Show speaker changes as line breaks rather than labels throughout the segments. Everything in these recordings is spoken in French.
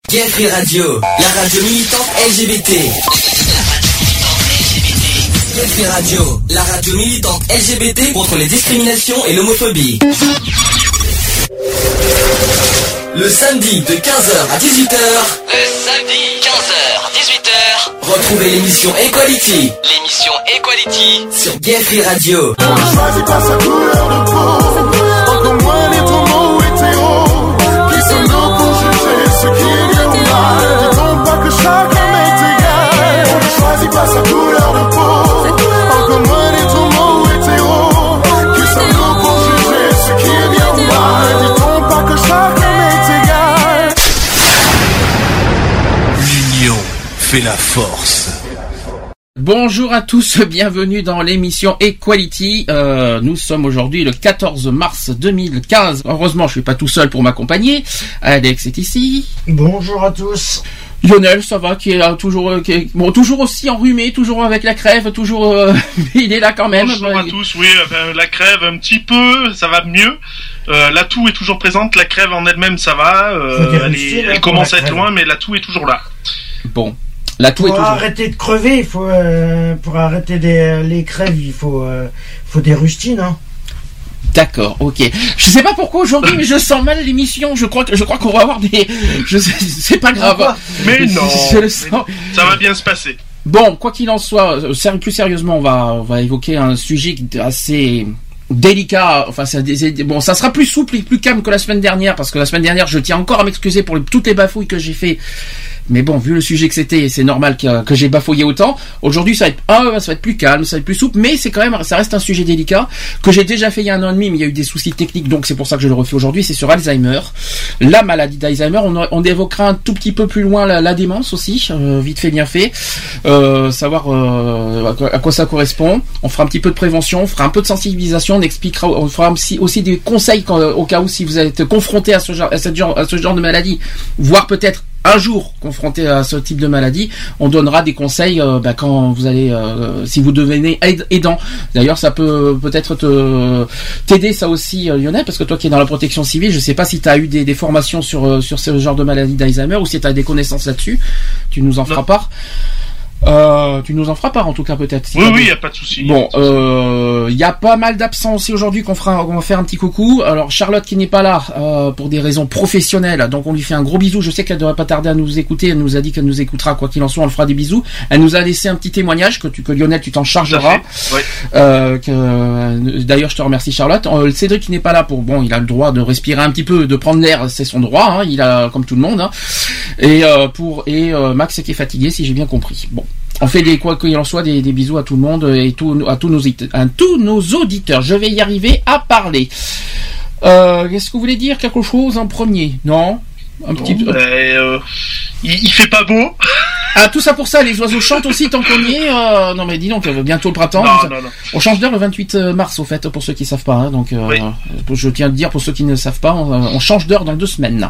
Gay Free Radio, la radio militante LGBT. Gay Free Radio, la radio militante LGBT contre les discriminations et l'homophobie. Le samedi de 15h à 18h.
Le samedi 15h 18h.
Retrouvez l'émission Equality.
L'émission Equality
sur Gay Free Radio.
On ne choisit pas sa couleur de peau, encore moins les homo hétéros. Qui sommes-nous pour juger ce qui est bien ou mal? Dit-on pas que chaque homme est égal? On ne choisit pas sa couleur de peau, encore moins les homo hétéros. Qui sommes-nous pour juger ce qui est bien ou mal? Dit-on pas que chaque homme est égal?
L'union fait la force.
Bonjour à tous, bienvenue dans l'émission Equality. Nous sommes aujourd'hui le 14 mars 2015. Heureusement, je suis pas tout seul pour m'accompagner. Alex est ici.
Bonjour à tous.
Lionel, ça va, toujours aussi enrhumé, toujours avec la crève, toujours, il est là quand même.
Bonjour à tous, oui, la crève un petit peu, ça va mieux. La toux est toujours présente, la crève en elle-même, ça va. Elle commence à être loin, mais la toux est toujours là.
Bon. Pour
arrêter de crever, il faut pour arrêter les crèves, il faut des rustines, hein.
D'accord, ok. Je sais pas pourquoi aujourd'hui, mais je sens mal l'émission. Je crois qu'on va avoir des. C'est pas grave.
Mais non.
Je le sens.
Ça va bien se passer.
Bon, quoi qu'il en soit, plus sérieusement, on va évoquer un sujet assez délicat. Enfin, ça sera plus souple et plus calme que la semaine dernière, parce que la semaine dernière, je tiens encore à m'excuser pour toutes les bafouilles que j'ai fait. Mais bon, vu le sujet que c'était, c'est normal que j'ai bafouillé autant. Aujourd'hui, ça va être plus calme, ça va être plus souple, mais ça reste un sujet délicat que j'ai déjà fait il y a 1 an et demi, mais il y a eu des soucis techniques, donc c'est pour ça que je le refais aujourd'hui. C'est sur Alzheimer, la maladie d'Alzheimer. On évoquera un tout petit peu plus loin la démence aussi, vite fait bien fait, savoir à quoi ça correspond. On fera un petit peu de prévention, on fera un peu de sensibilisation, on fera aussi des conseils au cas où si vous êtes confronté à ce genre de maladie, voire peut-être un jour confronté à ce type de maladie, on donnera des conseils quand vous allez, si vous devenez aidant. D'ailleurs, ça peut-être t'aider ça aussi, Lionel, parce que toi qui es dans la protection civile, je sais pas si tu as eu des formations sur ce genre de maladie d'Alzheimer ou si tu as des connaissances là-dessus. Tu nous en feras part. Tu nous en feras part en tout cas peut-être.
Oui, il y a pas de souci.
Bon, il y a pas mal d'absents aussi aujourd'hui on va faire un petit coucou. Alors Charlotte qui n'est pas là pour des raisons professionnelles, donc on lui fait un gros bisou. Je sais qu'elle devrait pas tarder à nous écouter. Elle nous a dit qu'elle nous écoutera quoi qu'il en soit. On le fera des bisous. Elle nous a laissé un petit témoignage que Lionel tu t'en chargeras.
Oui.
D'ailleurs je te remercie Charlotte. Cédric qui n'est pas là il a le droit de respirer un petit peu, de prendre l'air, c'est son droit. Hein, il a comme tout le monde. Hein. Et Max qui est fatigué si j'ai bien compris. Bon. On fait quoi qu'il en soit des bisous à tout le monde et à tous nos auditeurs. Je vais y arriver à parler. Est-ce que vous voulez dire quelque chose en premier? Non? Petit peu.
Il fait pas beau.
Ah, tout ça pour ça, les oiseaux chantent aussi tant qu'on y est. Non mais dis donc, bientôt le printemps.
Non.
On change d'heure le 28 mars au fait, pour ceux qui savent pas. Hein, donc
oui.
Je tiens à le dire pour ceux qui ne savent pas, on change d'heure dans 2 semaines.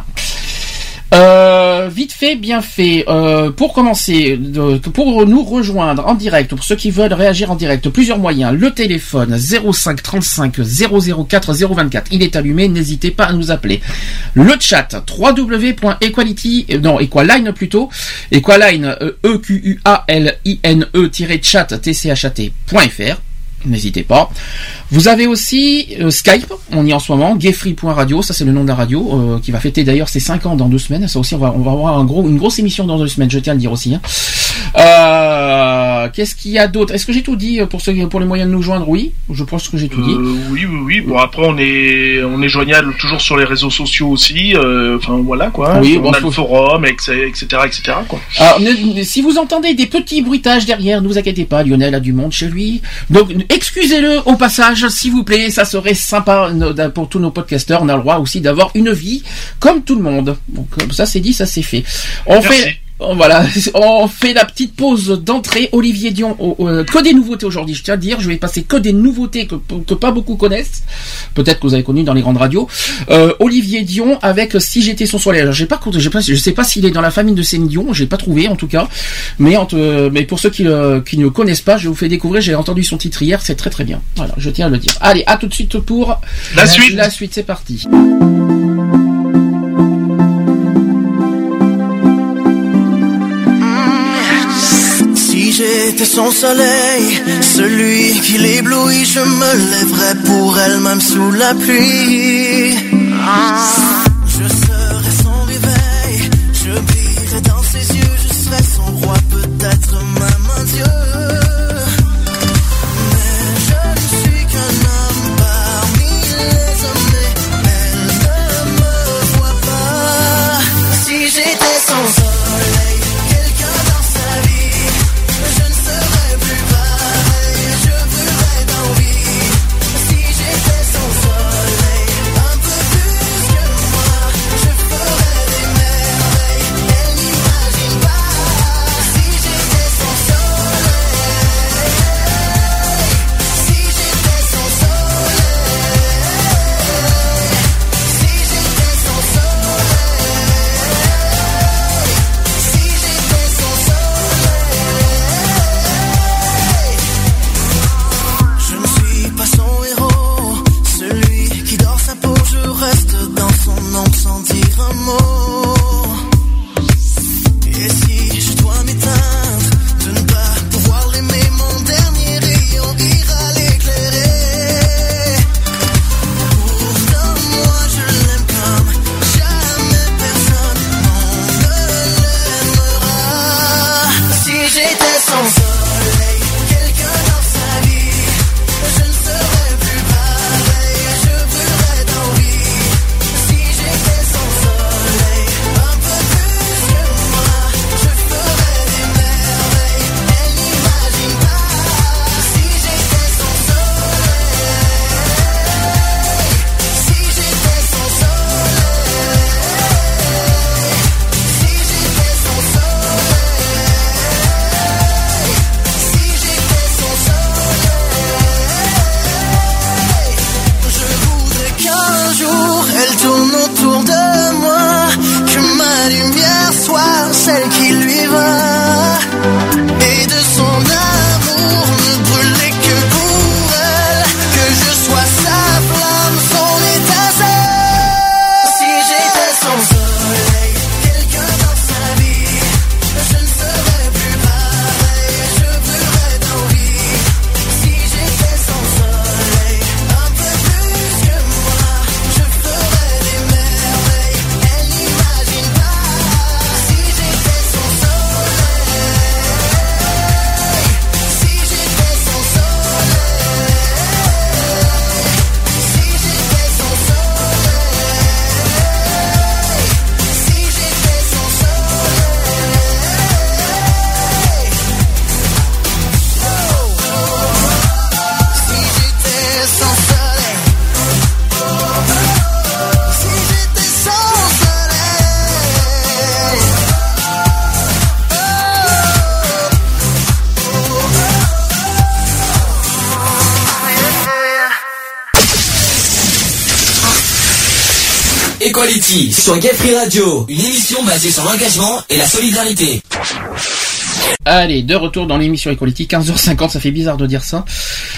Vite fait, bien fait. Pour commencer, pour nous rejoindre en direct, pour ceux qui veulent réagir en direct, plusieurs moyens. Le téléphone 05 35 004 024, il est allumé, n'hésitez pas à nous appeler. Le chat Equaline plutôt, Equaline EQUALINE-chat tchat.fr. N'hésitez pas. Vous avez aussi Skype, on y est en ce moment, gayfree.radio, ça c'est le nom de la radio, qui va fêter d'ailleurs ses 5 ans dans 2 semaines. Ça aussi, on va avoir une grosse émission dans 2 semaines, je tiens à le dire aussi. Hein. Qu'est-ce qu'il y a d'autre? Est-ce que j'ai tout dit pour les moyens de nous joindre? Oui, je pense que j'ai tout dit.
Oui. Bon, après on est joignable toujours sur les réseaux sociaux aussi. Enfin voilà quoi.
Oui,
on a le forum, etc. quoi.
Alors, si vous entendez des petits bruitages derrière, ne vous inquiétez pas, Lionel a du monde chez lui. Donc excusez-le au passage, s'il vous plaît, ça serait sympa pour tous nos podcasteurs. On a le droit aussi d'avoir une vie comme tout le monde. Donc ça c'est dit, ça c'est fait. Voilà, on fait la petite pause d'entrée. Olivier Dion, que des nouveautés aujourd'hui, je tiens à dire, je vais passer que des nouveautés que pas beaucoup connaissent, peut-être que vous avez connu dans les grandes radios. Olivier Dion avec Si j'étais son soleil. Alors, je sais pas s'il est dans la famille de Céline Dion, j'ai pas trouvé en tout cas, mais pour ceux qui ne connaissent pas, je vous fais découvrir, j'ai entendu son titre hier, c'est très très bien. Voilà, je tiens à le dire. Allez, à tout de suite pour
la suite.
La suite, c'est parti.
j'étais son soleil, celui qui l'éblouit, je me lèverais pour elle même sous la pluie. Je serais son réveil, je brillerais dans ses yeux, je serais son roi, peut-être même un dieu. J'étais son soleil, quelqu'un dans sa vie, je ne serais plus pareil, je brûlerais d'envie. Si j'étais son soleil, un peu plus que moi, je ferais des merveilles, elle n'imagine pas. Si j'étais son soleil, si j'étais son soleil, si j'étais son soleil. Reste dans son ombre sans dire un mot. Et si je dois m'éteindre, de ne pas pouvoir l'aimer, mon dernier rayon ira l'éclairer. Pourtant moi je l'aime comme jamais personne ne l'aimera. Si j'étais son soleil, quelqu'un dans sa vie, je ne serais plus pareil, je brûlerais d'envie. Tourne autour de moi, que ma lumière soit celle qui lui va, et de son amour ne brûler que pour elle, que je sois sa flamme, son étincelle. Si j'étais son soleil, quelqu'un dans sa vie, je ne serais plus pareil, je brûlerais d'envie. Si j'étais son soleil, un peu plus que moi, je ferais des merveilles, elle n'imagine pas. Si j'étais son soleil, si j'étais son soleil, si j'étais son soleil, si j'étais son soleil, si j'étais son soleil. Si j'étais son soleil,
Equality sur Gay Free Radio, une émission basée sur l'engagement et la solidarité.
Allez, de retour dans l'émission Equality, 15h50, ça fait bizarre de dire ça.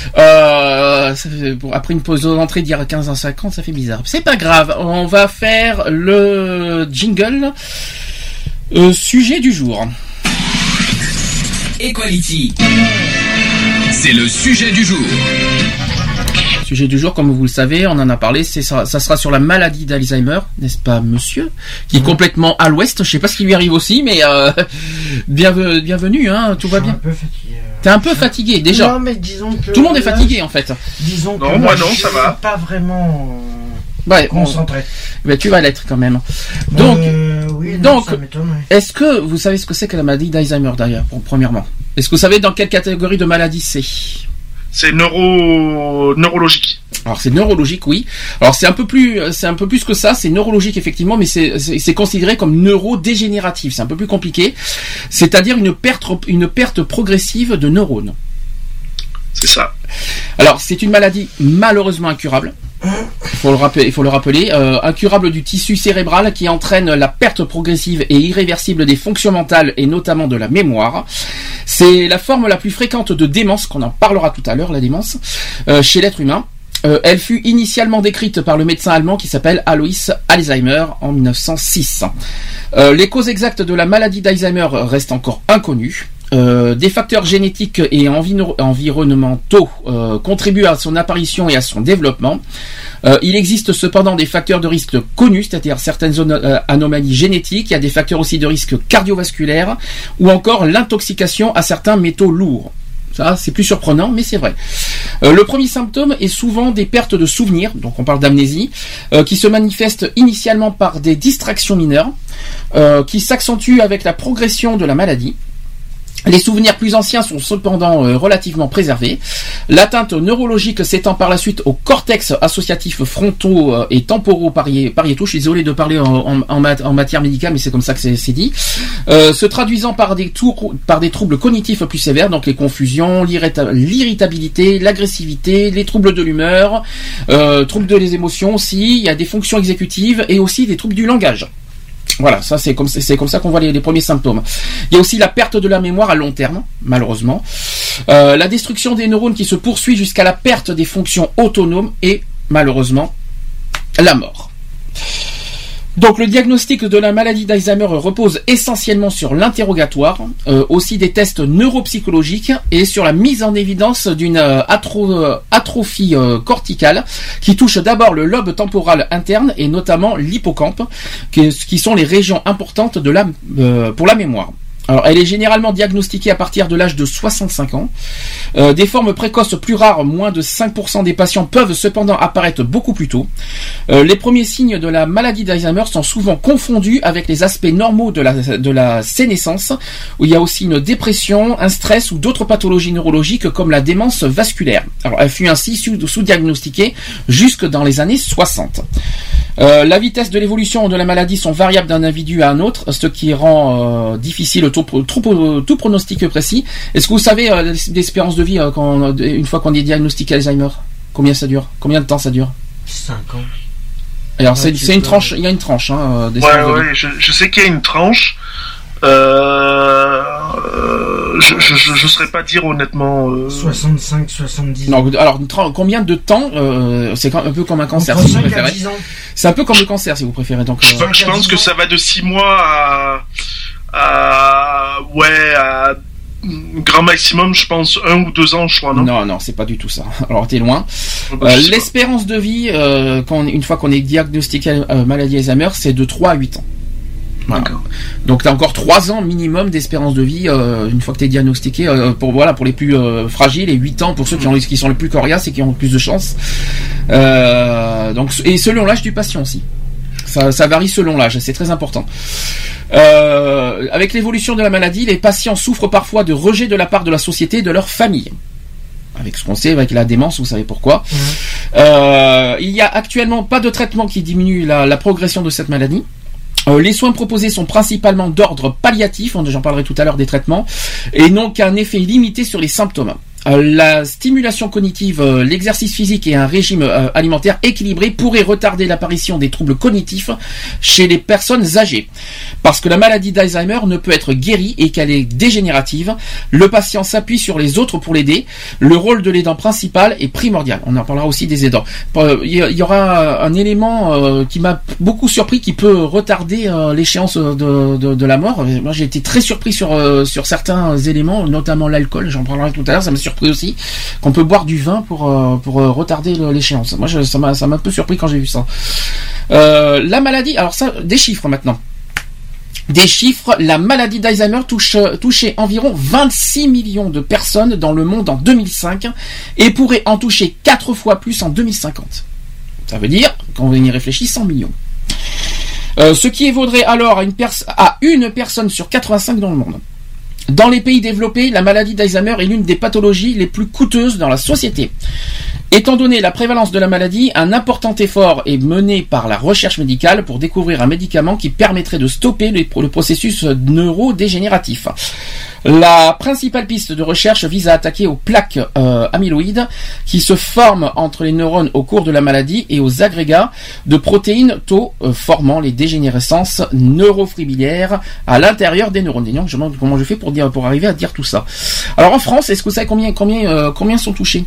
Après une pause d'entrée, dire 15h50, ça fait bizarre. C'est pas grave, on va faire le jingle sujet du jour.
Equality.
C'est le sujet du jour.
Sujet du jour, comme vous le savez, on en a parlé, ça sera sur la maladie d'Alzheimer, n'est-ce pas, monsieur, qui est complètement à l'ouest. Je sais pas ce qui lui arrive aussi, mais bienvenue, hein, tout va bien.
Je suis un peu fatigué.
T'es un peu fatigué déjà.
Non, mais disons que
tout le monde est fatigué en fait.
Disons
Non,
que
moi
là,
non,
je
ça
suis
va.
pas vraiment
Ouais,
concentré.
Bon, tu vas l'être quand même. Donc,
oui, non,
donc,
ça m'étonne, ouais.
est-ce que vous savez ce que c'est que la maladie d'Alzheimer d'ailleurs, premièrement? Est-ce que vous savez dans quelle catégorie de maladie c'est?
C'est neurologique.
Alors c'est neurologique, oui. Alors c'est un peu plus que ça. C'est neurologique effectivement, mais c'est considéré comme neurodégénératif. C'est un peu plus compliqué. C'est-à-dire une perte progressive de neurones.
C'est ça.
Alors c'est une maladie malheureusement incurable. Il faut le rappeler, incurable du tissu cérébral qui entraîne la perte progressive et irréversible des fonctions mentales et notamment de la mémoire. C'est la forme la plus fréquente de démence, qu'on en parlera tout à l'heure, la démence, chez l'être humain. Elle fut initialement décrite par le médecin allemand qui s'appelle Alois Alzheimer en 1906. Les causes exactes de la maladie d'Alzheimer restent encore inconnues. Des facteurs génétiques et environnementaux contribuent à son apparition et à son développement. Il existe cependant des facteurs de risque connus, c'est-à-dire certaines anomalies génétiques. Il y a des facteurs aussi de risque cardiovasculaire ou encore l'intoxication à certains métaux lourds. Ça, c'est plus surprenant, mais c'est vrai. Le premier symptôme est souvent des pertes de souvenirs, donc on parle d'amnésie, qui se manifestent initialement par des distractions mineures, qui s'accentuent avec la progression de la maladie. Les souvenirs plus anciens sont cependant relativement préservés. L'atteinte neurologique s'étend par la suite au cortex associatif frontaux et temporaux pariétaux. Je suis désolé de parler en matière médicale, mais c'est comme ça que c'est dit. Se traduisant par des troubles cognitifs plus sévères, donc les confusions, l'irritabilité, l'agressivité, les troubles de l'humeur, troubles des émotions aussi. Il y a des fonctions exécutives et aussi des troubles du langage. Voilà, ça c'est comme ça qu'on voit les premiers symptômes. Il y a aussi la perte de la mémoire à long terme, malheureusement. La destruction des neurones qui se poursuit jusqu'à la perte des fonctions autonomes et, malheureusement, la mort. Donc le diagnostic de la maladie d'Alzheimer repose essentiellement sur l'interrogatoire, aussi des tests neuropsychologiques et sur la mise en évidence d'une atrophie corticale qui touche d'abord le lobe temporal interne et notamment l'hippocampe, qui sont les régions importantes pour la mémoire. Alors, elle est généralement diagnostiquée à partir de l'âge de 65 ans. Des formes précoces plus rares, moins de 5% des patients peuvent cependant apparaître beaucoup plus tôt. Les premiers signes de la maladie d'Alzheimer sont souvent confondus avec les aspects normaux de la sénescence, où il y a aussi une dépression, un stress ou d'autres pathologies neurologiques comme la démence vasculaire. Alors, elle fut ainsi sous-diagnostiquée jusque dans les années 60. La vitesse de l'évolution de la maladie sont variables d'un individu à un autre, ce qui rend difficile tout pronostic précis. Est-ce que vous savez l'espérance de vie une fois qu'on est diagnostiqué Alzheimer? Combien ça dure? Combien de temps ça dure?
5 ans.
Alors c'est une tranche, il y a une tranche d'espérance de vie.
Je sais qu'il y a une tranche. Je saurais pas dire honnêtement.
65, 70.
Non, alors combien de temps c'est un peu comme un cancer si vous préférez. C'est un peu comme le cancer si vous préférez. Donc
je pense que ça va de 6 mois à grand maximum, je pense 1 ou 2 ans, je crois, non?
Non, c'est pas du tout ça. Alors t'es loin. L'espérance de vie une fois qu'on est diagnostiqué maladie Alzheimer, c'est de 3 à 8 ans. Voilà. Donc t'as encore 3 ans minimum d'espérance de vie une fois que t'es diagnostiqué pour les plus fragiles, et 8 ans pour ceux qui sont les plus coriaces et qui ont plus de chance. Donc et selon l'âge du patient aussi. Ça varie selon l'âge, c'est très important. Avec l'évolution de la maladie, les patients souffrent parfois de rejet de la part de la société et de leur famille. Avec ce qu'on sait, avec la démence, vous savez pourquoi. Il y a actuellement pas de traitement qui diminue la progression de cette maladie. Les soins proposés sont principalement d'ordre palliatif, j'en parlerai tout à l'heure des traitements, et n'ont qu'un effet limité sur les symptômes. La stimulation cognitive, l'exercice physique et un régime alimentaire équilibré pourraient retarder l'apparition des troubles cognitifs chez les personnes âgées. Parce que la maladie d'Alzheimer ne peut être guérie et qu'elle est dégénérative, le patient s'appuie sur les autres pour l'aider. Le rôle de l'aidant principal est primordial. On en parlera aussi des aidants. Il y aura un élément qui m'a beaucoup surpris, qui peut retarder l'échéance de la mort. Moi, j'ai été très surpris sur certains éléments, notamment l'alcool. J'en parlerai tout à l'heure. Ça m'a surpris aussi qu'on peut boire du vin pour retarder l'échéance. Moi, ça m'a un peu surpris quand j'ai vu ça. La maladie, alors ça, des chiffres maintenant. Des chiffres, la maladie d'Alzheimer touchait environ 26 millions de personnes dans le monde en 2005 et pourrait en toucher 4 fois plus en 2050. Ça veut dire, quand on y réfléchit, 100 millions. Ce qui évaudrait alors à une personne sur 85 dans le monde. Dans les pays développés, la maladie d'Alzheimer est l'une des pathologies les plus coûteuses dans la société. Étant donné la prévalence de la maladie, un important effort est mené par la recherche médicale pour découvrir un médicament qui permettrait de stopper le processus neurodégénératif. La principale piste de recherche vise à attaquer aux plaques amyloïdes qui se forment entre les neurones au cours de la maladie et aux agrégats de protéines tau formant les dégénérescences neurofibrillaires à l'intérieur des neurones. Je me demande comment je fais pour arriver à dire tout ça. Alors en France, est-ce que vous savez combien sont touchés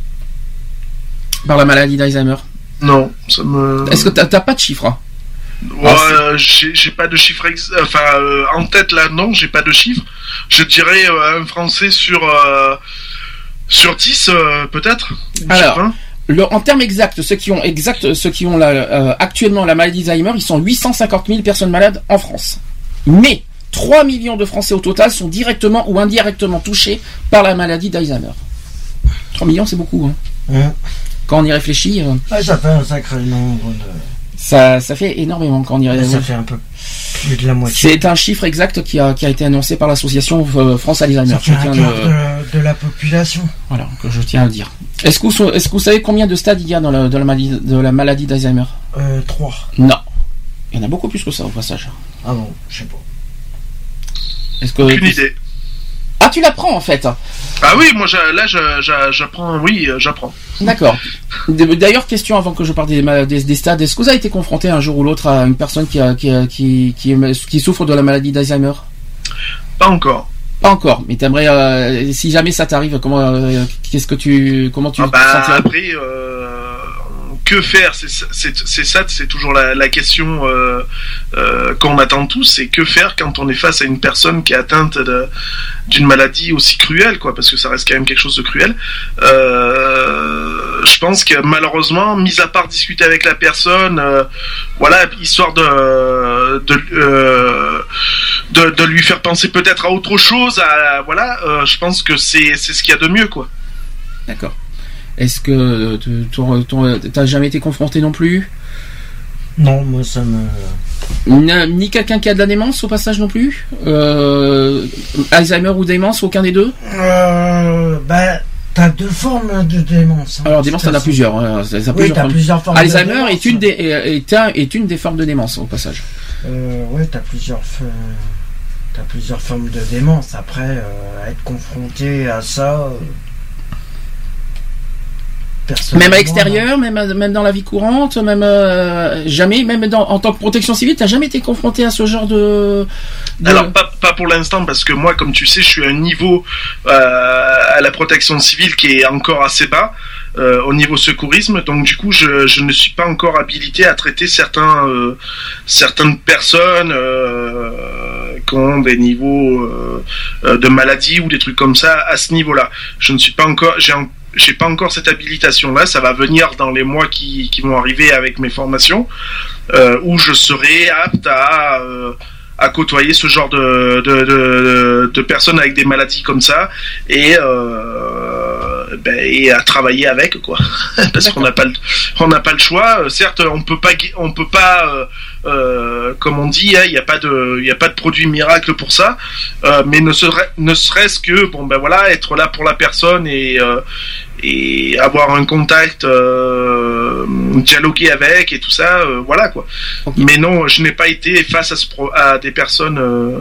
par la maladie d'Alzheimer?
Non,
Est-ce que t'as pas de chiffres, hein?
Ouais, j'ai pas de chiffres en tête là, non, j'ai pas de chiffres. Je dirais un Français sur 10 peut-être.
Alors, en termes exacts, ceux qui ont actuellement la maladie d'Alzheimer, ils sont 850 000 personnes malades en France. Mais 3 millions de Français au total sont directement ou indirectement touchés par la maladie d'Alzheimer. 3 millions, c'est beaucoup. Hein. Quand on y réfléchit...
ça fait un sacré nombre de...
Ça fait énormément quand on y réfléchit.
Ça fait un peu plus de la moitié.
C'est un chiffre exact qui a été annoncé par l'association France Alzheimer.
Ça fait un quart de la population.
Voilà, que je tiens à le dire. Est-ce que vous savez combien de stades il y a dans la maladie d'Alzheimer ?
3.
Non. Il y en a beaucoup plus que ça au passage.
Ah bon, je sais pas.
Aucune idée.
Ah, tu l'apprends en fait.
Ah oui, moi j'apprends. Oui, j'apprends.
D'accord. D'ailleurs, question avant que je parle des stades. Est-ce que vous avez été confronté un jour ou l'autre à une personne qui souffre de la maladie d'Alzheimer ?
Pas encore.
Pas encore. Mais t'aimerais, si jamais ça t'arrive, comment tu te sentirais ?
Après, que faire ? C'est toujours la question qu'on attend tous. C'est que faire quand on est face à une personne qui est atteinte d'une maladie aussi cruelle, quoi, parce que ça reste quand même quelque chose de cruel. Je pense que malheureusement, mis à part discuter avec la personne, histoire de lui faire penser peut-être à autre chose, je pense que c'est ce qu'il y a de mieux, quoi.
D'accord. Est-ce que t'as jamais été confronté non plus ?
Non, moi ça me...
Ni quelqu'un qui a de la démence au passage non plus ? Alzheimer ou démence, aucun des deux ?
T'as 2 formes de démence. Hein,
alors démence, t'en as plusieurs.
T'as plusieurs formes.
Alzheimer de démence, est une des formes de démence au passage.
T'as plusieurs formes de démence. Après, être confronté à ça...
Même à l'extérieur, même dans la vie courante, jamais, même en tant que protection civile, t'as jamais été confronté à ce genre de...
Alors pas pour l'instant, parce que moi, comme tu sais, je suis à un niveau à la protection civile qui est encore assez bas au niveau secourisme, donc du coup je ne suis pas encore habilité à traiter certaines personnes qui ont des niveaux de maladie ou des trucs comme ça à ce niveau-là. Je ne suis pas encore... J'ai pas encore cette habilitation-là, ça va venir dans les mois qui vont arriver avec mes formations, où je serai apte à côtoyer ce genre de personnes avec des maladies comme ça et à travailler avec, quoi. Parce qu'on n'a pas le choix. Certes, on peut pas comme on dit, il y a pas de produit miracle pour ça, mais ne serait-ce que être là pour la personne et avoir un contact, dialoguer avec et tout ça, quoi. Okay. Mais non, je n'ai pas été face à des personnes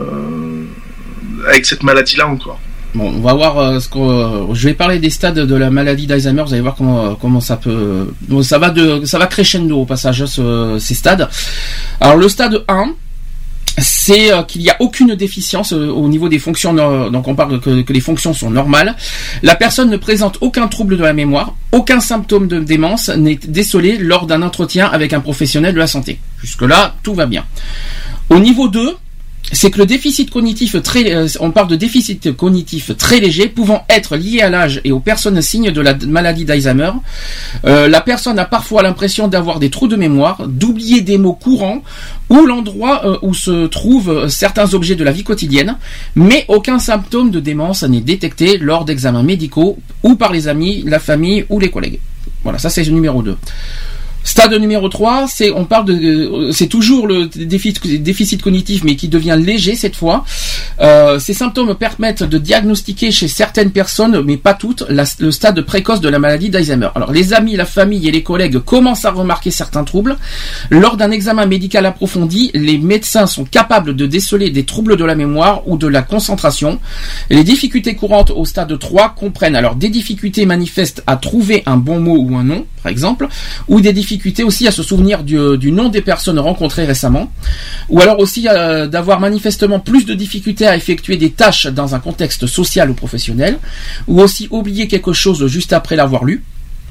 avec cette maladie-là encore.
Bon, on va voir je vais parler des stades de la maladie d'Alzheimer. Vous allez voir comment ça peut. Donc ça va crescendo au passage ces stades. Alors le stade 1, c'est qu'il n'y a aucune déficience au niveau des fonctions. Donc on parle que les fonctions sont normales. La personne ne présente aucun trouble de la mémoire, aucun symptôme de démence n'est décelé lors d'un entretien avec un professionnel de la santé. Jusque là, tout va bien. Au niveau 2, c'est que le déficit cognitif on parle de déficit cognitif très léger pouvant être lié à l'âge et aux personnes signes de la maladie d'Alzheimer. La personne a parfois l'impression d'avoir des trous de mémoire, d'oublier des mots courants ou l'endroit où se trouvent certains objets de la vie quotidienne, mais aucun symptôme de démence n'est détecté lors d'examens médicaux ou par les amis, la famille ou les collègues. Voilà, ça c'est le numéro 2. Stade numéro 3, c'est toujours le déficit cognitif, mais qui devient léger cette fois. Ces symptômes permettent de diagnostiquer chez certaines personnes, mais pas toutes, le stade précoce de la maladie d'Alzheimer. Alors, les amis, la famille et les collègues commencent à remarquer certains troubles. Lors d'un examen médical approfondi, les médecins sont capables de déceler des troubles de la mémoire ou de la concentration. Les difficultés courantes au stade 3 comprennent alors des difficultés manifestes à trouver un bon mot ou un nom, par exemple, ou des difficultés aussi à se souvenir du nom des personnes rencontrées récemment, ou alors aussi d'avoir manifestement plus de difficultés à effectuer des tâches dans un contexte social ou professionnel, ou aussi oublier quelque chose juste après l'avoir lu.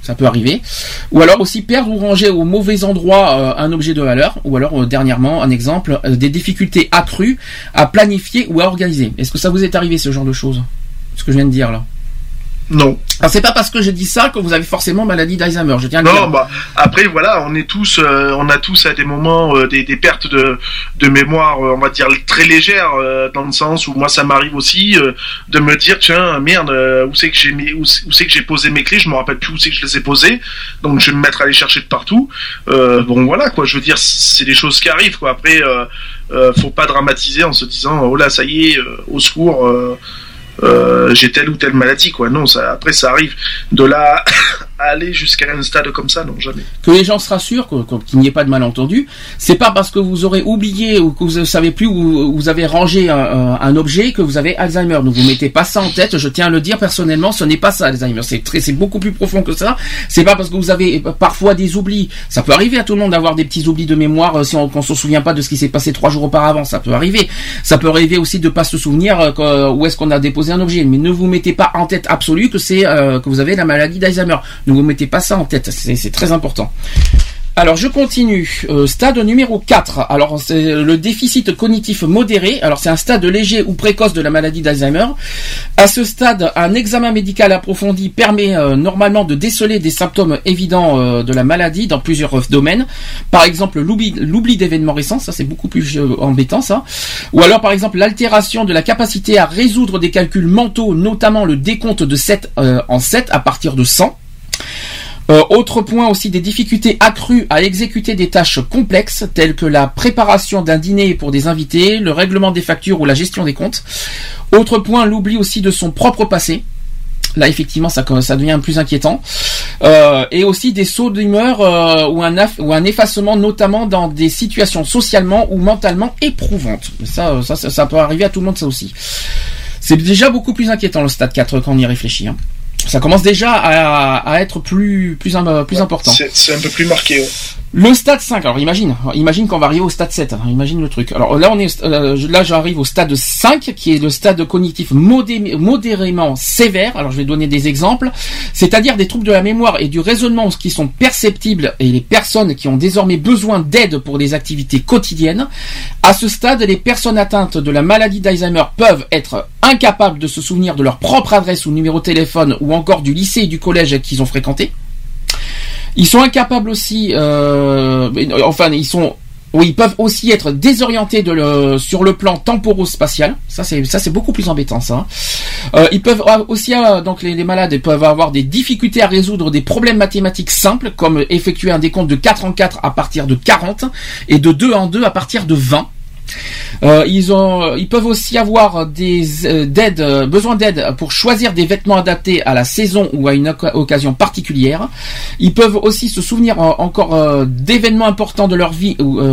Ça peut arriver. Ou alors aussi perdre ou ranger au mauvais endroit un objet de valeur. Ou alors, dernièrement, un exemple, des difficultés accrues à planifier ou à organiser. Est-ce que ça vous est arrivé, ce genre de choses? Ce que je viens de dire là?
Non.
Alors c'est pas parce que j'ai dit ça que vous avez forcément maladie d'Alzheimer, je tiens à le dire.
Non, bah après voilà, on a tous à des moments des pertes de mémoire, on va dire très légères, dans le sens où moi ça m'arrive aussi de me dire tiens merde, où c'est que j'ai posé mes clés, je me rappelle plus où c'est que je les ai posées, donc je vais me mettre à les chercher de partout. Bon voilà quoi, je veux dire c'est des choses qui arrivent quoi. Après faut pas dramatiser en se disant oh là ça y est, au secours. J'ai telle ou telle maladie quoi. Non, ça après ça arrive. De là à aller jusqu'à un stade comme ça, non, jamais.
Que les gens se rassurent, qu'il n'y ait pas de malentendu. C'est pas parce que vous aurez oublié ou que vous ne savez plus où vous avez rangé un objet que vous avez Alzheimer. Ne vous mettez pas ça en tête. Je tiens à le dire personnellement, ce n'est pas ça Alzheimer. C'est beaucoup plus profond que ça. C'est pas parce que vous avez parfois des oublis. Ça peut arriver à tout le monde d'avoir des petits oublis de mémoire si on se souvient pas de ce qui s'est passé 3 jours auparavant. Ça peut arriver. Ça peut arriver aussi de pas se souvenir où est-ce qu'on a déposé un objet. Mais ne vous mettez pas en tête absolue que c'est que vous avez la maladie d'Alzheimer. Ne vous mettez pas ça en tête, c'est très important. Alors je continue, stade numéro 4. Alors c'est le déficit cognitif modéré. Alors c'est un stade léger ou précoce de la maladie d'Alzheimer. À ce stade, un examen médical approfondi permet normalement de déceler des symptômes évidents de la maladie dans plusieurs domaines. Par exemple l'oubli d'événements récents, ça c'est beaucoup plus embêtant ça. Ou alors par exemple l'altération de la capacité à résoudre des calculs mentaux, notamment le décompte de 7 en 7 à partir de 100. Autre point aussi, des difficultés accrues à exécuter des tâches complexes telles que la préparation d'un dîner pour des invités, le règlement des factures ou la gestion des comptes. Autre point, l'oubli aussi de son propre passé. Là effectivement ça devient plus inquiétant. Et aussi des sauts d'humeur ou un effacement, notamment dans des situations socialement ou mentalement éprouvantes. Ça peut arriver à tout le monde, ça aussi. C'est déjà beaucoup plus inquiétant le stade 4 quand on y réfléchit. Hein. Ça commence déjà à être plus important.
C'est un peu plus marqué. Ouais.
Le stade 5, alors imagine qu'on va arriver au stade 7, imagine le truc. Alors là là j'arrive au stade 5 qui est le stade cognitif modérément sévère. Alors je vais donner des exemples, c'est-à-dire des troubles de la mémoire et du raisonnement qui sont perceptibles et les personnes qui ont désormais besoin d'aide pour les activités quotidiennes. À ce stade, les personnes atteintes de la maladie d'Alzheimer peuvent être incapables de se souvenir de leur propre adresse ou numéro de téléphone ou encore du lycée et du collège qu'ils ont fréquenté. Ils sont incapables aussi, ils peuvent aussi être désorientés sur le plan temporo-spatial. Ça c'est beaucoup plus embêtant ça. Ils peuvent aussi donc les malades peuvent avoir des difficultés à résoudre des problèmes mathématiques simples comme effectuer un décompte de 4 en 4 à partir de 40 et de 2 en 2 à partir de 20. Ils peuvent aussi avoir besoin d'aide pour choisir des vêtements adaptés à la saison ou à une occasion particulière. Ils peuvent aussi se souvenir encore d'événements importants de leur vie ou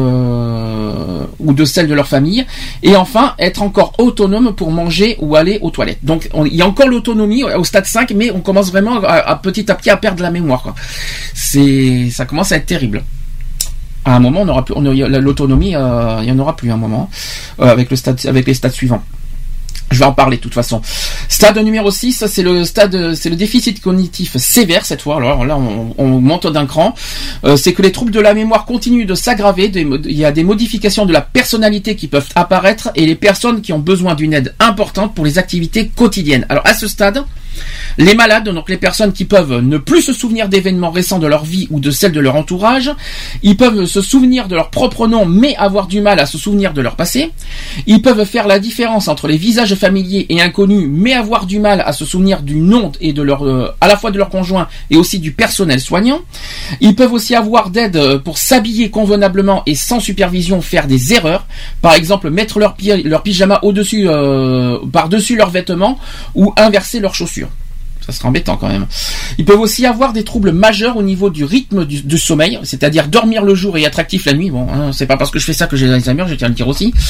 de celle de leur famille. Et enfin, être encore autonome pour manger ou aller aux toilettes. Donc, il y a encore l'autonomie au stade 5, mais on commence vraiment à petit perdre la mémoire, quoi. Ça commence à être terrible. À un moment, l'autonomie, il y en aura plus à un moment avec les stades suivants. Je vais en parler de toute façon. Stade numéro 6, c'est le déficit cognitif sévère cette fois. Alors là, on monte d'un cran. C'est que les troubles de la mémoire continuent de s'aggraver. Il y a des modifications de la personnalité qui peuvent apparaître et les personnes qui ont besoin d'une aide importante pour les activités quotidiennes. Alors à ce stade, les malades, donc les personnes qui peuvent ne plus se souvenir d'événements récents de leur vie ou de celles de leur entourage, ils peuvent se souvenir de leur propre nom mais avoir du mal à se souvenir de leur passé. Ils peuvent faire la différence entre les visages familiers et inconnus mais avoir du mal à se souvenir du nom et de à la fois de leur conjoint et aussi du personnel soignant. Ils peuvent aussi avoir d'aide pour s'habiller convenablement et sans supervision faire des erreurs. Par exemple, mettre leur pyjama au-dessus, par-dessus leurs vêtements ou inverser leurs chaussures. Ça serait embêtant quand même. Ils peuvent aussi avoir des troubles majeurs au niveau du rythme du sommeil, c'est-à-dire dormir le jour et être actif la nuit. Bon, c'est pas parce que je fais ça que j'ai l'Alzheimer, je tiens à le dire aussi.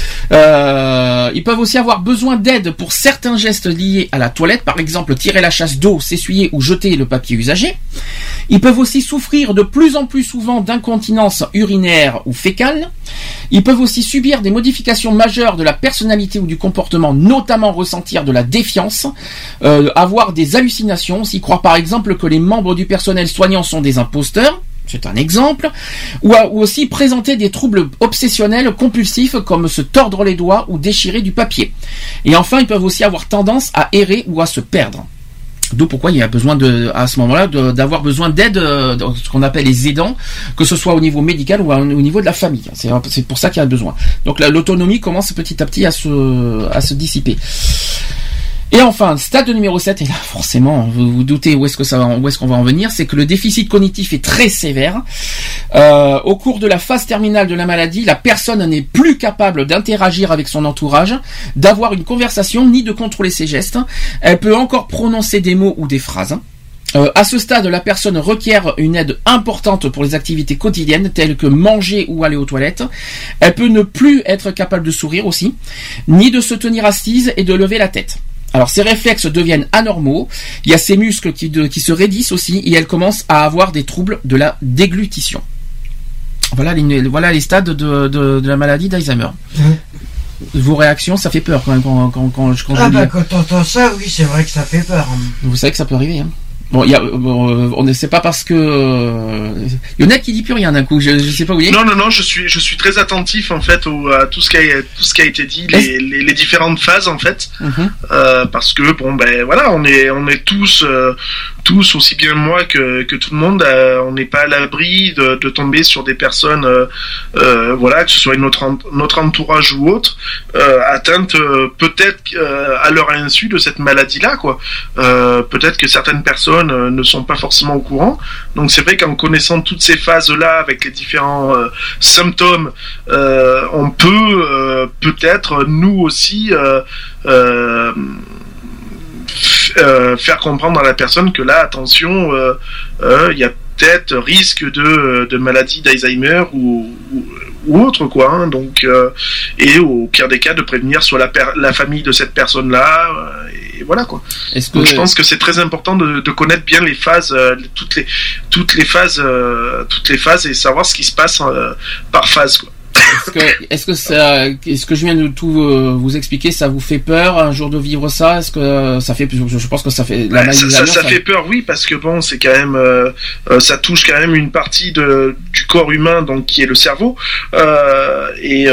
Ils peuvent aussi avoir besoin d'aide pour certains gestes liés à la toilette, par exemple tirer la chasse d'eau, s'essuyer ou jeter le papier usagé. Ils peuvent aussi souffrir de plus en plus souvent d'incontinence urinaire ou fécale. Ils peuvent aussi subir des modifications majeures de la personnalité ou du comportement, notamment ressentir de la défiance, avoir des des hallucinations, aussi croire par exemple que les membres du personnel soignant sont des imposteurs, c'est un exemple, ou aussi présenter des troubles obsessionnels compulsifs comme se tordre les doigts ou déchirer du papier. Et enfin, ils peuvent aussi avoir tendance à errer ou à se perdre. D'où pourquoi il y a besoin à ce moment-là d'avoir besoin d'aide, ce qu'on appelle les aidants, que ce soit au niveau médical ou au niveau de la famille. C'est pour ça qu'il y a besoin. Donc l'autonomie commence petit à petit à se dissiper. Et enfin, stade numéro 7, et là forcément, vous vous doutez où est-ce qu'on va en venir, c'est que le déficit cognitif est très sévère. Au cours de la phase terminale de la maladie, la personne n'est plus capable d'interagir avec son entourage, d'avoir une conversation, ni de contrôler ses gestes. Elle peut encore prononcer des mots ou des phrases. À ce stade, la personne requiert une aide importante pour les activités quotidiennes telles que manger ou aller aux toilettes. Elle peut ne plus être capable de sourire aussi, ni de se tenir assise et de lever la tête. Alors ses réflexes deviennent anormaux, il y a ses muscles qui se raidissent aussi et elle commence à avoir des troubles de la déglutition. Voilà les stades de la maladie d'Alzheimer. Vos réactions, ça fait peur quand même quand je dis.
Quand t'entends ça, oui, c'est vrai que ça fait peur.
Vous savez que ça peut arriver, hein. Bon, on ne sait pas parce que il y en a qui dit plus rien d'un coup. Je sais pas où il est.
Non, je suis très attentif en fait à tout ce qui a été dit, les différentes phases en fait, parce que bon ben voilà, on est tous aussi bien moi que tout le monde, on n'est pas à l'abri de tomber sur des personnes voilà, que ce soit notre entourage ou autre, atteintes peut-être à leur insu de cette maladie là quoi. Peut-être que certaines personnes ne sont pas forcément au courant. Donc c'est vrai qu'en connaissant toutes ces phases-là avec les différents symptômes, on peut peut-être nous aussi faire comprendre à la personne que là, attention, il y a peut-être risque de maladie d'Alzheimer ou autre quoi, hein. Donc et au pire des cas de prévenir soit la famille de cette personne là et voilà quoi. Donc je pense que c'est très important de connaître bien les phases, toutes les phases et savoir ce qui se passe par phase quoi.
Est-ce que je viens de tout vous expliquer, ça vous fait peur un jour de vivre ça? Est-ce que ça fait, je pense que ça fait ça fait peur,
oui, parce que bon, c'est quand même ça touche quand même une partie du corps humain, donc qui est le cerveau, et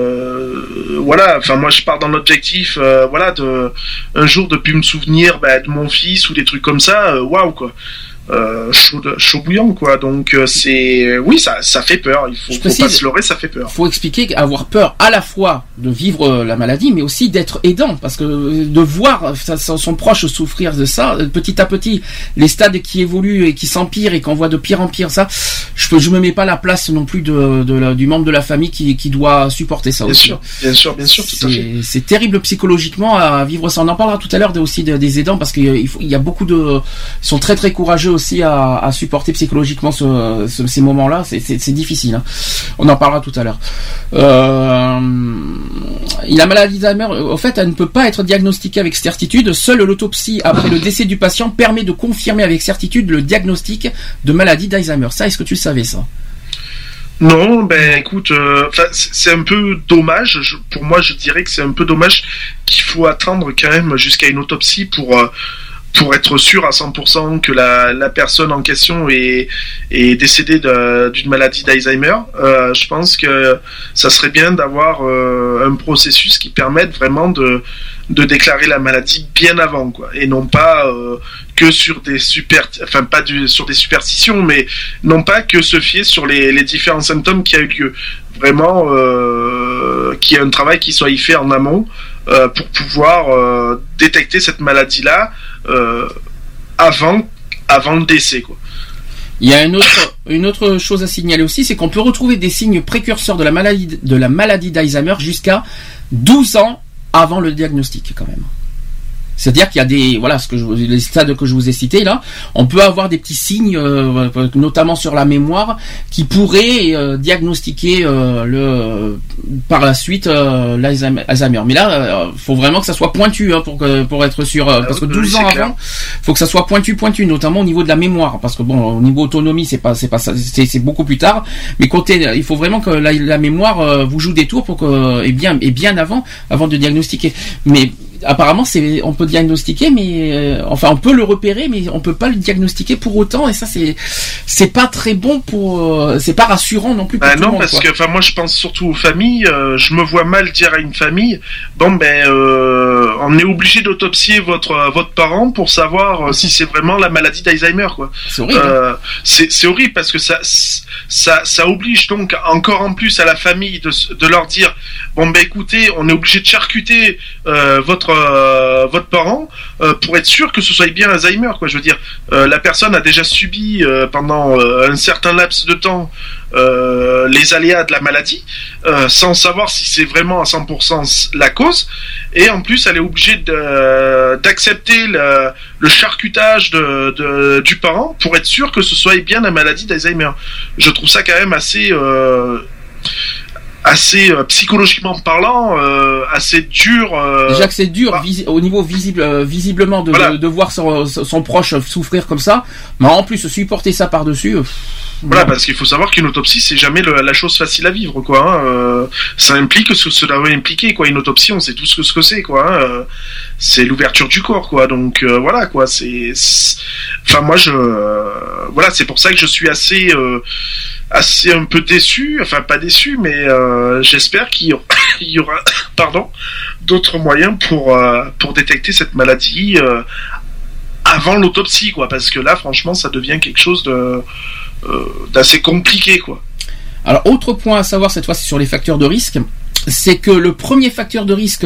voilà. Enfin moi je pars dans l'objectif, voilà, un jour de plus me souvenir de mon fils ou des trucs comme ça, waouh quoi. Chaud bouillant quoi, donc c'est oui, ça fait peur, il faut pas se leurrer, ça fait peur.
Faut expliquer qu'avoir peur à la fois de vivre la maladie mais aussi d'être aidant, parce que de voir son proche souffrir de ça petit à petit, les stades qui évoluent et qui s'empirent et qu'on voit de pire en pire, ça je me mets pas la place non plus du membre de la famille qui doit supporter ça aussi.
Bien sûr, tout à fait.
C'est terrible psychologiquement à vivre ça. On en parlera tout à l'heure aussi des aidants, parce qu'il y a beaucoup ils sont très très courageux aussi à supporter psychologiquement ces moments-là. C'est difficile, hein. On en parlera tout à l'heure. La maladie d'Alzheimer, au fait, elle ne peut pas être diagnostiquée avec certitude. Seule l'autopsie après le décès du patient permet de confirmer avec certitude le diagnostic de maladie d'Alzheimer. Ça, est-ce que tu le savais, ça?
Non, ben écoute, c'est un peu dommage. Pour moi, je dirais que c'est un peu dommage qu'il faut attendre quand même jusqu'à une autopsie pour être sûr à 100% que la personne en question est décédée d'une maladie d'Alzheimer. Je pense que ça serait bien d'avoir un processus qui permette vraiment de déclarer la maladie bien avant, quoi, et non pas que sur des sur des superstitions, mais non pas que se fier sur les différents symptômes qui a eu lieu. Vraiment, qu'il y ait un travail qui soit fait en amont pour pouvoir détecter cette maladie-là avant le décès, quoi.
Il y a une autre chose à signaler aussi, c'est qu'on peut retrouver des signes précurseurs de la maladie d'Alzheimer jusqu'à 12 ans avant le diagnostic, quand même. C'est-à-dire qu'il y a les stades que je vous ai cités là, on peut avoir des petits signes, notamment sur la mémoire, qui pourraient diagnostiquer par la suite l'Alzheimer. Mais là, faut vraiment que ça soit pointu, hein, pour être sûr, parce que 12 ans avant, faut que ça soit pointu, notamment au niveau de la mémoire, parce que bon, au niveau autonomie, c'est pas ça, c'est beaucoup plus tard. Mais il faut vraiment que la mémoire vous joue des tours pour que et bien avant de diagnostiquer. Mais apparemment, on peut diagnostiquer, mais enfin, on peut le repérer, mais on peut pas le diagnostiquer pour autant. Et ça, c'est pas très bon c'est pas rassurant non plus pour tout le monde.
Parce que, enfin, moi, je pense surtout aux familles. Je me vois mal dire à une famille, on est obligé d'autopsier votre parent pour savoir si c'est vraiment la maladie d'Alzheimer, quoi.
C'est horrible.
C'est horrible parce que ça oblige donc encore en plus à la famille de leur dire, écoutez, on est obligé de charcuter votre parent pour être sûr que ce soit bien Alzheimer, quoi. Je veux dire, la personne a déjà subi pendant un certain laps de temps les aléas de la maladie sans savoir si c'est vraiment à 100% la cause, et en plus elle est obligée d'accepter le charcutage du parent pour être sûr que ce soit bien la maladie d'Alzheimer. Je trouve ça quand même assez psychologiquement parlant, assez dur.
Déjà que c'est dur au niveau visiblement de voir son proche souffrir comme ça, mais en plus supporter ça par-dessus.
Voilà, parce qu'il faut savoir qu'une autopsie, c'est jamais la chose facile à vivre, quoi. Ça implique ce que cela va impliquer, quoi. Une autopsie, on sait tous ce que c'est, quoi. C'est l'ouverture du corps, quoi. Donc voilà, quoi. Enfin, moi, voilà, c'est pour ça que je suis assez un peu déçu, enfin pas déçu, mais j'espère qu'il y aura d'autres moyens pour détecter cette maladie avant l'autopsie, quoi, parce que là franchement ça devient quelque chose d'assez compliqué, quoi.
Alors, autre point à savoir cette fois, c'est sur les facteurs de risque. C'est que le premier facteur de risque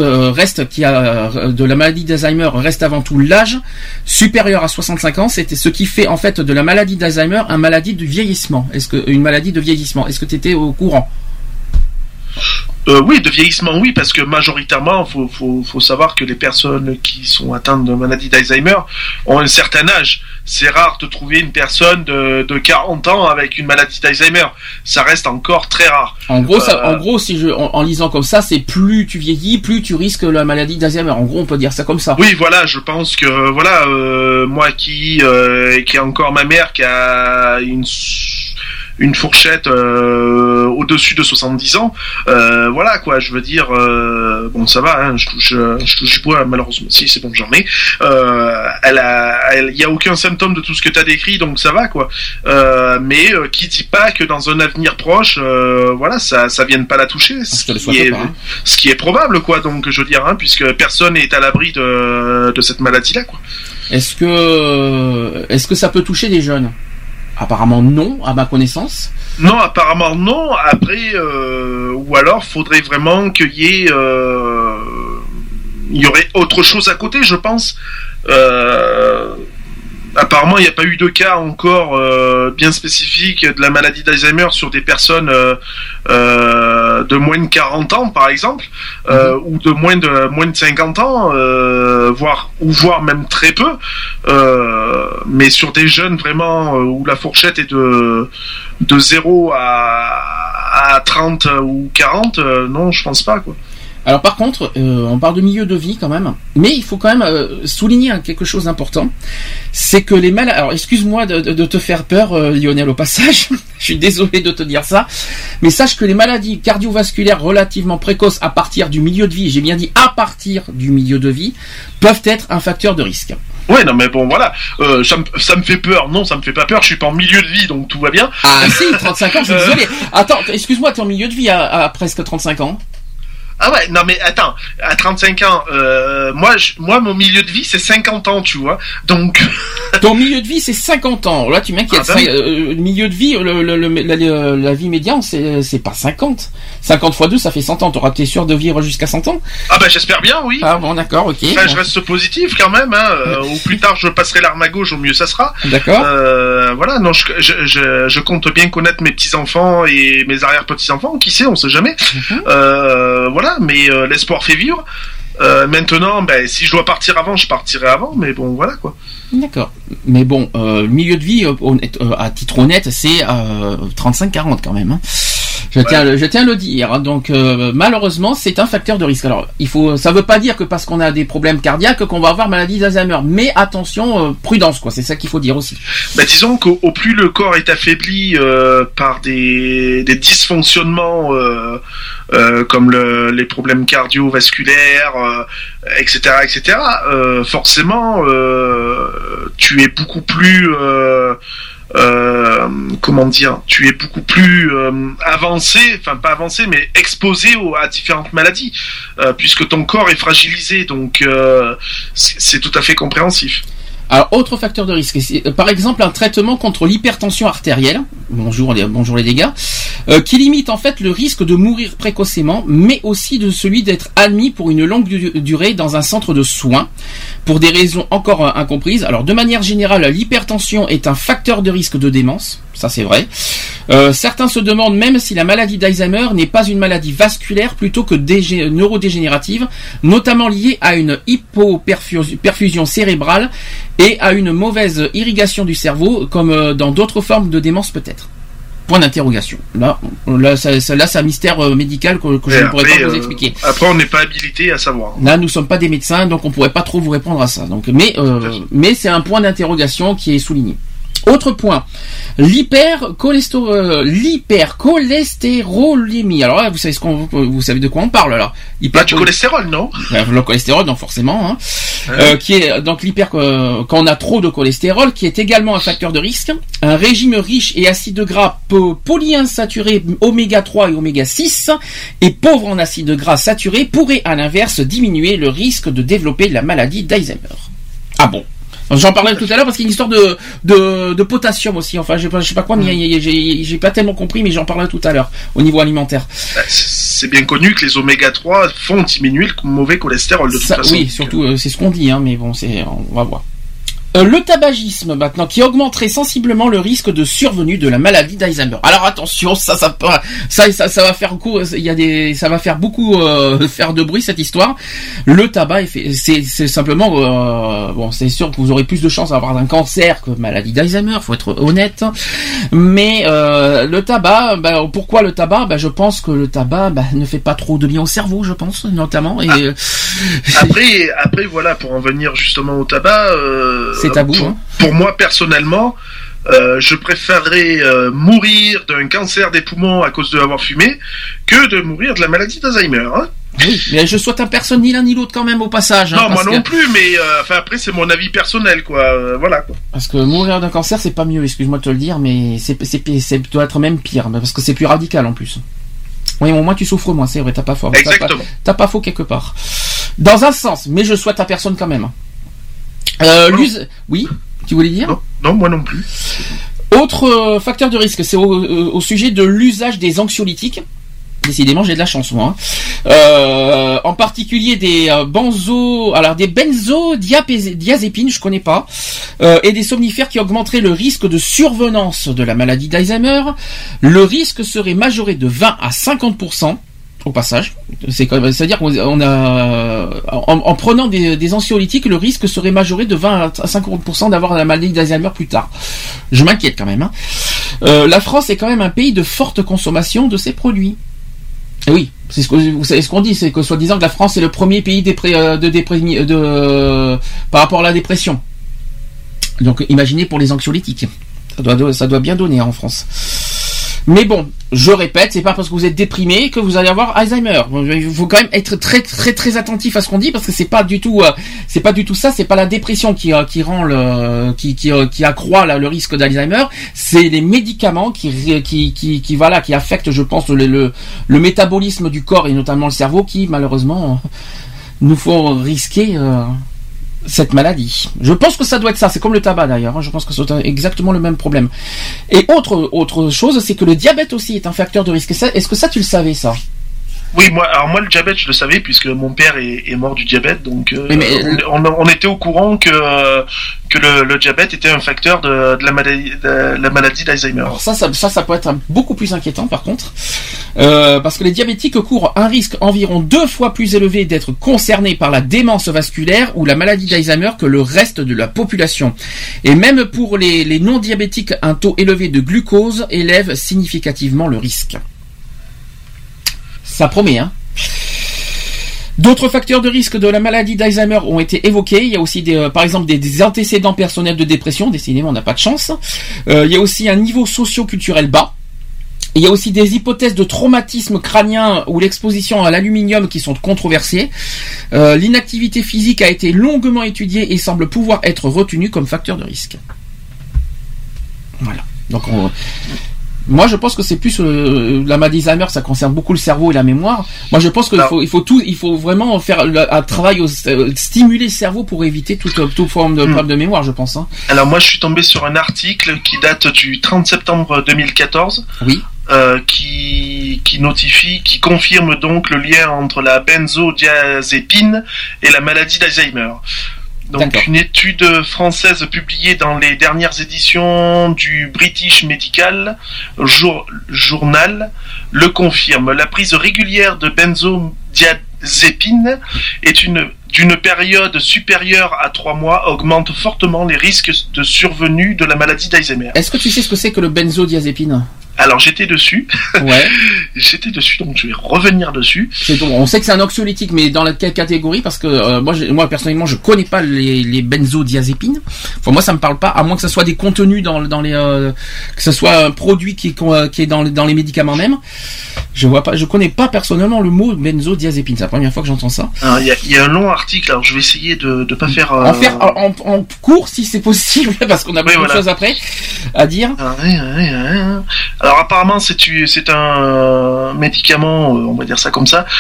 de la maladie d'Alzheimer reste avant tout l'âge supérieur à 65 ans. C'était ce qui fait en fait de la maladie d'Alzheimer une maladie de vieillissement. Est-ce que tu étais au courant?
Oui, de vieillissement, oui, parce que majoritairement, faut savoir que les personnes qui sont atteintes de maladie d'Alzheimer ont un certain âge. C'est rare de trouver une personne de 40 ans avec une maladie d'Alzheimer. Ça reste encore très rare.
En gros, en lisant comme ça, c'est plus tu vieillis, plus tu risques la maladie d'Alzheimer. En gros, on peut dire ça comme ça.
Oui, voilà, je pense que moi qui ai encore ma mère qui a une fourchette au-dessus de 70 ans, voilà, quoi, je veux dire, bon, ça va, hein, je touche du bois, malheureusement, si, c'est bon, j'en ai, il y a aucun symptôme de tout ce que t'as décrit, donc ça va, quoi, mais qui dit pas que dans un avenir proche, voilà, ça vienne pas la toucher, ce qui est probable, quoi, donc je veux dire, hein, puisque personne n'est à l'abri de cette maladie-là, quoi.
Est-ce que ça peut toucher des jeunes? Apparemment non, à ma connaissance.
Non, apparemment non. Après, ou alors faudrait vraiment qu'il y ait, il y aurait autre chose à côté, je pense. Apparemment, il n'y a pas eu de cas encore bien spécifiques de la maladie d'Alzheimer sur des personnes de moins de 40 ans, par exemple, ou de moins de 50 ans, voire même très peu. Mais sur des jeunes vraiment où la fourchette est de 0 à 30 ou 40, non, je pense pas, quoi.
Alors par contre, on parle de milieu de vie quand même, mais il faut quand même souligner quelque chose d'important, c'est que les maladies... Alors excuse-moi de te faire peur, Lionel, au passage, je suis désolé de te dire ça, mais sache que les maladies cardiovasculaires relativement précoces à partir du milieu de vie, j'ai bien dit à partir du milieu de vie, peuvent être un facteur de risque.
Ouais, non mais bon, voilà, ça me fait peur. Non, ça me fait pas peur, je suis pas en milieu de vie, donc tout va bien.
Ah si, 35 ans, je suis désolé. Attends, excuse-moi, t'es en milieu de vie à presque 35 ans.
Ah ouais, non mais attends, à 35 ans, moi mon milieu de vie c'est 50 ans, tu vois, donc...
Ton milieu de vie c'est 50 ans, là tu m'inquiètes, le milieu de vie, la vie médiane c'est pas 50. 50 x 2 ça fait 100 ans, t'es sûr de vivre jusqu'à 100 ans?
Ah bah j'espère bien, oui.
Ah bon, d'accord, ok.
Enfin, je reste positif quand même, hein, au plus tard je passerai l'arme à gauche, au mieux ça sera.
D'accord.
Voilà, non, je compte bien connaître mes petits-enfants et mes arrière-petits-enfants, qui sait, on sait jamais. Voilà, mais l'espoir fait vivre. Maintenant, si je dois partir avant, je partirai avant, mais bon, voilà, quoi.
D'accord. Mais bon, milieu de vie, à titre honnête, c'est 35-40 quand même. Hein. Je tiens à le dire. Donc malheureusement, c'est un facteur de risque. Alors ça veut pas dire que parce qu'on a des problèmes cardiaques qu'on va avoir maladie d'Alzheimer, mais attention, prudence quoi. C'est ça qu'il faut dire aussi.
Disons qu'au plus le corps est affaibli par des dysfonctionnements comme les problèmes cardiovasculaires, etc., forcément, tu es beaucoup plus tu es beaucoup plus avancé, enfin pas avancé, mais exposé à différentes maladies, puisque ton corps est fragilisé, donc c'est tout à fait compréhensif.
Alors, autre facteur de risque, par exemple un traitement contre l'hypertension artérielle, bonjour les dégâts, qui limite en fait le risque de mourir précocement, mais aussi de celui d'être admis pour une longue durée dans un centre de soins, pour des raisons encore incomprises. Alors, de manière générale, l'hypertension est un facteur de risque de démence, ça c'est vrai. Certains se demandent même si la maladie d'Alzheimer n'est pas une maladie vasculaire plutôt que neurodégénérative, notamment liée à une hypoperfusion cérébrale et à une mauvaise irrigation du cerveau, comme dans d'autres formes de démence peut-être. Point d'interrogation. Là, c'est un mystère médical que je ne pourrais pas vous expliquer.
Après, on n'est pas habilité à savoir.
Là, nous sommes pas des médecins, donc on pourrait pas trop vous répondre à ça. Donc, mais c'est un point d'interrogation qui est souligné. Autre point, l'hypercholestérolémie. Alors là, vous savez de quoi on parle là.
Du cholestérol, non?
Le cholestérol, non forcément. Qui est donc quand on a trop de cholestérol, qui est également un facteur de risque. Un régime riche et acides gras polyinsaturés oméga 3 et oméga 6 et pauvre en acides gras saturés pourrait à l'inverse diminuer le risque de développer la maladie d'Alzheimer. Ah bon? J'en parlais tout à l'heure parce qu'il y a une histoire de potassium aussi. Enfin, je sais pas quoi, mais j'ai pas tellement compris, mais j'en parlais tout à l'heure au niveau alimentaire.
C'est bien connu que les oméga 3 font diminuer le mauvais cholestérol de toute façon.
Oui, surtout c'est ce qu'on dit, mais bon, on va voir. Le tabagisme maintenant qui augmenterait sensiblement le risque de survenue de la maladie d'Alzheimer. Alors attention, ça va faire ça va faire beaucoup faire de bruit cette histoire. Le tabac c'est simplement c'est sûr que vous aurez plus de chances d'avoir un cancer que maladie d'Alzheimer, faut être honnête. Mais le tabac, pourquoi le tabac? Je pense que le tabac ne fait pas trop de bien au cerveau, je pense notamment. Et
après voilà, pour en venir justement au tabac.
C'est tabou.
Pour moi, personnellement, je préférerais mourir d'un cancer des poumons à cause de avoir fumé que de mourir de la maladie d'Alzheimer.
Oui, mais je souhaite à personne ni l'un ni l'autre quand même au passage.
Non, moi non plus, mais après c'est mon avis personnel, quoi. Voilà, quoi.
Parce que mourir d'un cancer, c'est pas mieux, excuse-moi de te le dire, mais c'est doit être même pire, parce que c'est plus radical en plus. Oui, au moins tu souffres moins, c'est vrai, t'as pas faux.
Exactement.
T'as pas faux quelque part. Dans un sens, mais je souhaite à personne quand même. Oui, tu voulais dire?
Non, moi non plus.
Autre facteur de risque, c'est au sujet de l'usage des anxiolytiques. Décidément, j'ai de la chance, moi. En particulier des benzodiazépines, je connais pas, et des somnifères qui augmenteraient le risque de survenance de la maladie d'Alzheimer. Le risque serait majoré de 20 à 50%. Au passage, c'est-à-dire qu'on a, en prenant des anxiolytiques, le risque serait majoré de 20 à 50% d'avoir la maladie d'Alzheimer plus tard. Je m'inquiète quand même. La France est quand même un pays de forte consommation de ces produits. Et oui, c'est vous savez ce qu'on dit, c'est que soi-disant que la France est le premier pays par rapport à la dépression. Donc imaginez pour les anxiolytiques, ça doit bien donner en France. Mais bon, je répète, c'est pas parce que vous êtes déprimé que vous allez avoir Alzheimer. Il faut quand même être très très très attentif à ce qu'on dit parce que c'est pas du tout ça, c'est pas la dépression qui rend qui accroît le risque d'Alzheimer, c'est les médicaments qui affectent, je pense, le métabolisme du corps et notamment le cerveau qui malheureusement nous font risquer cette maladie. Je pense que ça doit être ça, c'est comme le tabac d'ailleurs, je pense que c'est exactement le même problème. Et autre chose, c'est que le diabète aussi est un facteur de risque. Est-ce que ça tu le savais ça?
Oui, moi le diabète je le savais puisque mon père est mort du diabète, donc on était au courant que le diabète était un facteur de la maladie d'Alzheimer.
Alors ça peut être beaucoup plus inquiétant par contre, parce que les diabétiques courent un risque environ 2 fois plus élevé d'être concernés par la démence vasculaire ou la maladie d'Alzheimer que le reste de la population. Et même pour les non diabétiques, un taux élevé de glucose élève significativement le risque. Ça promet, hein. D'autres facteurs de risque de la maladie d'Alzheimer ont été évoqués. Il y a aussi par exemple des antécédents personnels de dépression. Décidément, on n'a pas de chance. Il y a aussi un niveau socio-culturel bas. Il y a aussi des hypothèses de traumatisme crânien ou l'exposition à l'aluminium qui sont controversées. L'inactivité physique a été longuement étudiée et semble pouvoir être retenue comme facteur de risque. Voilà. Donc moi, je pense que c'est plus la maladie d'Alzheimer, ça concerne beaucoup le cerveau et la mémoire. Moi, je pense qu'il faut vraiment faire un travail stimuler le cerveau pour éviter toute forme de problème de mémoire, je pense. Hein.
Alors moi, je suis tombé sur un article qui date du 30 septembre 2014.
Oui.
Qui confirme donc le lien entre la benzodiazépine et la maladie d'Alzheimer. Donc
D'accord.
Une étude française publiée dans les dernières éditions du British Medical Journal le confirme. La prise régulière de benzodiazépine d'une période supérieure à 3 mois augmente fortement les risques de survenue de la maladie d'Alzheimer.
Est-ce que tu sais ce que c'est que le benzodiazépine ?
Alors j'étais dessus.
Ouais.
J'étais dessus, donc je vais revenir dessus.
On sait que c'est un anxiolytique, mais dans quelle catégorie ? Parce que moi personnellement, je connais pas les benzodiazépines. Enfin, moi, ça me parle pas, à moins que ça soit des contenus dans les que ce soit un produit qui est dans les médicaments même. Je connais pas personnellement le mot benzodiazépine. C'est la première fois que j'entends ça.
Il y a un long article. Alors je vais essayer de pas faire.
En cours si c'est possible, parce qu'on a beaucoup de choses après à dire.
Alors apparemment c'est un médicament, on va dire ça comme ça,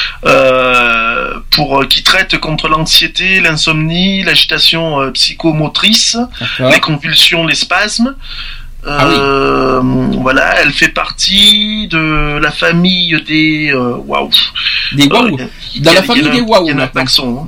qui traite contre l'anxiété, l'insomnie, l'agitation psychomotrice,
D'accord.
les convulsions, les spasmes. Voilà, elle fait partie de la famille des waouh.
Des waouh. Dans la famille des waouh.
Il y en a un paxon.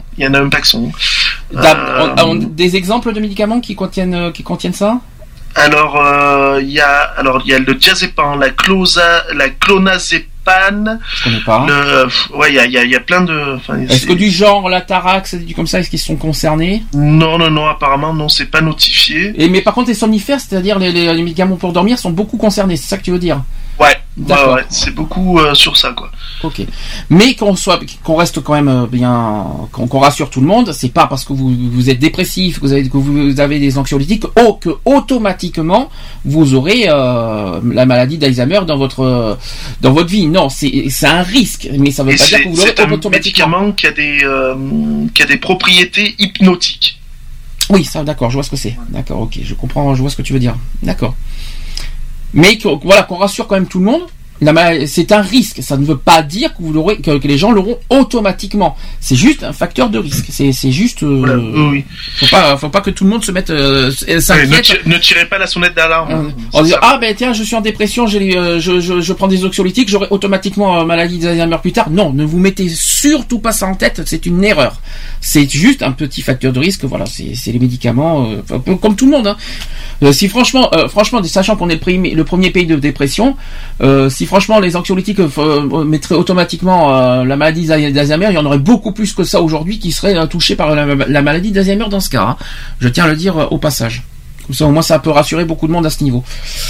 Des exemples de médicaments qui contiennent ça ?
Alors il y a le diazépam, la clonazépam.
Je connais pas.
Il y a plein de.
Est-ce que du genre la Tarax, du comme ça, est-ce qu'ils sont concernés ?
Non, apparemment non, c'est pas notifié.
Mais par contre les somnifères, c'est-à-dire les médicaments pour dormir, sont beaucoup concernés. C'est ça que tu veux dire ?
Ouais.
D'accord.
Ouais, c'est beaucoup sur ça quoi.
Ok. Mais qu'on reste quand même bien, qu'on rassure tout le monde, c'est pas parce que vous êtes dépressif, que vous avez des anxiolytiques, que automatiquement vous aurez la maladie d'Alzheimer dans votre vie. Non, c'est un risque, mais ça veut pas dire que vous l'aurez automatiquement.
C'est un médicament qui a des propriétés hypnotiques.
Oui, ça, d'accord, je vois ce que c'est. D'accord, ok, je comprends, je vois ce que tu veux dire. D'accord. Mais qu'on rassure quand même tout le monde. C'est un risque. Ça ne veut pas dire que les gens l'auront automatiquement. C'est juste un facteur de risque. C'est juste.
Oui.
Faut pas que tout le monde se mette s'inquiète.
Ne tirez pas la sonnette d'alarme.
En disant tiens, je suis en dépression, je prends des anxiolytiques, j'aurai automatiquement maladie d'Alzheimer plus tard. Non, ne vous mettez surtout pas ça en tête. C'est une erreur. C'est juste un petit facteur de risque. Voilà, c'est les médicaments, comme tout le monde. Hein. Si franchement, sachant qu'on est le premier pays de dépression, si franchement les anxiolytiques mettraient automatiquement la maladie d'Alzheimer, il y en aurait beaucoup plus que ça aujourd'hui qui seraient touchés par la maladie d'Alzheimer dans ce cas. Hein. Je tiens à le dire au passage. Comme ça, au moins, ça peut rassurer beaucoup de monde à ce niveau.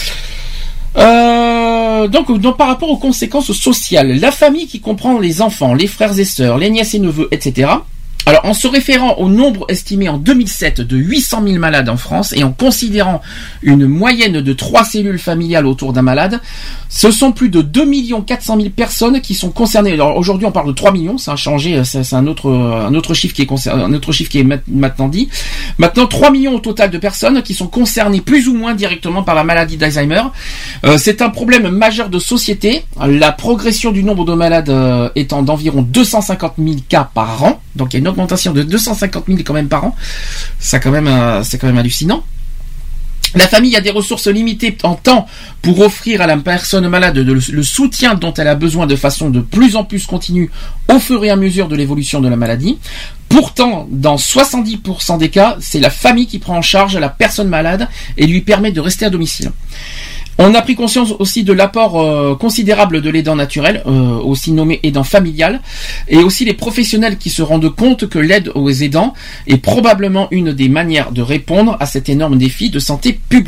Donc, par rapport aux conséquences sociales, la famille qui comprend les enfants, les frères et sœurs, les nièces et neveux, etc. Alors, en se référant au nombre estimé en 2007 de 800 000 malades en France et en considérant une moyenne de 3 cellules familiales autour d'un malade, ce sont plus de 2 400 000 personnes qui sont concernées. Alors, aujourd'hui, on parle de 3 millions, ça a changé, c'est un autre chiffre qui est maintenant dit. Maintenant, 3 millions au total de personnes qui sont concernées plus ou moins directement par la maladie d'Alzheimer. C'est un problème majeur de société. La progression du nombre de malades étant d'environ 250 000 cas par an. Donc il y a une augmentation de 250 000 quand même par an. C'est quand même hallucinant. La famille a des ressources limitées en temps pour offrir à la personne malade le soutien dont elle a besoin de façon de plus en plus continue au fur et à mesure de l'évolution de la maladie. Pourtant, dans 70% des cas, c'est la famille qui prend en charge la personne malade et lui permet de rester à domicile. On a pris conscience aussi de l'apport considérable de l'aidant naturel, aussi nommé aidant familial, et aussi les professionnels qui se rendent compte que l'aide aux aidants est probablement une des manières de répondre à cet énorme défi de santé publique.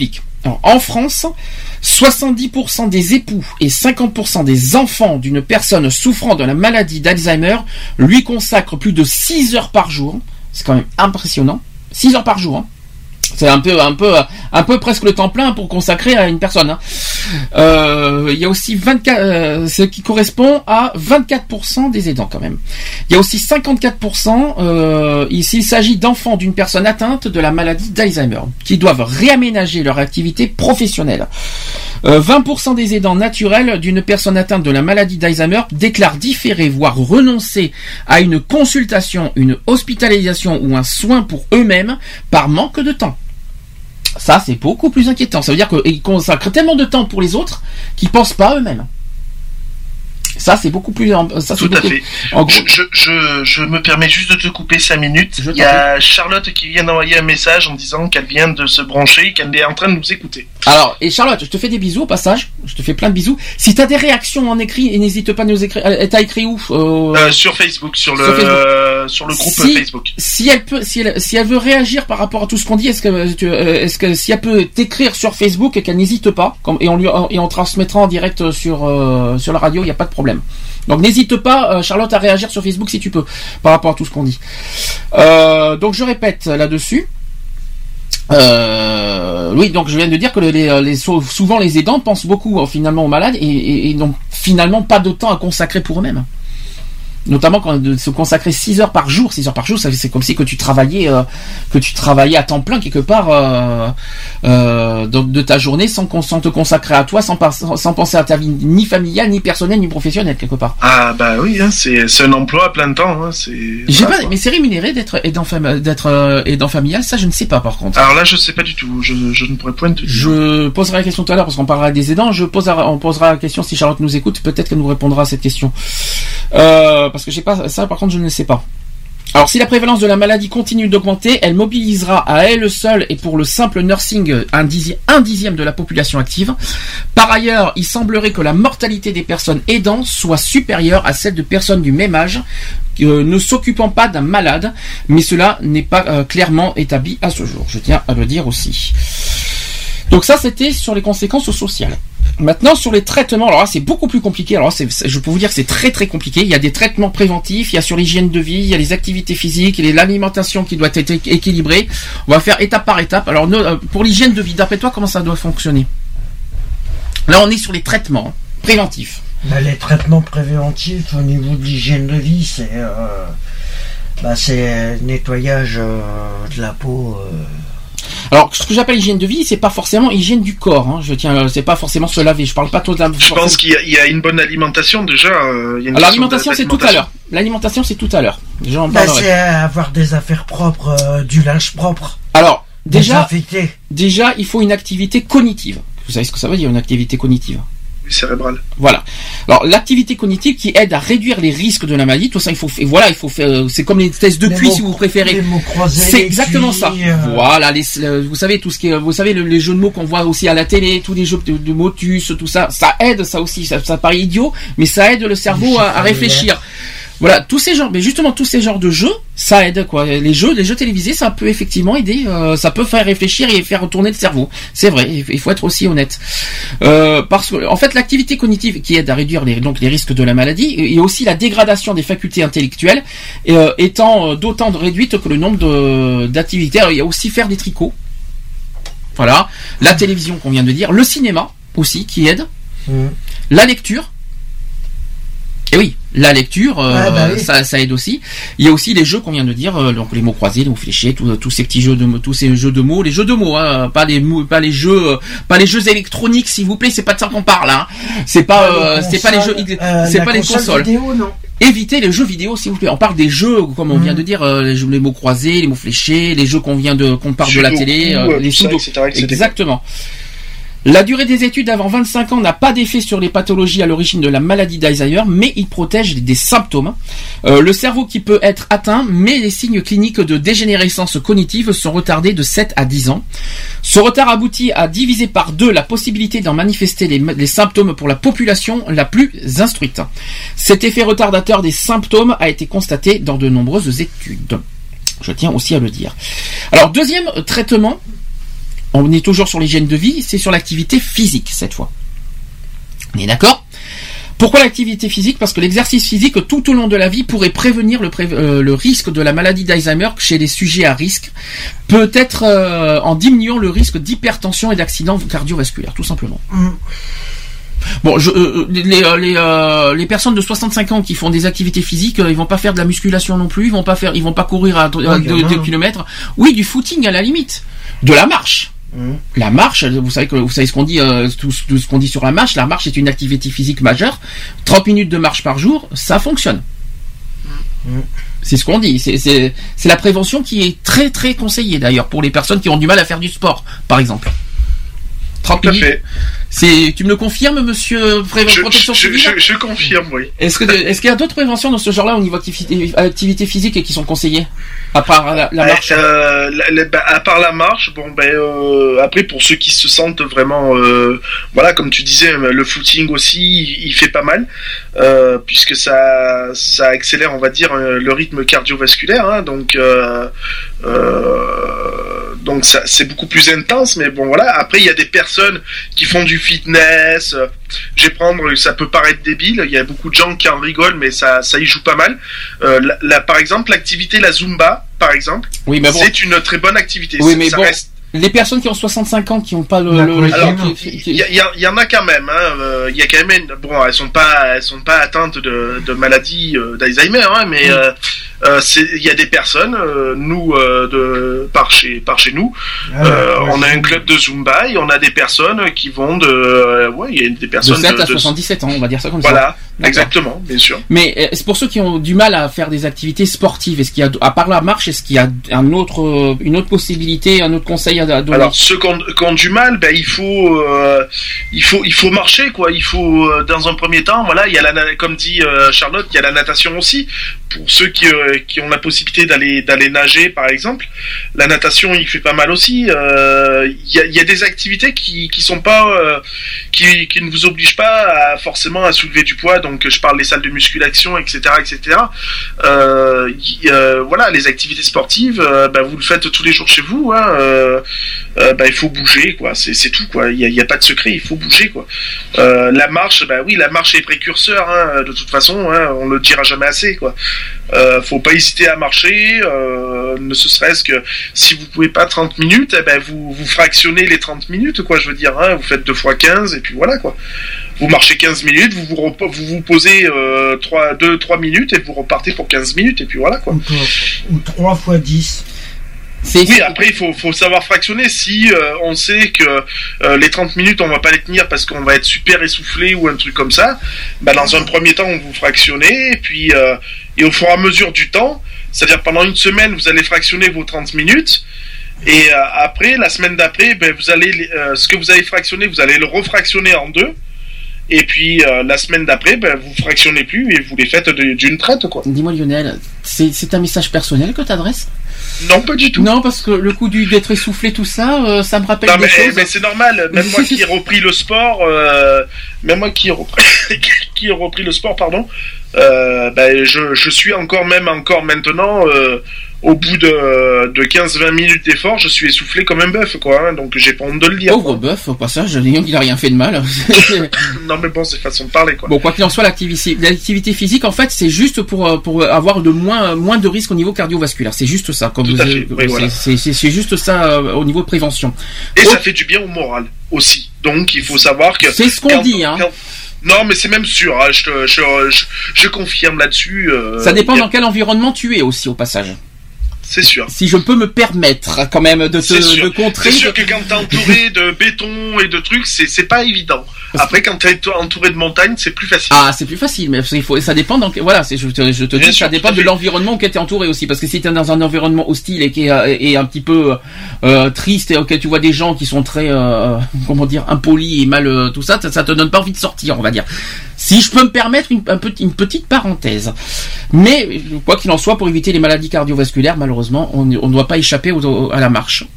Alors, en France, 70% des époux et 50% des enfants d'une personne souffrant de la maladie d'Alzheimer lui consacrent plus de 6 heures par jour. C'est quand même impressionnant. 6 heures par jour, hein. C'est un peu presque le temps plein pour consacrer à une personne. Hein. Il y a aussi 24, ce qui correspond à 24% des aidants quand même. Il y a aussi 54%, s'il s'agit d'enfants d'une personne atteinte de la maladie d'Alzheimer, qui doivent réaménager leur activité professionnelle. 20% des aidants naturels d'une personne atteinte de la maladie d'Alzheimer déclarent différer, voire renoncer à une consultation, une hospitalisation ou un soin pour eux-mêmes par manque de temps. Ça, c'est beaucoup plus inquiétant. Ça veut dire qu'ils consacrent tellement de temps pour les autres qu'ils pensent pas à eux-mêmes. Ça, c'est beaucoup plus... Ça,
tout à fait. Je me permets juste de te couper 5 minutes. Il y a Charlotte qui vient d'envoyer un message en disant qu'elle vient de se brancher, qu'elle est en train de nous écouter.
Alors, et Charlotte, je te fais des bisous au passage. Je te fais plein de bisous. Si tu as des réactions en écrit, n'hésite pas à nous écrire. T'as écrit où
sur Facebook, sur le groupe Facebook.
Si elle veut réagir par rapport à tout ce qu'on dit, est-ce que si elle peut t'écrire sur Facebook et qu'elle n'hésite pas, et on transmettra en direct sur la radio, il n'y a pas de problème. Donc n'hésite pas, Charlotte, à réagir sur Facebook si tu peux, par rapport à tout ce qu'on dit. Donc je répète là-dessus. Oui, donc je viens de dire que souvent les aidants pensent beaucoup finalement aux malades et n'ont finalement pas de temps à consacrer pour eux-mêmes. Notamment quand de se consacrer 6 heures par jour, c'est comme si que tu travaillais à temps plein quelque part de ta journée sans te consacrer à toi, sans penser à ta vie ni familiale, ni personnelle, ni professionnelle quelque part.
Ah bah oui, hein, c'est un emploi à plein temps. Hein,
mais c'est rémunéré d'être aidant familial, ça je ne sais pas par contre.
Alors là je sais pas du tout, je ne pourrais point te dire.
Je poserai la question tout à l'heure parce qu'on parlera des aidants. On posera la question si Charlotte nous écoute, peut-être qu'elle nous répondra à cette question. Parce que j'ai pas ça, par contre je ne le sais pas. Alors si la prévalence de la maladie continue d'augmenter, elle mobilisera à elle seule et pour le simple nursing un dixième de la population active. Par ailleurs, il semblerait que la mortalité des personnes aidantes soit supérieure à celle de personnes du même âge ne s'occupant pas d'un malade, mais cela n'est pas clairement établi à ce jour. Je tiens à le dire aussi. Donc ça, c'était sur les conséquences sociales. Maintenant, sur les traitements, alors là, c'est beaucoup plus compliqué. Alors là, je peux vous dire que c'est très très compliqué. Il y a des traitements préventifs, il y a sur l'hygiène de vie, il y a les activités physiques, il y a l'alimentation qui doit être équilibrée. On va faire étape par étape. Alors, pour l'hygiène de vie, d'après toi, comment ça doit fonctionner ? Là, on est sur les traitements préventifs.
Les traitements préventifs au niveau de l'hygiène de vie, c'est nettoyage de la peau.
Alors, ce que j'appelle hygiène de vie, c'est pas forcément hygiène du corps. Hein. C'est pas forcément se laver. Je parle pas totalement.
Je pense qu'il y a une bonne alimentation déjà.
L'alimentation, c'est tout à l'heure. L'alimentation, c'est tout à l'heure.
C'est avoir des affaires propres, du linge propre.
Alors, déjà, il faut une activité cognitive. Vous savez ce que ça veut dire, une activité cognitive ?
Cérébrale.
Voilà. Alors l'activité cognitive qui aide à réduire les risques de la maladie, tout ça il faut faire. C'est comme les tests de QI si vous préférez.
Les mots croisés,
c'est exactement ça. Voilà. Vous savez tout ce qui est, vous savez les jeux de mots qu'on voit aussi à la télé, tous les jeux de motus, tout ça, ça aide ça aussi. Ça paraît idiot, mais ça aide le cerveau à réfléchir. Voilà, tous ces genres de jeux, ça aide quoi. Les jeux télévisés, ça peut effectivement aider, ça peut faire réfléchir et faire tourner le cerveau. C'est vrai, il faut être aussi honnête. Parce que en fait, l'activité cognitive qui aide à réduire les risques de la maladie, et aussi la dégradation des facultés intellectuelles, étant d'autant réduite que le nombre d'activités. Alors, il y a aussi faire des tricots. Voilà, la télévision qu'on vient de dire, le cinéma aussi qui aide, la lecture. Et oui, la lecture, oui. ça aide aussi. Il y a aussi les jeux qu'on vient de dire, donc les mots croisés, les mots fléchés, tous ces petits jeux tous ces jeux de mots, hein, pas les jeux électroniques, s'il vous plaît, c'est pas de ça qu'on parle, hein. C'est pas les jeux, c'est pas les consoles.
Vidéo, non.
Évitez les jeux vidéo, s'il vous plaît. On parle des jeux, comme on vient de dire, les mots croisés, les mots fléchés, les jeux qu'on parle de la télé, les sudoku, exactement. La durée des études avant 25 ans n'a pas d'effet sur les pathologies à l'origine de la maladie d'Alzheimer, mais il protège des symptômes. Le cerveau qui peut être atteint, mais les signes cliniques de dégénérescence cognitive sont retardés de 7 à 10 ans. Ce retard aboutit à diviser par 2 la possibilité d'en manifester les symptômes pour la population la plus instruite. Cet effet retardateur des symptômes a été constaté dans de nombreuses études. Je tiens aussi à le dire. Alors, deuxième traitement On est toujours sur l'hygiène de vie, c'est sur l'activité physique cette fois. On est d'accord ? Pourquoi l'activité physique ? Parce que l'exercice physique tout au long de la vie pourrait prévenir le risque de la maladie d'Alzheimer chez les sujets à risque, peut-être en diminuant le risque d'hypertension et d'accidents cardiovasculaires, tout simplement. Bon, les personnes de 65 ans qui font des activités physiques, ils vont pas faire de la musculation non plus, ils vont pas courir à 2 kilomètres. Oui, du footing à la limite, de la marche. La marche, vous savez ce qu'on dit, tout ce qu'on dit sur la marche. La marche est une activité physique majeure. 30 minutes de marche par jour, ça fonctionne. C'est ce qu'on dit. C'est la prévention qui est très très conseillée d'ailleurs pour les personnes qui ont du mal à faire du sport, par exemple. 30 minutes. Tu me le confirmes, monsieur protection civile ?
Je confirme, oui.
Est-ce qu'il y a d'autres préventions dans ce genre-là au niveau activité physique et qui sont conseillées à part la marche?
À part la marche, après pour ceux qui se sentent vraiment, comme tu disais, le footing aussi, il fait pas mal, puisque ça accélère, on va dire, le rythme cardiovasculaire, hein, donc ça, c'est beaucoup plus intense, mais bon voilà. Après, il y a des personnes qui font du fitness. Ça peut paraître débile. Il y a beaucoup de gens qui en rigolent, mais ça y joue pas mal. Par exemple, l'activité la Zumba, par exemple, c'est une très bonne activité.
Oui, mais reste. Les personnes qui ont 65 ans, qui n'ont pas
il y en a quand même. Il y a quand même. Bon, elles sont pas atteintes de maladie d'Alzheimer, hein, mais il y a des personnes. Nous, par chez nous, on a un club de Zumba et on a des personnes qui vont il y a des personnes
de 7 à 77 ans, on va dire ça comme ça.
Voilà, exactement, bien sûr.
Mais c'est pour ceux qui ont du mal à faire des activités sportives. Est-ce qu'il y a, à part la marche, est-ce qu'il y a une autre possibilité, un autre conseil à donner?
Alors ceux qui ont du mal, il faut marcher, quoi. Il faut dans un premier temps, voilà, il y a comme dit Charlotte, il y a la natation aussi. Pour ceux qui ont la possibilité d'aller nager, par exemple, la natation, il fait pas mal aussi. Il y a des activités qui sont pas qui ne vous obligent pas forcément à soulever du poids. Donc je parle des salles de musculation, etc., etc. Voilà, les activités sportives, vous le faites tous les jours chez vous, hein. Il faut bouger, quoi. C'est tout, quoi. Il y a pas de secret, il faut bouger, quoi. La marche, la marche est précurseur, hein, de toute façon, hein, on le dira jamais assez, quoi. Faut pas hésiter à marcher, ne serait-ce que si vous pouvez pas 30 minutes, vous fractionnez les 30 minutes, quoi, je veux dire, hein, vous faites 2 fois 15 et puis voilà, quoi. Vous marchez 15 minutes, vous vous posez 2-3 minutes et vous repartez pour 15 minutes et puis voilà, quoi.
Ou 3 fois 10.
Oui, après il faut savoir fractionner. Si on sait que les 30 minutes on va pas les tenir parce qu'on va être super essoufflé ou un truc comme ça, dans un premier temps on vous fractionnez et puis et au fur et à mesure du temps, c'est-à-dire pendant une semaine vous allez fractionner vos 30 minutes et après la semaine d'après vous allez ce que vous avez fractionné vous allez le refractionner en 2. Et puis la semaine d'après, vous fractionnez plus et vous les faites d'une traite, quoi.
Dis-moi Lionel, c'est un message personnel que t'adresses ?
Non, pas du tout.
Non, parce que le coup d'être essoufflé, tout ça, ça me rappelle des choses.
Mais c'est normal. Même moi qui ai repris le sport, je suis encore maintenant. Au bout de 15-20 minutes d'effort, je suis essoufflé comme un bœuf, quoi. Hein, donc j'ai pas honte de le dire.
Pauvre bœuf, au passage, il a rien fait de mal.
Non mais bon, c'est façon de parler, quoi.
Bon, quoi qu'il en soit, l'activité physique, en fait, c'est juste pour avoir moins de risques au niveau cardiovasculaire. C'est juste ça. C'est juste ça au niveau de prévention.
Et ça fait du bien au moral aussi. Donc il faut savoir que
c'est ce qu'on dit, hein.
Non, mais c'est même sûr. Hein, je confirme là-dessus.
Ça dépend dans quel environnement tu es aussi, au passage.
C'est sûr.
Si je peux me permettre quand même de contrer. C'est
sûr que quand t'es entouré de béton et de trucs, c'est pas évident. Après, quand t'es entouré de montagnes, c'est plus facile.
Ah, c'est plus facile, mais ça dépend. Je te dis, ça dépend de l'environnement auquel t'es entouré aussi, parce que si t'es dans un environnement hostile et qui est un petit peu triste et auquel tu vois des gens qui sont très impolis et mal tout ça te donne pas envie de sortir, on va dire. Si je peux me permettre une petite parenthèse, mais quoi qu'il en soit, pour éviter les maladies cardiovasculaires, malheureusement, on ne doit pas échapper à la marche.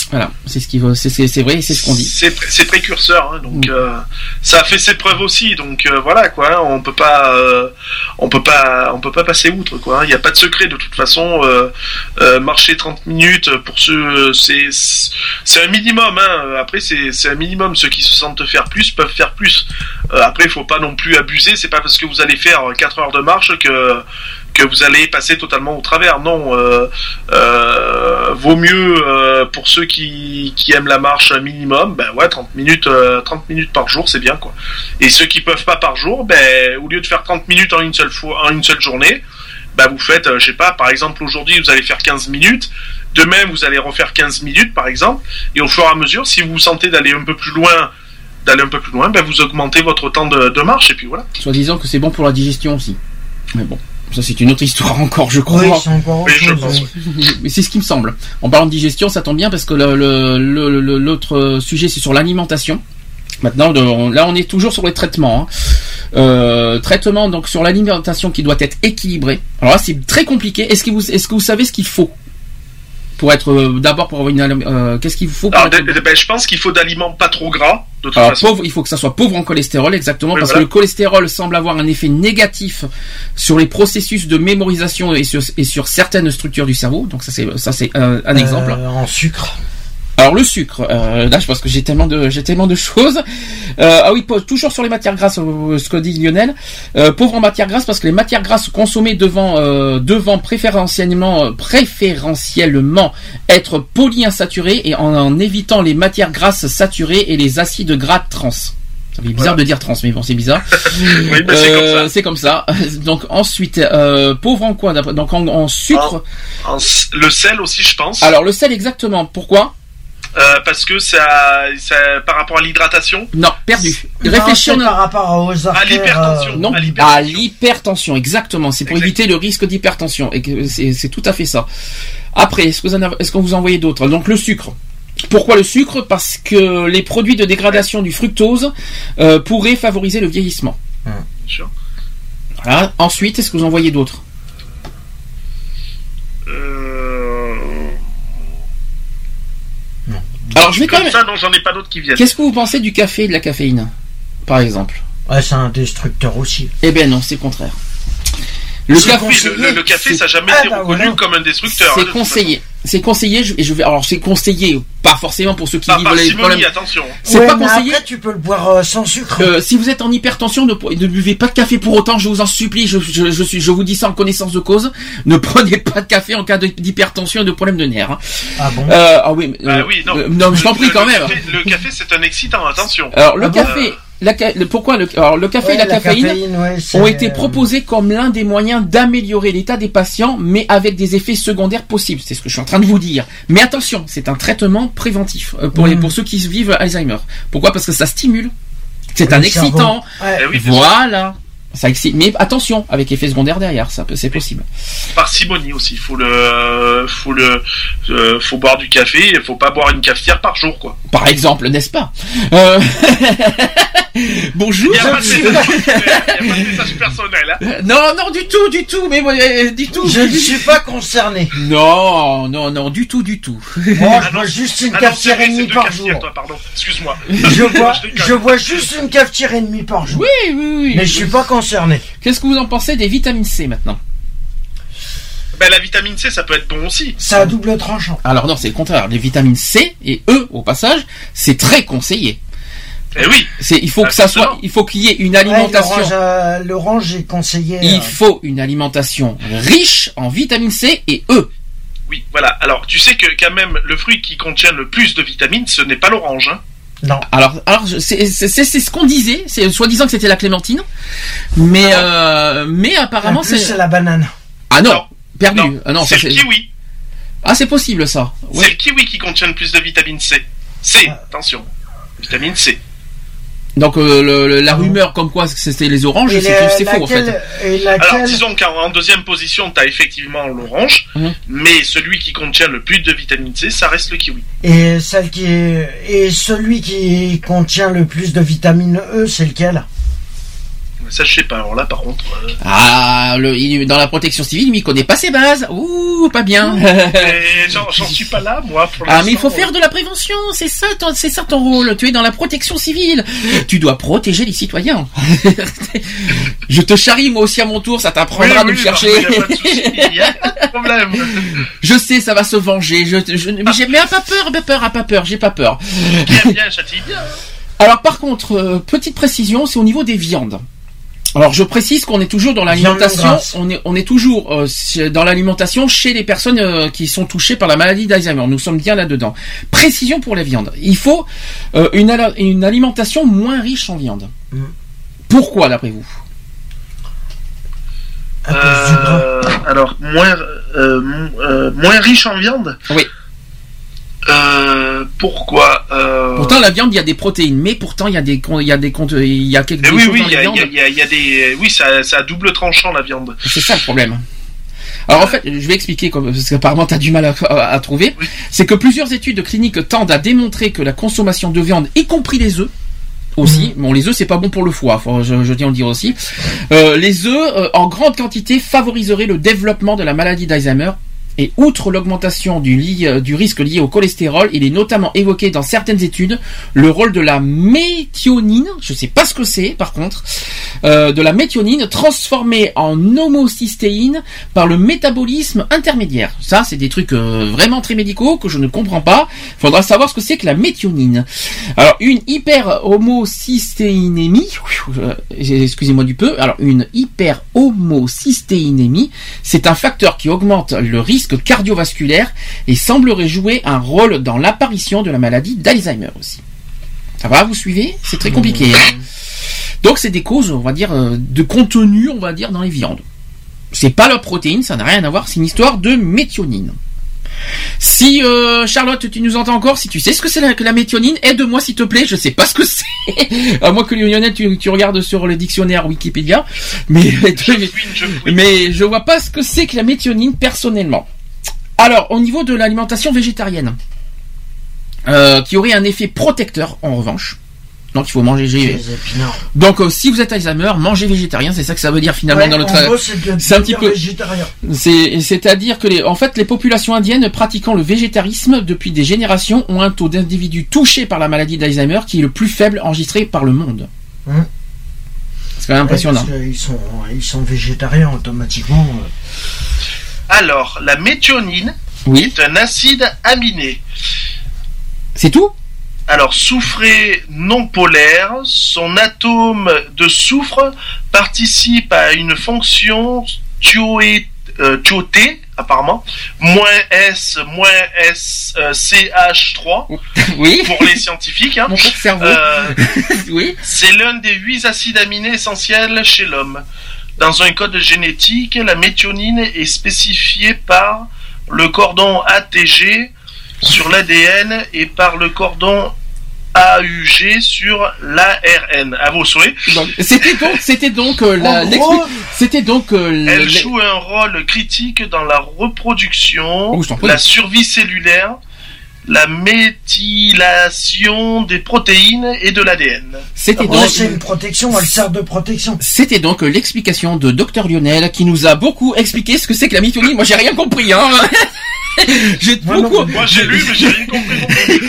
Voilà, c'est ce qu'il veut, c'est vrai, c'est ce qu'on dit.
C'est précurseur, hein, donc ça a fait ses preuves aussi, donc voilà quoi. Hein, on peut pas passer outre quoi. Il n'y a pas de secret de toute façon. Marcher 30 minutes pour ceux, c'est un minimum. Hein. Après c'est un minimum. Ceux qui se sentent faire plus peuvent faire plus. Après il faut pas non plus abuser. C'est pas parce que vous allez faire 4 heures de marche que vous allez passer totalement au travers. Non, vaut mieux pour ceux qui aiment la marche un minimum, 30 minutes par jour, c'est bien quoi. Et ceux qui peuvent pas par jour, au lieu de faire 30 minutes en une seule journée, vous faites, je sais pas, par exemple aujourd'hui vous allez faire 15 minutes, demain vous allez refaire 15 minutes par exemple, et au fur et à mesure, si vous vous sentez d'aller un peu plus loin, vous augmentez votre temps de marche et puis voilà.
Soit disant que c'est bon pour la digestion aussi. Mais bon. Ça c'est une autre histoire encore, je crois.
Oui, c'est encore autre chose.
Mais c'est ce qui me semble. En parlant de digestion, ça tombe bien parce que l'autre sujet c'est sur l'alimentation. Maintenant, là on est toujours sur les traitements. Traitement donc sur l'alimentation qui doit être équilibrée. Alors là c'est très compliqué. Est-ce que vous savez ce qu'il faut pour être d'abord pour avoir une qu'est-ce qu'il faut pour
je pense qu'il faut d'aliments pas trop gras. De toute façon.
Il faut que ça soit pauvre en cholestérol, exactement, parce que le cholestérol semble avoir un effet négatif sur les processus de mémorisation et sur certaines structures du cerveau. Donc ça c'est un exemple.
En sucre.
Alors le sucre, là je pense que j'ai tellement de choses. Toujours sur les matières grasses, ce que dit Lionel. Pauvre en matières grasses parce que les matières grasses consommées devant préférentiellement être polyinsaturées et en évitant les matières grasses saturées et les acides gras trans. Ça fait bizarre de dire trans, mais bon, c'est bizarre.
Oui,
c'est comme ça. Donc ensuite, pauvre en quoi? Donc en sucre.
Le sel aussi, je pense.
Alors le sel, exactement. Pourquoi?
Parce que ça par rapport à l'hydratation.
Non, perdu. Réfléchis
par rapport aux artères.
À l'hypertension.
Non, à l'hypertension, exactement. C'est pour éviter le risque d'hypertension. Et c'est tout à fait ça. Après, est-ce qu'on vous a envoyé d'autres? Donc le sucre. Pourquoi le sucre? Parce que les produits de dégradation du fructose pourraient favoriser le vieillissement.
Sure.
Voilà. Ensuite, est-ce que vous en voyez d'autres? Alors je vais quand même.
Ça, non, j'en ai pas d'autres qui viennent.
Qu'est-ce que vous pensez du café et de la caféine, par exemple?
Ouais, c'est un destructeur aussi.
Eh bien non, c'est le contraire.
Le café, ça n'a jamais été reconnu comme un destructeur.
C'est conseillé. C'est conseillé. Alors c'est conseillé, pas forcément pour ceux qui vivent les problèmes.
Attention.
C'est pas conseillé.
Après, tu peux le boire sans sucre.
Si vous êtes en hypertension, ne buvez pas de café pour autant. Je vous en supplie. Je vous dis ça en connaissance de cause. Ne prenez pas de café en cas d'hypertension et de problème de nerfs. Hein.
Ah bon?
Oui.
Non,
je t'en prie quand même.
Le café, c'est un excitant. Attention.
Alors le café. Le café et la caféine ont été proposés comme l'un des moyens d'améliorer l'état des patients, mais avec des effets secondaires possibles. C'est ce que je suis en train de vous dire. Mais attention, c'est un traitement préventif pour ceux qui vivent Alzheimer. Pourquoi? Parce que ça stimule. C'est un excitant. Voilà. Ça excite. Mais attention, avec effet secondaire derrière, c'est possible.
Parcimonie aussi. Faut boire du café. Il faut pas boire une cafetière par jour, quoi.
Par exemple, n'est-ce pas? Bonjour.
Il n'y a pas de message personnel. Hein.
Non, du tout. Mais du tout.
Je ne suis pas concerné.
Non, du tout.
Moi, je bois juste une cafetière et demie par jour.
Toi, pardon. Excuse-moi.
Je bois juste une cafetière et demie par jour.
Oui.
Mais je suis pas concerné.
Qu'est-ce que vous en pensez des vitamines C maintenant?
La vitamine C, ça peut être bon aussi.
C'est à double tranchant.
Alors non, c'est le contraire. Les vitamines C et E, au passage, c'est très conseillé.
Eh oui.
Il faut qu'il y ait une alimentation.
L'orange est conseillé.
Il faut une alimentation riche en vitamine C et E.
Oui, voilà. Alors, tu sais que quand même, le fruit qui contient le plus de vitamines, ce n'est pas l'orange, hein.
Non. Alors c'est ce qu'on disait, c'est soi-disant que c'était la clémentine, mais apparemment
c'est la banane.
Ah non, perdu.
Non,
ah non,
c'est le kiwi.
Ah, c'est possible ça.
Oui. C'est le kiwi qui contient le plus de vitamine C. Attention, vitamine C.
Donc la rumeur comme quoi c'était les oranges, c'est faux en fait.
Alors disons qu'en deuxième position, tu as effectivement l'orange, mais celui qui contient le plus de vitamine C, ça reste le kiwi.
Et celui qui contient le plus de vitamine E, c'est lequel?
Ça, je sais pas. Alors là, par contre.
Dans la protection civile, il connaît pas ses bases. Ouh, pas bien.
J'en suis pas là, moi. Pour
mais il faut faire de la prévention. C'est ça ton rôle. Tu es dans la protection civile. Tu dois protéger les citoyens. Je te charrie moi aussi à mon tour. Ça t'apprendra de me chercher.
Il y a pas de problème.
Je sais, ça va se venger. Mais à pas peur. J'ai pas peur.
Qui aime bien, châtie bien.
Alors par contre, petite précision, c'est au niveau des viandes. Alors je précise qu'on est toujours dans l'alimentation, on est toujours dans l'alimentation chez les personnes qui sont touchées par la maladie d'Alzheimer. Nous sommes bien là-dedans. Précision pour les viandes. Il faut une alimentation moins riche en viande. Pourquoi d'après vous?
Alors moins riche en viande.
Oui.
Pourquoi
Pourtant la viande il y a des protéines, mais pourtant il y a quelques choses dans la viande.
Il y a des ça a double tranchant la viande.
C'est ça le problème. Alors en fait, je vais expliquer parce qu'apparemment tu as du mal à trouver. Oui. C'est que plusieurs études cliniques tendent à démontrer que la consommation de viande, y compris les œufs aussi, bon les œufs c'est pas bon pour le foie, je tiens à le dire aussi. Les œufs en grande quantité favoriseraient le développement de la maladie d'Alzheimer. Et outre l'augmentation du risque lié au cholestérol, il est notamment évoqué dans certaines études le rôle de la méthionine, je sais pas ce que c'est par contre, de la méthionine transformée en homocystéine par le métabolisme intermédiaire. Ça, c'est des trucs vraiment très médicaux que je ne comprends pas. Il faudra savoir ce que c'est que la méthionine. Alors, une hyperhomocystéinémie, excusez-moi du peu, alors une hyperhomocystéinémie, c'est un facteur qui augmente le risque cardiovasculaire et semblerait jouer un rôle dans l'apparition de la maladie d'Alzheimer aussi. Ça va, vous suivez? C'est très compliqué. Donc c'est des causes, on va dire, de contenu, on va dire, dans les viandes. C'est pas leur protéine, ça n'a rien à voir, c'est une histoire de méthionine. Si Charlotte, tu nous entends encore, si tu sais ce que c'est la méthionine, aide-moi s'il te plaît, je sais pas ce que c'est. À moins que Lionel, tu regardes sur le dictionnaire Wikipédia, mais je vois pas ce que c'est que la méthionine personnellement. Alors, au niveau de l'alimentation végétarienne, qui aurait un effet protecteur en revanche. Donc il faut manger. Donc si vous êtes Alzheimer, mangez végétarien, c'est ça que ça veut dire finalement dans notre. C'est un petit peu végétarien. C'est-à-dire que les populations indiennes pratiquant le végétarisme depuis des générations ont un taux d'individus touchés par la maladie d'Alzheimer qui est le plus faible enregistré par le monde. C'est quand même impressionnant.
Ils sont végétariens automatiquement.
Alors la méthionine est un acide aminé.
C'est tout?
Alors, soufré non polaire, son atome de soufre participe à une fonction thioté, apparemment, -SCH3,
oui.
Pour les scientifiques. Hein.
Mon cerveau. Oui.
C'est l'un des 8 acides aminés essentiels chez l'homme. Dans un code génétique, la méthionine est spécifiée par le cordon ATG sur l'ADN et par le cordon AUG sur l'ARN. À vos souhaits.
C'était donc
elle joue un rôle critique dans la reproduction, la survie cellulaire, la méthylation des protéines et de l'ADN.
C'est une protection, elle sert de protection.
C'était donc l'explication de Dr Lionel qui nous a beaucoup expliqué ce que c'est que la méthionine. Moi j'ai rien compris, hein.
Moi j'ai lu mais j'ai rien compris.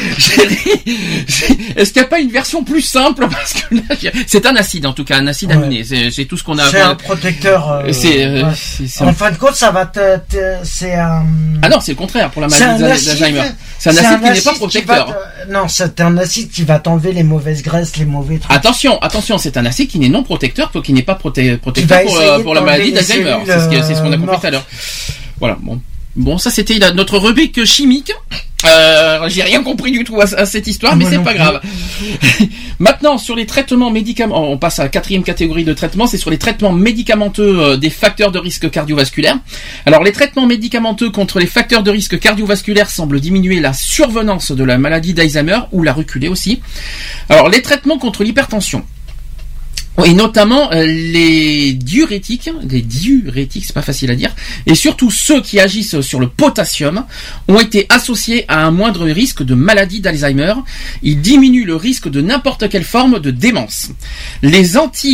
Est-ce qu'il n'y a pas une version plus simple? Parce que là, c'est un acide en tout cas, un acide aminé. C'est tout ce qu'on a.
C'est un protecteur. En fin de compte, ça va c'est un.
Ah non, c'est le contraire pour la maladie d'Alzheimer. C'est un acide qui n'est pas protecteur.
Non, c'est un acide qui va t'enlever les mauvaises graisses, les mauvais trucs.
Attention, c'est un acide qui n'est non protecteur, qui n'est pas protecteur pour la maladie d'Alzheimer. C'est ce qu'on a compris tout à l'heure. Voilà, Bon, ça c'était notre rubrique chimique. J'ai rien compris du tout à cette histoire, mais c'est pas grave. Maintenant, sur les traitements médicaments, on passe à la 4e catégorie de traitement, c'est sur les traitements médicamenteux des facteurs de risque cardiovasculaire. Alors, les traitements médicamenteux contre les facteurs de risque cardiovasculaire semblent diminuer la survenance de la maladie d'Alzheimer ou la reculer aussi. Alors, les traitements contre l'hypertension. Et notamment les diurétiques, c'est pas facile à dire, et surtout ceux qui agissent sur le potassium, ont été associés à un moindre risque de maladie d'Alzheimer. Ils diminuent le risque de n'importe quelle forme de démence. Les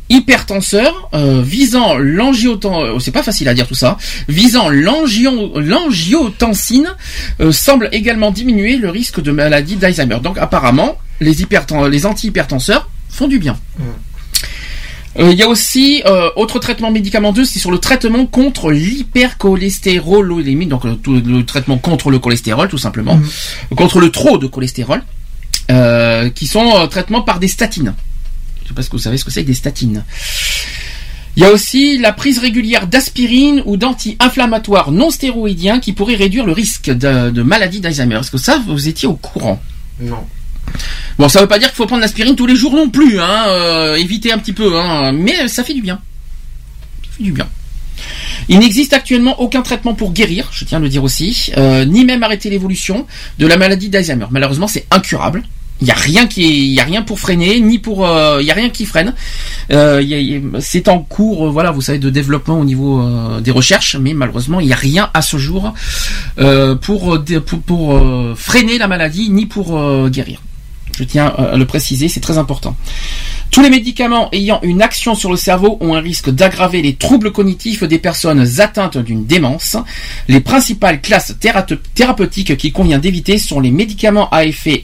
hypertenseur visant c'est pas facile à dire tout ça, visant l'angiotensine semble également diminuer le risque de maladie d'Alzheimer. Donc apparemment, les antihypertenseurs font du bien. Il y a aussi autre traitement médicamenteux, c'est sur le traitement contre l'hypercholestérolémie, donc le traitement contre le cholestérol tout simplement, contre le trop de cholestérol, qui sont traitements par des statines. Je sais pas si vous savez ce que c'est que des statines. Il y a aussi la prise régulière d'aspirine ou d'anti-inflammatoires non stéroïdiens qui pourraient réduire le risque de maladie d'Alzheimer. Est-ce que ça, vous étiez au courant?
Non.
Bon, ça veut pas dire qu'il faut prendre l'aspirine tous les jours non plus, évitez un petit peu, mais ça fait du bien. Ça fait du bien. Il n'existe actuellement aucun traitement pour guérir, je tiens à le dire aussi, ni même arrêter l'évolution de la maladie d'Alzheimer. Malheureusement, c'est incurable. Il y a rien pour freiner, il y a rien qui freine. C'est en cours, vous savez, de développement au niveau des recherches, mais malheureusement, il n'y a rien à ce jour pour freiner la maladie ni pour guérir. Je tiens à le préciser, c'est très important. Tous les médicaments ayant une action sur le cerveau ont un risque d'aggraver les troubles cognitifs des personnes atteintes d'une démence. Les principales classes thérapeutiques qu'il convient d'éviter sont les médicaments à effet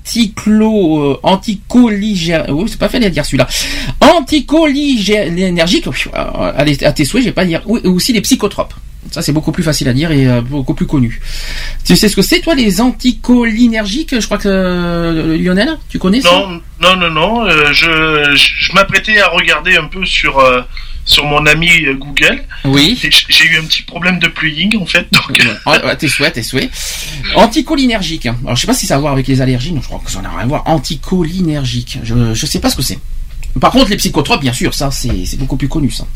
anticholinergique, allez à tes souhaits, je vais pas dire, ou aussi les psychotropes. Ça, c'est beaucoup plus facile à dire et beaucoup plus connu. Tu sais ce que c'est, toi, les anticholinergiques? Je crois que Lionel, tu connais ça?
Non. Je m'apprêtais à regarder un peu sur mon ami Google.
Oui.
J'ai eu un petit problème de plugin en fait. Donc.
Tes souhaits. Anticholinergique. Alors, je sais pas si ça a à voir avec les allergies. Non, je crois que ça n'a rien à voir. Anticholinergique. Je sais pas ce que c'est. Par contre, les psychotropes, bien sûr, ça, c'est beaucoup plus connu, ça.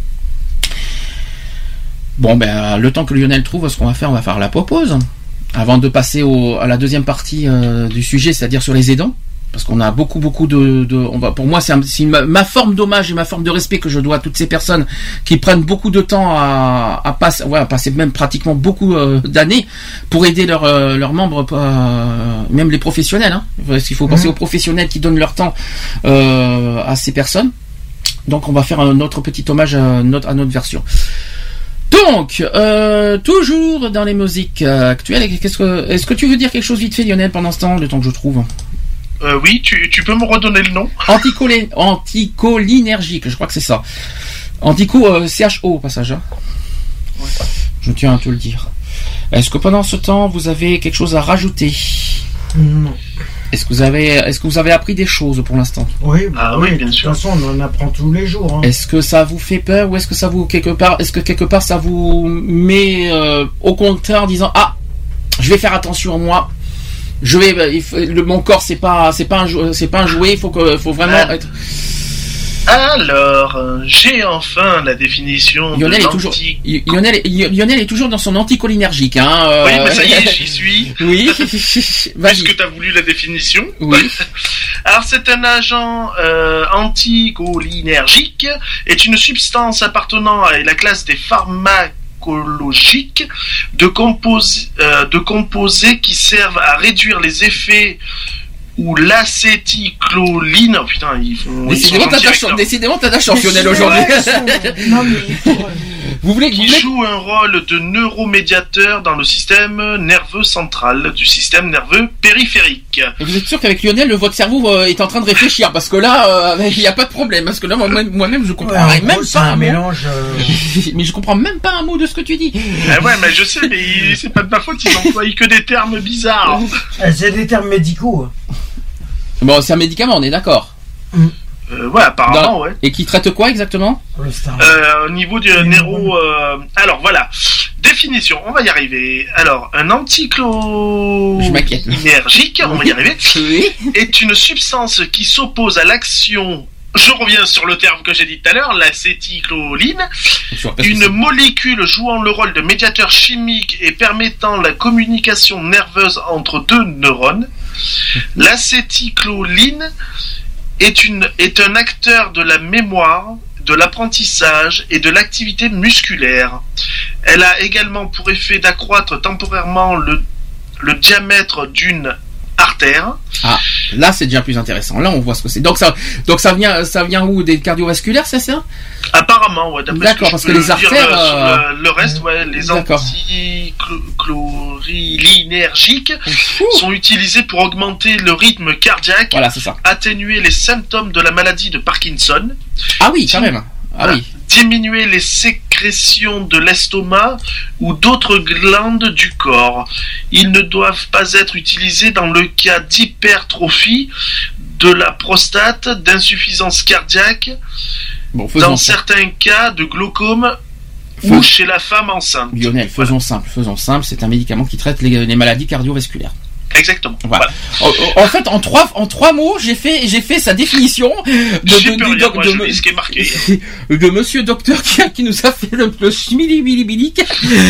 Bon, le temps que Lionel trouve ce qu'on va faire, on va faire la pause avant de passer à la deuxième partie du sujet, c'est-à-dire sur les aidants, parce qu'on a beaucoup pour moi, c'est ma forme d'hommage et ma forme de respect que je dois à toutes ces personnes qui prennent beaucoup de temps à passer même pratiquement beaucoup d'années pour aider leurs membres, même les professionnels. Parce qu'il faut penser aux professionnels qui donnent leur temps à ces personnes. Donc, on va faire un autre petit hommage à notre version. Donc, toujours dans les musiques actuelles, est-ce que tu veux dire quelque chose vite fait, Lionel, pendant ce temps, le temps que je trouve?
Oui, tu peux me redonner le nom?
Anticholinergique, je crois que c'est ça. CHO au passage. Ouais. Je tiens à te le dire. Est-ce que pendant ce temps, vous avez quelque chose à rajouter?
Non.
Est-ce que vous avez appris des choses pour l'instant?
Oui,
oui, bien sûr.
De toute façon, on en apprend tous les jours.
Est-ce que ça vous fait peur ou est-ce que ça vous quelque part ça vous met au contraire en disant je vais faire attention à moi. Mon corps c'est pas un jouet, il faut vraiment être.
Alors, j'ai enfin la définition
Lionel
de
Lionel est toujours dans son anticholinergique.
Oui, mais ça y est, j'y suis.
Oui.
Puisque tu as voulu la définition.
Oui.
Alors, c'est un agent anticholinergique, est une substance appartenant à la classe des pharmacologiques de composés qui servent à réduire les effets ou l'acétycloline. Oh putain,
Décidément, t'as Lionel aujourd'hui.
Qui joue un rôle de neuromédiateur dans le système nerveux central du système nerveux périphérique.
Et vous êtes sûr qu'avec Lionel, votre cerveau est en train de réfléchir, parce que là, il n'y a pas de problème, parce que là, moi-même, je comprends même pas un mélange. Mais je comprends même pas un mot de ce que tu dis.
Ouais, mais je sais, mais c'est pas de ma faute, ils emploient que des termes bizarres.
C'est des termes médicaux.
Bon, c'est un médicament, on est d'accord.
Ouais, apparemment, ouais.
Et qui traite quoi exactement?
Au niveau du neuro... Alors, voilà. Définition, on va y arriver. Alors, un anticholinergique, on va y arriver, est une substance qui s'oppose à l'action... Je reviens sur le terme que j'ai dit tout à l'heure, l'acétycloline, une molécule jouant le rôle de médiateur chimique et permettant la communication nerveuse entre deux neurones. L'acétycloline est un acteur de la mémoire, de l'apprentissage et de l'activité musculaire. Elle a également pour effet d'accroître temporairement le diamètre d'une artère.
Ah, là c'est déjà plus intéressant. Là on voit ce que c'est. Donc ça vient où, des cardiovasculaires, c'est ça?
Apparemment, ouais.
D'accord, parce que les artères.
Le reste, ouais, les anticholinergiques sont utilisés pour augmenter le rythme cardiaque,
voilà, c'est ça.
Atténuer les symptômes de la maladie de Parkinson.
Ah oui, quand même. Ah oui.
Diminuer les sécrétions de l'estomac ou d'autres glandes du corps. Ils ne doivent pas être utilisés dans le cas d'hypertrophie de la prostate, d'insuffisance cardiaque, dans certains cas de glaucome ou chez la femme enceinte.
Lionel, faisons simple. C'est un médicament qui traite les maladies cardiovasculaires.
Exactement.
Voilà. En fait, en trois mots, j'ai fait sa définition de monsieur docteur qui nous a fait le schmili-bili-bilic.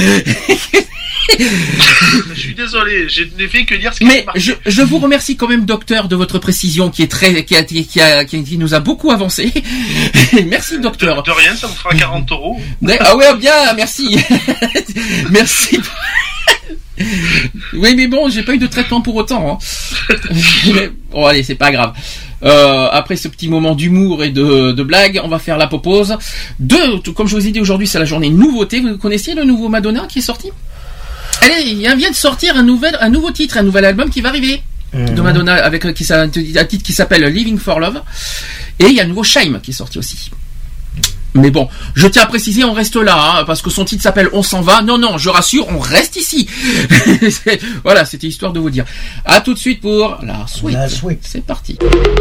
Je suis désolé, je n'ai fait que dire ce qui est marqué.
Je vous remercie quand même, docteur, de votre précision qui nous a beaucoup avancé. Merci, docteur.
De rien, ça vous fera 40 €.
Ah ouais, bien, merci. Merci. Oui, mais bon, j'ai pas eu de traitement pour autant. Hein. Bon, allez, c'est pas grave. Après ce petit moment d'humour et de blague, on va faire la pause. Comme je vous ai dit, aujourd'hui, c'est la journée nouveauté. Vous connaissiez le nouveau Madonna qui est sorti? Allez, il vient de sortir un nouveau titre, un nouvel album qui va arriver de Madonna avec un titre qui s'appelle Living for Love. Et il y a un nouveau Shime qui est sorti aussi. Mais bon, je tiens à préciser, on reste là, hein, parce que son titre s'appelle On s'en va. Non, je rassure, on reste ici. Voilà, c'était histoire de vous dire. À tout de suite pour la suite. C'est parti.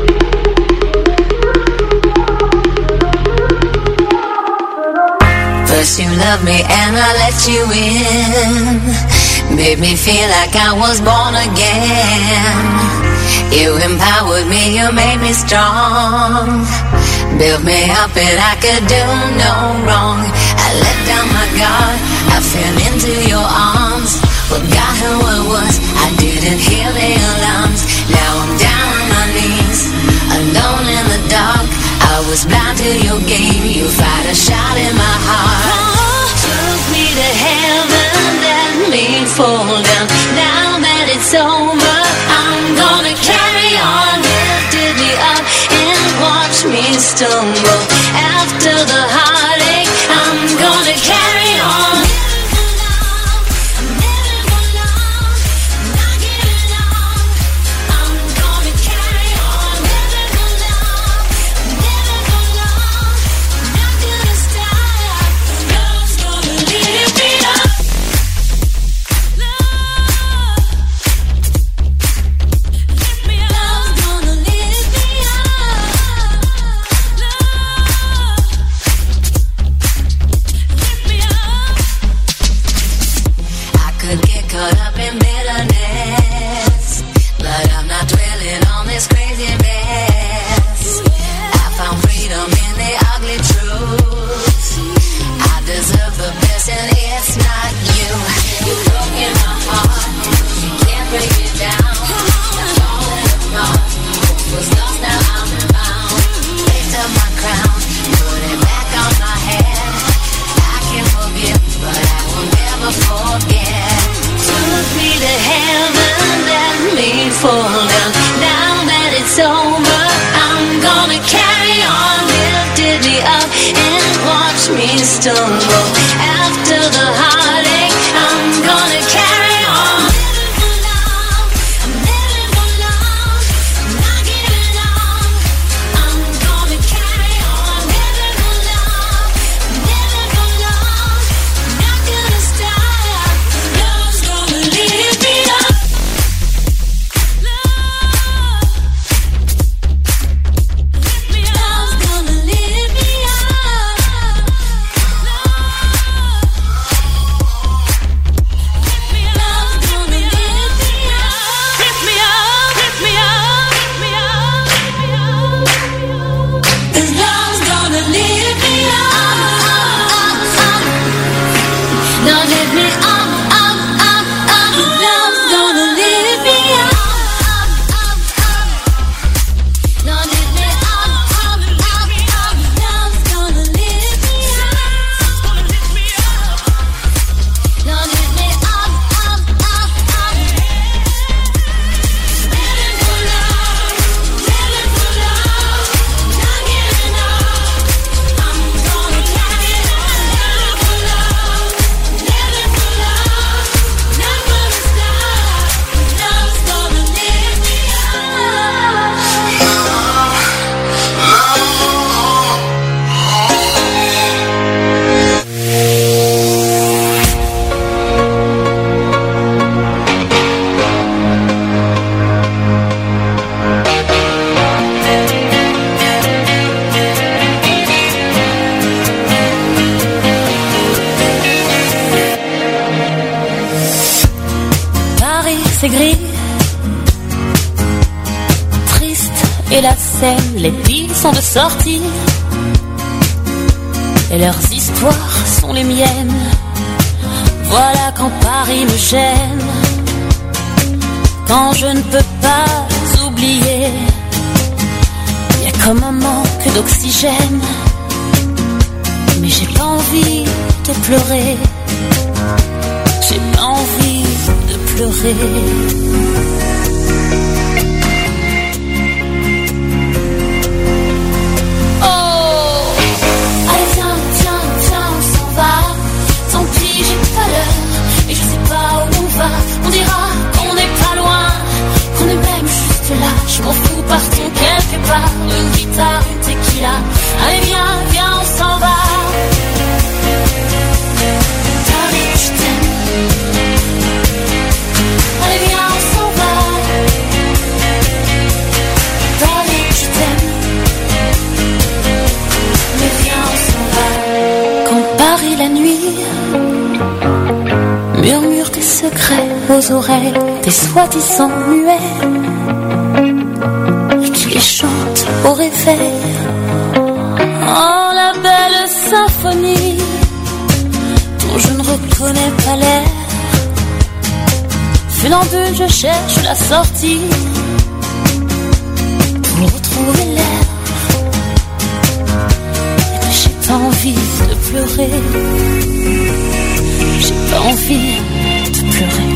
First you loved me and I let you in. Made me feel like I was born again. You empowered me, you made me strong. Built me up and I could do no wrong. I let down my guard, I fell into your arms. Forgot who I was, I didn't hear the alarms. Now I'm down on my knees, alone in the dark. I was blind to your game, you fired a shot in my heart. Took me to heaven, let me fall down. Now that it's over, I'm gonna carry on. Lifted me up and watch me stumble. After the heartache, I'm gonna carry on. Stumble after the heartache, I'm gonna carry on. I'm living for love, I'm not giving up. I'm gonna carry on. Living for love, I'm living for love. I'm not gonna stop. Love's gonna lift me up. Love, lift me up. Love's gonna lift me up.
c'est gris. Triste et la scène, les filles sont de sortie. Et leurs histoires sont les miennes. Voilà quand Paris me gêne. Quand je ne peux pas oublier, y a comme un manque d'oxygène. Mais j'ai pas envie de pleurer. J'ai pas envie de pleurer. On dira qu'on n'est pas loin, qu'on est même juste là. Je m'en fous, partons quelque part. Une guitare, une tequila. Allez viens, viens, on s'en va. Paris, je t'aime. Allez viens, on s'en va. Paris, je t'aime. Mais viens, on s'en va. Quand Paris la nuit murmure des secrets aux oreilles des soi-disant muets, je les chante au réveil. Oh, la belle symphonie dont je ne reconnais pas l'air. Funambule, je cherche la sortie pour retrouver l'air. Mais j'ai pas envie de pleurer. J'ai pas envie de pleurer.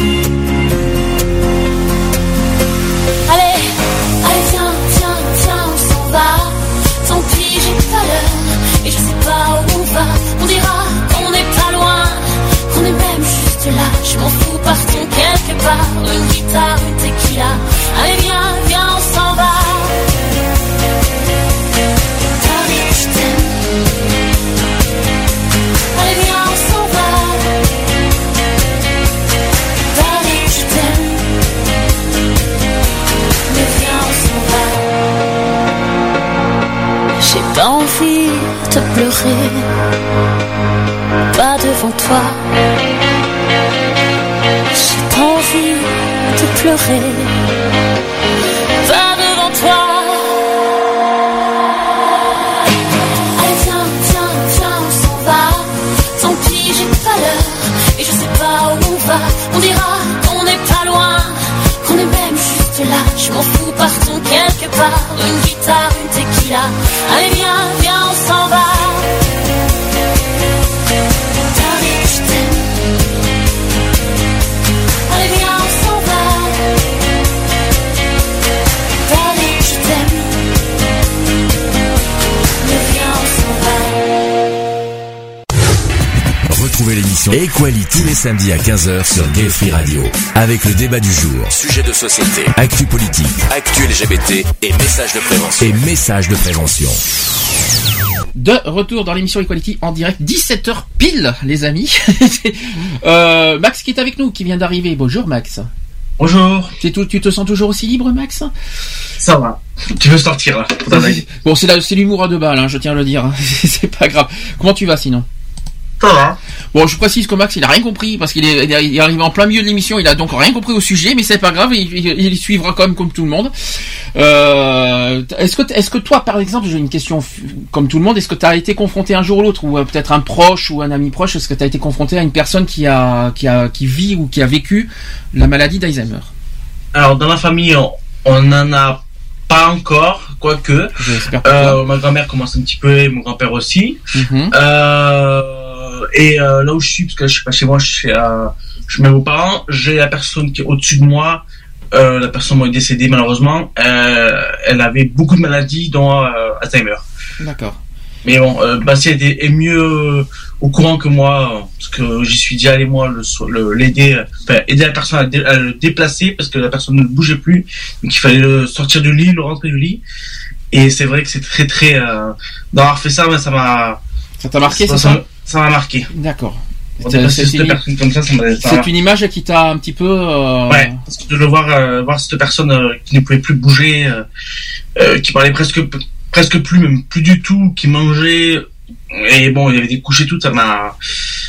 Allez, allez, viens, viens, viens, on s'en va. Tant pis, j'ai pas l'heure et je sais pas où on va. On dira qu'on n'est pas loin, qu'on est même juste là. Je m'en fous, partons quelque part. Une guitare, une tequila. Allez, viens, viens, on s'en va. Paris, je t'aime. Allez, viens, on s'en va. J'ai pas envie de pleurer, pas devant toi. J'ai pas envie de pleurer, pas devant toi. Allez viens, viens, viens, on s'en va. Tant pis, j'ai pas l'heure et je sais pas où on va. On dira qu'on n'est pas loin, qu'on est même juste là. Je m'en fous, partons quelque part. Une guitare, une tequila. Allez viens, viens, on s'en va. Paris, je t'aime. Allez viens, on s'en va. Paris, je t'aime. Mais viens, on s'en va.
Retrouvez l'émission Equality tous les samedis à 15h sur Gay Free Radio. Avec le débat du jour, sujet de société, actu politique, actu LGBT et messages de prévention.
De retour dans l'émission Equality en direct, 17h pile, les amis. Max qui est avec nous, qui vient d'arriver. Bonjour Max.
Bonjour.
Tu te sens toujours aussi libre, Max?
Ça va. Tu veux sortir là?
Bon, c'est l'humour à deux balles, hein, je tiens à le dire. C'est pas grave. Comment tu vas sinon?
Ça va.
Bon, je précise que Max, il a rien compris parce qu'il est arrivé en plein milieu de l'émission. Il a donc rien compris au sujet, mais c'est pas grave. Il suivra comme tout le monde. Est-ce que toi, par exemple, j'ai une question comme tout le monde. Est-ce que tu as été confronté un jour ou l'autre, ou peut-être un proche ou un ami proche, est-ce que tu as été confronté à une personne qui vit ou qui a vécu la maladie d'Alzheimer?
Alors, dans la famille, on n'en a pas encore, quoique. Ma grand-mère commence un petit peu et mon grand-père aussi. Et là où je suis, parce que là, je suis pas chez moi, je suis chez mes beaux-parents, j'ai la personne qui est au-dessus de moi. La personne est décédée malheureusement. Elle avait beaucoup de maladies, dont Alzheimer.
D'accord.
Mais bon, Bastien est mieux au courant que moi, parce que j'y suis déjà allé moi l'aider, aider la personne à le déplacer parce que la personne ne bougeait plus, donc il fallait le sortir du lit, le rentrer du lit. Et c'est vrai que c'est très très d'avoir fait ça, ça m'a.
Ça t'a marqué, c'est ça?
Ça m'a marqué.
D'accord.
C'est
une image qui t'a un petit peu.
Ouais, parce que de le voir cette personne qui ne pouvait plus bouger, qui parlait presque plus, même plus du tout, qui mangeait, et bon, il y avait des couches et tout, ça m'a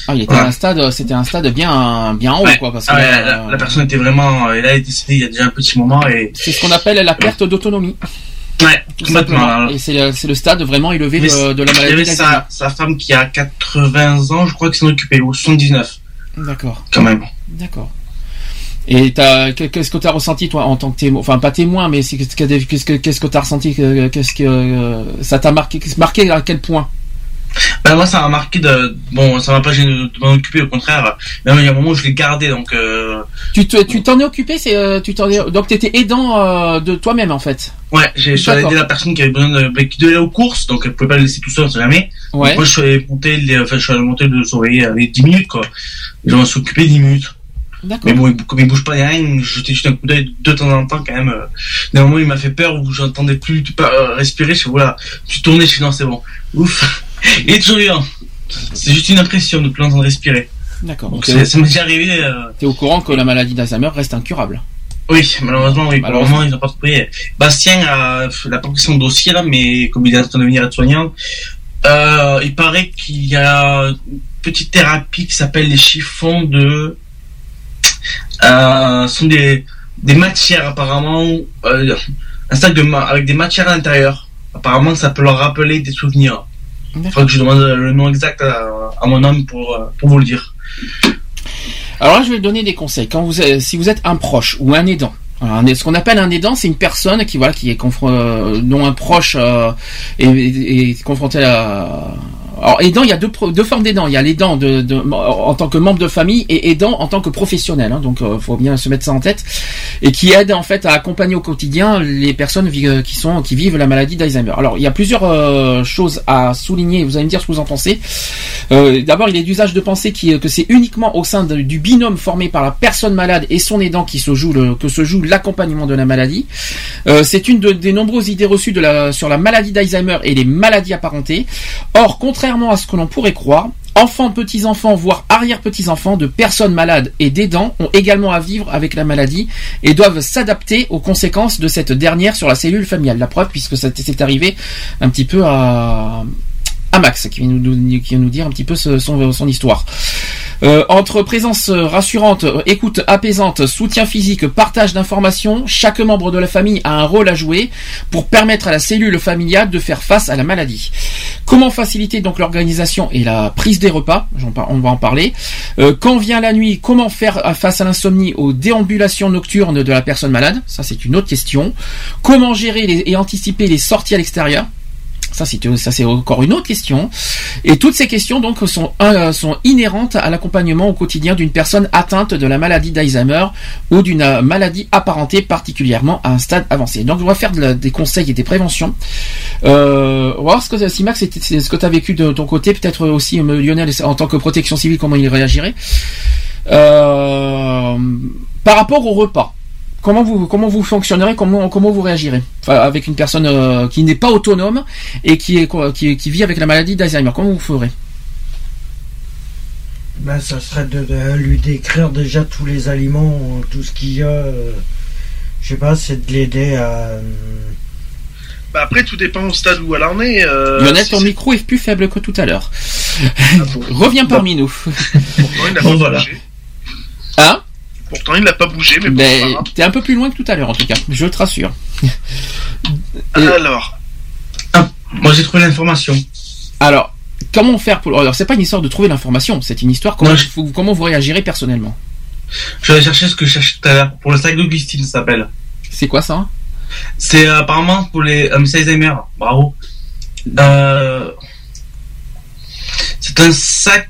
Ah, il était à un stade, c'était un stade bien haut, quoi, parce que
la personne était vraiment, elle est décédée il y a déjà un petit moment et.
C'est ce qu'on appelle la perte d'autonomie.
Ouais, complètement.
Et c'est le stade vraiment élevé de la maladie.
Il y avait sa femme qui a 80 ans, je crois, qui s'en occupait, ou 79.
D'accord.
Quand même.
D'accord. Et qu'est-ce que t'as ressenti, toi, en tant que témoin, enfin pas témoin, mais qu'est-ce que t'as ressenti, qu'est-ce que ça t'a marqué à quel point?
Ben moi ça m'a marqué ça m'a pas gêné de m'en occuper, au contraire. Même il y a un moment où je l'ai gardé, donc.
Tu t'en es occupé, donc t'étais aidant de toi-même en fait.
Ouais, je suis allé aider la personne qui avait besoin qui devait aller aux courses, donc elle pouvait pas le laisser tout seul, on sait jamais.
Ouais.
Donc, moi je suis allé monter le surveiller avec 10 minutes quoi. Je m'en suis occupé 10 minutes.
D'accord.
Mais bon, comme il bouge pas, il y a rien, je jetais juste un coup d'œil de temps en temps quand même. D'un moment il m'a fait peur où j'entendais plus respirer, je suis voilà, je suis tourné, je suis non c'est bon. Ouf. Il est toujours vivant. C'est juste une impression de plus entendre respirer.
D'accord.
Donc ça m'est déjà arrivé.
T'es au courant que la maladie d'Alzheimer reste incurable?
Oui, malheureusement, oui. Pour le moment, ils n'ont pas trouvé. Bastien a pas pris son dossier là, mais comme il est en train de devenir aide-soignant, il paraît qu'il y a une petite thérapie qui s'appelle les chiffons de. Sont des matières apparemment, un sac avec des matières à l'intérieur. Apparemment, ça peut leur rappeler des souvenirs. Il faudrait que je demande le nom exact à mon homme pour vous le dire.
Alors là, je vais donner des conseils. Si vous êtes un proche ou un aidant, ce qu'on appelle un aidant, c'est une personne qui est dont un proche est confronté à. Alors aidant, il y a deux formes d'aidant. Il y a l'aidant en tant que membre de famille et aidant en tant que professionnel. Donc faut bien se mettre ça en tête, et qui aide en fait à accompagner au quotidien les personnes qui vivent la maladie d'Alzheimer. Alors il y a plusieurs choses à souligner. Vous allez me dire ce que vous en pensez. D'abord, il est d'usage de penser que c'est uniquement au sein du binôme formé par la personne malade et son aidant que se joue l'accompagnement de la maladie. C'est une des nombreuses idées reçues sur la maladie d'Alzheimer et les maladies apparentées. Or, contrairement à ce que l'on pourrait croire, enfants, petits-enfants, voire arrière-petits-enfants de personnes malades et d'aidants ont également à vivre avec la maladie et doivent s'adapter aux conséquences de cette dernière sur la cellule familiale. La preuve, puisque c'est arrivé un petit peu à Max, qui vient nous dire un petit peu son histoire. Entre présence rassurante, écoute apaisante, soutien physique, partage d'informations, chaque membre de la famille a un rôle à jouer pour permettre à la cellule familiale de faire face à la maladie. Comment faciliter donc l'organisation et la prise des repas? On va en parler. Quand vient la nuit, comment faire face à l'insomnie, aux déambulations nocturnes de la personne malade? Ça, c'est une autre question. Comment gérer et anticiper les sorties à l'extérieur? Ça, c'est encore une autre question. Et toutes ces questions, donc, sont inhérentes à l'accompagnement au quotidien d'une personne atteinte de la maladie d'Alzheimer ou d'une maladie apparentée, particulièrement à un stade avancé. Donc, on va faire des conseils et des préventions. On va voir si Max, c'est ce que tu as vécu de ton côté, peut-être aussi Lionel, en tant que protection civile, comment il réagirait. Par rapport au repas. Comment vous fonctionnerez, comment vous réagirez avec une personne qui n'est pas autonome et qui vit avec la maladie d'Alzheimer? Comment vous ferez?
Ben, ça serait de lui décrire déjà tous les aliments, tout ce qu'il y a. Je sais pas, c'est de l'aider à.
Bah après, tout dépend au stade où elle en est.
Lionel, ton micro est plus faible que tout à l'heure. Reviens parmi nous.
Pourtant, il n'a pas bougé.
Hein?
Pourtant, il n'a pas bougé, mais bon.
T'es un peu plus loin que tout à l'heure, en tout cas. Je te rassure.
Alors.
Moi, j'ai trouvé l'information.
Alors, comment faire Alors, c'est pas une histoire de trouver l'information, c'est une histoire comment vous réagirez personnellement.
Je vais aller chercher ce que je cherchais tout à l'heure. Pour le sac de glycine, ça s'appelle.
C'est quoi ça?
C'est apparemment pour les Alzheimer. Bravo. C'est un sac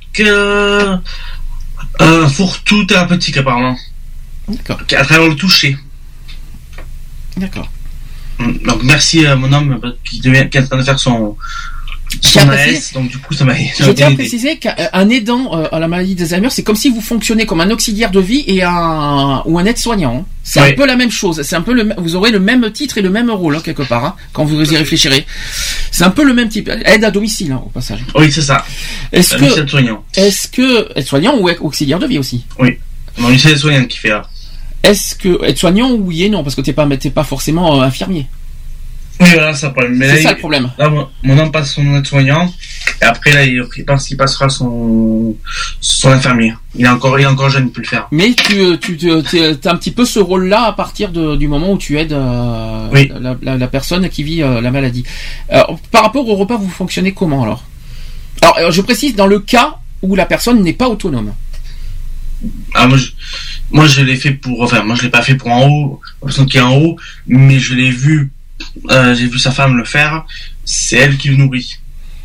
fourre-tout thérapeutique apparemment.
D'accord.
À travers le toucher.
D'accord.
Donc merci à mon homme qui est en train de faire son AS, donc du coup ça m'a.
Je tiens à préciser qu'un aidant à la maladie d'Alzheimer, c'est comme si vous fonctionnez comme un auxiliaire de vie ou un aide-soignant. C'est un peu la même chose. C'est un peu vous aurez le même titre et le même rôle quelque part quand vous y réfléchirez. C'est un peu le même type. Aide à domicile au passage.
Oui, c'est ça.
Est-ce que aide-soignant ou auxiliaire de vie aussi?
Oui. Non, c'est aide-soignant qui fait là.
Est-ce que aide-soignant oui et non, parce que t'es pas forcément infirmier.
Oui, voilà, c'est le problème.
C'est ça le problème.
Là, mon homme passe son aide-soignant Et après là, il pense qu'il passera son infirmier. Il est encore jeune, il peut le faire.
Mais t'as un petit peu ce rôle-là à partir du moment où tu aides la personne qui vit la maladie. Par rapport au repas, vous fonctionnez comment alors? Alors, je précise dans le cas où la personne n'est pas autonome.
Ah, moi je l'ai fait moi je l'ai pas fait pour en haut, la personne qui est en haut, mais je l'ai vu, j'ai vu sa femme le faire. C'est elle qui le nourrit.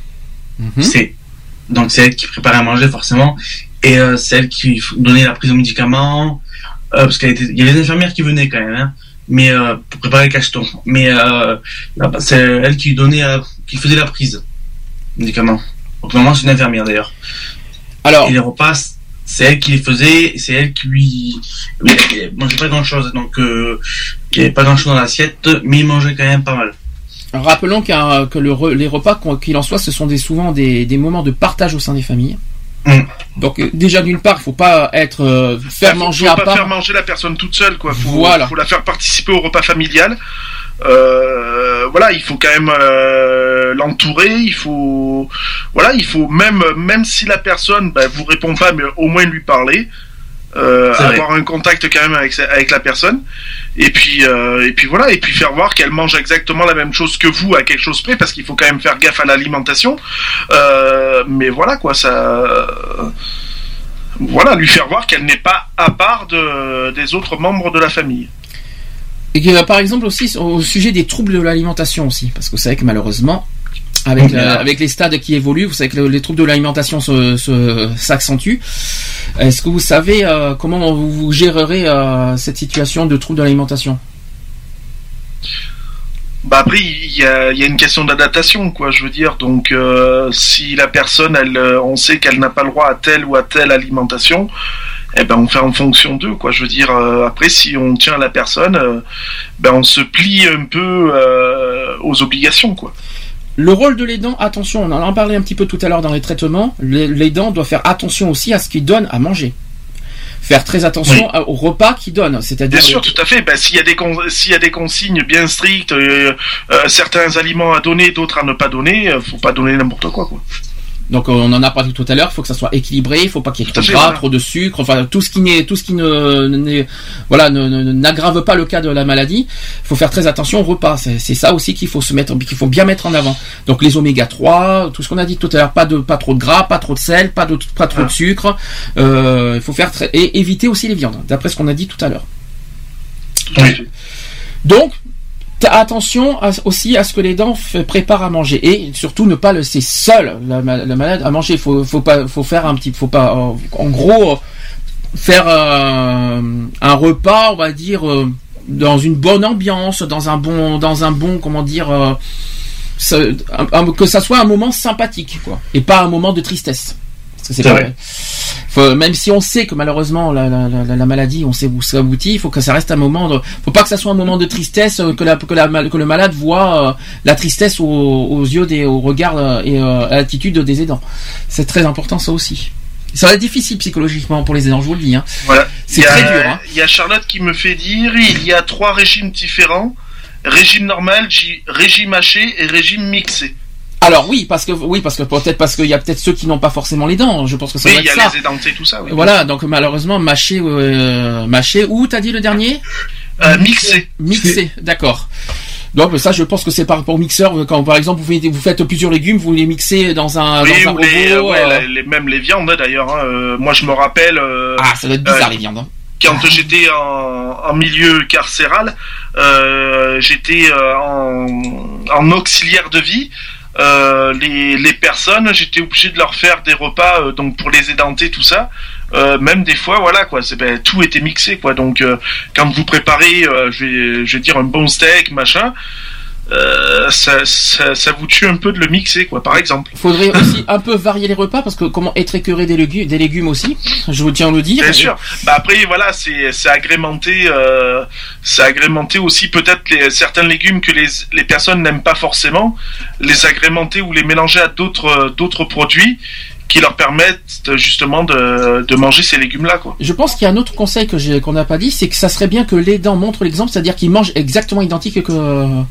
Donc c'est elle qui prépare à manger forcément, et c'est elle qui donnait la prise aux médicaments, parce qu'il y a les infirmières qui venaient quand même, hein, mais pour préparer le cacheton. Mais c'est elle qui qui faisait la prise médicaments. Donc normalement c'est une infirmière d'ailleurs. Alors, et les repas, c'est elle qui les faisait, c'est elle qui lui mangeait pas grand chose, donc il n'y avait pas grand chose dans l'assiette, mais il mangeait quand même pas mal.
Rappelons que les repas, qu'il en soit, ce sont souvent des moments de partage au sein des familles. Donc déjà d'une part, il faut pas faire manger à part.
Faut pas faire manger la personne toute seule, quoi. Faut la faire participer au repas familial. Voilà, il faut quand même l'entourer. Il faut même si la personne vous répond pas, mais au moins lui parler. Avoir un contact quand même avec la personne, et puis voilà, et puis faire voir qu'elle mange exactement la même chose que vous à quelque chose près, parce qu'il faut quand même faire gaffe à l'alimentation, mais voilà quoi, lui faire voir qu'elle n'est pas à part des autres membres de la famille.
Et par exemple aussi au sujet des troubles de l'alimentation aussi, parce que vous savez que malheureusement avec les stades qui évoluent, vous savez que les troubles de l'alimentation s'accentuent. Est-ce que vous savez comment vous gérerez cette situation de troubles de l'alimentation?
Après, il y a une question d'adaptation, quoi. Je veux dire, donc si la personne, on sait qu'elle n'a pas le droit à telle ou à telle alimentation, on fait en fonction d'eux, quoi. Je veux dire, après, si on tient la personne, on se plie un peu aux obligations, quoi.
Le rôle de l'aidant, attention, on en a parlé un petit peu tout à l'heure dans les traitements, l'aidant doit faire attention aussi à ce qu'il donne à manger. Faire très attention au repas qu'il donne, c'est-à-dire...
Bien sûr, tout à fait. S'il y a des consignes bien strictes, certains aliments à donner, d'autres à ne pas donner, faut pas donner n'importe quoi.
Donc on en a parlé tout à l'heure, il faut que ça soit équilibré, il faut pas qu'il y ait trop de gras, trop de sucre, enfin tout ce qui n'aggrave pas le cas de la maladie. Il faut faire très attention au repas, c'est ça aussi qu'il faut bien mettre en avant. Donc les oméga 3, tout ce qu'on a dit tout à l'heure, pas trop de gras, pas trop de sel, pas trop de sucre. Il faut faire et éviter aussi les viandes, d'après ce qu'on a dit tout à l'heure. Donc attention aussi à ce que l'aidant prépare à manger, et surtout ne pas laisser seul la malade à manger. Faut faire en gros faire un repas, on va dire, dans une bonne ambiance, dans un bon comment dire, que ça soit un moment sympathique, quoi, et pas un moment de tristesse. C'est pas vrai. Même si on sait que malheureusement la maladie, on sait où ça aboutit, il faut que ça reste un moment faut pas que ça soit un moment de tristesse, que le malade voit la tristesse aux yeux au regard et à l'attitude des aidants. C'est très important, ça aussi. Ça va être difficile psychologiquement pour les aidants, je vous le dis.
Voilà.
C'est très dur.
Il y a Charlotte qui me fait dire, il y a 3 régimes différents: régime normal, régime haché et régime mixé.
Alors parce que peut-être parce qu'il y a peut-être ceux qui n'ont pas forcément les dents. Je pense que ça doit être ça.
Oui, il y a les édentés, tout ça. Oui.
Voilà, donc malheureusement mâché ou t'as dit le dernier? Mixé, d'accord. Donc ça, je pense que c'est par rapport au mixeur. Quand par exemple vous faites plusieurs légumes, vous les mixez dans un robot.
Même les viandes d'ailleurs. Moi je me rappelle.
Ça doit être bizarre les viandes.
Quand j'étais en milieu carcéral, j'étais en auxiliaire de vie. Les personnes, j'étais obligé de leur faire des repas, donc pour les édentés, tout ça. Même des fois, voilà quoi, tout était mixé, quoi. Donc quand vous préparez, je vais dire un bon steak, machin, ça vous tue un peu de le mixer, quoi, par exemple.
Il faudrait aussi un peu varier les repas, parce que comment être écœuré des légumes aussi, je vous tiens à le dire.
Bien sûr. Après voilà, c'est agrémenté aussi peut-être certains légumes que les personnes n'aiment pas forcément, les agrémenter ou les mélanger à d'autres produits qui leur permettent justement de manger ces légumes-là, quoi.
Je pense qu'il y a un autre conseil qu'on n'a pas dit, c'est que ça serait bien que l'aidant montre l'exemple, c'est-à-dire qu'il mange exactement identique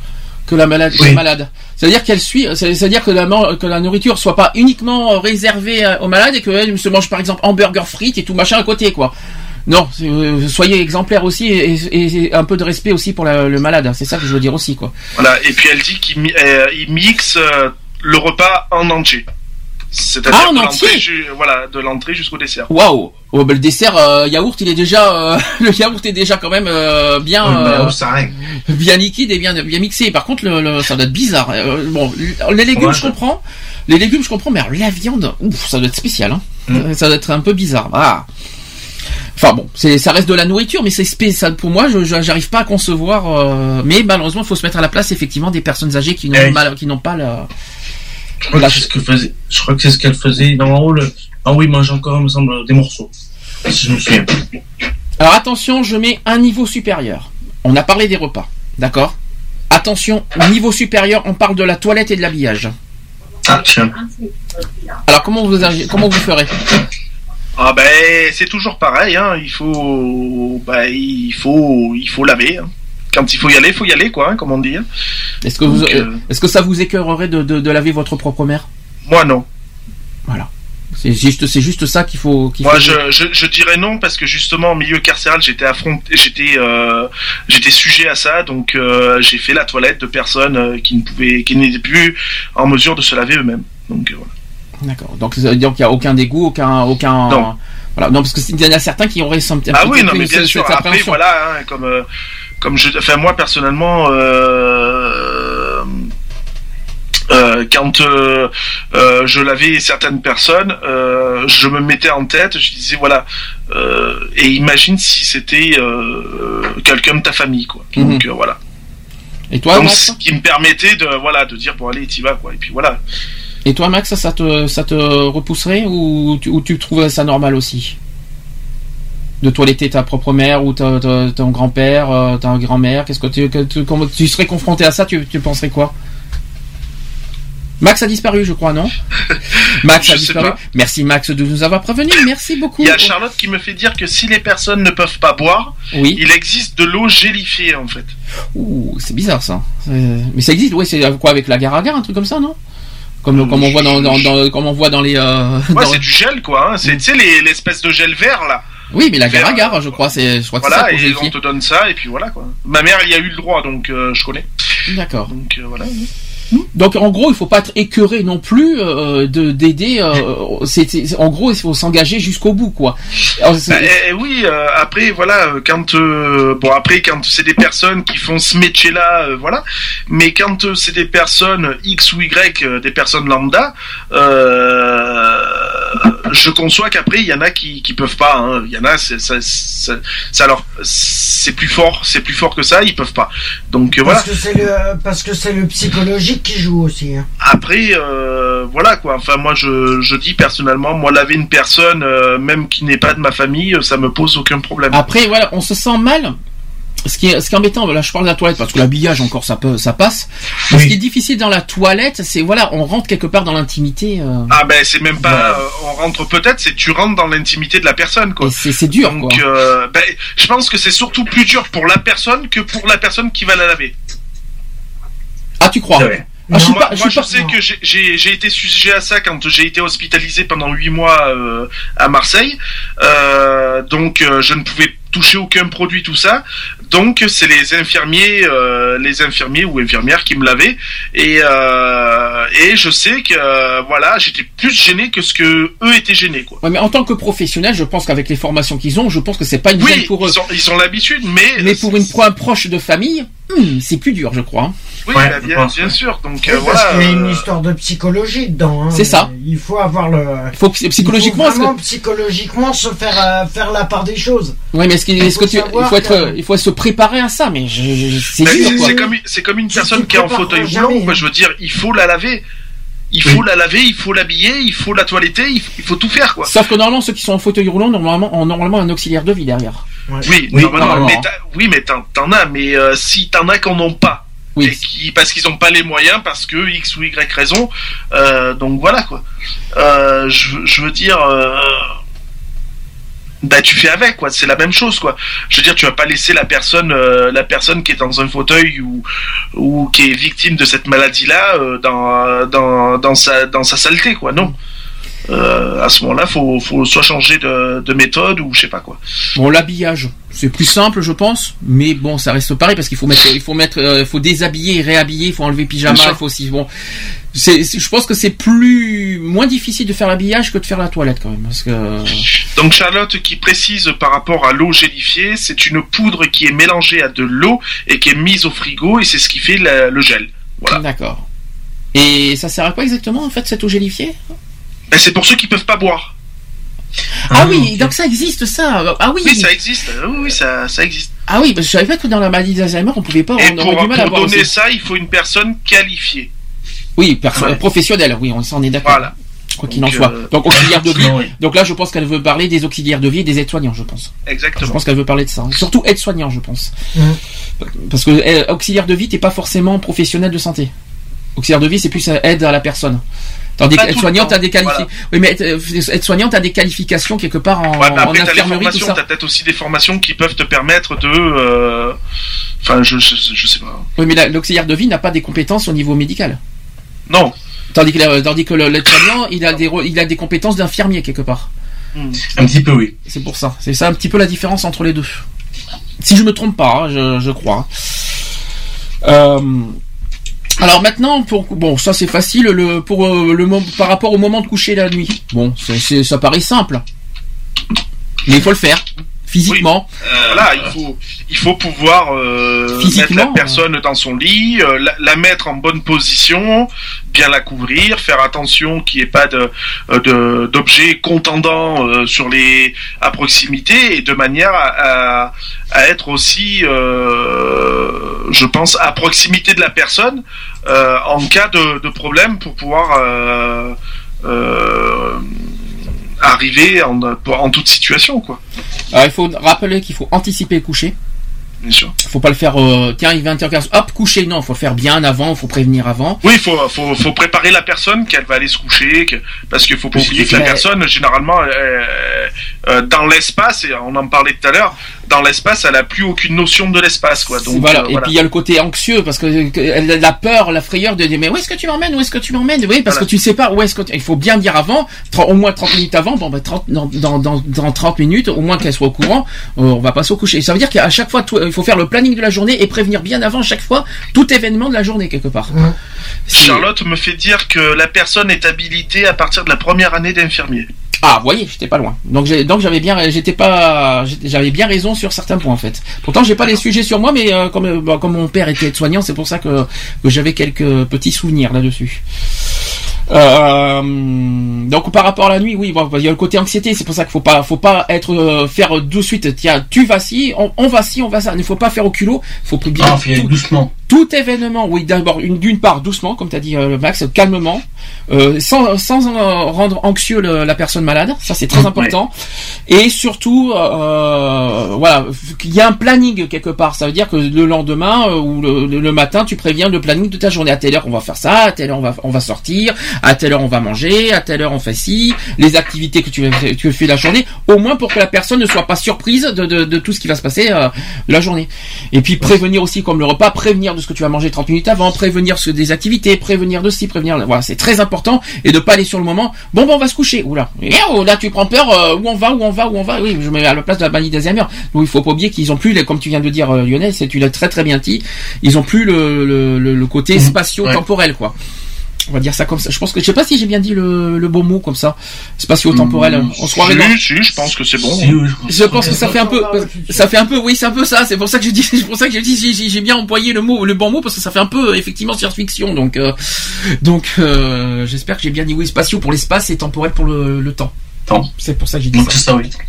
que la malade. C'est-à-dire qu'elle suit, c'est-à-dire que la nourriture soit pas uniquement réservée aux malades et qu'elle se mange par exemple hamburger frites et tout machin à côté, quoi. Non, soyez exemplaires aussi et un peu de respect aussi pour le malade. C'est ça que je veux dire aussi, quoi.
Voilà. Et puis elle dit qu'il mixe le repas en entier. C'est-à-dire de l'entrée jusqu'au dessert.
Waouh. Oh, le dessert yaourt, il est déjà le yaourt est déjà quand même bien bien liquide et bien mixé. Par contre ça doit être bizarre. Bon, les légumes je comprends. Les légumes je comprends, mais alors, la viande, ça doit être spécial, hein. Ça doit être un peu bizarre. Ah. Enfin bon, ça reste de la nourriture, mais c'est spécial pour moi. J'arrive pas à concevoir. Mais malheureusement, il faut se mettre à la place effectivement des personnes âgées qui n'ont pas la.
Je crois que c'est ce qu'elle faisait dans en haut. Il mange encore, il me semble, des morceaux. Si je me souviens.
Alors attention, je mets un niveau supérieur. On a parlé des repas, d'accord ? Attention, niveau supérieur, on parle de la toilette et de l'habillage.
Ah tiens.
Alors comment vous ferez ?
Ah ben c'est toujours pareil, hein. Il faut laver. Hein. Quand il faut y aller, quoi, hein, comme on dit. Hein.
Est-ce que ça vous écœurerait de laver votre propre mère ?
Moi non.
Voilà. C'est juste ça qu'il faut.
Moi je dirais non parce que justement en milieu carcéral j'étais sujet à ça, donc j'ai fait la toilette de personnes qui n'étaient plus en mesure de se laver eux-mêmes. Donc voilà.
D'accord. Donc il n'y a aucun dégoût, aucun. Non. Voilà. Non, parce qu'il y en a certains qui auraient senti.
Ah oui, non, mais bien sûr. Après, voilà, hein, moi personnellement, quand je lavais certaines personnes, je me mettais en tête, je disais voilà, et imagine si c'était quelqu'un de ta famille, quoi. Donc voilà.
Et toi, Max ?
Ce qui me permettait de dire bon allez, t'y vas, quoi. Et puis voilà.
Et toi, Max, ça te repousserait ou tu trouves ça normal aussi ? De toiletter ta propre mère ou ton grand-père, ta grand-mère, qu'est-ce que comment tu serais confronté à ça, tu penserais quoi ? Max a disparu, je crois, non ? Max a disparu. Merci Max de nous avoir prévenu. Merci beaucoup.
Il y a Charlotte qui me fait dire que si les personnes ne peuvent pas boire, il existe de l'eau gélifiée en fait.
Ouh, c'est bizarre ça. Mais ça existe, c'est quoi avec l'agar-agar, un truc comme ça, non ? Comme on voit comme on voit dans les.
C'est du gel quoi. Hein. C'est l'espèce de gel vert là.
Oui, mais l'agar-agar, je crois que c'est ça.
Voilà, et on te donne ça et puis voilà quoi. Ma mère y a eu le droit donc je connais.
D'accord.
Donc voilà.
Donc en gros, il faut pas être écœuré non plus d'aider. En gros, il faut s'engager jusqu'au bout, quoi. Alors,
oui. Après, voilà, quand c'est des personnes qui font ce métier-là, voilà. Mais quand c'est des personnes X ou Y, des personnes lambda, je conçois qu'après il y en a qui peuvent pas. Hein. Il y en a, c'est plus fort que ça. Ils peuvent pas. Donc voilà.
Parce que c'est le psychologique qui joue aussi. Hein.
Après, voilà quoi. Enfin, moi, je dis personnellement, moi, laver une personne, même qui n'est pas de ma famille, ça me pose aucun problème.
Après, voilà, on se sent mal. Ce qui est embêtant, là je parle de la toilette parce que l'habillage encore ça passe. Oui. Ce qui est difficile dans la toilette, c'est voilà, on rentre quelque part dans l'intimité.
Ah ben c'est même pas, on rentre peut-être, c'est tu rentres dans l'intimité de la personne quoi.
C'est dur. Donc
je pense que c'est surtout plus dur pour la personne que pour la personne qui va la laver.
Ah tu crois?
Moi, je sais que j'ai été sujet à ça quand j'ai été hospitalisé pendant 8 mois à Marseille. Donc je ne pouvais toucher aucun produit, tout ça. Donc c'est les infirmiers ou infirmières qui me lavaient. Et je sais que voilà, j'étais plus gêné que ce que eux étaient gênés, quoi.
Ouais, mais en tant que professionnel, je pense qu'avec les formations qu'ils ont, je pense que c'est pas une gêne pour eux.
Ils ont l'habitude, mais
pour un proche de famille, c'est plus dur, je crois. Hein.
Oui, bien sûr. Donc
parce
voilà.
Qu'il y a une histoire de psychologie dedans. Hein.
C'est ça.
Il faut avoir
psychologiquement.
Il faut vraiment psychologiquement se faire la part des choses.
Oui, mais il faut se préparer à ça, mais c'est dur, quoi.
C'est comme une personne qui est en fauteuil roulant. Quoi, je veux dire, il faut la laver. Il faut la laver, il faut l'habiller, il faut la toiletter, il faut tout faire, quoi.
Sauf que normalement, ceux qui sont en fauteuil roulant, ont normalement un auxiliaire de vie derrière.
Ouais. Mais t'en as, mais si t'en as qui n'en ont pas. Oui. Parce qu'ils n'ont pas les moyens, parce que X ou Y raison, donc voilà quoi. Je veux dire, bah tu fais avec, quoi. C'est la même chose, quoi. Je veux dire, tu vas pas laisser la personne qui est dans un fauteuil ou qui est victime de cette maladie-là dans sa saleté, quoi. Non. À ce moment-là, faut soit changer de méthode ou je sais pas quoi.
Bon, l'habillage, c'est plus simple, je pense, mais bon, ça reste pareil parce qu'il faut déshabiller et réhabiller, il faut enlever pyjama, il faut aussi je pense que c'est moins difficile de faire l'habillage que de faire la toilette quand même, parce que.
Donc Charlotte qui précise par rapport à l'eau gélifiée, c'est une poudre qui est mélangée à de l'eau et qui est mise au frigo et c'est ce qui fait le gel. Voilà.
D'accord. Et ça sert à quoi exactement en fait cette eau gélifiée?
Ben, c'est pour ceux qui peuvent pas boire.
Ah oui, okay. Donc ça existe ça. Ah oui.
Oui, ça existe. Oui, ça existe.
Ah oui, parce que je savais pas que dans la maladie d'Alzheimer, on pouvait pas.
Et pour donner ça, il faut une personne qualifiée.
Oui, professionnelle. Oui, on s'en est d'accord.
Voilà.
Quoi qu'il en soit. Donc auxiliaire de vie. Donc là, je pense qu'elle veut parler des auxiliaires de vie et des aides-soignants, je pense.
Exactement.
Je pense qu'elle veut parler de ça. Surtout aide-soignants, je pense. Parce que auxiliaire de vie, t'es pas forcément professionnel de santé. Auxiliaire de vie, c'est plus aide à la personne. Tandis qu'aide-soignante, t'as des qualifications. Voilà. Oui, mais aide-soignante, t'as des qualifications quelque part en infirmerie, tout ça.
T'as peut-être aussi des formations qui peuvent te permettre de. Enfin, je sais pas.
Oui, mais l'auxiliaire de vie n'a pas des compétences au niveau médical.
Non.
Tandis que l'aide-soignant, il a des compétences d'infirmier quelque part.
Un petit peu, oui.
C'est pour ça. C'est ça un petit peu la différence entre les deux. Si je me trompe pas, hein, je crois. Alors maintenant, ça c'est facile, par rapport au moment de coucher la nuit. Bon, ça paraît simple, mais il faut le faire physiquement.
Oui. Voilà, il faut pouvoir mettre la personne dans son lit, la mettre en bonne position, bien la couvrir, faire attention qu'il n'y ait pas d'objets contendants à proximité et de manière à être aussi, je pense, à proximité de la personne en cas de problème pour pouvoir arriver en toute situation, quoi.
Alors, il faut rappeler qu'il faut anticiper le coucher.
Bien sûr.
Faut pas le faire, tiens, il va 20h15, hop, coucher. Non, faut le faire bien avant, faut prévenir avant.
Oui, faut préparer la personne qu'elle va aller se coucher, parce qu'il faut pas oublier que la personne, généralement, dans l'espace, et on en parlait tout à l'heure, dans l'espace, elle a plus aucune notion de l'espace, quoi. Donc,
voilà. Et puis il y a le côté anxieux, parce que elle a peur, la frayeur de dire, mais où est-ce que tu m'emmènes? Oui, parce que tu sais pas où est-ce que il faut bien dire avant, au moins 30 minutes avant, dans 30 minutes, au moins qu'elle soit au courant, on va pas se coucher. Ça veut dire qu'à chaque fois, il faut faire le planning de la journée et prévenir bien avant chaque fois tout événement de la journée quelque part.
Charlotte me fait dire que la personne est habilitée à partir de la première année d'infirmier.
Ah, vous voyez, j'étais pas loin. Donc j'avais bien raison sur certains points en fait. Pourtant j'ai pas les sujets sur moi, mais comme mon père était aide-soignant, c'est pour ça que j'avais quelques petits souvenirs là-dessus. Donc par rapport à la nuit, oui, il y a le côté anxiété, c'est pour ça qu'il faut pas faire de suite. Tiens, tu vas ci, on va ci, on va ça. Il ne faut pas faire au culot. Faut bien
doucement.
Tout événement, oui, d'abord d'une part doucement, comme t'as dit Max, calmement, sans rendre anxieux la personne malade. Ça c'est très important. Et surtout, voilà, qu'il y a un planning quelque part. Ça veut dire que le lendemain ou le matin, tu préviens le planning de ta journée. À telle heure on va faire ça, à telle heure on va sortir, à telle heure on va manger, à telle heure on fait ci, les activités que tu fais la journée, au moins pour que la personne ne soit pas surprise de tout ce qui va se passer la journée. Et puis prévenir aussi, comme le repas, prévenir de ce que tu vas manger 30 minutes avant, prévenir des activités, prévenir de ci, prévenir, voilà, c'est très important, et de pas aller sur le moment, bon on va se coucher, oula, là tu prends peur, où on va, oui, je me mets à la place de la maladie d'Alzheimer. Donc il faut pas oublier qu'ils ont plus, comme tu viens de dire Lionel, tu l'as très très bien dit, ils ont plus le côté spatio-temporel, quoi. On va dire ça comme ça. Je sais pas si j'ai bien dit le bon mot comme ça. Spatio-temporel. On se croirait dans.
Si, je pense que c'est bon.
Je pense que ça fait un peu, oui, c'est un peu ça. C'est pour ça que je dis, j'ai bien employé le bon mot parce que ça fait un peu, effectivement, science-fiction. Donc, j'espère que j'ai bien dit oui, spatio pour l'espace et temporel pour le temps. C'est pour ça que j'ai dit ça.
Donc, c'est ça, oui.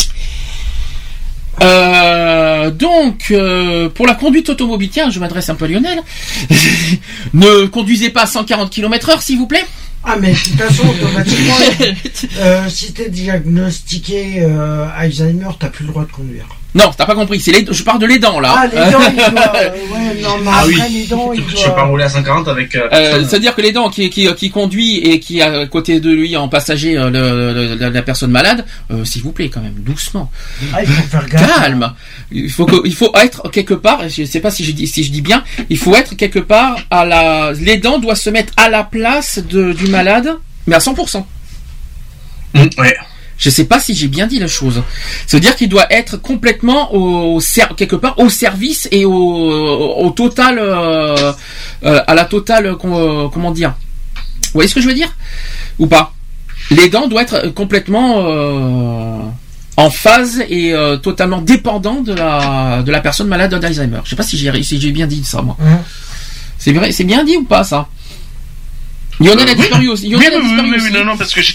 Donc, pour la conduite automobile, tiens, je m'adresse un peu à Lionel. Ne conduisez pas à 140 km/h, s'il vous plaît.
Ah, mais de toute façon, automatiquement, si t'es diagnostiqué Alzheimer, t'as plus le droit de conduire.
Non, t'as pas compris. Je parle de les dents là.
Ah, les dents, il doit. Ouais, non, mais après les dents, il
Tu
doit.
vas pas rouler à 140 avec.
C'est-à-dire que les dents qui conduit et qui a à côté de lui en passager la personne malade, s'il vous plaît quand même, doucement.
Ah, il faut faire gaffe.
Calme. Il faut être quelque part. Je sais pas si je dis bien. Il faut être quelque part les dents doivent se mettre à la place du malade, mais à 100%.
Ouais.
Je sais pas si j'ai bien dit la chose. C'est-à-dire qu'il doit être complètement quelque part au service et au total, à la totale, comment dire. Vous voyez ce que je veux dire? Ou pas? Les dents doivent être complètement en phase et totalement dépendant de la personne malade d'Alzheimer. Je sais pas si j'ai bien dit ça, moi. C'est vrai, c'est bien dit ou pas, ça? Lionel a disparu aussi.
Oui, non, parce que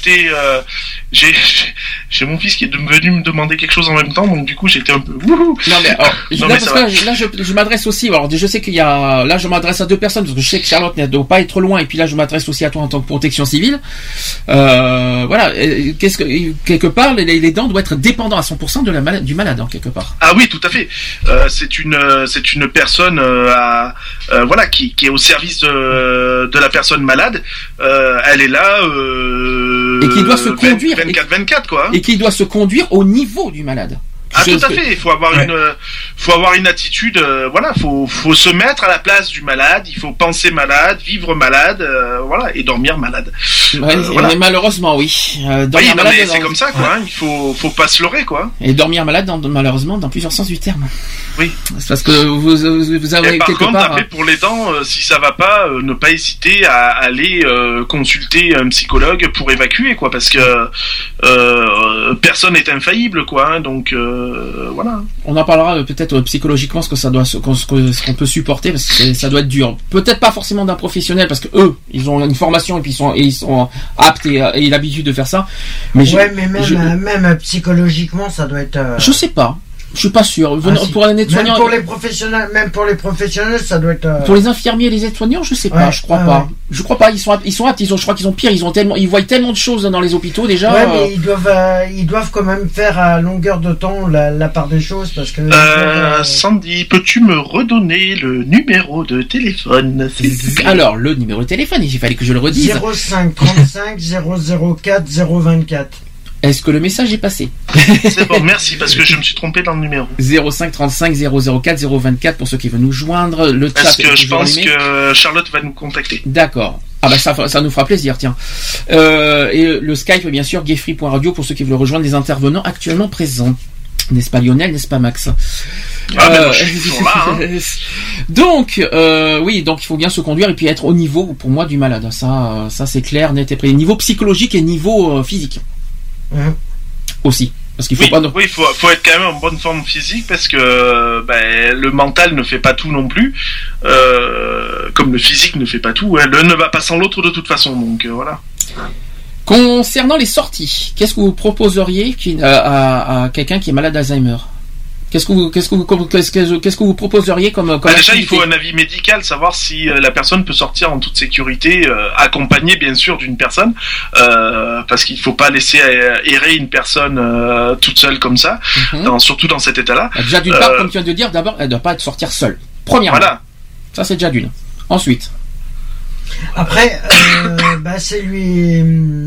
j'ai mon fils qui est venu me demander quelque chose en même temps, donc du coup j'étais un peu.
Non mais, là je m'adresse aussi. Alors je sais là je m'adresse à deux personnes parce que je sais que Charlotte ne doit pas être loin et puis là je m'adresse aussi à toi en tant que protection civile. Voilà, quelque part les dents doivent être dépendants à 100% du malade hein, quelque part.
Ah oui, tout à fait. C'est une personne voilà qui est au service de la personne malade. Elle est là
et qui doit se conduire
24/24 quoi.
Et qui doit se conduire au niveau du malade.
Ah tout à fait, il faut avoir une attitude, voilà, faut se mettre à la place du malade, il faut penser malade, vivre malade, voilà, et dormir malade.
Ouais,
voilà.
Mais malheureusement oui.
Dormir malade, c'est comme ça quoi, hein, il faut pas se leurrer quoi.
Et dormir malade malheureusement dans plusieurs sens du terme.
Oui.
C'est parce que vous avez
et par
quelque
contre,
part.
Après pour les dents, si ça va pas, ne pas hésiter à aller consulter un psychologue pour évacuer quoi, parce que personne n'est infaillible quoi, hein, donc. Voilà.
On en parlera peut-être psychologiquement ce qu'on peut supporter parce que ça doit être dur. Peut-être pas forcément d'un professionnel parce que eux ils ont une formation et puis ils sont aptes et l'habitude de faire ça. Mais
même psychologiquement ça doit être.
Je sais pas. Je suis pas sûr. Pour un aide-soignant,
même pour les professionnels, ça doit être.
Pour les infirmiers et les aides-soignants, je sais pas. Je crois pas. Ouais. Je crois pas. Ils sont aptes. Je crois qu'ils ont pire. Ils voient tellement de choses dans les hôpitaux déjà.
Ouais, mais ils doivent quand même faire à longueur de temps la part des choses parce que.
Sandy, peux-tu me redonner le numéro de téléphone?
Alors le numéro de téléphone, il fallait que je le redise.
05 35 004 024.
Est-ce que le message est passé?
C'est bon, merci, parce que je me suis trompé dans le numéro.
05 35 004 024 pour ceux qui veulent nous joindre. Le chat
parce que je pense que Charlotte va nous contacter.
D'accord. Ah bah ça nous fera plaisir, tiens. Et le Skype, bien sûr, gayfree.radio pour ceux qui veulent rejoindre les intervenants actuellement présents. N'est-ce pas Lionel, n'est-ce pas Max?
Je suis toujours là, hein.
Donc, oui, donc il faut bien se conduire et puis être au niveau, pour moi, du malade. Ça c'est clair, net et précis. Niveau psychologique et niveau physique. Aussi. Parce qu'il faut pas.
Oui, faut être quand même en bonne forme physique parce que le mental ne fait pas tout non plus, comme le physique ne fait pas tout. L'un ne va pas sans l'autre de toute façon, donc voilà.
Concernant les sorties, qu'est-ce que vous proposeriez à quelqu'un qui est malade d'Alzheimer? Qu'est-ce que vous proposeriez comme
déjà, il faut un avis médical, savoir si la personne peut sortir en toute sécurité, accompagnée bien sûr d'une personne, parce qu'il faut pas laisser errer une personne toute seule comme ça, surtout dans cet état-là.
Déjà d'une part, comme tu viens de dire, d'abord, elle ne doit pas sortir seule. Premièrement. Voilà. Ça c'est déjà d'une. Ensuite.
Après, c'est lui.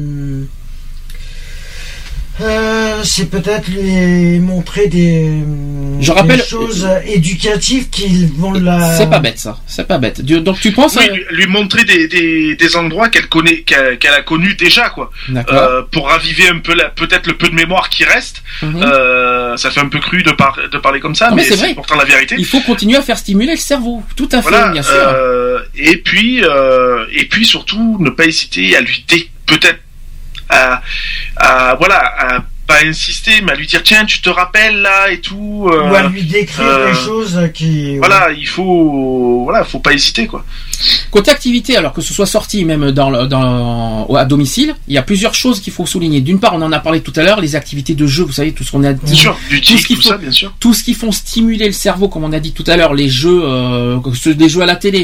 C'est peut-être lui montrer des choses éducatives qui vont la.
C'est pas bête ça, c'est pas bête. Donc tu penses
lui montrer des endroits qu'elle connaît, qu'elle a connus déjà quoi. Pour raviver un peu peut-être le peu de mémoire qui reste. Ça fait un peu cru de parler comme ça, mais c'est pourtant la vérité.
Il faut continuer à faire stimuler le cerveau, tout à fait, bien sûr.
Et puis surtout ne pas hésiter à lui peut-être à pas insister mais à lui dire tiens tu te rappelles là et tout
ou à lui décrire les choses qui
faut pas hésiter quoi.
Côté activité, alors que ce soit sorti même à domicile, il y a plusieurs choses qu'il faut souligner. D'une part, on en a parlé tout à l'heure, les activités de jeu, vous savez, tout ce qu'on a dit.
Bien sûr, ça, bien sûr.
Tout ce qui font stimuler le cerveau, comme on a dit tout à l'heure, les jeux, des jeux à la télé,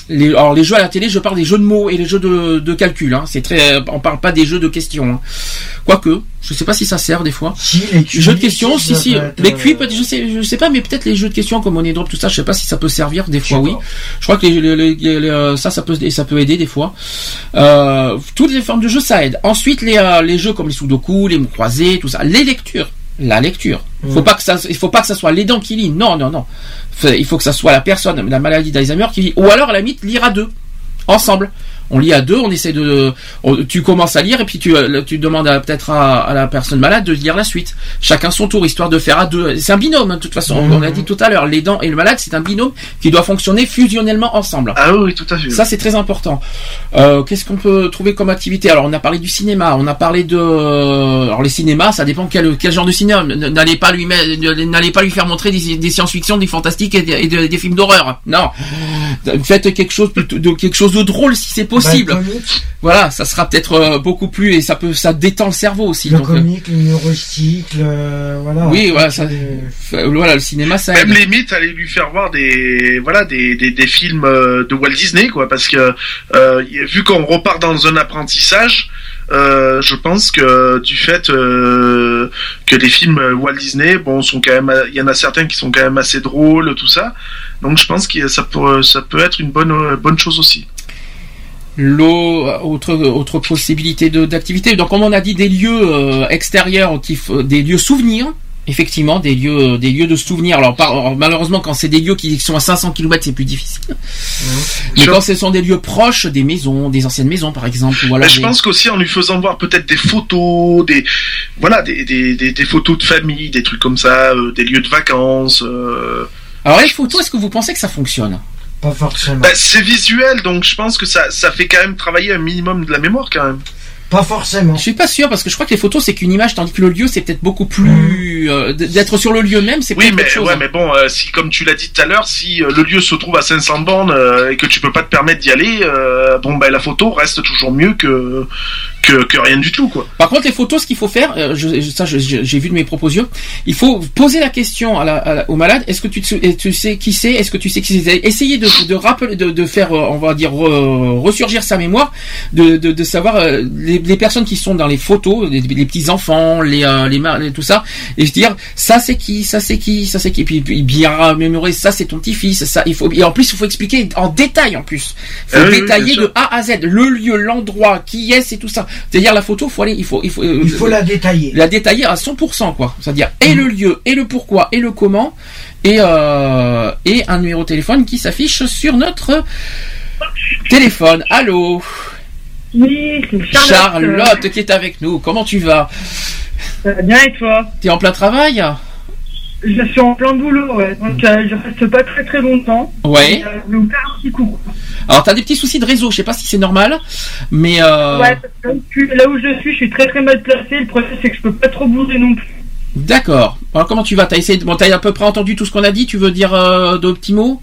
les jeux à la télé, je parle des jeux de mots et les jeux de calcul. Hein. C'est très, on parle pas des jeux de questions. Hein. Quoique, je sais pas si ça sert des fois.
Si, les QI,
jeux de questions, si. Les QI, je sais pas, mais peut-être les jeux de questions comme Money Drop, tout ça, je sais pas si ça peut servir des fois. Oui, je crois que ça peut aider des fois. Toutes les formes de jeux, ça aide. Ensuite, les jeux comme les Sudoku, les mots croisés, tout ça, les lectures. La lecture. Il faut pas que ça soit l'aidant qui lit. Non. Il faut que ça soit la personne, la maladie d'Alzheimer qui lit. Ou alors, à la limite, lire à deux. Ensemble. On lit à deux, on essaie tu commences à lire et puis tu demandes peut-être à la personne malade de lire la suite. Chacun son tour, histoire de faire à deux. C'est un binôme, hein, de toute façon. On l'a dit tout à l'heure. L'aidant et le malade, c'est un binôme qui doit fonctionner fusionnellement ensemble.
Ah oui, tout à fait.
Ça, c'est très important. Qu'est-ce qu'on peut trouver comme activité? Alors, on a parlé du cinéma, on a parlé alors les cinémas, ça dépend quel genre de cinéma. N'allez pas lui faire montrer des science-fiction, des fantastiques et des films d'horreur. Non. Faites quelque chose de drôle si c'est possible. Voilà, ça sera peut-être beaucoup plus et ça détend le cerveau aussi.
Le comique, l'humoristique, voilà.
Oui, voilà, voilà, le cinéma, ça
même limite, aller lui faire voir des films de Walt Disney, quoi, parce que vu qu'on repart dans un apprentissage, je pense que du fait que les films Walt Disney, bon, sont quand même, il y en a certains qui sont quand même assez drôles, tout ça. Donc je pense que ça peut être une bonne chose aussi.
Autre possibilité d'activité. Donc, comme on a dit, des lieux extérieurs, des lieux souvenirs. Effectivement, des lieux de souvenirs. Alors, malheureusement, quand c'est des lieux qui sont à 500 km, c'est plus difficile. Mais quand ce sont des lieux proches, des maisons, des anciennes maisons, par exemple. Ou alors
je pense qu'aussi, en lui faisant voir peut-être des photos, des photos de famille, des trucs comme ça, des lieux de vacances.
Alors, les photos, est-ce que vous pensez que ça fonctionne?
Pas forcément.
C'est visuel, donc je pense que ça fait quand même travailler un minimum de la mémoire, quand même.
Pas forcément.
Je suis pas sûr parce que je crois que les photos c'est qu'une image, tandis que le lieu c'est peut-être beaucoup plus d'être sur le lieu même, c'est peut-être autre chose.
Ouais, mais bon, si comme tu l'as dit tout à l'heure, si le lieu se trouve à 500 bornes et que tu peux pas te permettre d'y aller, la photo reste toujours mieux que rien du tout, quoi.
Par contre, les photos, ce qu'il faut faire, j'ai vu de mes propres yeux, il faut poser la question au malade. Est-ce que tu sais qui c'est? Est-ce que tu sais qui c'est? Essayer de rappeler, de faire, on va dire, ressurgir sa mémoire, de savoir les personnes qui sont dans les photos, les petits enfants, tout ça, et se dire ça c'est qui, et puis bien mémoriser ça c'est ton petit-fils, ça et en plus il faut expliquer en détail en plus. Il faut détailler de A à Z le lieu, l'endroit, qui est, c'est tout ça. C'est-à-dire la photo, il faut
la détailler.
La détailler à 100%, quoi. C'est-à-dire et le lieu, et le pourquoi, et le comment, et un numéro de téléphone qui s'affiche sur notre téléphone. Allô?
Oui, c'est
Charlotte qui est avec nous. Comment tu vas?
Ça va bien et toi?
T'es en plein travail?
Je suis en plein boulot, ouais. Donc je reste pas très très longtemps.
Ouais.
Je vais vous faire un petit coucou.
Alors t'as des petits soucis de réseau, je sais pas si c'est normal, mais
ouais, parce que là où je suis très très mal placé. Le problème c'est que je peux pas trop bouger non plus.
D'accord. Alors comment tu vas? T'as essayé t'as à peu près entendu tout ce qu'on a dit. Tu veux dire de petits mots?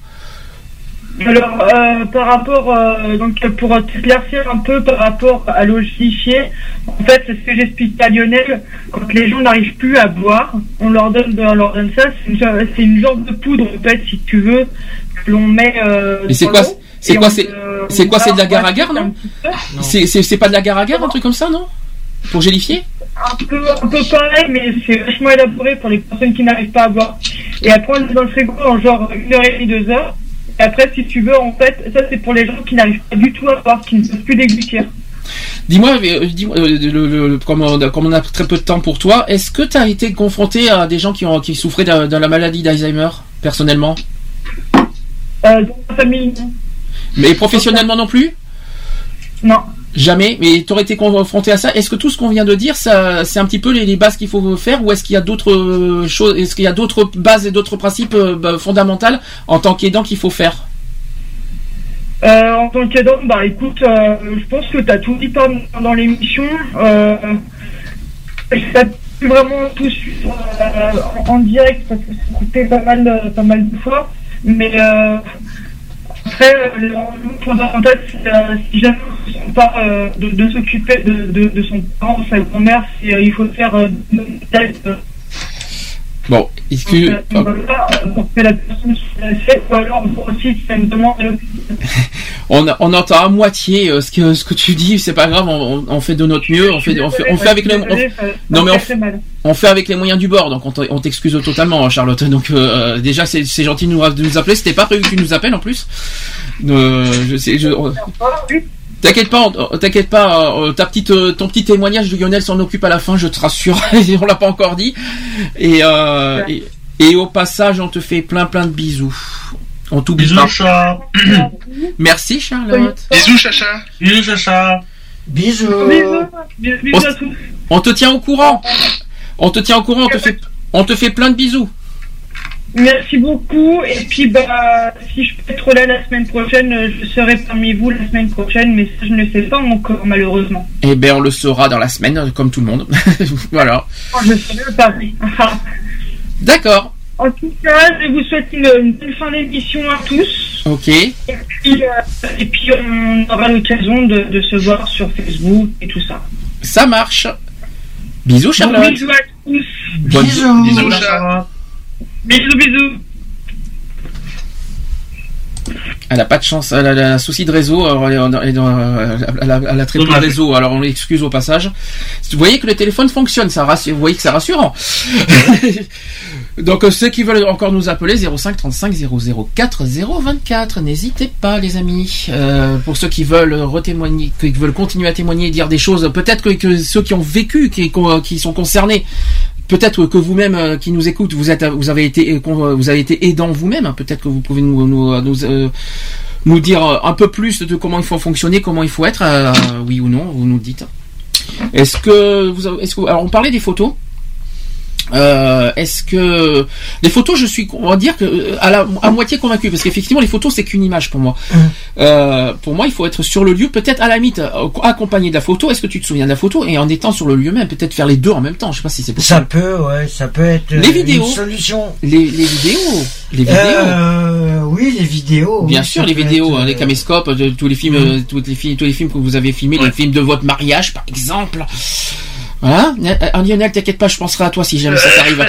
Alors, par rapport, donc pour t'éclaircir un peu par rapport à l'ogifier, en fait, c'est ce que j'expliquais à Lionel. Quand les gens n'arrivent plus à boire, on leur donne ça. C'est une genre de poudre, en fait, si tu veux, que l'on met.
Et c'est quoi? C'est de l'agar-agar, non? C'est pas de l'agar-agar, un truc comme ça, non? Pour gélifier?
Un peu pareil, mais c'est vachement élaboré pour les personnes qui n'arrivent pas à boire. Et après, on est dans le frigo en genre 1h30, 2 heures. Et après, si tu veux, en fait, ça c'est pour les gens qui n'arrivent pas du tout à boire, qui ne peuvent plus déglutir.
Dis-moi, comme on a très peu de temps pour toi, est-ce que tu as été confronté à des gens qui souffraient de la maladie d'Alzheimer, personnellement?
Dans ma famille, non.
Mais professionnellement non plus?
Non.
Jamais. Mais tu aurais été confronté à ça. Est-ce que tout ce qu'on vient de dire, ça, c'est un petit peu les bases qu'il faut faire, ou est-ce qu'il y a d'autres choses, est-ce qu'il y a d'autres bases et d'autres principes fondamentaux en tant qu'aidant qu'il faut faire?
En tant qu'aidant, écoute, je pense que tu as tout dit dans l'émission. Je n'ai pas pu vraiment tout suivre en direct parce que ça coûtait pas mal de fois, mais après, le fondamental, c'est si jamais on ne sent pas de s'occuper de son parent, sa grand-mère, il faut faire
Bon,
Pour que la personne soit fait, ou alors pour aussi faire une demande à l'hôpital.
On entend à moitié ce que tu dis, c'est pas grave, on fait de notre mieux, on fait avec les on fait avec les moyens du bord, donc on t'excuse totalement, Charlotte. Donc déjà c'est gentil de nous appeler, c'était pas prévu que tu nous appelles en plus. T'inquiète pas, ton petit témoignage de Lionel s'en occupe à la fin, je te rassure, on l'a pas encore dit. Et au passage, on te fait plein de bisous. On t'oublie pas.
Bisous, Chacha.
Merci, Charlotte.
Bisous, Chacha.
Bisous, Chacha.
Bisous.
Bisous à tous.
On te tient au courant. On te fait plein de bisous.
Merci beaucoup. Et puis, si je peux être là la semaine prochaine, je serai parmi vous la semaine prochaine, mais ça, je ne sais pas encore, malheureusement.
Eh ben, on le saura dans la semaine, comme tout le monde. Voilà.
Je serai Paris.
D'accord.
En tout cas, je vous souhaite une bonne fin d'émission à tous.
Ok.
Et puis on aura l'occasion de se voir sur Facebook et tout ça.
Ça marche. Bisous, Charlotte.
Bon, bisous à tous.
Bisous,
Charlotte.
Bisous.
Elle a pas de chance, elle a un souci de réseau, alors elle a très peu de réseau, alors on l'excuse au passage. Vous voyez que le téléphone fonctionne, vous voyez que c'est rassurant. Donc ceux qui veulent encore nous appeler, 05 35 004 024, n'hésitez pas les amis. Pour ceux qui veulent retémoigner, qui veulent continuer à témoigner et dire des choses, peut-être que ceux qui ont vécu, qui sont concernés, peut-être que vous-même qui nous écoute, vous avez été aidant vous-même. Peut-être que vous pouvez nous dire un peu plus de comment il faut fonctionner, comment il faut être, oui ou non. Vous nous dites. Alors on parlait des photos. Est-ce que les photos, on va dire que à moitié convaincu, parce qu'effectivement les photos c'est qu'une image pour moi. Pour moi il faut être sur le lieu, peut-être à la limite accompagné de la photo. Est-ce que tu te souviens de la photo et en étant sur le lieu même, peut-être faire les deux en même temps. Je sais pas si c'est possible.
Ça peut être
les vidéos,
une solution.
Les vidéos.
Oui, les vidéos.
Bien sûr, les vidéos, les caméscopes, tous les films, tous les films que vous avez filmés, les films de votre mariage par exemple. Voilà. Lionel, t'inquiète pas, je penserai à toi si jamais ça t'arrive.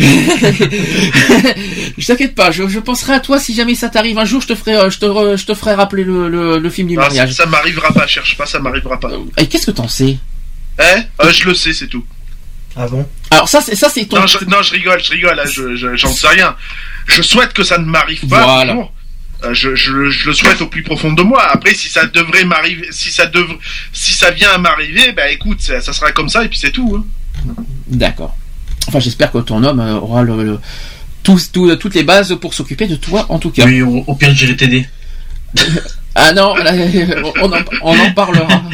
Je t'inquiète pas, je penserai à toi si jamais ça t'arrive. Un jour, je te ferai rappeler le film du mariage.
Ça m'arrivera pas, cherche pas, ça m'arrivera pas.
Et qu'est-ce que t'en sais?
Je le sais, c'est tout.
Ah bon?
Alors ça c'est ton...
Non, je rigole, là, j'en sais rien. Je souhaite que ça ne m'arrive pas.
Voilà.
Je le souhaite au plus profond de moi. Après, si ça devrait m'arriver, si ça vient à m'arriver, écoute, ça sera comme ça et puis c'est tout. Hein.
D'accord. Enfin, j'espère que ton homme aura toutes les bases pour s'occuper de toi, en tout cas.
Oui, au pire, j'irai t'aider.
Ah non, on en parlera.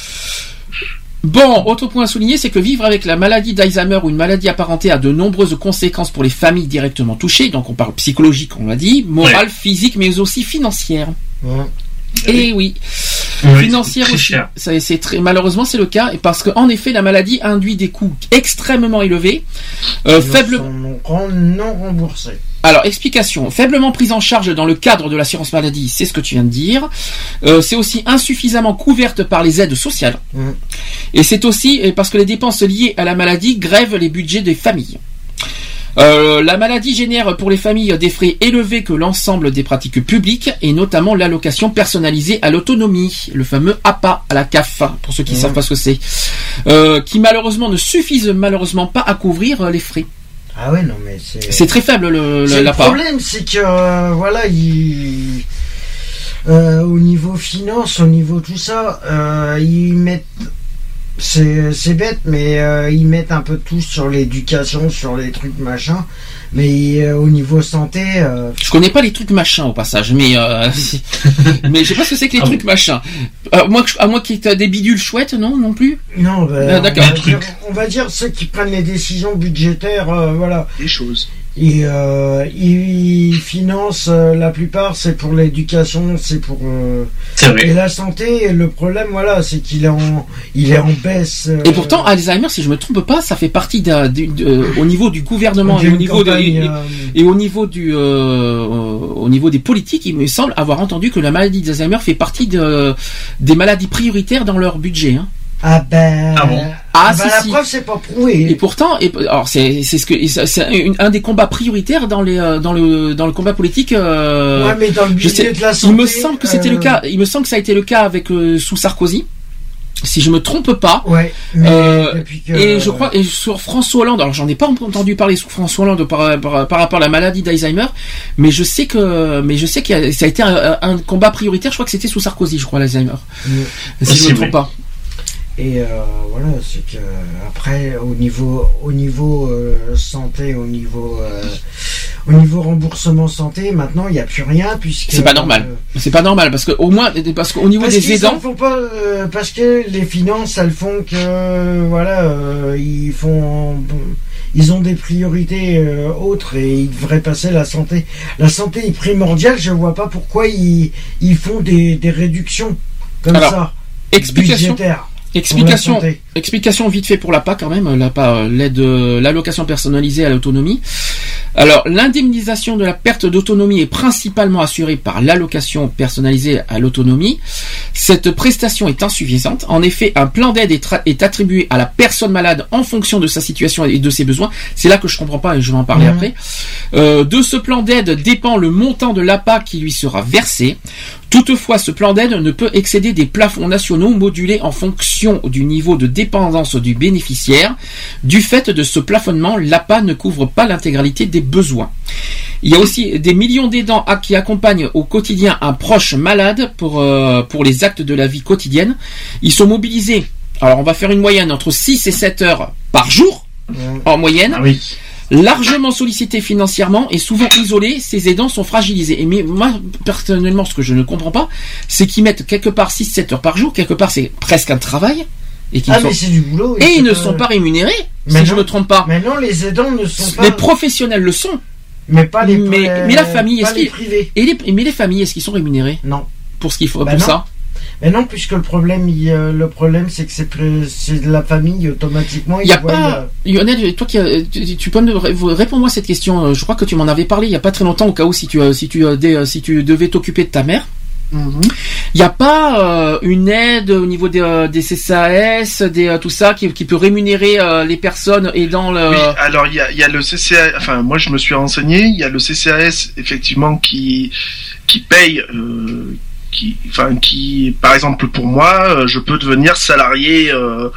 Bon, autre point à souligner, c'est que vivre avec la maladie d'Alzheimer ou une maladie apparentée a de nombreuses conséquences pour les familles directement touchées. Donc on parle psychologique, on l'a dit, morale, physique, mais aussi financière.
Ouais.
Et oui, financière aussi. Malheureusement, c'est le cas, et parce qu'en effet, la maladie induit des coûts extrêmement élevés,
non remboursés.
Alors, explication. Faiblement prise en charge dans le cadre de l'assurance maladie, c'est ce que tu viens de dire. C'est aussi insuffisamment couverte par les aides sociales. Et c'est aussi parce que les dépenses liées à la maladie grèvent les budgets des familles. La maladie génère pour les familles des frais élevés que l'ensemble des pratiques publiques, et notamment l'allocation personnalisée à l'autonomie, le fameux APA à la CAF, pour ceux qui ne savent pas ce que c'est, qui malheureusement ne suffisent pas à couvrir les frais.
Ah ouais, non mais
c'est très faible
le problème, c'est que voilà, au niveau finance, au niveau tout ça, ils mettent, c'est bête, mais ils mettent un peu tout sur l'éducation, sur les trucs machin, mais au niveau santé,
je connais pas les trucs machin au passage, mais mais je sais pas ce que c'est que les trucs machin. À moins qu'il y ait des bidules chouettes, non plus.
Non,
d'accord.
On va dire ceux qui prennent les décisions budgétaires, voilà.
Les choses.
Et ils financent, la plupart c'est pour l'éducation, c'est pour et la santé. Et le problème, voilà, c'est qu'il est en baisse.
Et pourtant, Alzheimer, si je me trompe pas, ça fait partie au niveau du gouvernement et au niveau au niveau des politiques. Il me semble avoir entendu que la maladie d'Alzheimer fait partie des maladies prioritaires dans leur budget. Hein.
Ah ben.
Ah bon?
Ah ben, la preuve, c'est pas prouvé.
Et pourtant, alors c'est un des combats prioritaires dans le combat politique.
Ouais, mais dans le budget de la santé.
Il me semble que c'était le cas. Il me semble que ça a été le cas avec sous Sarkozy. Si je me trompe pas.
Ouais.
Et je crois, et sur François Hollande, alors j'en ai pas entendu parler sur François Hollande par rapport à la maladie d'Alzheimer, mais je sais que ça a été un combat prioritaire. Je crois que c'était sous Sarkozy, je crois, l'Alzheimer. Si je me trompe pas.
Et voilà, c'est que après au niveau santé, au niveau remboursement santé, maintenant il n'y a plus rien puisque
c'est pas normal. C'est pas normal parce qu'au niveau des aidants,
font pas, parce que les finances elles font que voilà, ils ont des priorités autres et ils devraient passer la santé. La santé est primordiale. Je vois pas pourquoi ils font des réductions comme ça. Budgétaires.
Explication vite fait pour l'APA quand même, l'APA, l'allocation personnalisée à l'autonomie. Alors, l'indemnisation de la perte d'autonomie est principalement assurée par l'allocation personnalisée à l'autonomie. Cette prestation est insuffisante. En effet, un plan d'aide est attribué à la personne malade en fonction de sa situation et de ses besoins. C'est là que je comprends pas et je vais en parler après. De ce plan d'aide dépend le montant de l'APA qui lui sera versé. Toutefois, ce plan d'aide ne peut excéder des plafonds nationaux modulés en fonction du niveau de dépendance du bénéficiaire. Du fait de ce plafonnement, l'APA ne couvre pas l'intégralité des besoins. Il y a aussi des millions d'aidants qui accompagnent au quotidien un proche malade pour les actes de la vie quotidienne. Ils sont mobilisés, alors on va faire une moyenne entre 6 et 7 heures par jour, en moyenne.
Ah oui.
Largement sollicités financièrement et souvent isolés, ces aidants sont fragilisés. Mais moi, personnellement, ce que je ne comprends pas, c'est qu'ils mettent quelque part 6-7 heures par jour, quelque part c'est presque un travail.
Mais c'est du boulot.
Et ils ne sont pas rémunérés, si je ne me trompe pas.
Mais non, les aidants ne sont pas...
Les professionnels le sont.
Mais pas les
mais la famille,
est-ce privés.
Mais les familles, est-ce qu'ils sont rémunérés? Non. Pour ce qu'il faut, pour ça?
Mais non, puisque le problème c'est que c'est de la famille automatiquement.
Il y a pas. Lionel, toi tu peux me répondre-moi cette question. Je crois que tu m'en avais parlé il y a pas très longtemps au cas où si tu devais t'occuper de ta mère. Il n'y a pas une aide au niveau des CCAS, tout ça qui peut rémunérer les personnes aidant le.
Oui, alors il y a le CCAS. Enfin, moi je me suis renseigné. Il y a le CCAS effectivement qui paye. Qui, par exemple pour moi, je peux devenir salarié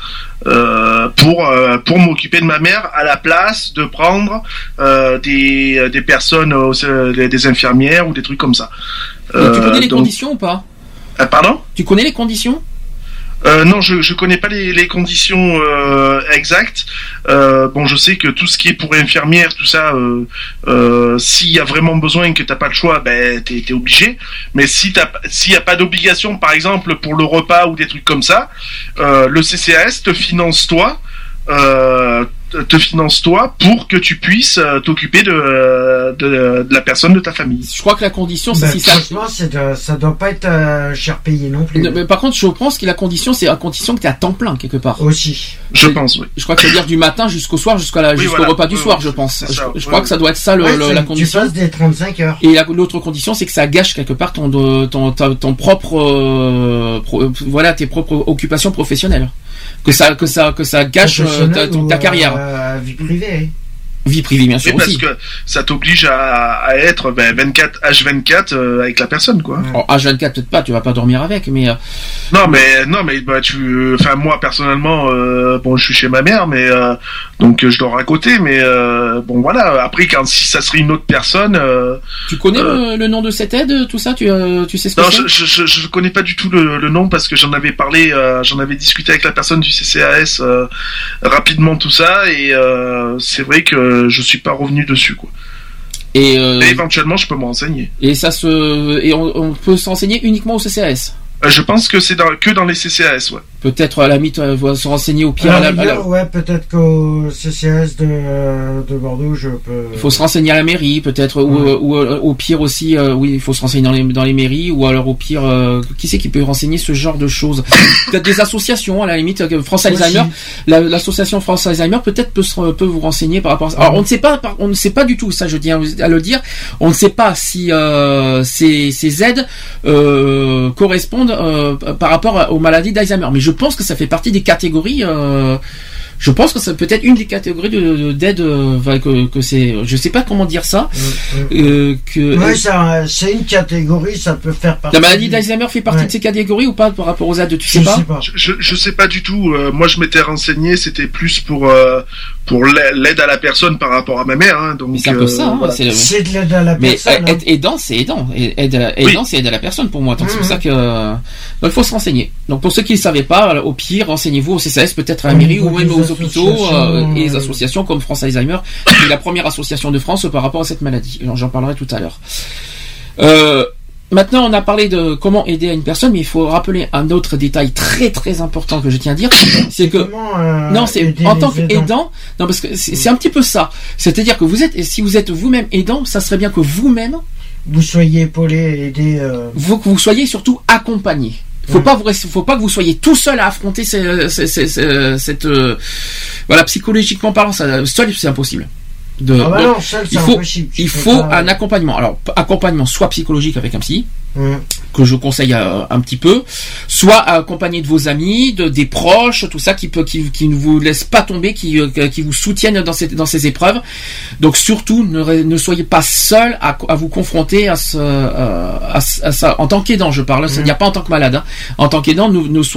pour m'occuper de ma mère à la place de prendre des personnes, des infirmières ou des trucs comme ça.
Tu connais les conditions ou pas?
Pardon? Tu
connais les conditions?
Non, je connais pas les conditions exactes. Bon, je sais que tout ce qui est pour infirmière, tout ça, s'il y a vraiment besoin et que t'as pas le choix, ben t'es obligé. Mais s'il y a pas d'obligation, par exemple pour le repas ou des trucs comme ça, le CCAS te finance toi. Pour que tu puisses t'occuper de la personne de ta famille.
Je crois que la condition c'est si ça.
Franchement, ça doit pas être cher payé non plus.
Mais par contre, je pense que la condition c'est à condition que tu es à temps plein quelque part.
Aussi.
Je pense, oui.
Je crois que ça veut dire du matin jusqu'au soir, jusqu'au repas du soir, je pense. Je crois que ça doit être ça la condition.
Tu passes des 35 heures.
Et l'autre condition, c'est que ça gâche quelque part ton propre tes propres occupations professionnelles. Que ça gâche ta carrière.
Vie privée.
Vie privée, bien sûr.
Parce que ça t'oblige à être 24 avec la personne, quoi.
Alors, H24 peut-être pas, tu vas pas dormir avec, mais.
Non, mais enfin moi personnellement, bon, je suis chez ma mère, mais donc je dors à côté, mais bon voilà. Après, si ça serait une autre personne.
Tu connais le nom de cette aide, tout ça, tu sais ce que c'est?
Non, je connais pas du tout le nom parce que j'en avais parlé, j'en avais discuté avec la personne du CCAS rapidement tout ça et c'est vrai que je suis pas revenu dessus, quoi. Et éventuellement je peux me renseigner.
Et on peut s'enseigner uniquement au CCAS.
Je pense que c'est que dans les CCAS, ouais.
Peut-être à la limite, se renseigner au pire.
Ouais, peut-être qu'au CCAS de Bordeaux, je peux.
Il faut se renseigner à la mairie, peut-être, ou au pire aussi, oui, il faut se renseigner dans les mairies, ou alors au pire, qui c'est qui peut renseigner ce genre de choses? Peut-être des associations, à la limite, France Alzheimer, l'association France Alzheimer, peut-être peut vous renseigner par rapport à ça. Alors, on ne sait pas du tout, ça, je tiens à le dire, on ne sait pas si ces aides correspondent par rapport aux maladies d'Alzheimer, mais je pense que ça fait partie des catégories. Je pense que ça peut être une des catégories d'aide que c'est. Je sais pas comment dire ça.
Oui, c'est une catégorie, ça peut faire partie.
La maladie d'Alzheimer fait partie de ces catégories ou pas par rapport aux aides, tu sais pas?
Je sais pas du tout. Moi, je m'étais renseigné, c'était plus pour l'aide à la personne par rapport à ma mère. Hein, donc
c'est un peu ça.
voilà.
C'est de l'aide à la personne.
Mais aidant, c'est aidant. Aidant, c'est aide à la personne pour moi. Donc c'est pour ça que donc il faut se renseigner. Donc pour ceux qui ne savaient pas, au pire, renseignez-vous au CCAS, peut-être à la mairie ou même aux hôpitaux et les associations comme France Alzheimer, qui est la première association de France par rapport à cette maladie. J'en parlerai tout à l'heure. Maintenant, on a parlé de comment aider à une personne, mais il faut rappeler un autre détail très très important que je tiens à dire, c'est que non, c'est en tant qu'aidant, non parce que c'est un petit peu ça. C'est-à-dire que si vous êtes vous-même aidant, ça serait bien que vous-même
vous soyez épaulé, aidé,
que vous soyez surtout accompagné. Faut pas que vous soyez tout seul à affronter cette voilà, psychologiquement parlant, ça seul c'est impossible.
Non, seul,
il faut un accompagnement. Alors accompagnement soit psychologique avec un psy que je conseille un petit peu, soit accompagné de vos amis, des proches, tout ça qui ne vous laisse pas tomber, qui vous soutiennent dans ces épreuves. Donc surtout ne soyez pas seul à vous confronter à ça en tant qu'aidant, je parle, c'est-à-dire pas en tant que malade, hein. En tant qu'aidant,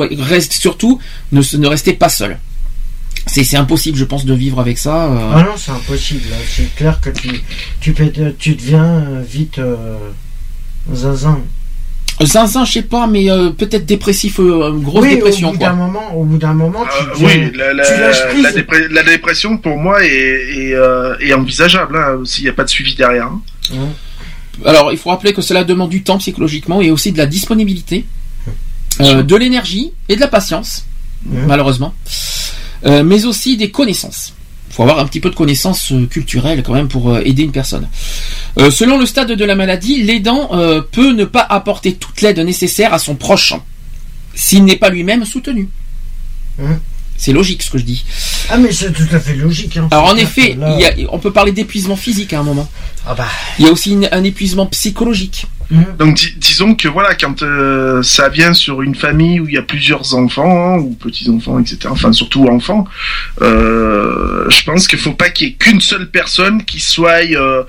ne restez pas seul. C'est impossible, je pense, de vivre avec ça.
Ah non, c'est impossible. C'est clair que tu deviens vite zinzin.
Zinzin, je sais pas, mais peut-être dépressif, grosse dépression.
Au bout d'un moment, tu lâches prise.
La dépression, pour moi, est envisageable, hein, s'il n'y a pas de suivi derrière. Hein.
Alors, il faut rappeler que cela demande du temps psychologiquement et aussi de la disponibilité, de l'énergie et de la patience, malheureusement. Mais aussi des connaissances. Il faut avoir un petit peu de connaissances culturelles quand même pour aider une personne. Selon le stade de la maladie, l'aidant peut ne pas apporter toute l'aide nécessaire à son proche s'il n'est pas lui-même soutenu. C'est logique ce que je dis.
Ah mais c'est tout à fait logique. Hein.
Alors en effet, on peut parler d'épuisement physique à un moment. Il y a aussi un épuisement psychologique.
Donc disons que voilà, quand ça vient sur une famille où il y a plusieurs enfants, hein, ou petits-enfants, etc., enfin surtout enfants, je pense qu'il faut pas qu'il y ait qu'une seule personne qui soit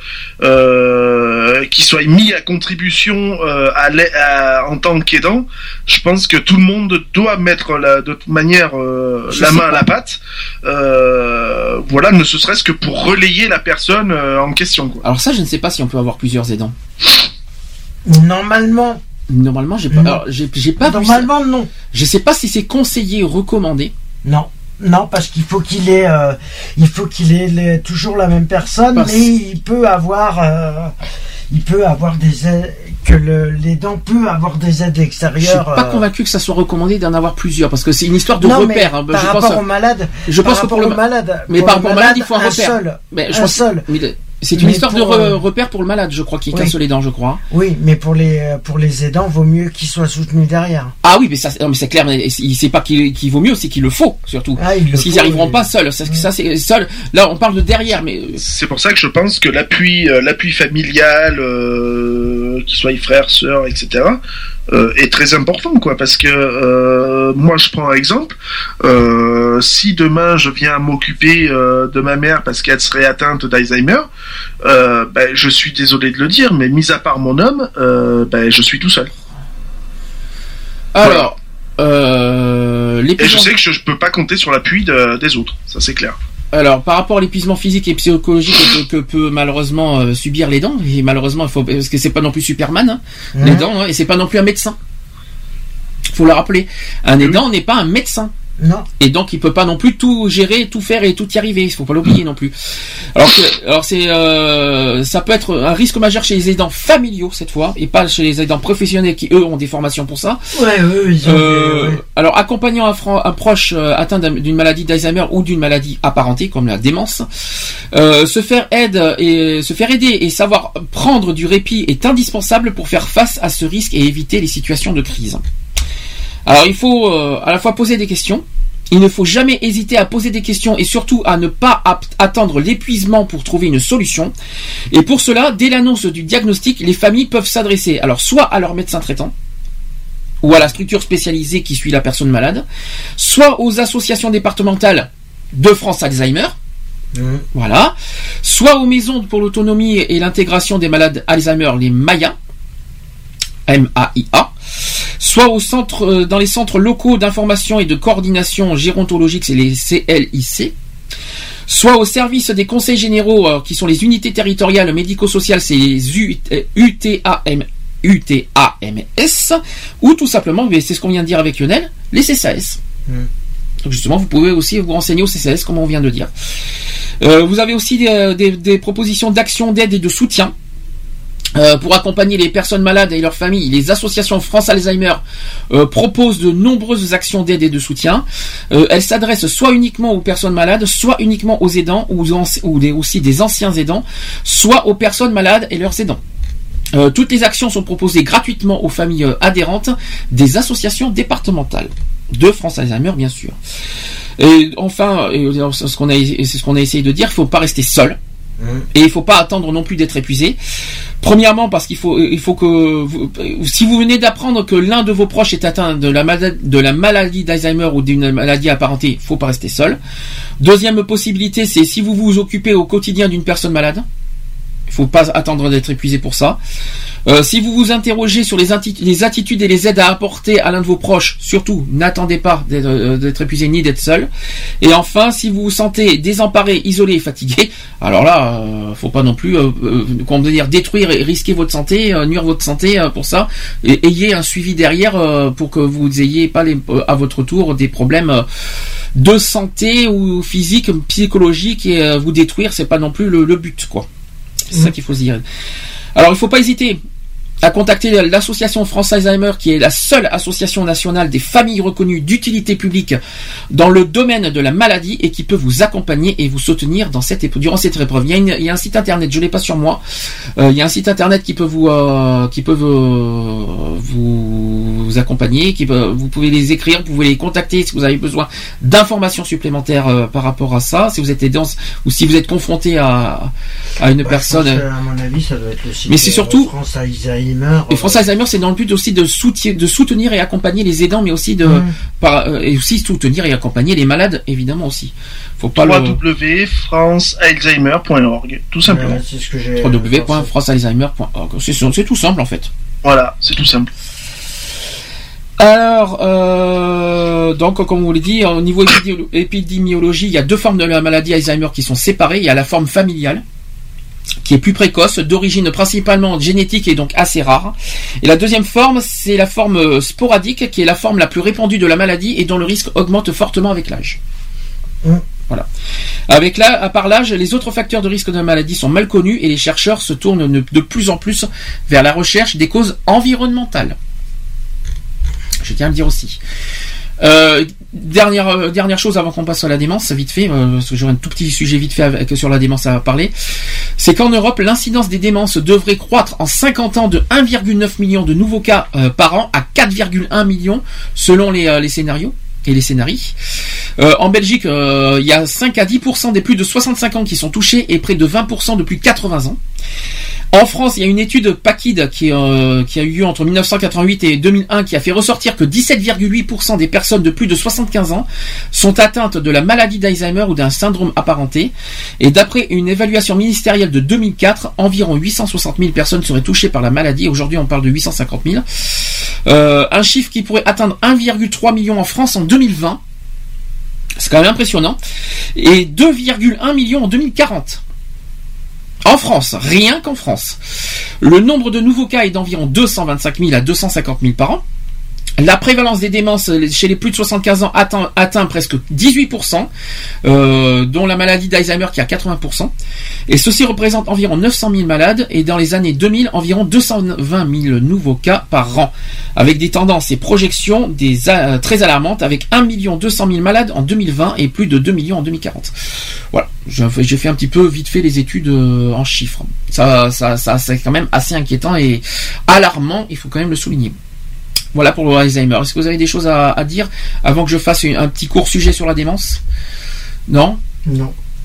mis à contribution en tant qu'aidant. Je pense que tout le monde doit mettre de toute manière la main à la pâte, voilà, ne serait-ce que pour relayer la personne en question, quoi.
Alors ça, je ne sais pas si on peut avoir plusieurs aidants.
Normalement,
j'ai pas. Alors, j'ai pas.
Normalement, non.
Je sais pas si c'est conseillé ou recommandé.
Non, parce qu'il faut qu'il ait, toujours la même personne, mais il peut avoir des aides, que l'aidant peut avoir des aides extérieures. Je
suis pas convaincu que ça soit recommandé d'en avoir plusieurs, parce que c'est une histoire de repère.
Hein. Par rapport au malade,
mais par rapport au malade, il faut un repère.
Un seul.
C'est une histoire de repère pour le malade, je crois, qui casse les dents, je crois.
Oui, mais pour les aidants, vaut mieux qu'ils soient soutenus derrière.
Ah oui, mais c'est clair, mais c'est pas qu'il vaut mieux, c'est qu'il le faut, surtout. Parce qu'ils n'y arriveront pas seuls. Ça, c'est seul. Là, on parle de derrière, mais.
C'est pour ça que je pense que l'appui familial, qu'il soit frères, sœurs, etc., est très important, quoi, parce que moi je prends un exemple, si demain je viens m'occuper de ma mère parce qu'elle serait atteinte d'Alzheimer, je suis désolé de le dire, mais mis à part mon homme, je suis tout seul.
Alors,
et je sais que je peux pas compter sur l'appui des autres, ça c'est clair.
Alors, par rapport à l'épuisement physique et psychologique que peut malheureusement subir l'aidant, et malheureusement, parce que c'est pas non plus Superman, hein, l'aidant, hein, et c'est pas non plus un médecin. Faut le rappeler. Un aidant n'est pas un médecin.
Non.
Et donc il peut pas non plus tout gérer, tout faire et tout y arriver. Il faut pas l'oublier non plus. Alors c'est ça peut être un risque majeur chez les aidants familiaux cette fois et pas chez les aidants professionnels qui eux ont des formations pour ça. Alors accompagnant un proche atteint d'une maladie d'Alzheimer ou d'une maladie apparentée comme la démence, se faire aider et savoir prendre du répit est indispensable pour faire face à ce risque et éviter les situations de crise. Alors il faut à la fois poser des questions, il ne faut jamais hésiter à poser des questions et surtout à ne pas attendre l'épuisement pour trouver une solution. Et pour cela, dès l'annonce du diagnostic, les familles peuvent s'adresser alors soit à leur médecin traitant, ou à la structure spécialisée qui suit la personne malade, soit aux associations départementales de France Alzheimer, voilà, soit aux maisons pour l'autonomie et l'intégration des malades Alzheimer, les MAIA, M-A-I-A, soit au centre, dans les centres locaux d'information et de coordination gérontologique, c'est les CLIC, soit au service des conseils généraux, qui sont les unités territoriales médico-sociales, c'est les UTAMS, ou tout simplement, mais c'est ce qu'on vient de dire avec Lionel, les CCAS. Donc justement, vous pouvez aussi vous renseigner au CCAS, comme on vient de dire. Vous avez aussi des propositions d'action, d'aide et de soutien pour accompagner les personnes malades et leurs familles. Les associations France Alzheimer proposent de nombreuses actions d'aide et de soutien. Elles s'adressent soit uniquement aux personnes malades, soit uniquement aux aidants, ou aussi des anciens aidants, soit aux personnes malades et leurs aidants. Toutes les actions sont proposées gratuitement aux familles adhérentes des associations départementales de France Alzheimer, bien sûr. Et enfin, c'est ce qu'on a essayé de dire, il ne faut pas rester seul. Et il ne faut pas attendre non plus d'être épuisé. Premièrement, parce qu'il faut que si vous venez d'apprendre que l'un de vos proches est atteint de la maladie d'Alzheimer ou d'une maladie apparentée, il ne faut pas rester seul. Deuxième possibilité, c'est si vous vous occupez au quotidien d'une personne malade. Il ne faut pas attendre d'être épuisé pour ça. Si vous vous interrogez sur les attitudes et les aides à apporter à l'un de vos proches, surtout, n'attendez pas d'être épuisé ni d'être seul. Et enfin, si vous vous sentez désemparé, isolé et fatigué, alors là, faut pas non plus détruire et risquer votre santé, nuire votre santé pour ça. Et ayez un suivi derrière pour que vous ayez pas à votre tour des problèmes de santé ou physique, psychologique et vous détruire, c'est pas non plus le but, quoi. C'est ça qu'il faut se dire. Alors, il ne faut pas hésiter à contacter l'association France Alzheimer, qui est la seule association nationale des familles reconnues d'utilité publique dans le domaine de la maladie et qui peut vous accompagner et vous soutenir durant cette épreuve. Il y a un site internet, je l'ai pas sur moi. Il y a un site internet qui peut vous accompagner, vous pouvez les écrire, vous pouvez les contacter si vous avez besoin d'informations supplémentaires par rapport à ça, si vous êtes aidant ou si vous êtes confronté à une personne.
Je pense que, à mon avis, ça doit être le site.
Mais c'est surtout
France Alzheimer.
Et France Alzheimer, c'est dans le but aussi de soutenir et accompagner les aidants, mais aussi et aussi soutenir et accompagner les malades, évidemment aussi. Faut pas
www.francealzheimer.org, tout simplement.
C'est ce que j'ai.
www.francealzheimer.org. C'est tout simple en fait.
Voilà, c'est tout simple.
Alors, donc, comme on vous l'a dit, au niveau épidémiologie, il y a deux formes de la maladie Alzheimer qui sont séparées. Il y a la forme familiale, qui est plus précoce, d'origine principalement génétique et donc assez rare. Et la deuxième forme, c'est la forme sporadique, qui est la forme la plus répandue de la maladie et dont le risque augmente fortement avec l'âge. Voilà. À part l'âge, les autres facteurs de risque de la maladie sont mal connus et les chercheurs se tournent de plus en plus vers la recherche des causes environnementales. Je tiens à le dire aussi. Dernière chose avant qu'on passe à la démence, vite fait, parce que j'aurai un tout petit sujet vite fait sur la démence à parler, c'est qu'en Europe, l'incidence des démences devrait croître en 50 ans de 1,9 million de nouveaux cas par an à 4,1 millions selon les scénarios et les scénarii. En Belgique, il y a 5 à 10% des plus de 65 ans qui sont touchés et près de 20% de plus de 80 ans. En France, il y a une étude PACID qui a eu lieu entre 1988 et 2001 qui a fait ressortir que 17,8% des personnes de plus de 75 ans sont atteintes de la maladie d'Alzheimer ou d'un syndrome apparenté. Et d'après une évaluation ministérielle de 2004, environ 860 000 personnes seraient touchées par la maladie. Aujourd'hui, on parle de 850 000. Un chiffre qui pourrait atteindre 1,3 million en France en 2020. C'est quand même impressionnant. Et 2,1 millions en 2040. En France, rien qu'en France. Le nombre de nouveaux cas est d'environ 225 000 à 250 000 par an. La prévalence des démences chez les plus de 75 ans atteint presque 18%, dont la maladie d'Alzheimer qui est à 80%. Et ceci représente environ 900 000 malades et dans les années 2000, environ 220 000 nouveaux cas par an. Avec des tendances et projections très alarmantes avec 1 200 000 malades en 2020 et plus de 2 millions en 2040. Voilà, j'ai fait un petit peu vite fait les études en chiffres. Ça c'est quand même assez inquiétant et alarmant, il faut quand même le souligner. Voilà pour le Alzheimer. Est-ce que vous avez des choses à dire avant que je fasse un petit court sujet sur la démence? Non.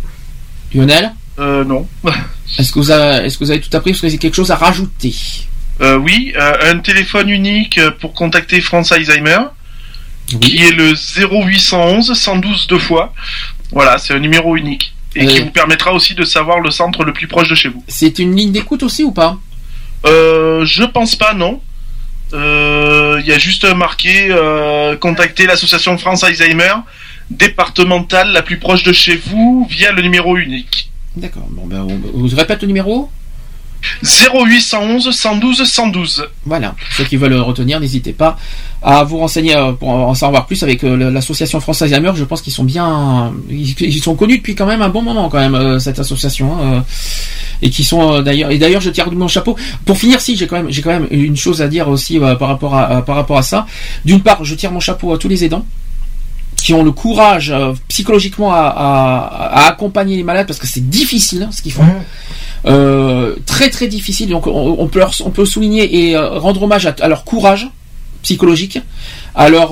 Lionel?
Non.
Est-ce que vous avez tout appris? Est-ce que vous avez quelque chose à rajouter?
Oui, un téléphone unique pour contacter France Alzheimer, qui est le 0811 112 2 fois. Voilà, c'est un numéro unique. Et qui vous permettra aussi de savoir le centre le plus proche de chez vous.
C'est une ligne d'écoute aussi ou pas ?
Je pense pas, non. Il y a juste marqué contacter l'association France Alzheimer départementale la plus proche de chez vous via le numéro unique.
D'accord. Bon, ben, vous répète le numéro ?
0811 112 112.
Voilà, ceux qui veulent retenir, n'hésitez pas à vous renseigner pour en savoir plus avec l'association France Alzheimer. Je pense qu'ils sont ils sont connus depuis quand même un bon moment quand même, cette association, et qui sont d'ailleurs je tire mon chapeau. Pour finir, si j'ai quand même une chose à dire aussi par rapport à ça. D'une part, je tire mon chapeau à tous les aidants qui ont le courage psychologiquement à accompagner les malades, parce que c'est difficile ce qu'ils font. Très très difficile, donc on peut souligner et rendre hommage à leur courage psychologique, à leur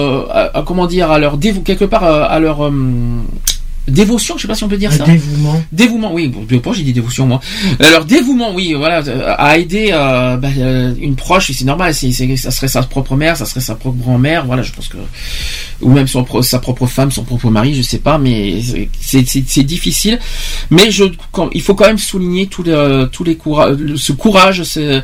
quelque part à leur dévotion, je sais pas si on peut dire ça. Dévouement, oui. Bon, j'ai dit dévotion moi. Alors dévouement, oui, voilà, à aider une proche, c'est normal. Ça serait sa propre mère, ça serait sa propre grand-mère, voilà. Je pense que, ou même sa propre femme, son propre mari, je sais pas, mais c'est difficile. Mais il faut quand même souligner tous les ce courage.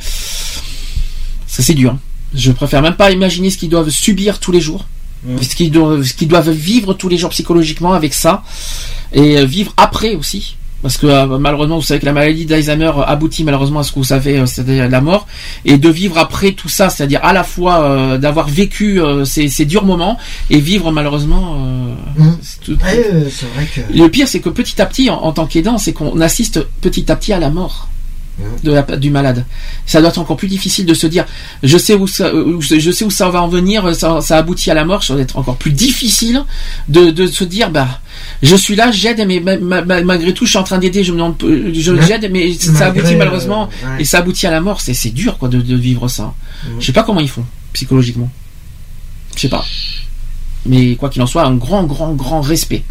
C'est dur. Je préfère même pas imaginer ce qu'ils doivent subir tous les jours. Ce qu'ils doivent vivre tous les jours psychologiquement avec ça, et vivre après aussi, parce que malheureusement vous savez que la maladie d'Alzheimer aboutit malheureusement à ce que vous savez, c'est-à-dire la mort, et de vivre après tout ça, c'est-à-dire à la fois d'avoir vécu ces durs moments et vivre malheureusement c'est
vrai que
le pire, c'est que petit à petit en tant qu'aidant, c'est qu'on assiste petit à petit à la mort du malade. Ça doit être encore plus difficile de se dire je sais où ça va en venir, ça aboutit à la mort. Ça doit être encore plus difficile de se dire je suis là, j'aide, mais malgré tout je suis en train d'aider, j'aide, mais ça aboutit malheureusement et ça aboutit à la mort. C'est dur quoi de vivre ça. Je sais pas comment ils font psychologiquement, je sais pas, mais quoi qu'il en soit, un grand respect,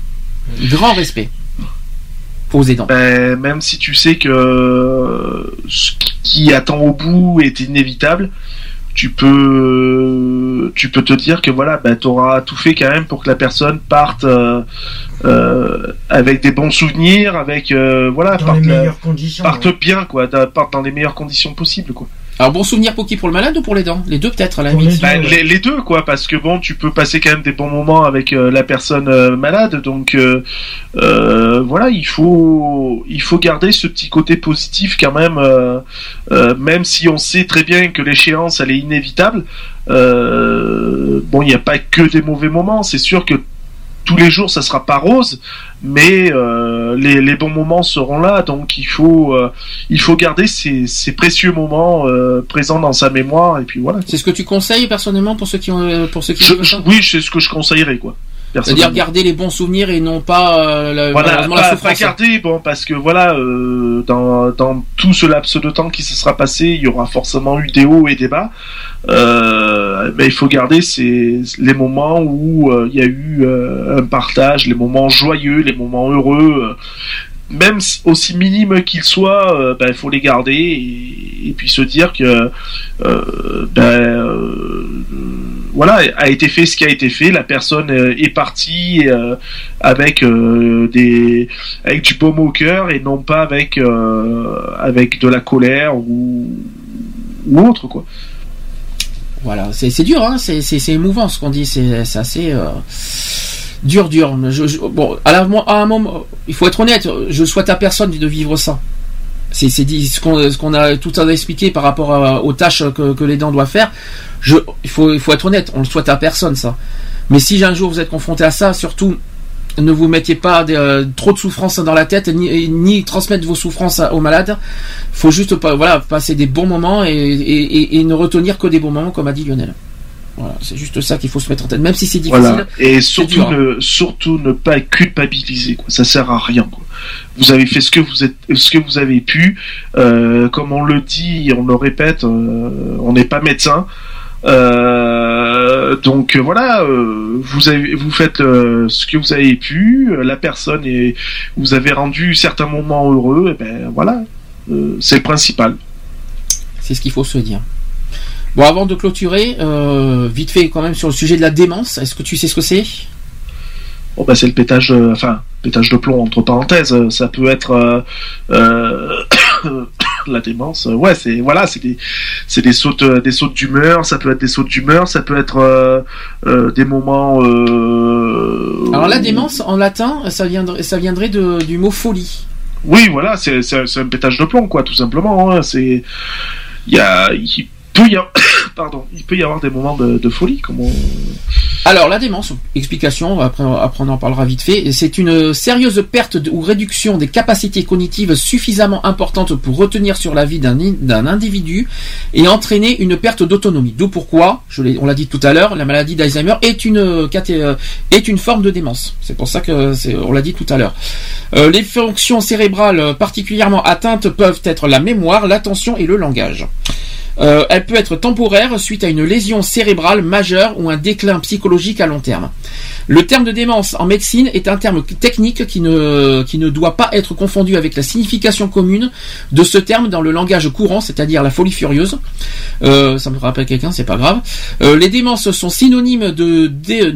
aux aidants.
Même si tu sais que ce qui attend au bout est inévitable, tu peux te dire que voilà, t'auras tout fait quand même pour que la personne parte avec des bons souvenirs, avec parte bien quoi, parte dans les meilleures conditions possibles quoi.
Alors bon souvenir pour qui? Pour le malade ou pour les dents? Les deux peut-être à la limite.
Les deux quoi, parce que bon, tu peux passer quand même des bons moments avec la personne malade, donc voilà, il faut garder ce petit côté positif quand même, même si on sait très bien que l'échéance elle est inévitable. Bon, il n'y a pas que des mauvais moments, c'est sûr que tous les jours ça sera pas rose, mais les bons moments seront là, donc il faut garder ces précieux moments présents dans sa mémoire, et puis voilà.
C'est ce que tu conseilles personnellement pour ceux qui
oui, c'est ce que je conseillerais quoi.
C'est-à-dire garder les bons souvenirs et non pas la souffrance.
Pas garder, bon, parce que voilà, dans tout ce laps de temps qui se sera passé, il y aura forcément eu des hauts et des bas. Mais il faut garder les moments où il y a eu un partage, les moments joyeux, les moments heureux. Même aussi minimes qu'ils soient, il faut les garder et puis se dire que voilà, a été fait ce qui a été fait, la personne est partie avec du baume au cœur et non pas avec de la colère ou autre quoi.
Voilà, c'est dur, hein, c'est émouvant ce qu'on dit, c'est assez dur. Bon, à un moment, il faut être honnête, je souhaite à personne de vivre ça. C'est ce qu'on a tout à expliqué par rapport aux tâches que les dents doivent faire. Il faut être honnête, on le souhaite à personne ça. Mais si un jour vous êtes confronté à ça, surtout ne vous mettiez pas trop de souffrance dans la tête, ni transmettre vos souffrances aux malades. Faut juste passer des bons moments et ne retenir que des bons moments, comme a dit Lionel. Voilà, c'est juste ça qu'il faut se mettre en tête, même si c'est difficile.
Voilà. Et surtout ne pas culpabiliser, quoi. Ça sert à rien, quoi. Vous avez fait ce que vous avez pu. Comme on le dit, on le répète, on n'est pas médecin. Donc voilà, vous faites ce que vous avez pu. La personne vous avez rendu certains moments heureux. Et ben voilà, c'est le principal.
C'est ce qu'il faut se dire. Bon, avant de clôturer, vite fait quand même sur le sujet de la démence, est-ce que tu sais ce que c'est ?
Oh bah c'est le pétage de plomb entre parenthèses. Ça peut être la démence. Ouais, c'est des sautes d'humeur. Ça peut être des sautes d'humeur. Ça peut être des moments.
Alors la démence en latin, ça viendrait du mot folie.
Oui, voilà, c'est un pétage de plomb, quoi, tout simplement. Hein. Il peut y avoir des moments de folie, comme on...
Alors la démence, explication, après on en parlera vite fait, c'est une sérieuse perte ou réduction des capacités cognitives suffisamment importantes pour retenir sur la vie d'un individu et entraîner une perte d'autonomie. D'où pourquoi, on l'a dit tout à l'heure, la maladie d'Alzheimer est une forme de démence. C'est pour ça on l'a dit tout à l'heure. Les fonctions cérébrales particulièrement atteintes peuvent être la mémoire, l'attention et le langage. Elle peut être temporaire suite à une lésion cérébrale majeure ou un déclin psychologique à long terme. Le terme de démence en médecine est un terme technique qui ne doit pas être confondu avec la signification commune de ce terme dans le langage courant, c'est-à-dire la folie furieuse. Ça me rappelle quelqu'un, c'est pas grave. Les démences sont synonymes de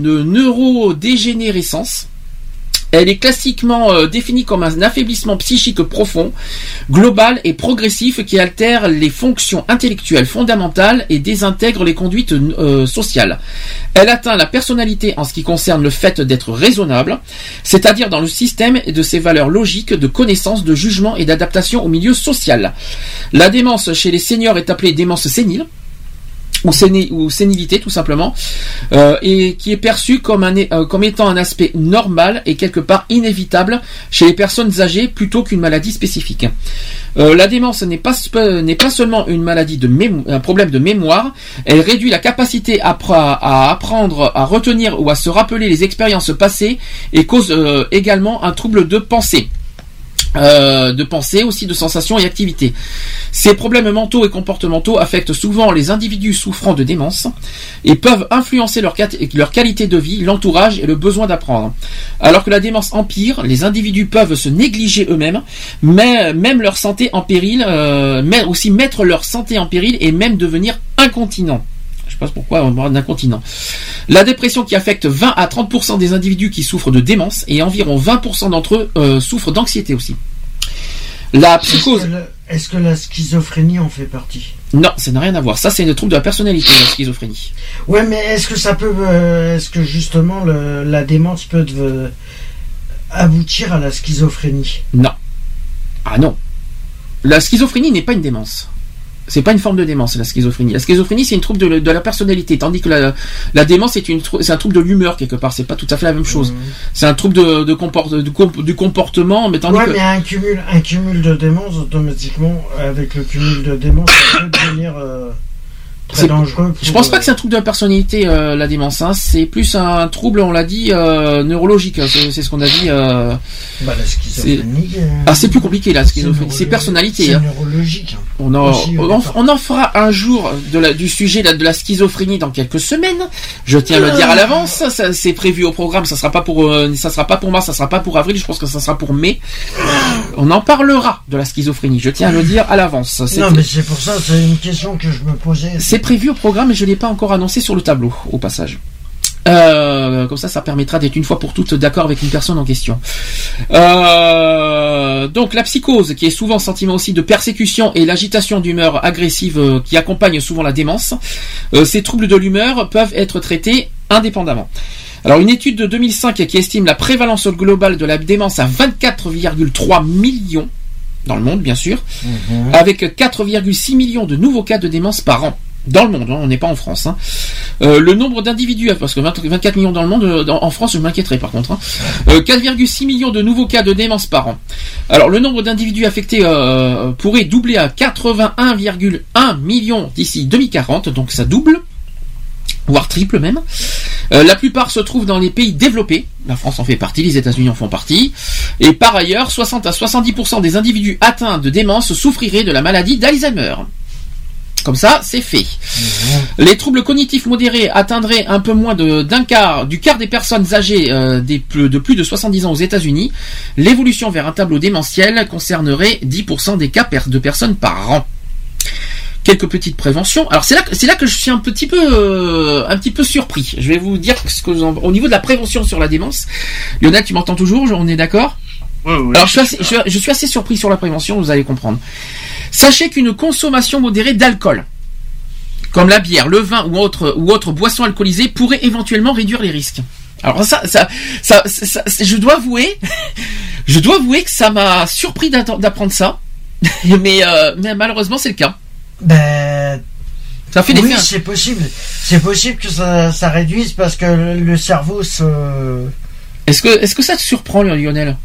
neurodégénérescence. Elle est classiquement définie comme un affaiblissement psychique profond, global et progressif qui altère les fonctions intellectuelles fondamentales et désintègre les conduites sociales. Elle atteint la personnalité en ce qui concerne le fait d'être raisonnable, c'est-à-dire dans le système de ses valeurs logiques, de connaissance, de jugement et d'adaptation au milieu social. La démence chez les seniors est appelée démence sénile, ou sénilité tout simplement, et qui est perçue comme étant un aspect normal et quelque part inévitable chez les personnes âgées plutôt qu'une maladie spécifique. La démence n'est pas seulement une maladie un problème de mémoire, elle réduit la capacité à apprendre, à retenir ou à se rappeler les expériences passées et cause également un trouble de pensée. Aussi de sensations et activités. Ces problèmes mentaux et comportementaux affectent souvent les individus souffrant de démence et peuvent influencer leur qualité de vie, l'entourage et le besoin d'apprendre. Alors que la démence empire, les individus peuvent se négliger eux-mêmes, mais même leur santé en péril, mais aussi mettre leur santé en péril et même devenir incontinents. Je sais pas pourquoi on parle d'incontinent. La dépression qui affecte 20 à 30% des individus qui souffrent de démence et environ 20% d'entre eux souffrent d'anxiété aussi. La psychose.
Est-ce que la schizophrénie en fait partie ?
Non, ça n'a rien à voir. Ça, c'est le trouble de la personnalité, la schizophrénie.
Ouais, mais est-ce que justement la démence peut aboutir à la schizophrénie ?
Non. Ah non. La schizophrénie n'est pas une démence. C'est pas une forme de démence, la schizophrénie. La schizophrénie, c'est une trouble de la personnalité, tandis que la démence, c'est un trouble de l'humeur quelque part. C'est pas tout à fait la même chose. C'est un trouble du comportement, mais tandis
mais un cumul de démence automatiquement, avec le cumul de démence, ça peut devenir très dangereux.
Je pense pas que c'est un trouble de la personnalité, la démence. Hein. C'est plus un trouble, on l'a dit, neurologique. C'est ce qu'on a dit.
La schizophrénie.
C'est plus compliqué la schizophrénie. C'est personnalité.
C'est neurologique.
On en fera un jour du sujet de la schizophrénie dans quelques semaines. Je tiens à le dire à l'avance. C'est prévu au programme. Ça sera pas pour mars, ça sera pas pour avril. Je pense que ça sera pour mai. On en parlera de la schizophrénie. Je tiens à le dire à l'avance.
Non, mais c'est pour ça. C'est une question que je me posais.
C'est prévu au programme, mais je l'ai pas encore annoncé sur le tableau au passage. Comme ça permettra d'être une fois pour toutes d'accord avec une personne en question. Donc la psychose, qui est souvent sentiment aussi de persécution, et l'agitation d'humeur agressive qui accompagne souvent la démence. Ces troubles de l'humeur peuvent être traités indépendamment. Alors une étude de 2005 qui estime la prévalence globale de la démence à 24,3 millions dans le monde, bien sûr, avec 4,6 millions de nouveaux cas de démence par an. Dans le monde, on n'est pas en France. Le nombre d'individus, parce que 24 millions dans le monde, en France, je m'inquiéterais par contre. 4,6 millions de nouveaux cas de démence par an. Alors, le nombre d'individus affectés pourrait doubler à 81,1 millions d'ici 2040, donc ça double, voire triple même. La plupart se trouvent dans les pays développés. La France en fait partie, les États-Unis en font partie. Et par ailleurs, 60 à 70% des individus atteints de démence souffriraient de la maladie d'Alzheimer. Comme ça, c'est fait. Les troubles cognitifs modérés atteindraient un peu moins du quart des personnes âgées de plus de 70 ans aux États-Unis. L'évolution vers un tableau démentiel concernerait 10% des cas de personnes par an. quelques petites préventions. Alors c'est là que je suis un petit peu surpris. Je vais vous dire au niveau de la prévention sur la démence. Lionel, tu m'entends toujours? On est d'accord?
Oui.
Alors je suis assez surpris sur la prévention, vous allez comprendre. Sachez qu'une consommation modérée d'alcool, comme la bière, le vin ou autre boisson alcoolisée, pourrait éventuellement réduire les risques. Alors ça, je dois avouer que ça m'a surpris d'apprendre ça, mais malheureusement c'est le cas.
Ça fait des c'est possible. C'est possible que ça réduise parce que le cerveau se.
Est-ce que ça te surprend, Lionel?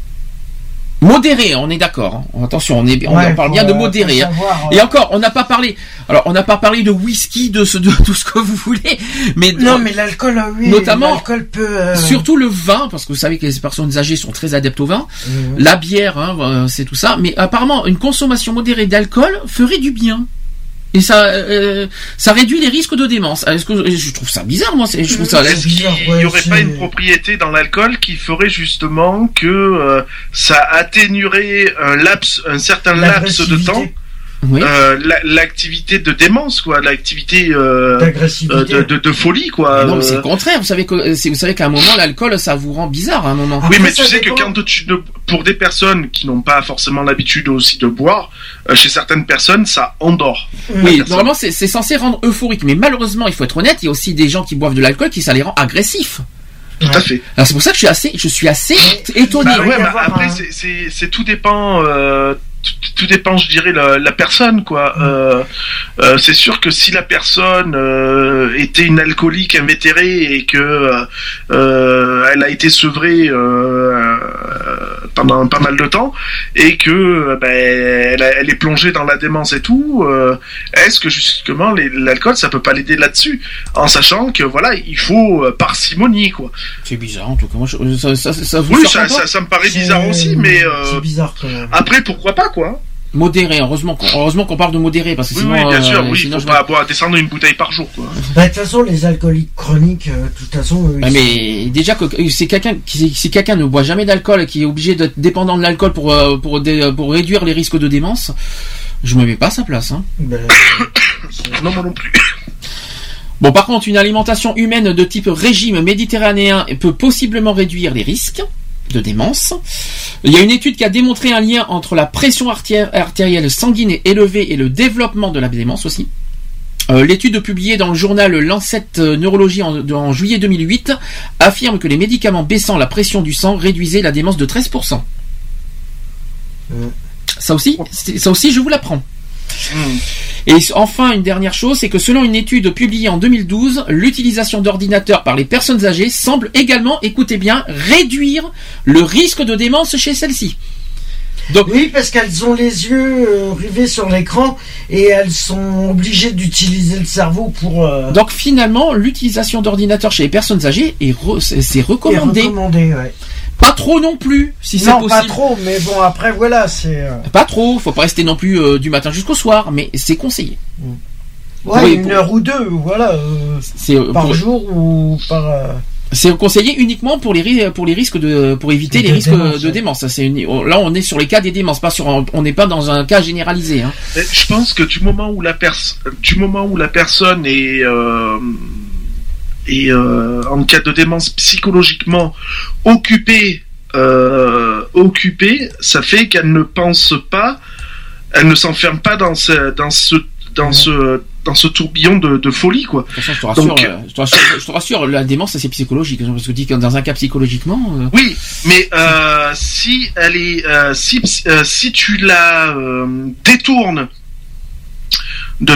Modéré, on est d'accord. Hein. Attention, on parle bien de modéré. Savoir, Et encore, on n'a pas parlé de whisky, de tout ce que vous voulez, mais
mais l'alcool, oui,
notamment,
l'alcool peut.
Surtout le vin, parce que vous savez que les personnes âgées sont très adeptes au vin. La bière, c'est tout ça. Mais apparemment, une consommation modérée d'alcool ferait du bien. Et ça réduit les risques de démence. Est-ce que je trouve ça bizarre, moi? Je trouve ça.
Est-ce qu'il n'y aurait pas une propriété dans l'alcool qui ferait justement que ça atténuerait un certain laps de temps? Oui. L'activité de démence, quoi, l'activité de folie, quoi.
Non, mais c'est le contraire. Vous savez qu'à un moment l'alcool ça vous rend bizarre à un moment.
Oui, mais tu sais que pour des personnes qui n'ont pas forcément l'habitude aussi de boire, chez certaines personnes ça endort.
Oui, normalement c'est censé rendre euphorique, mais malheureusement il faut être honnête, il y a aussi des gens qui boivent de l'alcool qui ça les rend agressifs.
Tout à fait.
Alors c'est pour ça que je suis assez étonné.
Après c'est tout dépend. Tout dépend, je dirais, la personne, quoi. C'est sûr que si la personne était une alcoolique invétérée et que elle a été sevrée pendant pas mal de temps et que elle est plongée dans la démence et tout, est-ce que justement l'alcool ça peut pas l'aider là-dessus, en sachant que voilà, il faut parcimonie, quoi.
C'est bizarre en tout cas. Moi, ça vous
oui, ça me paraît bizarre aussi, mais
c'est bizarre quand même.
Après pourquoi pas, quoi.
Modéré, heureusement qu'on parle de modéré, parce que sinon,
oui, bien sûr, oui, sinon, faut pas boire, descendre une bouteille par jour, quoi.
De toute façon, les alcooliques chroniques, de toute façon.
Mais déjà que si quelqu'un ne boit jamais d'alcool, qui est obligé d'être dépendant de l'alcool pour réduire les risques de démence, je me mets pas à sa place, hein.
Non, moi non plus.
Bon, par contre, une alimentation humaine de type régime méditerranéen peut possiblement réduire les risques de démence. Il y a une étude qui a démontré un lien entre la pression artérielle sanguine élevée et le développement de la démence aussi. L'étude publiée dans le journal Lancet Neurologie en juillet 2008 affirme que les médicaments baissant la pression du sang réduisaient la démence de 13%. Ça aussi, je vous l'apprends. Et enfin, une dernière chose, c'est que selon une étude publiée en 2012, l'utilisation d'ordinateurs par les personnes âgées semble également, écoutez bien, réduire le risque de démence chez celles-ci.
Donc, oui, parce qu'elles ont les yeux rivés sur l'écran et elles sont obligées d'utiliser le cerveau pour...
Donc finalement, l'utilisation d'ordinateurs chez les personnes âgées c'est recommandé.
Ouais.
Pas trop non plus, si c'est possible.
Non, pas trop, mais bon, après, voilà, c'est...
Pas trop, faut pas rester non plus du matin jusqu'au soir, mais c'est conseillé.
Ouais, oui, une heure ou deux, voilà, par jour ou par...
C'est conseillé uniquement pour les risques pour éviter les risques de démence. Là, on est sur les cas des démences, on n'est pas dans un cas généralisé, hein.
Je pense que du moment où la personne est en cas de démence psychologiquement occupée, ça fait qu'elle ne pense pas, elle ne s'enferme pas dans ce tourbillon de folie, quoi.
De toute façon, je te rassure, la démence c'est psychologique, parce que dis que dans un cas psychologiquement.
Oui, mais si elle est, si tu la détournes de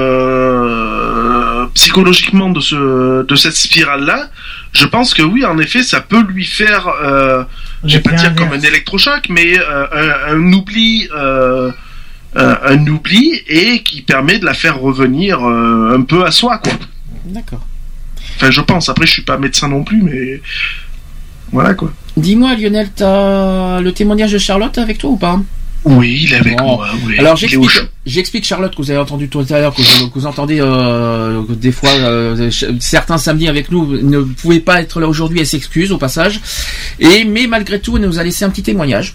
psychologiquement de cette spirale-là, je pense que oui, en effet, ça peut lui faire, je vais pas dire comme un électrochoc, mais un oubli et qui permet de la faire revenir un peu à soi, quoi.
D'accord.
Enfin, je pense. Après, je suis pas médecin non plus, mais voilà, quoi.
Dis-moi, Lionel, t'as le témoignage de Charlotte avec toi ou pas?
Oui, il est avec moi. Oui.
Alors j'explique Charlotte, que vous avez entendu tout à l'heure, que vous entendez des fois certains samedis avec nous ne pouvaient pas être là aujourd'hui, elle s'excuse au passage. Mais malgré tout, elle nous a laissé un petit témoignage.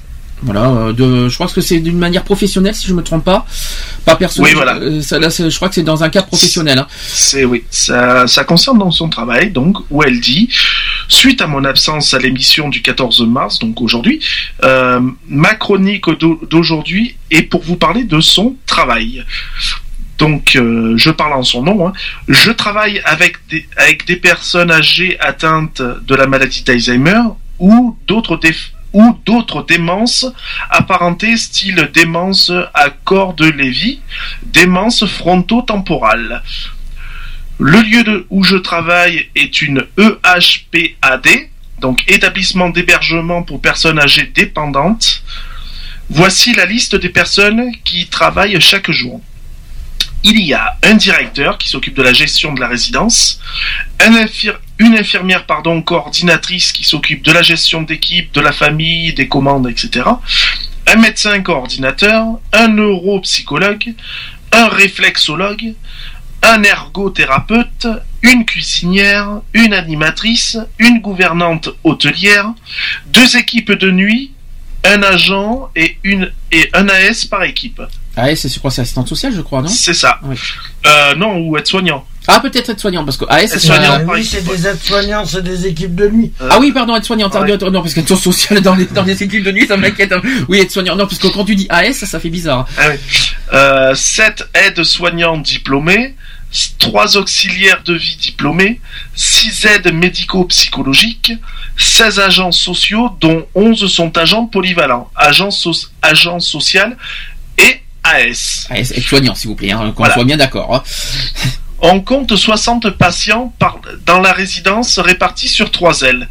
Voilà, je crois que c'est d'une manière professionnelle, si je me trompe pas personnel.
Oui, voilà.
Je crois que c'est dans un cadre professionnel. Hein.
Ça concerne dans son travail, donc, où elle dit, suite à mon absence à l'émission du 14 mars, donc aujourd'hui, ma chronique d'aujourd'hui est pour vous parler de son travail. Donc, je parle en son nom. Hein. Je travaille avec des personnes âgées atteintes de la maladie d'Alzheimer ou d'autres démences apparentées, style démence à corps de Lévy, démence frontotemporale. Le lieu où je travaille est une EHPAD, donc établissement d'hébergement pour personnes âgées dépendantes. Voici la liste des personnes qui y travaillent chaque jour. Il y a un directeur qui s'occupe de la gestion de la résidence, une infirmière coordinatrice qui s'occupe de la gestion d'équipe, de la famille, des commandes, etc. Un médecin coordinateur, un neuropsychologue, un réflexologue, un ergothérapeute, une cuisinière, une animatrice, une gouvernante hôtelière, 2 équipes de nuit, un agent et un AS par équipe.
AS, c'est quoi, c'est assistante sociale, je crois, non?
C'est ça.
Oui.
Non, ou aide-soignant.
Ah, peut-être aide-soignant, parce que AS, c'est
oui, c'est des aides-soignants, c'est des équipes de nuit.
Ah oui, pardon, aide-soignant, non, parce qu'aide sociale dans les équipes de nuit, ça m'inquiète. Oui, aide-soignant, non, parce que quand tu dis AS, ça fait bizarre.
Ah oui. 7 aides-soignants diplômés, 3 auxiliaires de vie diplômés, 6 aides médico-psychologiques, 16 agents sociaux, dont 11 sont agents polyvalents, agents social et AS.
AS, aide-soignant, s'il vous plaît, hein, qu'on soit bien d'accord. Hein.
On compte 60 patients dans la résidence répartis sur 3 ailes.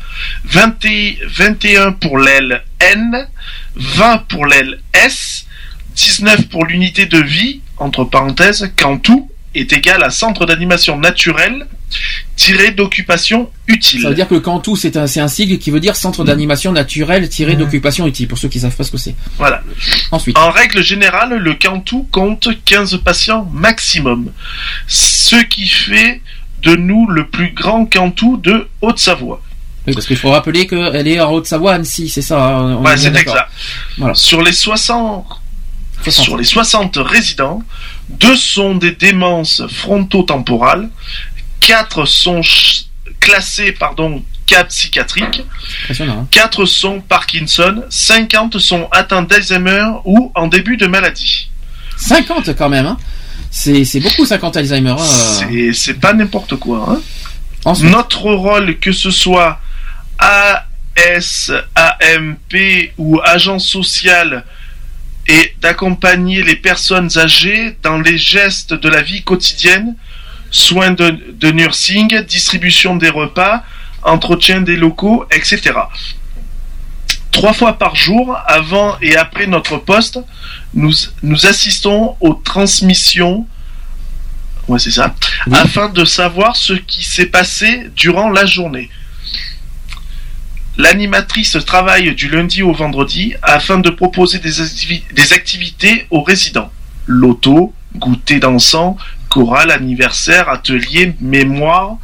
21 pour l'aile N, 20 pour l'aile S, 19 pour l'unité de vie, entre parenthèses, quand tout est égal à centre d'animation naturelle tiré d'occupation utile.
Ça veut dire que le Cantou, c'est un sigle qui veut dire centre d'animation naturelle tiré d'occupation utile, pour ceux qui savent pas ce que c'est.
Voilà.
Ensuite.
En règle générale, le Cantou compte 15 patients maximum, ce qui fait de nous le plus grand Cantou de Haute-Savoie.
Oui, parce qu'il faut rappeler qu'elle est en Haute-Savoie, Annecy, c'est ça. Hein,
ouais, c'est exact.
Voilà.
Sur les 60 résidents, 2 sont des démences frontotemporales, 4 sont classés cas psychiatriques, 4 sont Parkinson, 50 sont atteints d'Alzheimer ou en début de maladie.
50 quand même, hein. C'est beaucoup 50 Alzheimer.
C'est pas n'importe quoi. Hein.
Ensuite.
Notre rôle, que ce soit AS, AMP ou agent social, est d'accompagner les personnes âgées dans les gestes de la vie quotidienne, soins de nursing, distribution des repas, entretien des locaux, etc. 3 fois par jour, avant et après notre poste, nous assistons aux transmissions, ouais, c'est ça, oui, afin de savoir ce qui s'est passé durant la journée. L'animatrice travaille du lundi au vendredi afin de proposer des activités aux résidents. Loto, goûter dansant, chorale, anniversaire, atelier mémoire,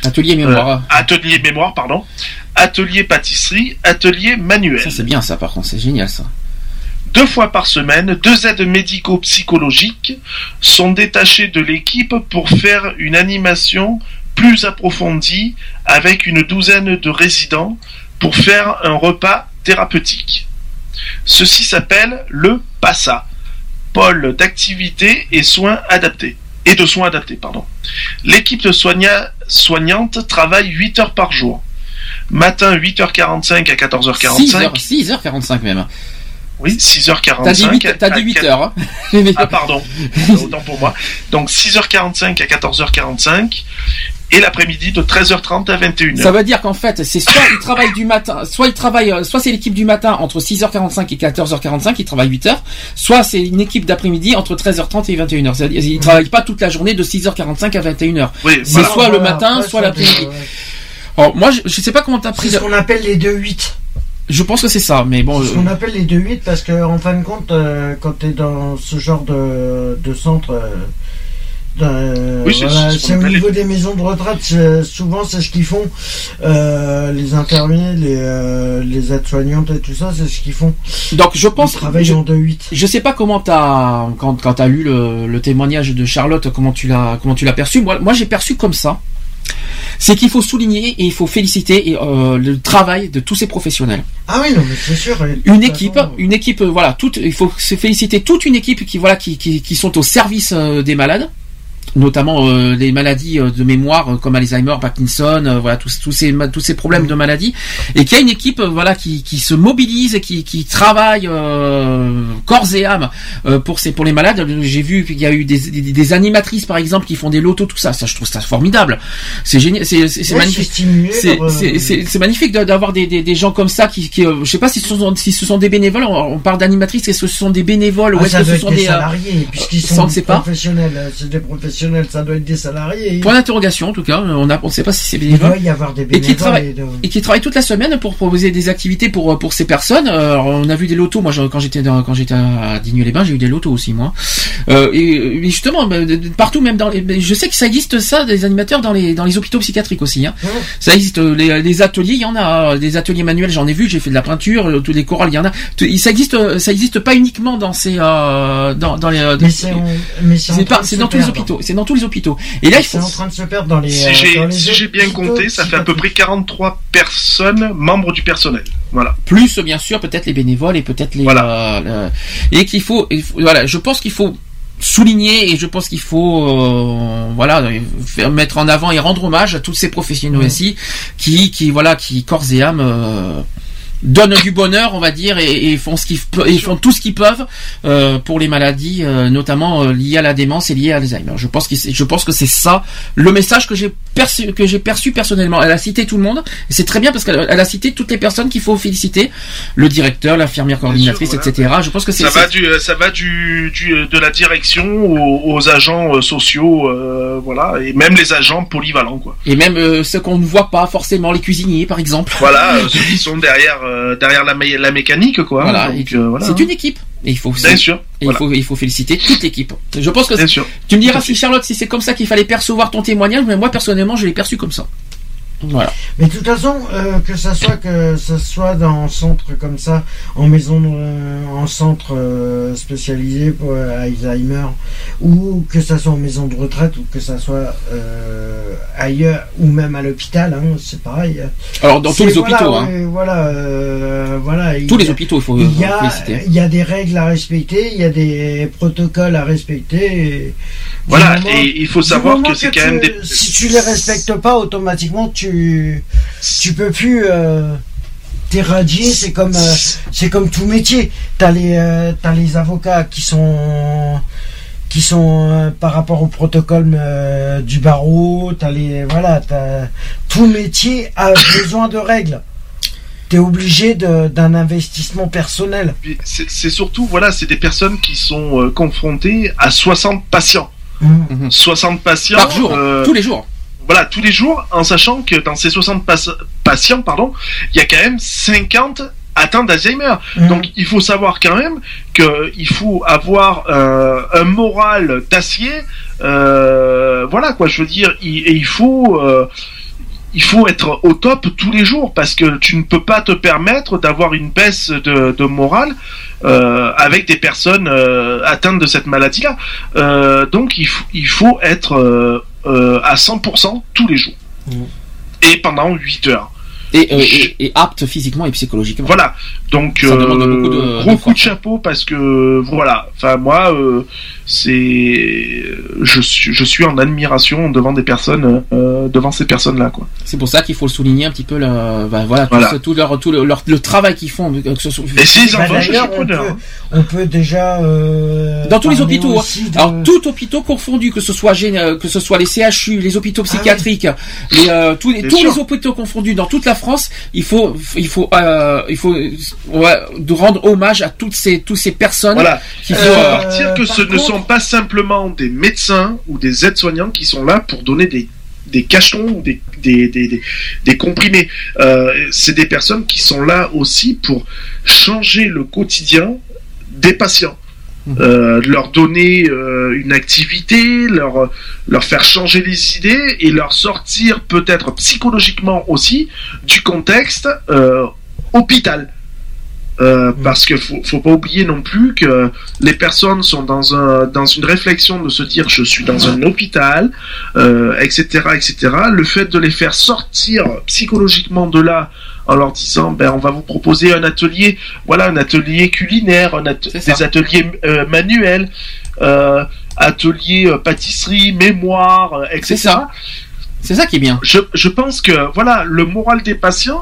atelier pâtisserie, atelier manuel.
Ça c'est bien ça, par contre, c'est génial ça.
2 fois par semaine, 2 aides médico-psychologiques sont détachées de l'équipe pour faire une animation plus approfondie avec une 12aine de résidents pour faire un repas thérapeutique. Ceci s'appelle le PASA, pôle d'activité et soins adaptés. L'équipe soignante travaille 8 heures par jour. Matin 8h45 à 14h45.
6h45 même.
Oui, 6h45.
T'as dit 8 heures. Hein.
Ah pardon, autant pour moi. Donc 6h45 à 14h45 et l'après-midi de 13h30 à 21h.
Ça veut dire qu'en fait, c'est soit ils travaillent du matin, soit c'est l'équipe du matin entre 6h45 et 14h45, ils travaillent 8 heures, soit c'est une équipe d'après-midi entre 13h30 et 21h. C'est-à-dire ils travaillent pas toute la journée de 6h45 à 21h.
Oui,
c'est soit le matin, soit l'après-midi. Alors, moi, je sais pas comment t'as pris.
C'est ce qu'on appelle les 2-8.
Je pense que c'est ça, mais bon.
C'est ce qu'on appelle les 2-8 parce que, en fin de compte, quand t'es dans ce genre de centre,
Oui, c'est
voilà,
ce qu'on
c'est au
appelle
niveau des maisons de retraite, souvent c'est ce qu'ils font, les infirmiers, les aides-soignantes et tout ça, c'est ce qu'ils font.
Donc je pense,
Ils travaillent en 2-8.
je sais pas comment quand t'as lu le témoignage de Charlotte, comment tu l'as perçu. Moi j'ai perçu comme ça. C'est qu'il faut souligner et il faut féliciter le travail de tous ces professionnels.
Ah oui, non, mais c'est sûr.
Une équipe, voilà, il faut se féliciter toute une équipe qui sont au service des malades, notamment des maladies de mémoire comme Alzheimer, Parkinson, voilà tous ces problèmes de maladies, et qu'il y a une équipe qui se mobilise et qui travaille corps et âme pour les malades. J'ai vu qu'il y a eu des animatrices par exemple qui font des lotos, tout ça je trouve ça formidable. C'est génial, c'est magnifique. C'est magnifique d'avoir des gens comme ça qui je sais pas si ce sont des bénévoles. On parle d'animatrices, est-ce que ce sont des bénévoles ou est-ce que ce sont des
salariés, puisqu'ils sont professionnels, c'est des professionnels. Ça doit être des salariés.
Point d'interrogation en tout cas. On ne sait pas si c'est bénévole.
Il doit y avoir des bénévoles
et qui travaillent toute la semaine pour proposer des activités pour ces personnes. Alors, on a vu des lotos. Moi, quand j'étais à Digne-les-Bains, j'ai eu des lotos aussi moi. Et justement, partout, même je sais que ça existe ça, des animateurs dans les hôpitaux psychiatriques aussi. Hein.
Mmh.
Ça existe. Les ateliers, il y en a. Des ateliers manuels, j'en ai vu. J'ai fait de la peinture, tous les chorales, il y en a. Ça existe pas uniquement dans ces dans les.
Mais
c'est dans tous les hôpitaux. C'est dans tous les hôpitaux. Et là,
c'est en train de se perdre dans les.
Si j'ai bien compté, ça fait à peu près 43 personnes membres du personnel. Voilà.
Plus bien sûr peut-être les bénévoles et peut-être les. Voilà. Et qu'il faut, voilà, je pense qu'il faut souligner et je pense qu'il faut mettre en avant et rendre hommage à tous ces professionnels aussi qui corps et âme donnent du bonheur, on va dire, et font tout ce qu'ils peuvent pour les maladies, notamment liées à la démence et liées à l'Alzheimer. Je pense que c'est ça le message que j'ai perçu personnellement. Elle a cité tout le monde, et c'est très bien parce qu'elle a cité toutes les personnes qu'il faut féliciter, le directeur, l'infirmière coordinatrice, etc. Je pense que ça va
de la direction aux agents sociaux, voilà, et même les agents polyvalents, quoi.
Et même ceux qu'on ne voit pas forcément, les cuisiniers, par exemple.
Voilà, ceux qui sont derrière la mécanique, quoi.
Voilà,
donc,
c'est une équipe. Et il faut aussi,
bien sûr.
Et il faut féliciter toute l'équipe. Je pense que
bien sûr.
Tu me diras si Charlotte, si c'est comme ça qu'il fallait percevoir ton témoignage, mais moi personnellement, je l'ai perçu comme ça. Voilà.
Mais de toute façon, que ça soit dans un centre comme ça, en centre spécialisé pour Alzheimer, ou que ça soit en maison de retraite, ou que ça soit ailleurs, ou même à l'hôpital, hein, c'est pareil.
Alors dans tous les hôpitaux, tous les hôpitaux, il faut féliciter.
Il y a des règles à respecter, il y a des protocoles à respecter.
Voilà, et il faut savoir que c'est quand même des...
Si tu les respectes pas, automatiquement tu peux plus t'éradier. C'est comme tout métier. T'as les avocats qui sont par rapport au protocole du barreau. Tout métier a besoin de règles. T'es obligé d'un investissement personnel.
C'est surtout, c'est des personnes qui sont confrontées à 60 patients. 60 patients
par jour, tous les jours.
Voilà, tous les jours, en sachant que dans ces 60 patients, il y a quand même 50 atteints d'Alzheimer. Donc il faut savoir quand même qu'il faut avoir un moral d'acier. Voilà quoi, je veux dire, il faut être au top tous les jours parce que tu ne peux pas te permettre d'avoir une baisse de morale avec des personnes atteintes de cette maladie-là. Donc il faut être à 100% tous les jours et pendant 8 heures.
Et apte physiquement et psychologiquement.
Voilà, donc
ça demande beaucoup de
gros coup de chapeau parce que moi je suis en admiration devant devant ces personnes-là, quoi.
C'est pour ça qu'il faut le souligner un petit peu tout le travail qu'ils font.
Et si d'ailleurs
on peut déjà
dans tous les hôpitaux. Alors tout hôpitaux confondus, que ce soit les CHU, les hôpitaux psychiatriques, tous les hôpitaux confondus dans toute la France, il faut de rendre hommage à toutes ces personnes.
Voilà. Il faut dire que ce ne sont pas simplement des médecins ou des aides-soignants qui sont là pour donner des cachetons ou des comprimés. C'est des personnes qui sont là aussi pour changer le quotidien des patients. leur donner une activité, leur faire changer les idées et leur sortir peut-être psychologiquement aussi du contexte hôpital. Parce que faut pas oublier non plus que les personnes sont dans une réflexion de se dire je suis dans un hôpital, etc. Le fait de les faire sortir psychologiquement de là en leur disant on va vous proposer un atelier culinaire, des ateliers manuels, ateliers pâtisserie, mémoire, etc.
C'est ça qui est bien.
Je pense que le moral des patients,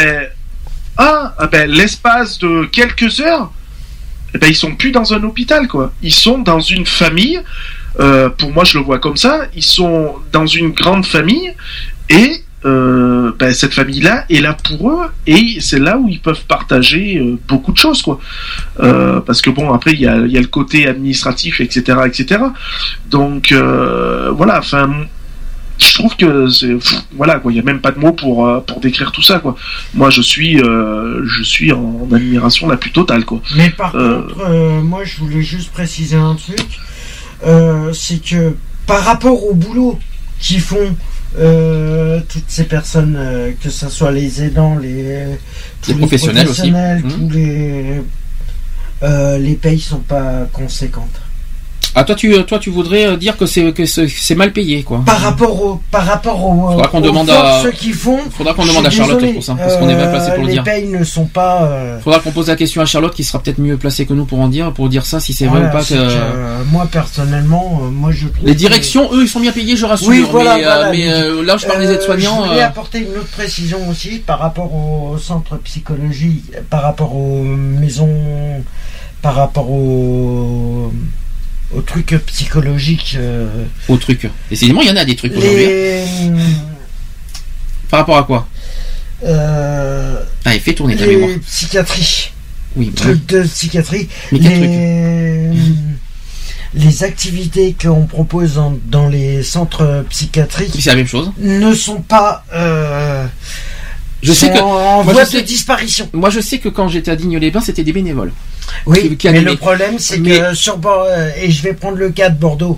l'espace de quelques heures, ils sont plus dans un hôpital, quoi. Ils sont dans une famille. Pour moi, je le vois comme ça. Ils sont dans une grande famille et cette famille-là est là pour eux et c'est là où ils peuvent partager beaucoup de choses, quoi. Parce que après il y a le côté administratif, etc. Donc je trouve que il y a même pas de mots pour décrire tout ça, quoi. Moi je suis en admiration la plus totale, quoi.
Mais par contre moi je voulais juste préciser un truc, c'est que par rapport au boulot qu'ils font toutes ces personnes, que ce soit les aidants, tous les professionnels aussi, tous les payes sont pas conséquentes.
Ah, toi tu voudrais dire que c'est mal payé, quoi.
Par rapport aux
faudra qu'on demande
ceux qui font.
Faudra qu'on demande à Charlotte pour ça, parce qu'on est bien placé pour le dire.
Les payes ne sont pas.
Faudra qu'on pose la question à Charlotte, qui sera peut-être mieux placée que nous pour dire ça, si c'est vrai ou pas.
Moi personnellement, je trouve.
Les directions, eux, ils sont bien payés, je rassure.
Oui,
mais là, je parle des aides-soignants.
Je voulais apporter une autre précision aussi par rapport au centre psychologie, par rapport aux maisons, par rapport au truc psychologique.
Au truc. Décidément, il y en a des trucs aujourd'hui. Par rapport à quoi fais tourner ta mémoire.
Psychiatrie.
Oui.
Trucs de psychiatrie.
Mais quel truc
les activités qu'on propose dans les centres psychiatriques.
C'est la même chose.
Ne sont pas.
Je sais que
en voie de disparition.
Moi, je sais que quand j'étais à Digne-les-Bains, c'était des bénévoles.
Oui, mais le problème, c'est que sur et je vais prendre le cas de Bordeaux.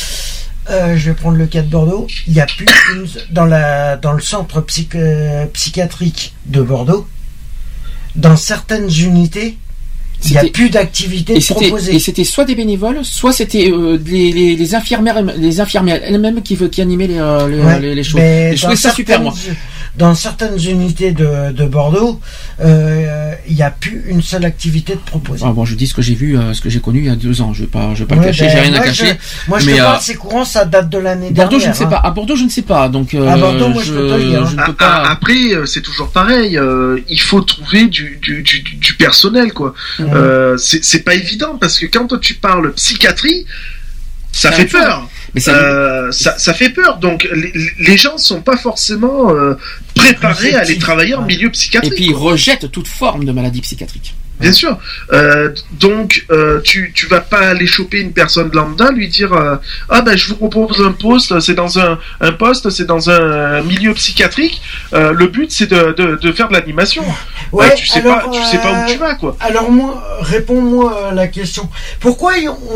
Il n'y a plus dans le centre psychiatrique de Bordeaux, dans certaines unités, il n'y a plus d'activités proposées.
Et c'était soit des bénévoles, soit c'était les infirmières elles-mêmes qui animaient les choses. Et je trouvais ça super, moi.
Dans certaines unités de Bordeaux, il n'y a plus une seule activité de proposée.
Ah bon, je dis ce que j'ai vu, ce que j'ai connu il y a 2 ans. Je vais pas le cacher, j'ai rien à cacher.
Moi, je te parle, c'est courant, ça date de l'année dernière.
Bordeaux, je ne sais pas. À Bordeaux, je ne sais pas. Donc,
à Bordeaux, moi, je peux te dire.
Je ne peux pas. Après, c'est toujours pareil. Il faut trouver du personnel, quoi. C'est pas évident parce que quand tu parles psychiatrie, ça fait peur. Mais ça fait peur. Donc les gens sont pas forcément préparés à aller travailler en milieu psychiatrique.
Et puis ils rejettent toute forme de maladie psychiatrique.
Bien sûr. Donc tu vas pas aller choper une personne lambda, lui dire je vous propose un poste, c'est dans c'est dans un milieu psychiatrique. Le but c'est de faire de l'animation.
Ouais,
tu sais pas où tu vas, quoi.
Alors réponds-moi à la question. Pourquoi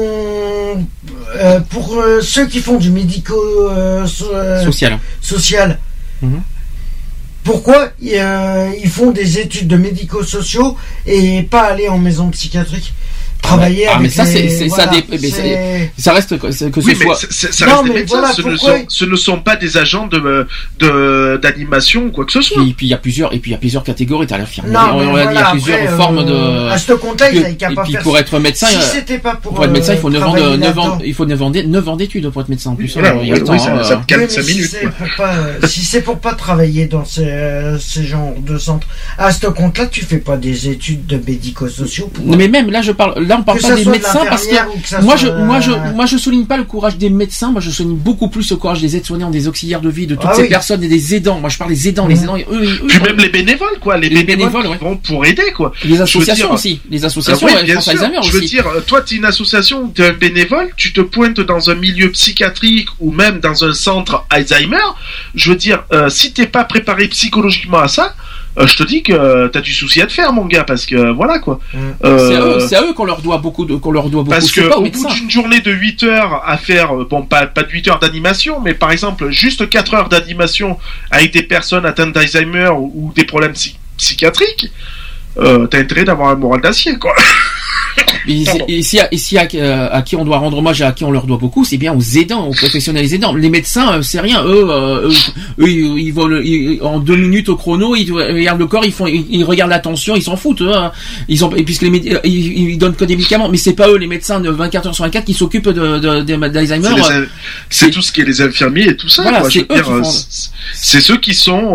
pour ceux qui font du médico social. Pourquoi ils font des études de médico-sociaux et pas aller en maison psychiatrique travailler avec
mais ça ça reste que ce soit
ça reste des médecins, ce ne sont pas des agents d'animation ou quoi que ce soit.
Et puis il y a plusieurs catégories, t'as l'infirmier, il y a plusieurs formes de
à ce compte-là, ils n'avaient pas faire.
Pour être médecin,
si c'était pas pour
être médecin, il faut 9 ans d'études pour être médecin en plus.
Ça te calme 5 minutes.
Si c'est pour pas travailler dans ces genres de centres, à ce compte-là, tu fais pas des études de médico-sociaux.
Mais même là, on parle pas des médecins parce que moi je souligne pas le courage des médecins, moi je souligne beaucoup plus le courage des aides-soignants, des auxiliaires de vie, de toutes ces personnes et des aidants. Moi je parle des aidants, les aidants,
puis même les bénévoles, quoi, les bénévoles qui vont pour aider, quoi.
Les associations aussi, France Alzheimer aussi.
Je veux dire, toi t'es une association, t'es un bénévole, tu te pointes dans un milieu psychiatrique ou même dans un centre Alzheimer. Je veux dire, si t'es pas préparé psychologiquement à ça, je te dis que t'as du souci à te faire, mon gars, parce que voilà quoi.
C'est à eux qu'on leur doit beaucoup.
Parce que au bout d'une journée de 8 heures à faire, pas de 8 heures d'animation, mais par exemple juste 4 heures d'animation avec des personnes atteintes d'Alzheimer ou des problèmes psychiatriques, t'as intérêt d'avoir un moral d'acier, quoi.
Ici, à qui on doit rendre hommage et à qui on leur doit beaucoup, c'est bien aux aidants, aux professionnels aidants. Les médecins, c'est rien. Eux, ils vont en 2 minutes au chrono, ils regardent le corps, ils regardent la tension, ils s'en foutent. Et puisque ils donnent que des médicaments, mais c'est pas eux, les médecins de 24 heures sur 24 qui s'occupent d'Alzheimer.
C'est tout ce qui est les infirmiers et tout ça.
Voilà,
quoi. C'est ceux qui sont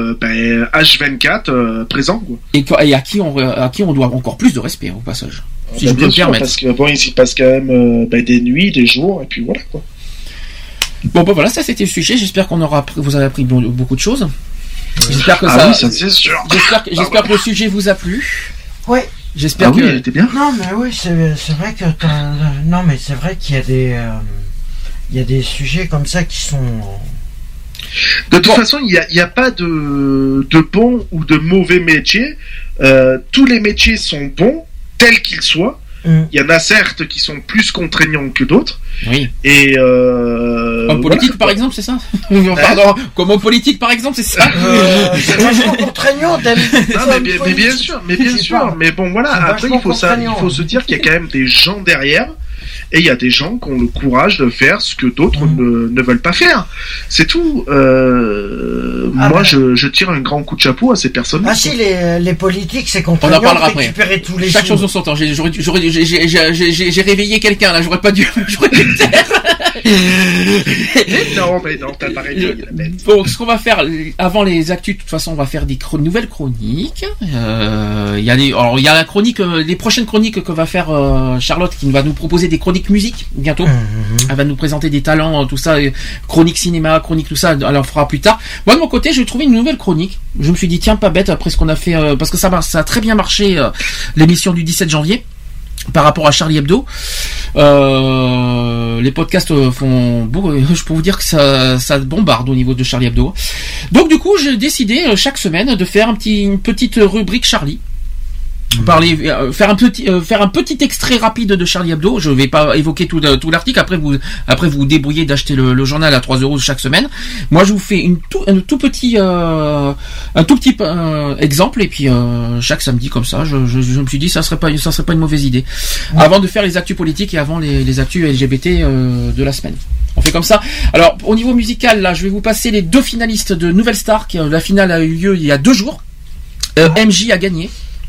H24 présents. Quoi.
Et à qui on doit encore plus de respect au passage. Si je peux me permettre.
Parce que il s'y passe quand même des nuits, des jours, et puis voilà quoi.
Bon, voilà, ça c'était le sujet. J'espère vous avez appris beaucoup de choses. J'espère que
oui, ça c'est sûr.
J'espère que le sujet vous a plu.
Ouais.
J'espère que.
Oui, elle était bien.
Non, mais oui, c'est vrai que non, mais c'est vrai qu'il y a des sujets comme ça qui sont.
De toute façon, il n'y a pas de bon ou de mauvais métier. Tous les métiers sont bons. Tels qu'ils soient, il y en a certes qui sont plus contraignants que d'autres.
Oui.
Et
comme politique, par exemple, c'est ça. Pardon. Comme homme politique, par exemple, c'est ça.
C'est vachement contraignant.
Mais bien sûr. Mais bon, voilà. Après, il faut se dire qu'il y a quand même des gens derrière. Et il y a des gens qui ont le courage de faire ce que d'autres ne veulent pas faire. C'est tout. Moi, je tire un grand coup de chapeau à ces personnes.
Ah si, les politiques, c'est contraignant.
On en parlera
de récupérer tous les
chaque chose en son temps. J'ai réveillé quelqu'un là. J'aurais pas dû le taire.
Non, t'as pas réveillé la bête.
Bon, ce qu'on va faire avant les actus, de toute façon, on va faire des nouvelles chroniques. Il y a la chronique, les prochaines chroniques que va faire Charlotte, qui va nous proposer des chroniques musique bientôt. Elle va nous présenter des talents, tout ça, chronique cinéma, chronique tout ça. Elle en fera plus tard. Moi de mon côté, j'ai trouvé une nouvelle chronique. Je me suis dit tiens, pas bête après ce qu'on a fait, parce que ça a très bien marché l'émission du 17 janvier. Par rapport à Charlie Hebdo, les podcasts font beaucoup. Je peux vous dire que ça bombarde au niveau de Charlie Hebdo. Donc du coup, j'ai décidé chaque semaine de faire une petite rubrique Charlie. Faire un petit extrait rapide de Charlie Hebdo. Je vais pas évoquer tout l'article. Après vous débrouillez d'acheter le journal à 3 € chaque semaine. Moi, je vous fais un tout petit exemple, et puis chaque samedi comme ça. Je me suis dit ça serait pas une mauvaise idée. Avant de faire les actus politiques et avant les actus LGBT de la semaine. On fait comme ça. Alors au niveau musical, là, je vais vous passer les 2 finalistes de Nouvelle Star. La finale a eu lieu il y a 2 jours. MJ a gagné.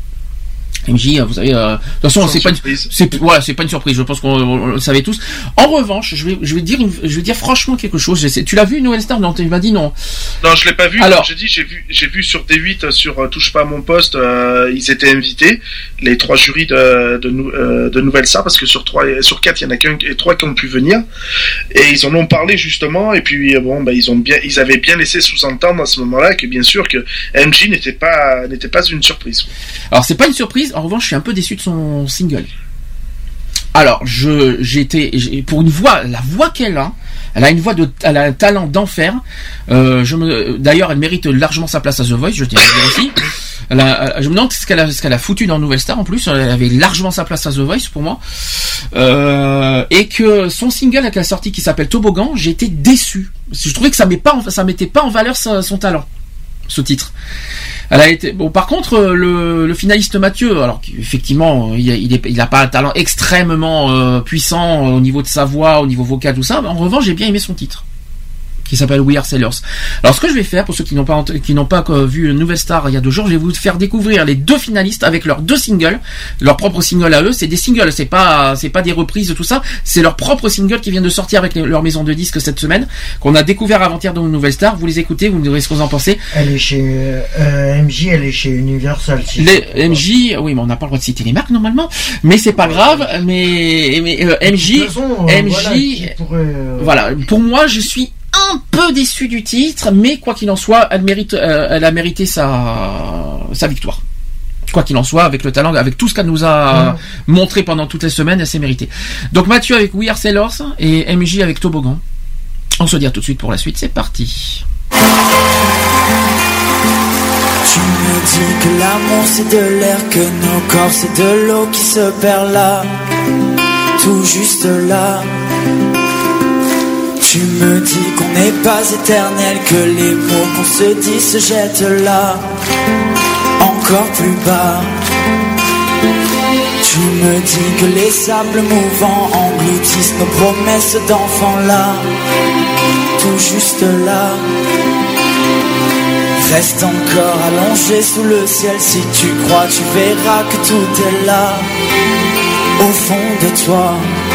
MJ, vous savez, de toute façon, c'est pas une surprise. Je pense qu'on le savait tous. En revanche, je vais dire franchement quelque chose. Tu l'as vu, Nouvelle Star? Non, tu m'as dit non.
Non, je l'ai pas vu. Alors, j'ai vu sur D8, sur Touche pas à mon poste, ils étaient invités, les 3 jurys de Nouvelle Star, parce que sur 4, il y en a et 3 qui ont pu venir. Et ils en ont parlé justement. Et puis ils avaient bien laissé sous-entendre à ce moment-là que bien sûr que MJ n'était pas une surprise.
Alors, c'est pas une surprise. En revanche, je suis un peu déçu de son single. Alors, pour une voix, la voix qu'elle a, elle a un talent d'enfer. D'ailleurs, elle mérite largement sa place à The Voice, je tiens à le dire aussi. Je me demande ce qu'elle a foutu dans Nouvelle Star en plus. Elle avait largement sa place à The Voice pour moi. Et que son single qu'elle a sorti qui s'appelle Toboggan, j'ai été déçu. Je trouvais que ça mettait pas en valeur son talent, ce titre. Elle a été par contre le finaliste Mathieu, alors effectivement il a pas un talent extrêmement puissant au niveau de sa voix, au niveau vocal, tout ça, mais en revanche j'ai bien aimé son titre qui s'appelle We Are Sailors. Alors ce que je vais faire pour ceux qui n'ont pas vu Nouvelle Star il y a 2 jours, je vais vous faire découvrir les 2 finalistes avec leurs 2 singles, leurs propres singles à eux. C'est des singles, c'est pas des reprises, tout ça, c'est leur propre single qui vient de sortir avec leur maison de disques cette semaine, qu'on a découvert avant-hier dans Nouvelle Star. Vous les écoutez, vous me direz ce que vous en pensez.
Elle est chez MJ, elle est chez Universal.
MJ, oui, mais on n'a pas le droit de citer les marques normalement, mais c'est pas grave. Mais MJ, voilà. Pour moi, je suis un peu déçu du titre, mais quoi qu'il en soit, elle a mérité sa victoire. Quoi qu'il en soit, avec le talent, avec tout ce qu'elle nous a montré pendant toutes les semaines, elle s'est méritée. Donc Mathieu avec We Are Sailors et MJ avec Toboggan. On se dit à tout de suite pour la suite, c'est parti.
Tu me
dis que l'amour c'est de l'air, que nos corps c'est de l'eau qui se perd là, tout juste là. Tu me dis qu'on n'est pas éternel, que les mots qu'on se dit se jettent là, encore plus bas. Tu me dis que les sables mouvants engloutissent nos promesses d'enfants là, tout juste là. Reste encore allongé sous le ciel, si tu crois tu verras que tout est là, au fond de toi.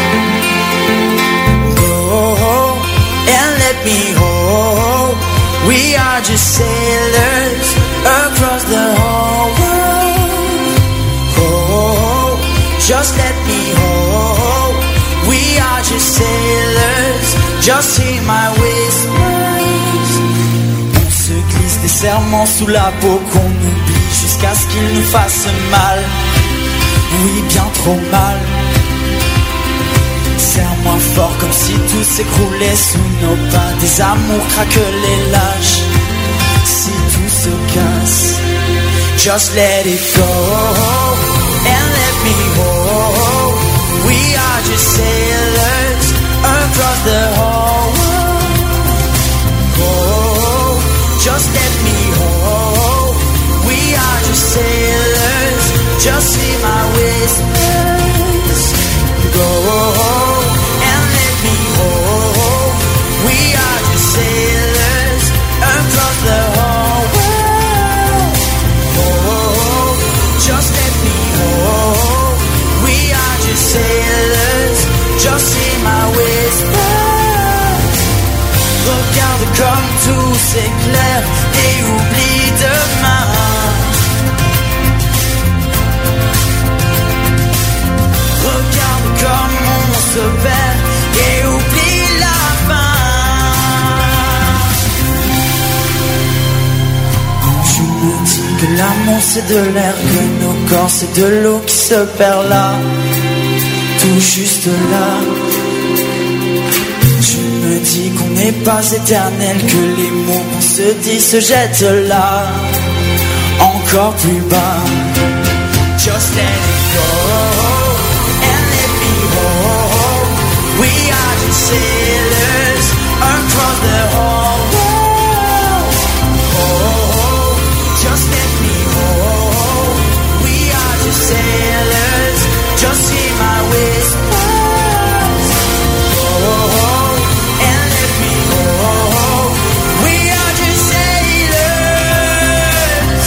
And let me hold. We are just sailors across the whole world. Oh, just let me hold. We are just sailors. Just hear my whispers. On se glisse des serments sous la peau qu'on oublie jusqu'à ce qu'ils nous fassent mal. Oui, bien trop mal. Serre-moi fort comme si tout s'écroulait sous nos pas. Des amours craquelés lâches, si tout se casse. Just let it go and let me hold. We are just sailors across the whole world. Oh, just let me hold. We are just sailors. Just see my whispers. Go. We are just sailors across the whole world. Oh, just let me hold. We are just sailors. Just see my whispers. Regarde comme tout s'éclaire et oublie demain. Regarde comme on se perd et oublie la fin. Tu me dis que l'amour c'est de l'air, que nos corps c'est de l'eau qui se perd là, tout juste là. Tu me dis qu'on n'est pas éternel, que les mots qu'on se dit se jettent là, encore plus bas. Just let it go and let me hold. We are just sailors across the whole world. Oh, just let me hold. We are just sailors. Just see my whispers. Oh, and let me hold. We are just sailors.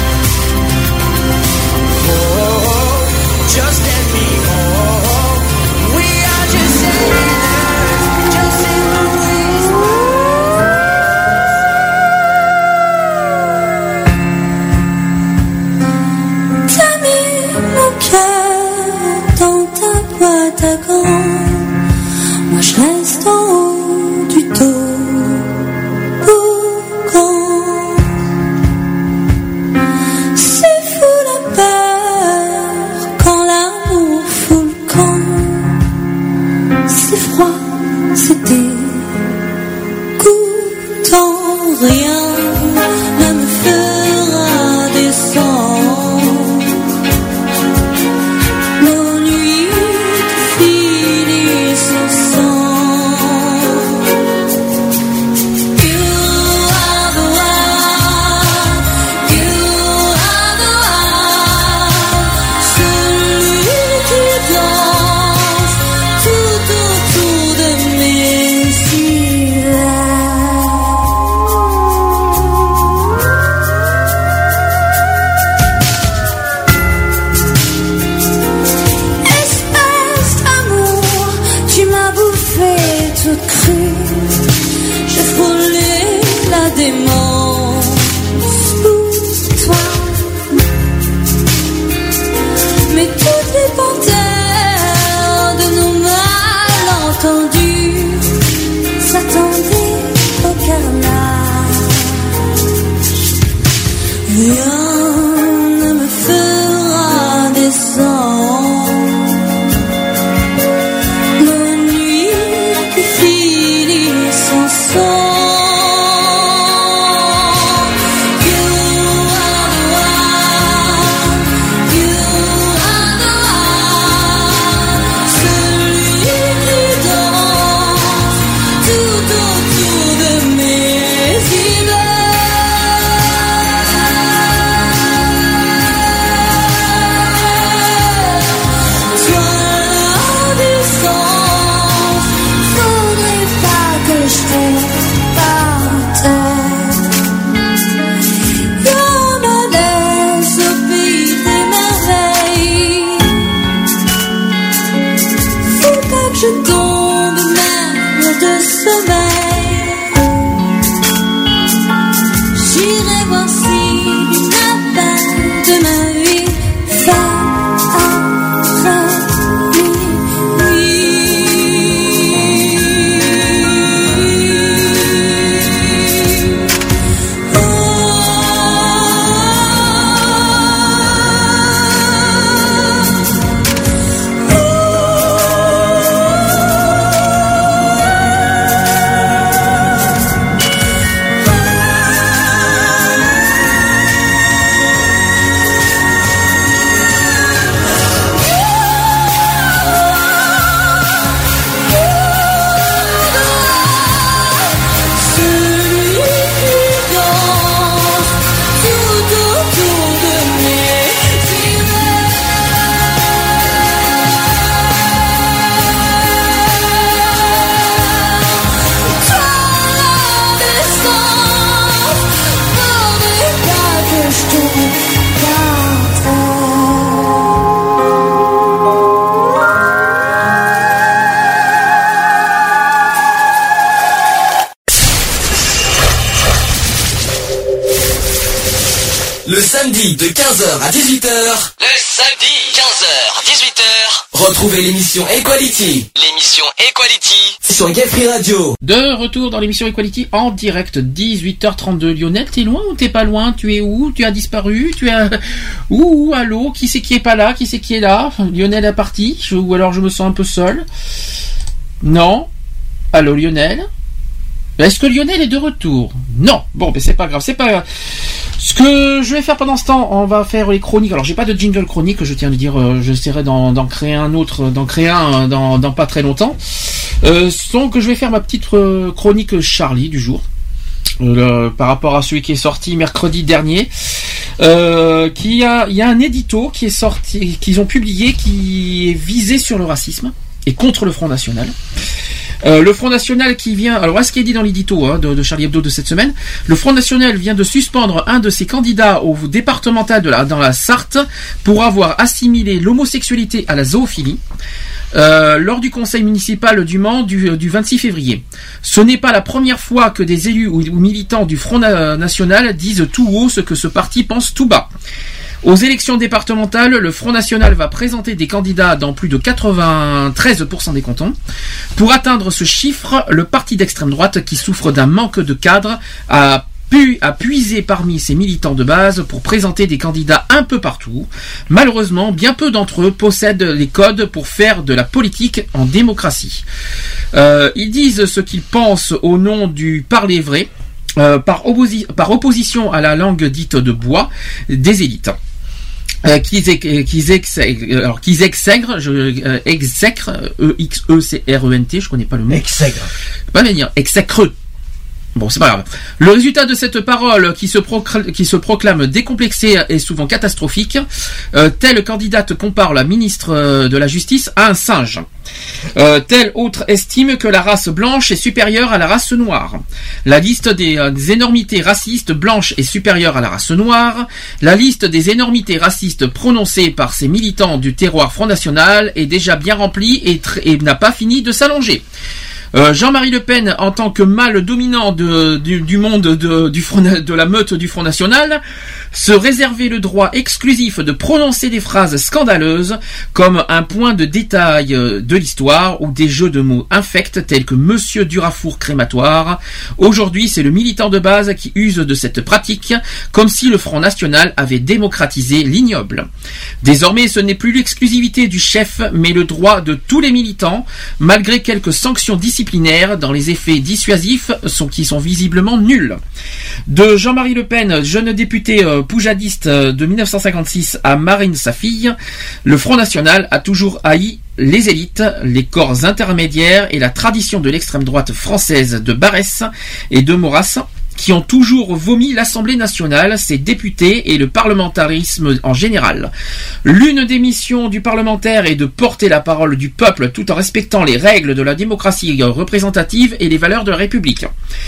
Oh, just let me hold. We are just sailors. Just see my whispers.
T'as mis mon cœur dans ta boîte à gants. Moi je reste en haut du toboggan. C'est fou la peur quand l'amour fout le camp. C'est froid, c'est dégoûtant. Rien ne me fera descendre. Nos nuits finissent ensemble. You are the one, you are the one. Celui qui danse tout autour de mes yeux. Espèce d'amour, tu m'as bouffé toute crue. J'ai frôlé la démence pour toi. Mais toutes les panthères de nos malentendus s'attendaient au carnage. Rien ne me fera descendre. Nos nuits qui finissent ensemble. You are the one. voir si la balle de ma vie
Le samedi de 15h à 18h.
Le samedi, 15h, 18h.
Retrouvez l'émission Equality.
L'émission Equality.
Sur Gay Free Radio.
De retour dans l'émission Equality en direct, 18h32. Lionel, t'es loin ou t'es pas loin? Tu es où? Tu as disparu? Tu es où? Allô? Qui c'est qui est pas là? Qui c'est qui est là? Lionel est parti? Ou alors je me sens un peu seul? Non? Allô Lionel? Est-ce que Lionel est de retour? Non. Bon, mais c'est pas grave, c'est pas grave. Ce que je vais faire pendant ce temps, on va faire les chroniques. Alors, j'ai pas de jingle chronique, je tiens à le dire. J'essaierai d'en créer un autre, dans pas très longtemps. Donc, je vais faire ma petite chronique Charlie du jour. Par rapport à celui qui est sorti mercredi dernier. Il y a un édito qui est sorti, qu'ils ont publié, qui est visé sur le racisme et contre le Front National. Le Front National qui vient... Alors, est-ce qu'il est dit dans l'édito de Charlie Hebdo de cette semaine? Le Front National vient de suspendre un de ses candidats au départemental dans la Sarthe pour avoir assimilé l'homosexualité à la zoophilie lors du conseil municipal du Mans du 26 février. Ce n'est pas la première fois que des élus ou militants du Front National disent tout haut ce que ce parti pense tout bas. Aux élections départementales, le Front National va présenter des candidats dans plus de 93% des cantons. Pour atteindre ce chiffre, le parti d'extrême droite, qui souffre d'un manque de cadres, a puisé parmi ses militants de base pour présenter des candidats un peu partout. Malheureusement, bien peu d'entre eux possèdent les codes pour faire de la politique en démocratie. Ils disent ce qu'ils pensent au nom du parler vrai, par opposition à la langue dite de bois des élites. Qu'ils exègrent, E-X-E-C-R-E-N-T, je connais pas le mot.
Exègre.
Pas bien dire, exècreux. Bon, c'est pas grave. Le résultat de cette parole qui se proclame décomplexée est souvent catastrophique. Telle candidate compare la ministre de la Justice à un singe. Telle autre estime que la race blanche est supérieure à la race noire. La liste des énormités racistes blanches est supérieure à la race noire. La liste des énormités racistes prononcées par ces militants du terroir Front National est déjà bien remplie et n'a pas fini de s'allonger. Jean-Marie Le Pen, en tant que mâle dominant du monde de la meute du Front National, se réservait le droit exclusif de prononcer des phrases scandaleuses comme un point de détail de l'histoire ou des jeux de mots infects tels que Monsieur Durafour crématoire. Aujourd'hui, c'est le militant de base qui use de cette pratique comme si le Front National avait démocratisé l'ignoble. Désormais, ce n'est plus l'exclusivité du chef, mais le droit de tous les militants, malgré quelques sanctions disciplinaires dans les effets dissuasifs qui sont visiblement nuls. De Jean-Marie Le Pen, jeune député poujadiste de 1956 à Marine sa fille, le Front National a toujours haï les élites, les corps intermédiaires et la tradition de l'extrême droite française de Barès et de Maurras, qui ont toujours vomi l'Assemblée nationale, ses députés et le parlementarisme en général. L'une des missions du parlementaire est de porter la parole du peuple tout en respectant les règles de la démocratie représentative et les valeurs de la République.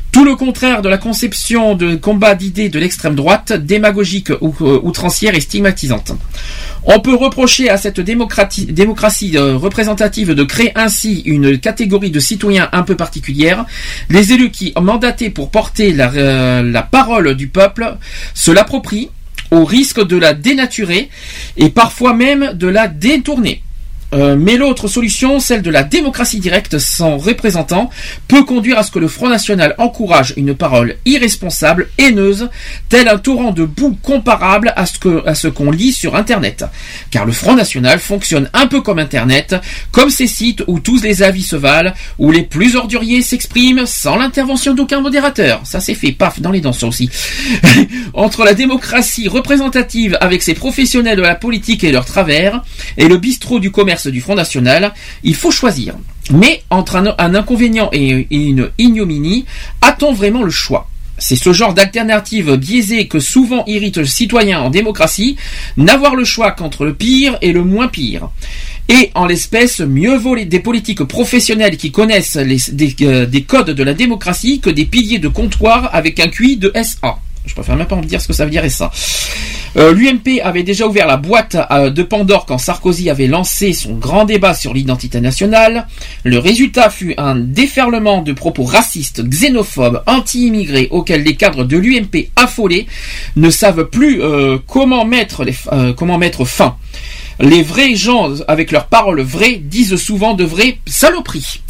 Tout le contraire de la conception de combat d'idées de l'extrême droite, démagogique ou outrancière et stigmatisante. On peut reprocher à cette démocratie représentative de créer ainsi une catégorie de citoyens un peu particulière. Les élus qui, mandatés pour porter la parole du peuple, se l'approprient au risque de la dénaturer et parfois même de la détourner. Mais l'autre solution, celle de la démocratie directe sans représentant, peut conduire à ce que le Front National encourage une parole irresponsable, haineuse, tel un torrent de boue comparable à ce qu'on lit sur Internet. Car le Front National fonctionne un peu comme Internet, comme ces sites où tous les avis se valent, où les plus orduriers s'expriment sans l'intervention d'aucun modérateur. Ça c'est fait, paf, dans les dents ça aussi. Entre la démocratie représentative avec ses professionnels de la politique et leurs travers, et le bistrot du commerce du Front National, il faut choisir. Mais entre un inconvénient et une ignominie, a-t-on vraiment le choix ? C'est ce genre d'alternative biaisée que souvent irrite le citoyen en démocratie, n'avoir le choix qu'entre le pire et le moins pire. Et en l'espèce, mieux vaut des politiques professionnelles qui connaissent des codes de la démocratie que des piliers de comptoir avec un QI de SA. Je préfère même pas me dire ce que ça veut dire ça. L'UMP avait déjà ouvert la boîte de Pandore quand Sarkozy avait lancé son grand débat sur l'identité nationale. Le résultat fut un déferlement de propos racistes, xénophobes, anti-immigrés auxquels les cadres de l'UMP affolés ne savent plus comment mettre fin. Les vrais gens, avec leurs paroles vraies, disent souvent de vraies saloperies.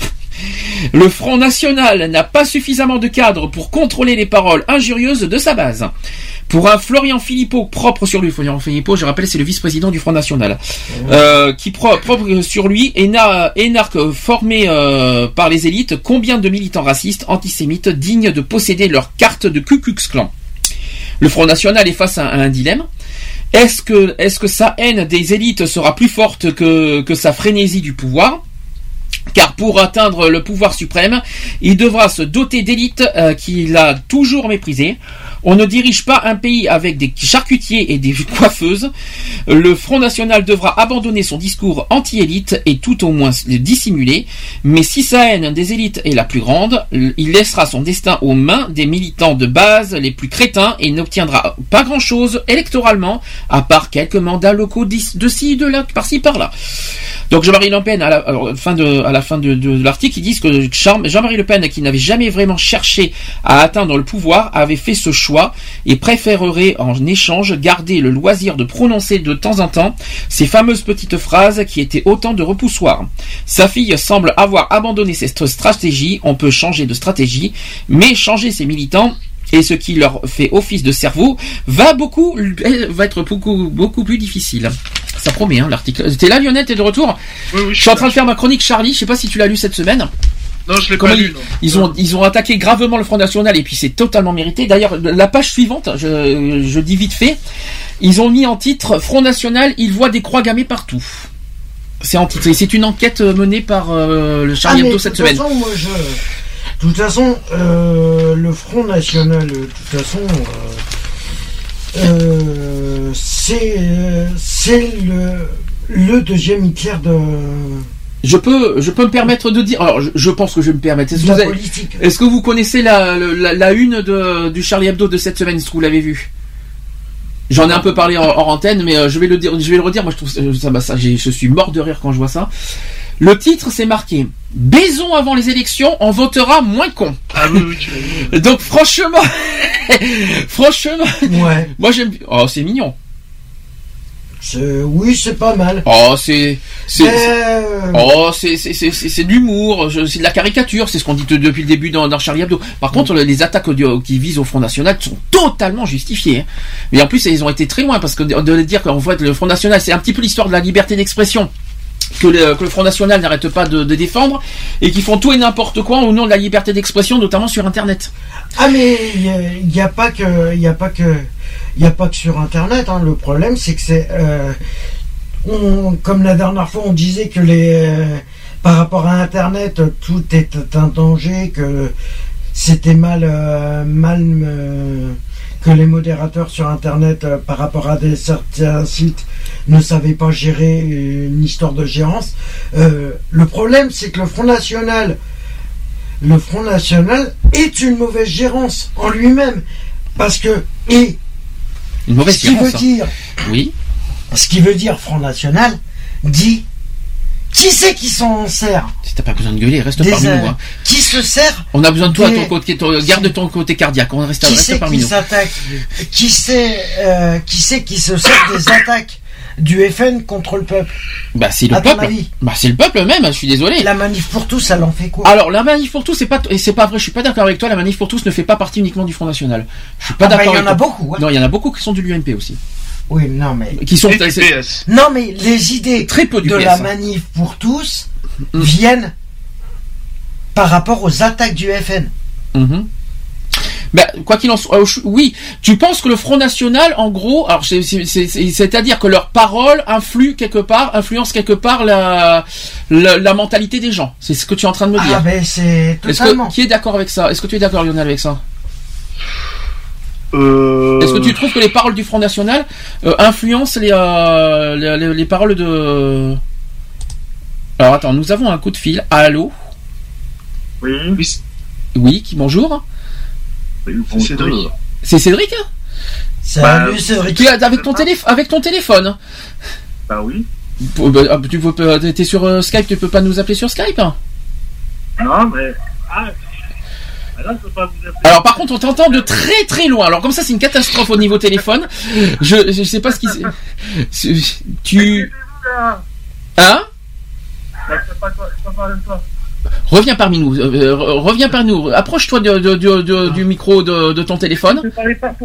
Le Front National n'a pas suffisamment de cadres pour contrôler les paroles injurieuses de sa base. Pour un Florian Philippot propre sur lui, Florian Philippot, je rappelle, c'est le vice-président du Front National, qui propre sur lui, énarque formé par les élites, combien de militants racistes, antisémites, dignes de posséder leur carte de Ku Klux Klan. Le Front National est face à un dilemme. Est-ce que sa haine des élites sera plus forte que sa frénésie du pouvoir ? Car pour atteindre le pouvoir suprême, il devra se doter d'élites qu'il a toujours méprisées. On ne dirige pas un pays avec des charcutiers et des coiffeuses. Le Front National devra abandonner son discours anti-élite et tout au moins le dissimuler. Mais si sa haine des élites est la plus grande, il laissera son destin aux mains des militants de base les plus crétins et n'obtiendra pas grand-chose électoralement, à part quelques mandats locaux de ci, de là, par-ci, par-là. Donc Jean-Marie Le Pen, à la fin de l'article, ils disent que Jean-Marie Le Pen, qui n'avait jamais vraiment cherché à atteindre le pouvoir, avait fait ce choix et préférerait en échange garder le loisir de prononcer de temps en temps ces fameuses petites phrases qui étaient autant de repoussoirs. Sa fille semble avoir abandonné cette stratégie. On peut changer de stratégie, mais changer ses militants et ce qui leur fait office de cerveau va être beaucoup plus difficile. Ça promet, l'article. T'es là, Lionel, t'es de retour?
Oui,
je suis en train de faire ma chronique Charlie, je sais pas si tu l'as lu cette semaine.
Non, je l'ai pas lu.
Ils ont attaqué gravement le Front National et puis c'est totalement mérité. D'ailleurs, la page suivante, je dis vite fait, ils ont mis en titre Front National, il voit des croix gammées partout. C'est en titre. Et c'est une enquête menée par le Charlie Hebdo cette semaine.
De toute façon, le Front National, c'est le deuxième Hitler de...
Je peux me permettre de dire. Alors, je pense que je vais me permettre. Est-ce que vous connaissez la une du Charlie Hebdo de cette semaine? Est-ce que vous l'avez vu? J'en ai un peu parlé hors antenne, mais je vais le redire. Moi, je trouve ça, je suis mort de rire quand je vois ça. Le titre, c'est marqué « Baisons avant les élections, on votera moins con ».
Ah oui, tu l'as vu.
Donc franchement,
ouais.
Moi j'aime. Oh, c'est mignon.
Oui, c'est pas mal.
Oh, c'est de l'humour, c'est de la caricature, c'est ce qu'on dit depuis le début dans Charlie Hebdo. Par contre, les attaques qui visent au Front National sont totalement justifiées. Mais en plus, ils ont été très loin parce que de dire qu'en fait le Front National, c'est un petit peu l'histoire de la liberté d'expression. Que le Front National n'arrête pas de défendre et qui font tout et n'importe quoi au nom de la liberté d'expression, notamment sur Internet.
Ah mais il y a pas que sur Internet. Le problème c'est que c'est comme la dernière fois on disait que par rapport à Internet tout est un danger, que c'était mal que les modérateurs sur Internet par rapport à certains sites ne savaient pas gérer une histoire de gérance. Le problème c'est que le Front National le Front National est une mauvaise gérance en lui-même. Parce que,
une mauvaise
ce qui veut dire,
oui.
Ce qui veut dire Front National dit, qui c'est qui s'en sert?
Si t'as pas besoin de gueuler, reste parmi nous. Hein.
Qui se sert?
On a besoin de toi à ton côté, garde ton côté cardiaque, on reste parmi nous.
Qui c'est qui se sert des attaques du FN contre le peuple?
Bah c'est le peuple. Bah c'est le peuple même, je suis désolé.
La manif pour tous, elle en fait quoi?
Alors la manif pour tous, c'est pas vrai, je suis pas d'accord avec toi, la manif pour tous ne fait pas partie uniquement du Front National. Je suis pas d'accord.
Il y en a beaucoup. Hein.
Non, il y en a beaucoup qui sont de l'UMP aussi.
Oui, non mais
qui sont
non mais les idées
très peu
de la manif pour tous viennent par rapport aux attaques du FN.
Ben, quoi qu'il en soit, oui, tu penses que le Front National, en gros, alors c'est-à-dire que leurs paroles influencent quelque part la mentalité des gens. C'est ce que tu es en train de me dire.
Ah ben c'est totalement.
Qui est d'accord avec ça? Est-ce que tu es d'accord, Lionel, avec ça? Est-ce que tu trouves que les paroles du Front National influencent les paroles de... Alors attends, nous avons un coup de fil. Allô?
Oui.
Oui, bonjour.
C'est Cédric.
C'est Cédric?
Salut Cédric.
Avec ton téléphone?
Bah oui.
T'es sur Skype, tu peux pas nous appeler sur Skype?
Non mais... là, je peux pas vous appeler.
Alors par contre on t'entend de très très loin. Alors comme ça c'est une catastrophe au niveau téléphone. Je sais pas ce qui... Tu... Hein? Reviens parmi nous. Reviens parmi nous. Approche-toi du micro de ton téléphone.
Je parlais pas.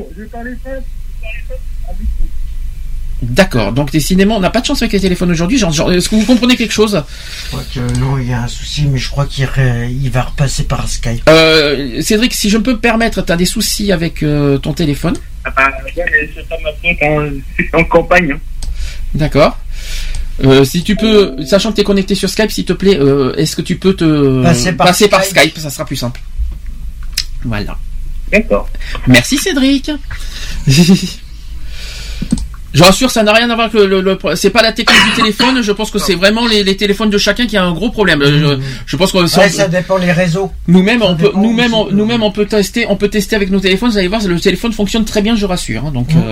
D'accord. Donc décidément, on n'a pas de chance avec les téléphones aujourd'hui. Est-ce que vous comprenez quelque chose?
Je crois que non, il y a un souci, mais je crois qu'il va repasser par Skype.
Cédric, si je peux me permettre, tu as des soucis avec ton téléphone?
Ah bah, ouais, mais c'est pas ma faute. C'est en campagne. Hein.
D'accord. Si tu peux, sachant que tu es connecté sur Skype, s'il te plaît, est-ce que tu peux te passer par Skype? Ça sera plus simple. Voilà.
D'accord.
Merci Cédric. Je rassure, ça n'a rien à voir avec c'est pas la technique du téléphone. Je pense que c'est vraiment les téléphones de chacun qui a un gros problème. Je pense que
ça dépend les réseaux.
Nous-mêmes, on peut tester avec nos téléphones. Vous allez voir, le téléphone fonctionne très bien, je rassure. Hein,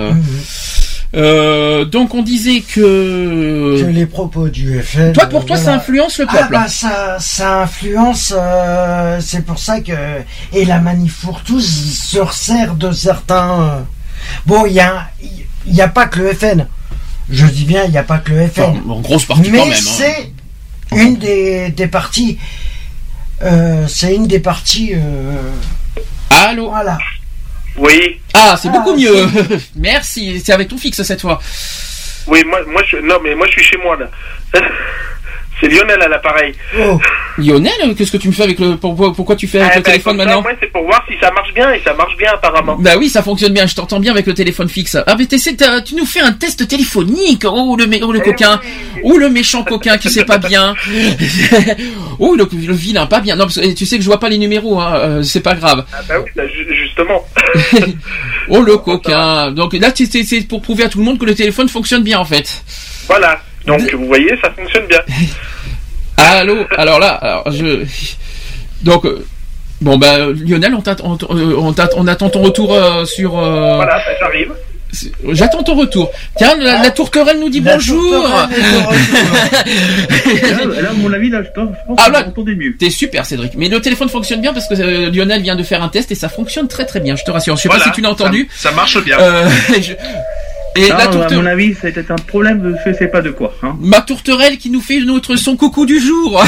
donc on disait que
les propos du FN.
Pour toi, ça influence le peuple.
Ah bah ça influence. C'est pour ça que la manif pour tous se resserre de certains. Bon, il y a pas que le FN. Je dis bien, il n'y a pas que le FN.
En grosse partie
mais
quand même.
C'est une des parties. C'est une des parties.
Allô.
Voilà.
Oui.
Ah, c'est beaucoup mieux. Merci. C'est avec ton fixe cette fois.
Oui, moi je suis chez moi là. C'est Lionel à l'appareil.
Oh.
Lionel, qu'est-ce que tu me fais avec pourquoi tu fais avec le téléphone maintenant?
Moi, c'est pour voir si ça marche bien, et ça marche bien apparemment.
Bah oui, ça fonctionne bien, je t'entends bien avec le téléphone fixe. Ah mais tu nous fais un test téléphonique. Oh le coquin. Oui. Oh le méchant coquin qui sait pas bien. Oh le vilain pas bien. Non, parce que tu sais que je vois pas les numéros, hein. C'est pas grave.
Ah bah oui, justement.
Oh le coquin. Donc là c'est pour prouver à tout le monde que le téléphone fonctionne bien en fait.
Voilà. Donc vous voyez, ça fonctionne bien.
Allô. Donc bon bah Lionel, on attend ton retour sur.
Voilà, j'arrive.
J'attends ton retour. Tiens, la tourterelle nous dit bonjour.
Là, à mon avis, là, je pense que vous entendez mieux.
T'es super, Cédric. Mais le téléphone fonctionne bien parce que Lionel vient de faire un test et ça fonctionne très très bien. Je te rassure. Je sais pas si tu l'as entendu.
Ça marche bien.
Et
à mon avis, c'était un problème de je sais pas de quoi. Hein.
Ma tourterelle qui nous fait son coucou du jour.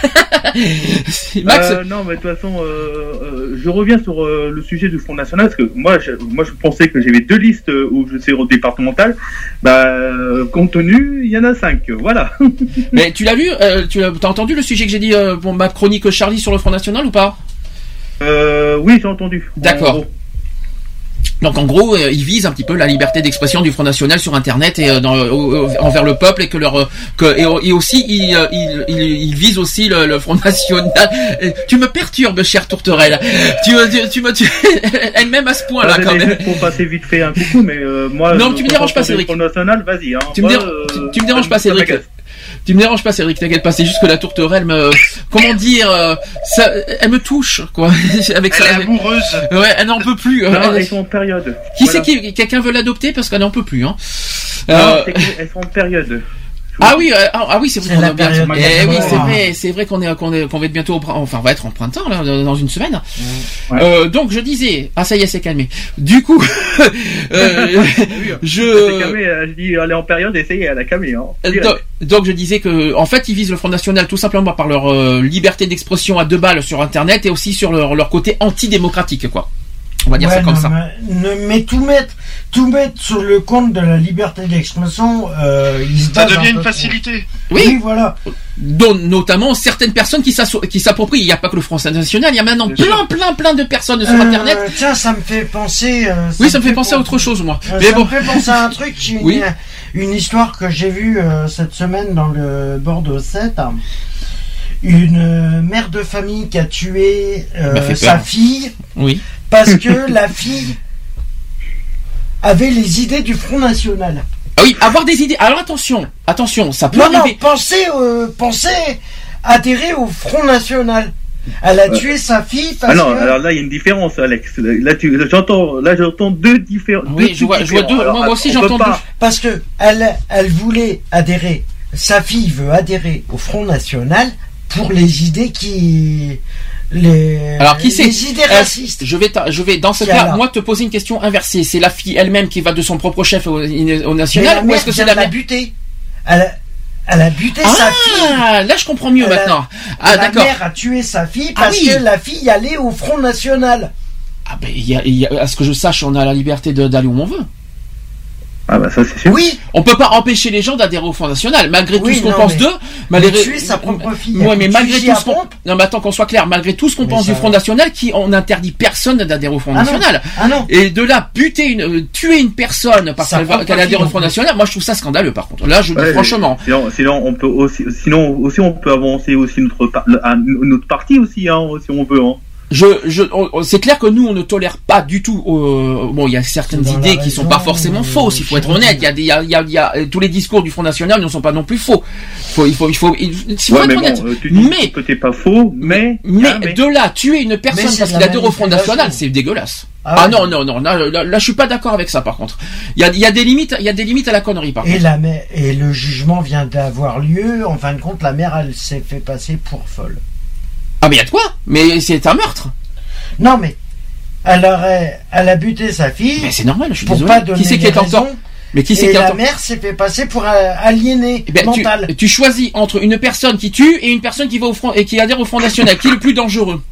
Max. Non, mais de toute façon, je reviens sur le sujet du Front National parce que moi, je pensais que j'avais 2 listes où je sais départementales. Compte tenu, il y en a 5. Voilà.
Mais tu l'as lu t'as entendu le sujet que j'ai dit pour ma chronique Charlie sur le Front National ou pas?
Oui, j'ai entendu.
D'accord. Donc en gros, ils visent un petit peu la liberté d'expression du Front National sur Internet et envers le peuple et et aussi ils visent aussi le Front National. Tu me perturbes, chère tourterelle. Tu elle-même à ce point-là quand même.
Juste pour passer vite fait un coucou, mais moi.
Non, tu me déranges pas, Cédric.
Front National, vas-y. Hein.
Tu me déranges pas, Cédric. Tu me déranges pas, Cédric, t'inquiète pas, c'est juste que la tourterelle me, comment dire, elle me touche, quoi. Avec
elle est amoureuse.
Ouais, elle n'en peut plus.
Non, elles sont en période.
Quelqu'un veut l'adopter parce qu'elle n'en peut plus, hein.
Non, elles sont en période.
Ah oui, c'est vrai qu'on
la période.
oui, c'est vrai qu'on va être bientôt on va être en printemps là, dans une semaine.
Ouais.
Donc je disais, ça y est, c'est calmé. Du coup,
C'est calmé, je dis elle est en période et ça y est, elle a calmé. Hein.
Donc je disais que en fait ils visent le Front National tout simplement par leur liberté d'expression à 2 balles sur Internet et aussi sur leur côté antidémocratique, quoi. On va dire ça comme ça.
Mais tout mettre sur le compte de la liberté d'expression,
ça devient une facilité.
Oui,
voilà.
Dont notamment certaines personnes qui s'approprient. Il n'y a pas que le Front National, il y a maintenant plein de personnes sur Internet.
Tiens, ça me fait penser.
Ça me fait penser à autre chose, moi.
Mais bon. Ça me fait penser à un truc. Une histoire que j'ai vue cette semaine dans le Bordeaux 7. Une mère de famille qui a tué sa fille.
Oui.
Parce que la fille avait les idées du Front National.
Ah oui, avoir des idées. Alors attention, ça peut arriver.
Non, pensez adhérer au Front National. Elle a tué sa fille parce
non, alors là il y a une différence, Alex. Là j'entends deux différences.
Oui, je vois deux. Moi aussi j'entends deux.
Parce que elle voulais adhérer. Sa fille veut adhérer au Front National pour les idées les idées racistes.
Je vais dans ce cas, moi te poser une question inversée. C'est la fille elle-même qui va de son propre chef au national, ou est-ce que c'est la
buté? Elle a buté sa fille.
Là je comprends mieux maintenant.
La mère a tué sa fille parce que la fille allait au Front National.
Ah ben à ce que je sache, on a la liberté d'aller où on veut.
Ah bah ça c'est sûr.
Oui.
On peut pas empêcher les gens d'adhérer au Front National, malgré tout ce qu'on pense d'eux.
Malgré tuer sa propre fille.
Ouais, mais malgré tout ce qu'on... Non, mais attends qu'on soit clair, malgré tout ce qu'on pense du Front National, on n'interdit personne d'adhérer au Front National.
Non.
Et de là, tuer une personne parce qu'elle adhère au Front National, moi je trouve ça scandaleux par contre. Là, je dis franchement.
Sinon on peut aussi on peut avancer aussi notre parti aussi, hein, si on veut, hein.
C'est clair que nous on ne tolère pas du tout. Bon, il y a certaines idées qui sont pas forcément fausses. Il faut être honnête. Il y a tous les discours du Front National ne sont pas non plus faux. Il faut être honnête.
Mais peut-être pas faux, mais
de là tuer une personne parce qu'il adhère au Front National, c'est dégueulasse. Non. Là, je suis pas d'accord avec ça. Par contre, il y a des limites. Il y a des limites à la connerie. Par contre.
Et le jugement vient d'avoir lieu. En fin de compte, la mère, elle s'est fait passer pour folle.
Ah mais il y a de quoi? Mais c'est un meurtre.
Non mais elle a buté sa fille.
Mais c'est normal, je suis
pour
désolé.
Pas donner
qui c'est qui est en tort? Mais qui c'est qui est en tort?
La mère s'est fait passer pour aliénée mentale.
Tu choisis entre une personne qui tue et une personne qui va au front et qui adhère au Front National. Qui est le plus dangereux?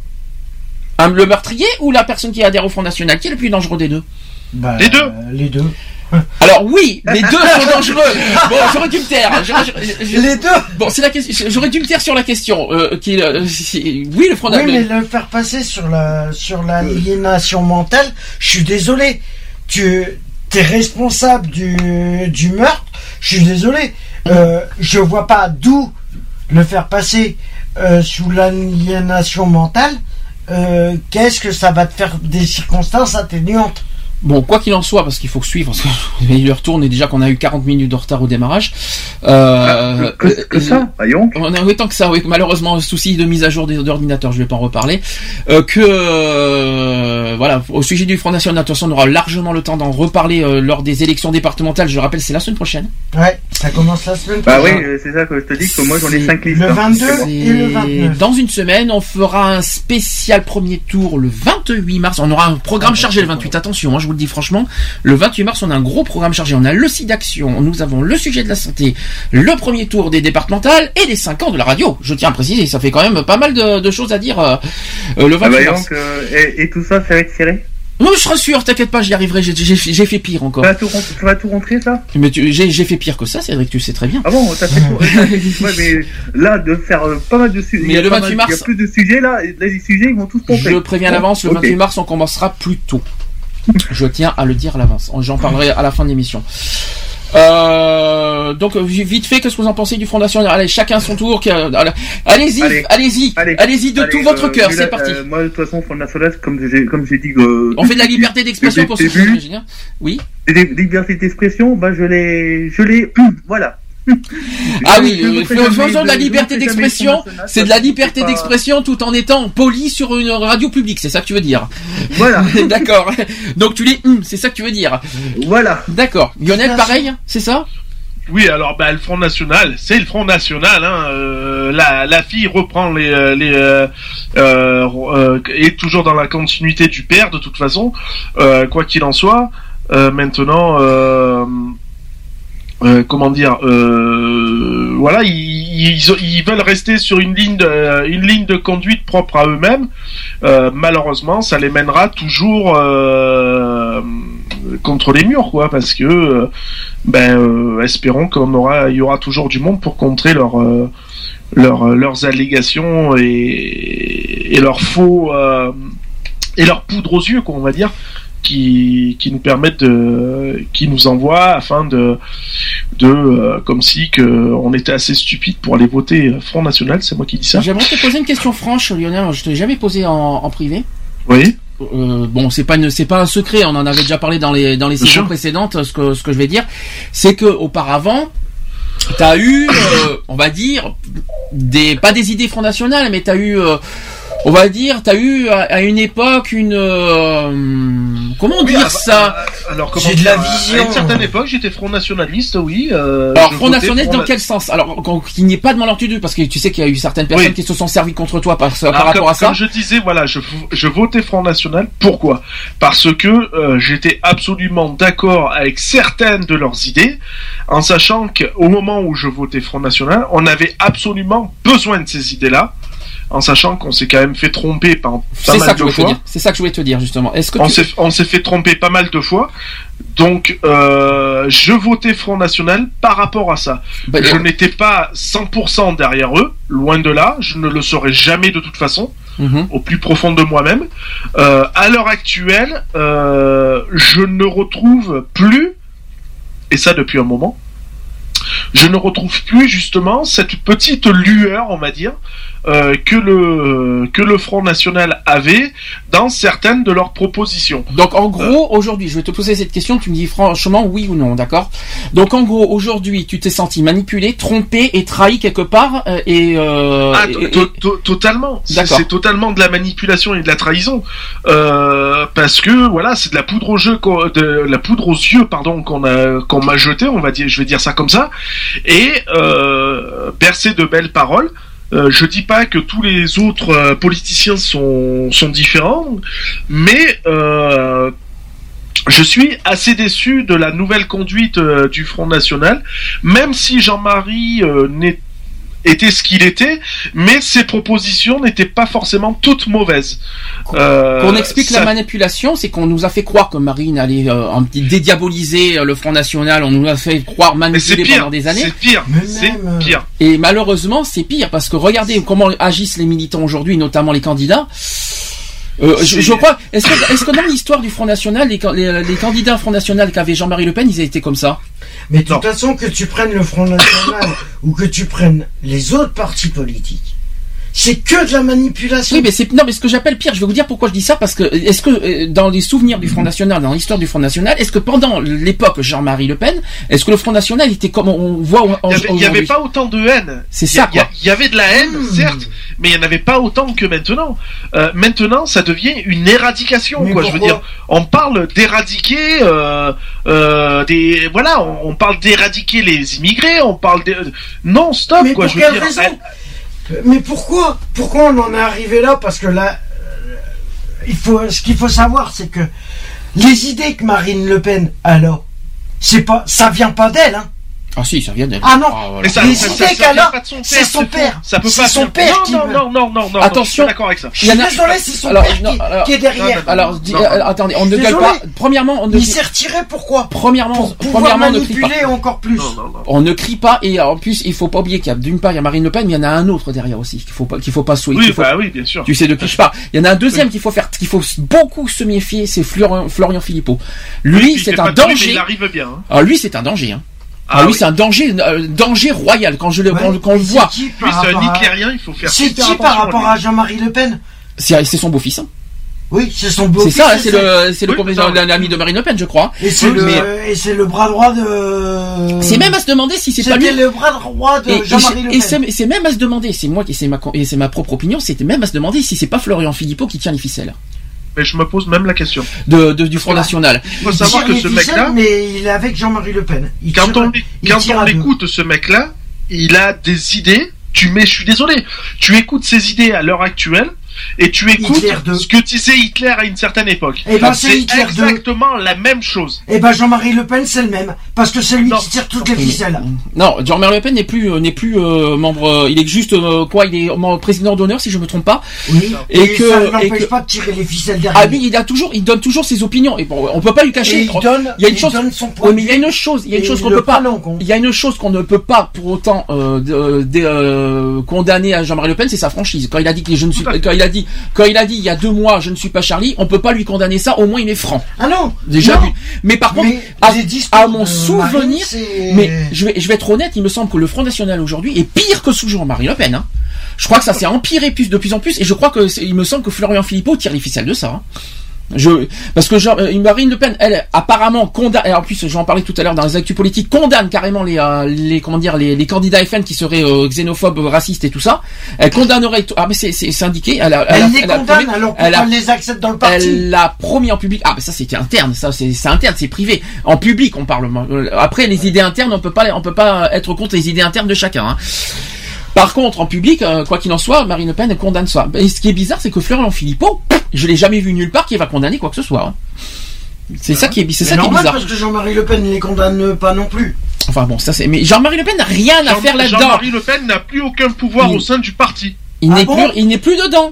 Le meurtrier ou la personne qui adhère au Front National? Qui est le plus dangereux des deux?
Les deux.
Alors oui, les deux sont dangereux. Bon, j'aurais dû me taire.
Les deux.
Bon, c'est la question. J'aurais dû me taire sur la question. Oui, le Front National.
Oui, mais le faire passer sur l'aliénation mentale, je suis désolé. T'es responsable du meurtre. Je suis désolé. Je vois pas d'où le faire passer sous l'aliénation mentale. Qu'est-ce que ça va te faire des circonstances atténuantes?
Bon, quoi qu'il en soit, parce qu'il faut suivre, parce qu'il leur tourne et déjà qu'on a eu 40 minutes de retard au démarrage.
Que ça, voyons.
On a autant que ça, oui. Malheureusement, souci de mise à jour d'ordinateur, je vais pas en reparler. Voilà, au sujet du Front National, de toute façon, on aura largement le temps d'en reparler lors des élections départementales. Je rappelle, c'est la semaine prochaine.
Ouais, ça commence la semaine
prochaine. Bah oui, c'est ça que je te dis que moi j'en ai 5 listes.
Le 22 et le 29.
Dans une semaine, on fera un spécial premier tour le 28 mars. On aura un programme chargé le 28. Attention, je vous le dis franchement, le 28 mars, on a un gros programme chargé. On a le site d'action, nous avons le sujet de la santé, le premier tour des départementales et les 5 ans de la radio. Je tiens à préciser, ça fait quand même pas mal de choses à dire le 28 mars.
Donc, et tout ça, ça va être serré?
Non, je rassure, t'inquiète pas, j'y arriverai, j'ai fait pire encore.
Tu vas tout rentrer, ça?
Mais j'ai fait pire que ça, Cédric, tu sais très bien.
Ah bon, t'as fait tout. Ouais, mais là, de faire pas mal de sujets.
Mais le 28 mars.
Il y a plus de sujets, là, les sujets, ils vont tous tomber.
Je préviens à l'avance, le 28 mars, on commencera plus tôt. Je tiens à le dire à l'avance. J'en parlerai à la fin de l'émission. Donc vite fait, qu'est-ce que vous en pensez du Front National? Allez, chacun son tour. Allez-y de tout votre cœur. C'est parti.
Moi, de toute façon, Front National, comme j'ai dit.
On fait de la liberté d'expression pour ceux qui imaginent. Oui.
Liberté d'expression, bah je l'ai. Voilà.
Ah oui, faisons de la liberté d'expression. C'est de la liberté d'expression tout en étant poli sur une radio publique. C'est ça que tu veux dire?
Voilà.
D'accord. Donc tu les c'est ça que tu veux dire?
Voilà.
D'accord. Lionel, pareil, c'est ça?
Oui, alors le Front National, c'est le Front National. La fille reprend est toujours dans la continuité du père de toute façon, quoi qu'il en soit. Maintenant, comment dire, voilà, ils veulent rester sur une ligne de conduite propre à eux-mêmes. Malheureusement, ça les mènera toujours contre les murs, quoi, parce que espérons il y aura toujours du monde pour contrer leurs allégations et leurs faux et leurs poudres aux yeux, quoi, on va dire, qui nous permettent qui nous envoient afin de comme si on était assez stupide pour aller voter Front National. C'est moi qui dis ça.
J'aimerais te poser une question franche, Lionel. Je te l'ai jamais posée en privé.
Oui.
Bon, c'est pas un secret. On en avait déjà parlé dans les saisons précédentes. Ce que je vais dire, c'est que auparavant, t'as eu, on va dire, pas des idées Front National, mais t'as eu on va dire, t'as eu à une époque comment dire ça?
Alors,
j'ai de la vision.
À une certaine époque, j'étais Front Nationaliste, oui.
Alors Front Nationaliste dans quel sens? Alors qu'il n'y ait pas de malentendu, parce que tu sais qu'il y a eu certaines personnes qui se sont servies contre toi par rapport à ça.
Comme je disais, voilà, je votais Front National. Pourquoi? Parce que j'étais absolument d'accord avec certaines de leurs idées, en sachant qu'au moment où je votais Front National, on avait absolument besoin de ces idées-là. En sachant qu'on s'est quand même fait tromper pas mal de fois.
C'est ça que je voulais te dire, justement.
On s'est fait tromper pas mal de fois. Donc, je votais Front National par rapport à ça. Je n'étais pas 100% derrière eux, loin de là. Je ne le serai jamais de toute façon, au plus profond de moi-même. À l'heure actuelle, je ne retrouve plus, et ça depuis un moment, je ne retrouve plus justement cette petite lueur, on va dire, que le Front National avait dans certaines de leurs propositions.
Donc en gros, aujourd'hui, je vais te poser cette question, tu me dis franchement oui ou non, d'accord? Donc en gros, aujourd'hui, tu t'es senti manipulé, trompé et trahi quelque part
totalement. C'est totalement de la manipulation et de la trahison. Parce que voilà, c'est de la poudre aux yeux qu'on m'a jeté, on va dire, je vais dire ça comme ça, et bercé de belles paroles. Je dis pas que tous les autres politiciens sont différents, mais je suis assez déçu de la nouvelle conduite du Front National, même si Jean-Marie était ce qu'il était, mais ses propositions n'étaient pas forcément toutes mauvaises.
Qu'on explique la manipulation, c'est qu'on nous a fait croire que Marine allait dédiaboliser le Front National, on nous a fait croire manipuler pendant des années.
C'est pire, pire.
Et malheureusement, c'est pire, parce que regardez comment agissent les militants aujourd'hui, notamment les candidats. Je crois, est-ce que dans l'histoire du Front National, les candidats Front National qu'avait Jean-Marie Le Pen, ils étaient comme ça?
Mais de toute façon, que tu prennes le Front National ou que tu prennes les autres partis politiques, c'est que de la manipulation.
Oui, mais mais ce que j'appelle pire, je vais vous dire pourquoi je dis ça, parce que est-ce que dans les souvenirs du Front National, dans l'histoire du Front National, est-ce que pendant l'époque Jean-Marie Le Pen, est-ce que le Front National était comme on voit
il n'y avait pas autant de haine.
C'est ça, quoi.
Il y avait de la haine, certes, mais il n'y en avait pas autant que maintenant. Maintenant, ça devient une éradication, mais quoi. Je veux dire, on parle d'éradiquer on parle d'éradiquer les immigrés, on parle non, stop,
mais
quoi.
Pour quelle raison? Mais pourquoi on en est arrivé là? Parce que là, ce qu'il faut savoir, c'est que les idées que Marine Le Pen a là, ça vient pas d'elle, hein.
Ah si, ça vient d'elle.
Ah non,
voilà.
les idées qu'elle a, c'est son père.
Ça peut
c'est
pas
son père qui
non.
Attention,
je suis d'accord avec ça.
Je suis désolé, c'est son père qui est derrière.
Attendez, on ne gueule pas. Premièrement,
il s'est retiré, pourquoi?
Premièrement,
on ne crie pas. Encore plus.
On ne crie pas, et en plus, il faut pas oublier qu'il y a d'une part, il y a Marine Le Pen, mais il y en a un autre derrière aussi qu'il faut pas souhaiter.
Oui, bien sûr.
Tu sais de qui je parle. Il y en a un deuxième qu'il faut beaucoup se méfier, c'est Florian Philippot. Lui, c'est un danger.
Il arrive bien.
Ah, lui, c'est un danger, hein. Oui, c'est un danger royal quand je le vois.
Lui, c'est un hitlérien, il faut faire.
C'est qui par rapport à Jean-Marie Le Pen?
C'est son beau-fils. Hein.
Oui, c'est son beau-fils.
C'est ça, c'est le professeur, l'ami de Marine Le Pen, je crois.
Et c'est le bras droit de...
C'est même à se demander si c'est pas lui.
C'était le bras droit de Jean-Marie Le Pen.
Et c'est même à se demander, c'est moi qui, c'est ma propre opinion, c'était même à se demander si c'est pas Florian Philippot qui tient les ficelles.
Mais je me pose même la question.
Du Front National.
Il faut savoir que ce mec-là...
Mais il est avec Jean-Marie Le Pen.
Quand on écoute ce mec-là, il a des idées, je suis désolé, tu écoutes ses idées à l'heure actuelle, et tu écoutes ce que disait Hitler à une certaine époque.
Et ben c'est Hitler
exactement la même chose.
Et ben Jean-Marie Le Pen c'est le même, parce que c'est lui qui tire toutes les ficelles.
Non, Jean-Marie Le Pen n'est plus membre. Il est juste il est président d'honneur si je me trompe pas.
Oui. Et ça n'empêche pas de tirer les ficelles derrière.
Ah oui, il donne toujours ses opinions. Et bon, on peut pas lui cacher. Il y a une chose. Mais il y a une chose qu'on peut pas. Il y a une chose qu'on ne peut pas pour autant condamner à Jean-Marie Le Pen, c'est sa franchise. Quand il a dit que je ne suis pas, quand il a dit il y a 2 mois je ne suis pas Charlie, on peut pas lui condamner ça, au moins il est franc.
Ah non.
Déjà
non.
Vu. Mais par contre, à mon souvenir, mais je vais être honnête, il me semble que le Front National aujourd'hui est pire que sous Jean-Marie Le Pen. Hein. Je crois que ça s'est empiré de plus en plus, et je crois il me semble que Florian Philippot tire les ficelles de ça. Hein. Parce que Marine Le Pen, elle apparemment condamne, et en plus j'en parlais tout à l'heure dans les actus politiques, condamne carrément les candidats FN qui seraient xénophobes, racistes et tout ça. Elle condamnerait mais c'est indiqué.
Elle les condamne alors pourquoi elle les accepte dans le parti.
Elle l'a promis en public. Ah mais ça c'était interne, c'est interne, c'est privé. En public on parle. Après les idées internes, on peut pas être contre les idées internes de chacun. Hein. Par contre, en public, quoi qu'il en soit, Marine Le Pen elle condamne ça. Et ce qui est bizarre, c'est que Florian Philippot, je l'ai jamais vu nulle part qui va condamner quoi que ce soit. Hein. C'est ça qui est bizarre.
Parce que Jean-Marie Le Pen ne les condamne pas non plus.
Enfin bon, ça c'est. Mais Jean-Marie Le Pen n'a rien à faire là-dedans.
Jean-Marie Le Pen n'a plus aucun pouvoir au sein du parti.
Il n'est plus dedans.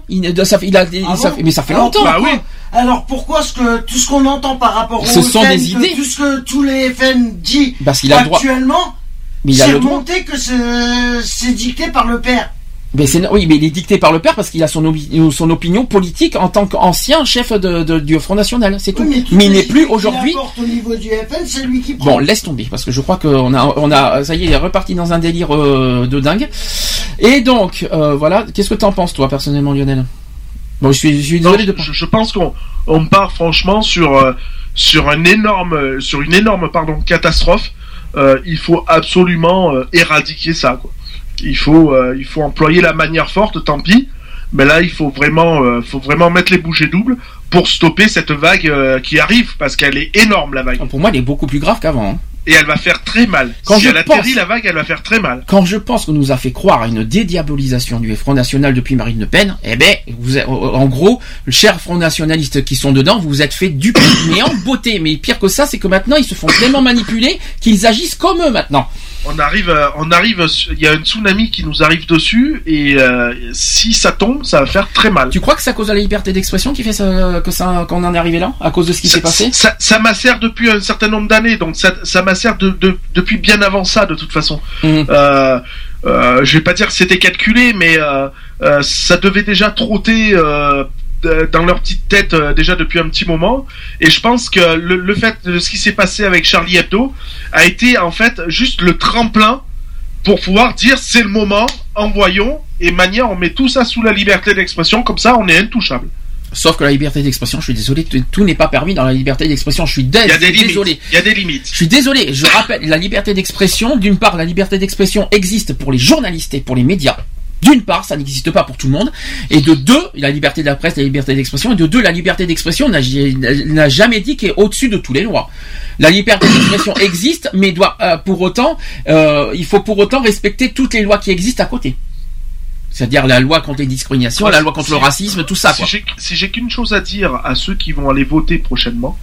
Mais ça fait longtemps.
Bah oui.
Alors pourquoi tout ce qu'on entend par rapport
ce sont
FN,
des idées.
Tout ce que tous les FN disent actuellement, c'est monté que c'est dicté par le père.
Mais mais il est dicté par le père parce qu'il a son opinion politique en tant qu'ancien chef du Front National, c'est tout. Mais il n'est plus aujourd'hui.
Au niveau du FN, c'est lui qui prend.
Bon, laisse tomber parce que je crois qu'on a, ça y est, il est reparti dans un délire de dingue. Et donc, voilà, qu'est-ce que t'en penses toi personnellement, Lionel? Bon, je suis désolé de.
Je pense qu'on part franchement sur une énorme catastrophe. Il faut absolument éradiquer ça, quoi. Il faut employer la manière forte, tant pis. Mais là, il faut vraiment mettre les bouchées doubles pour stopper cette vague qui arrive, parce qu'elle est énorme, la vague.
Pour moi, elle est beaucoup plus grave qu'avant. Hein.
Et elle va faire très mal. Si elle atterrit, la vague, elle va faire très mal.
Quand je pense qu'on nous a fait croire à une dédiabolisation du Front National depuis Marine Le Pen, en gros, le cher Front Nationalistes qui sont dedans, vous vous êtes fait duper, mais en beauté. Mais pire que ça, c'est que maintenant, ils se font tellement manipuler qu'ils agissent comme eux maintenant.
On arrive, il y a un tsunami qui nous arrive dessus, et si ça tombe, ça va faire très mal.
Tu crois que c'est à cause de la liberté d'expression qui fait qu'on en est arrivé là, à cause de ce qui s'est passé?
Ça m'assert depuis un certain nombre d'années, donc ça m'assert depuis bien avant ça, de toute façon. Je vais pas dire que c'était calculé, mais ça devait déjà trotter dans leur petite tête déjà depuis un petit moment, et je pense que le fait de ce qui s'est passé avec Charlie Hebdo a été en fait juste le tremplin pour pouvoir dire c'est le moment, envoyons, et on met tout ça sous la liberté d'expression, comme ça on est intouchable.
Sauf que la liberté d'expression, je suis désolé, tout n'est pas permis dans la liberté d'expression. Je suis désolé.
Il y a des limites.
Je suis désolé. Je rappelle, la liberté d'expression, d'une part, la liberté d'expression existe pour les journalistes et pour les médias. D'une part, ça n'existe pas pour tout le monde. Et de deux, la liberté de la presse, la liberté d'expression. Et de deux, la liberté d'expression n'a jamais dit qu'elle est au-dessus de toutes les lois. La liberté d'expression existe, mais il faut pour autant respecter toutes les lois qui existent à côté. C'est-à-dire la loi contre les discriminations, la loi contre le racisme, tout ça.
Si j'ai qu'une chose à dire à ceux qui vont aller voter prochainement,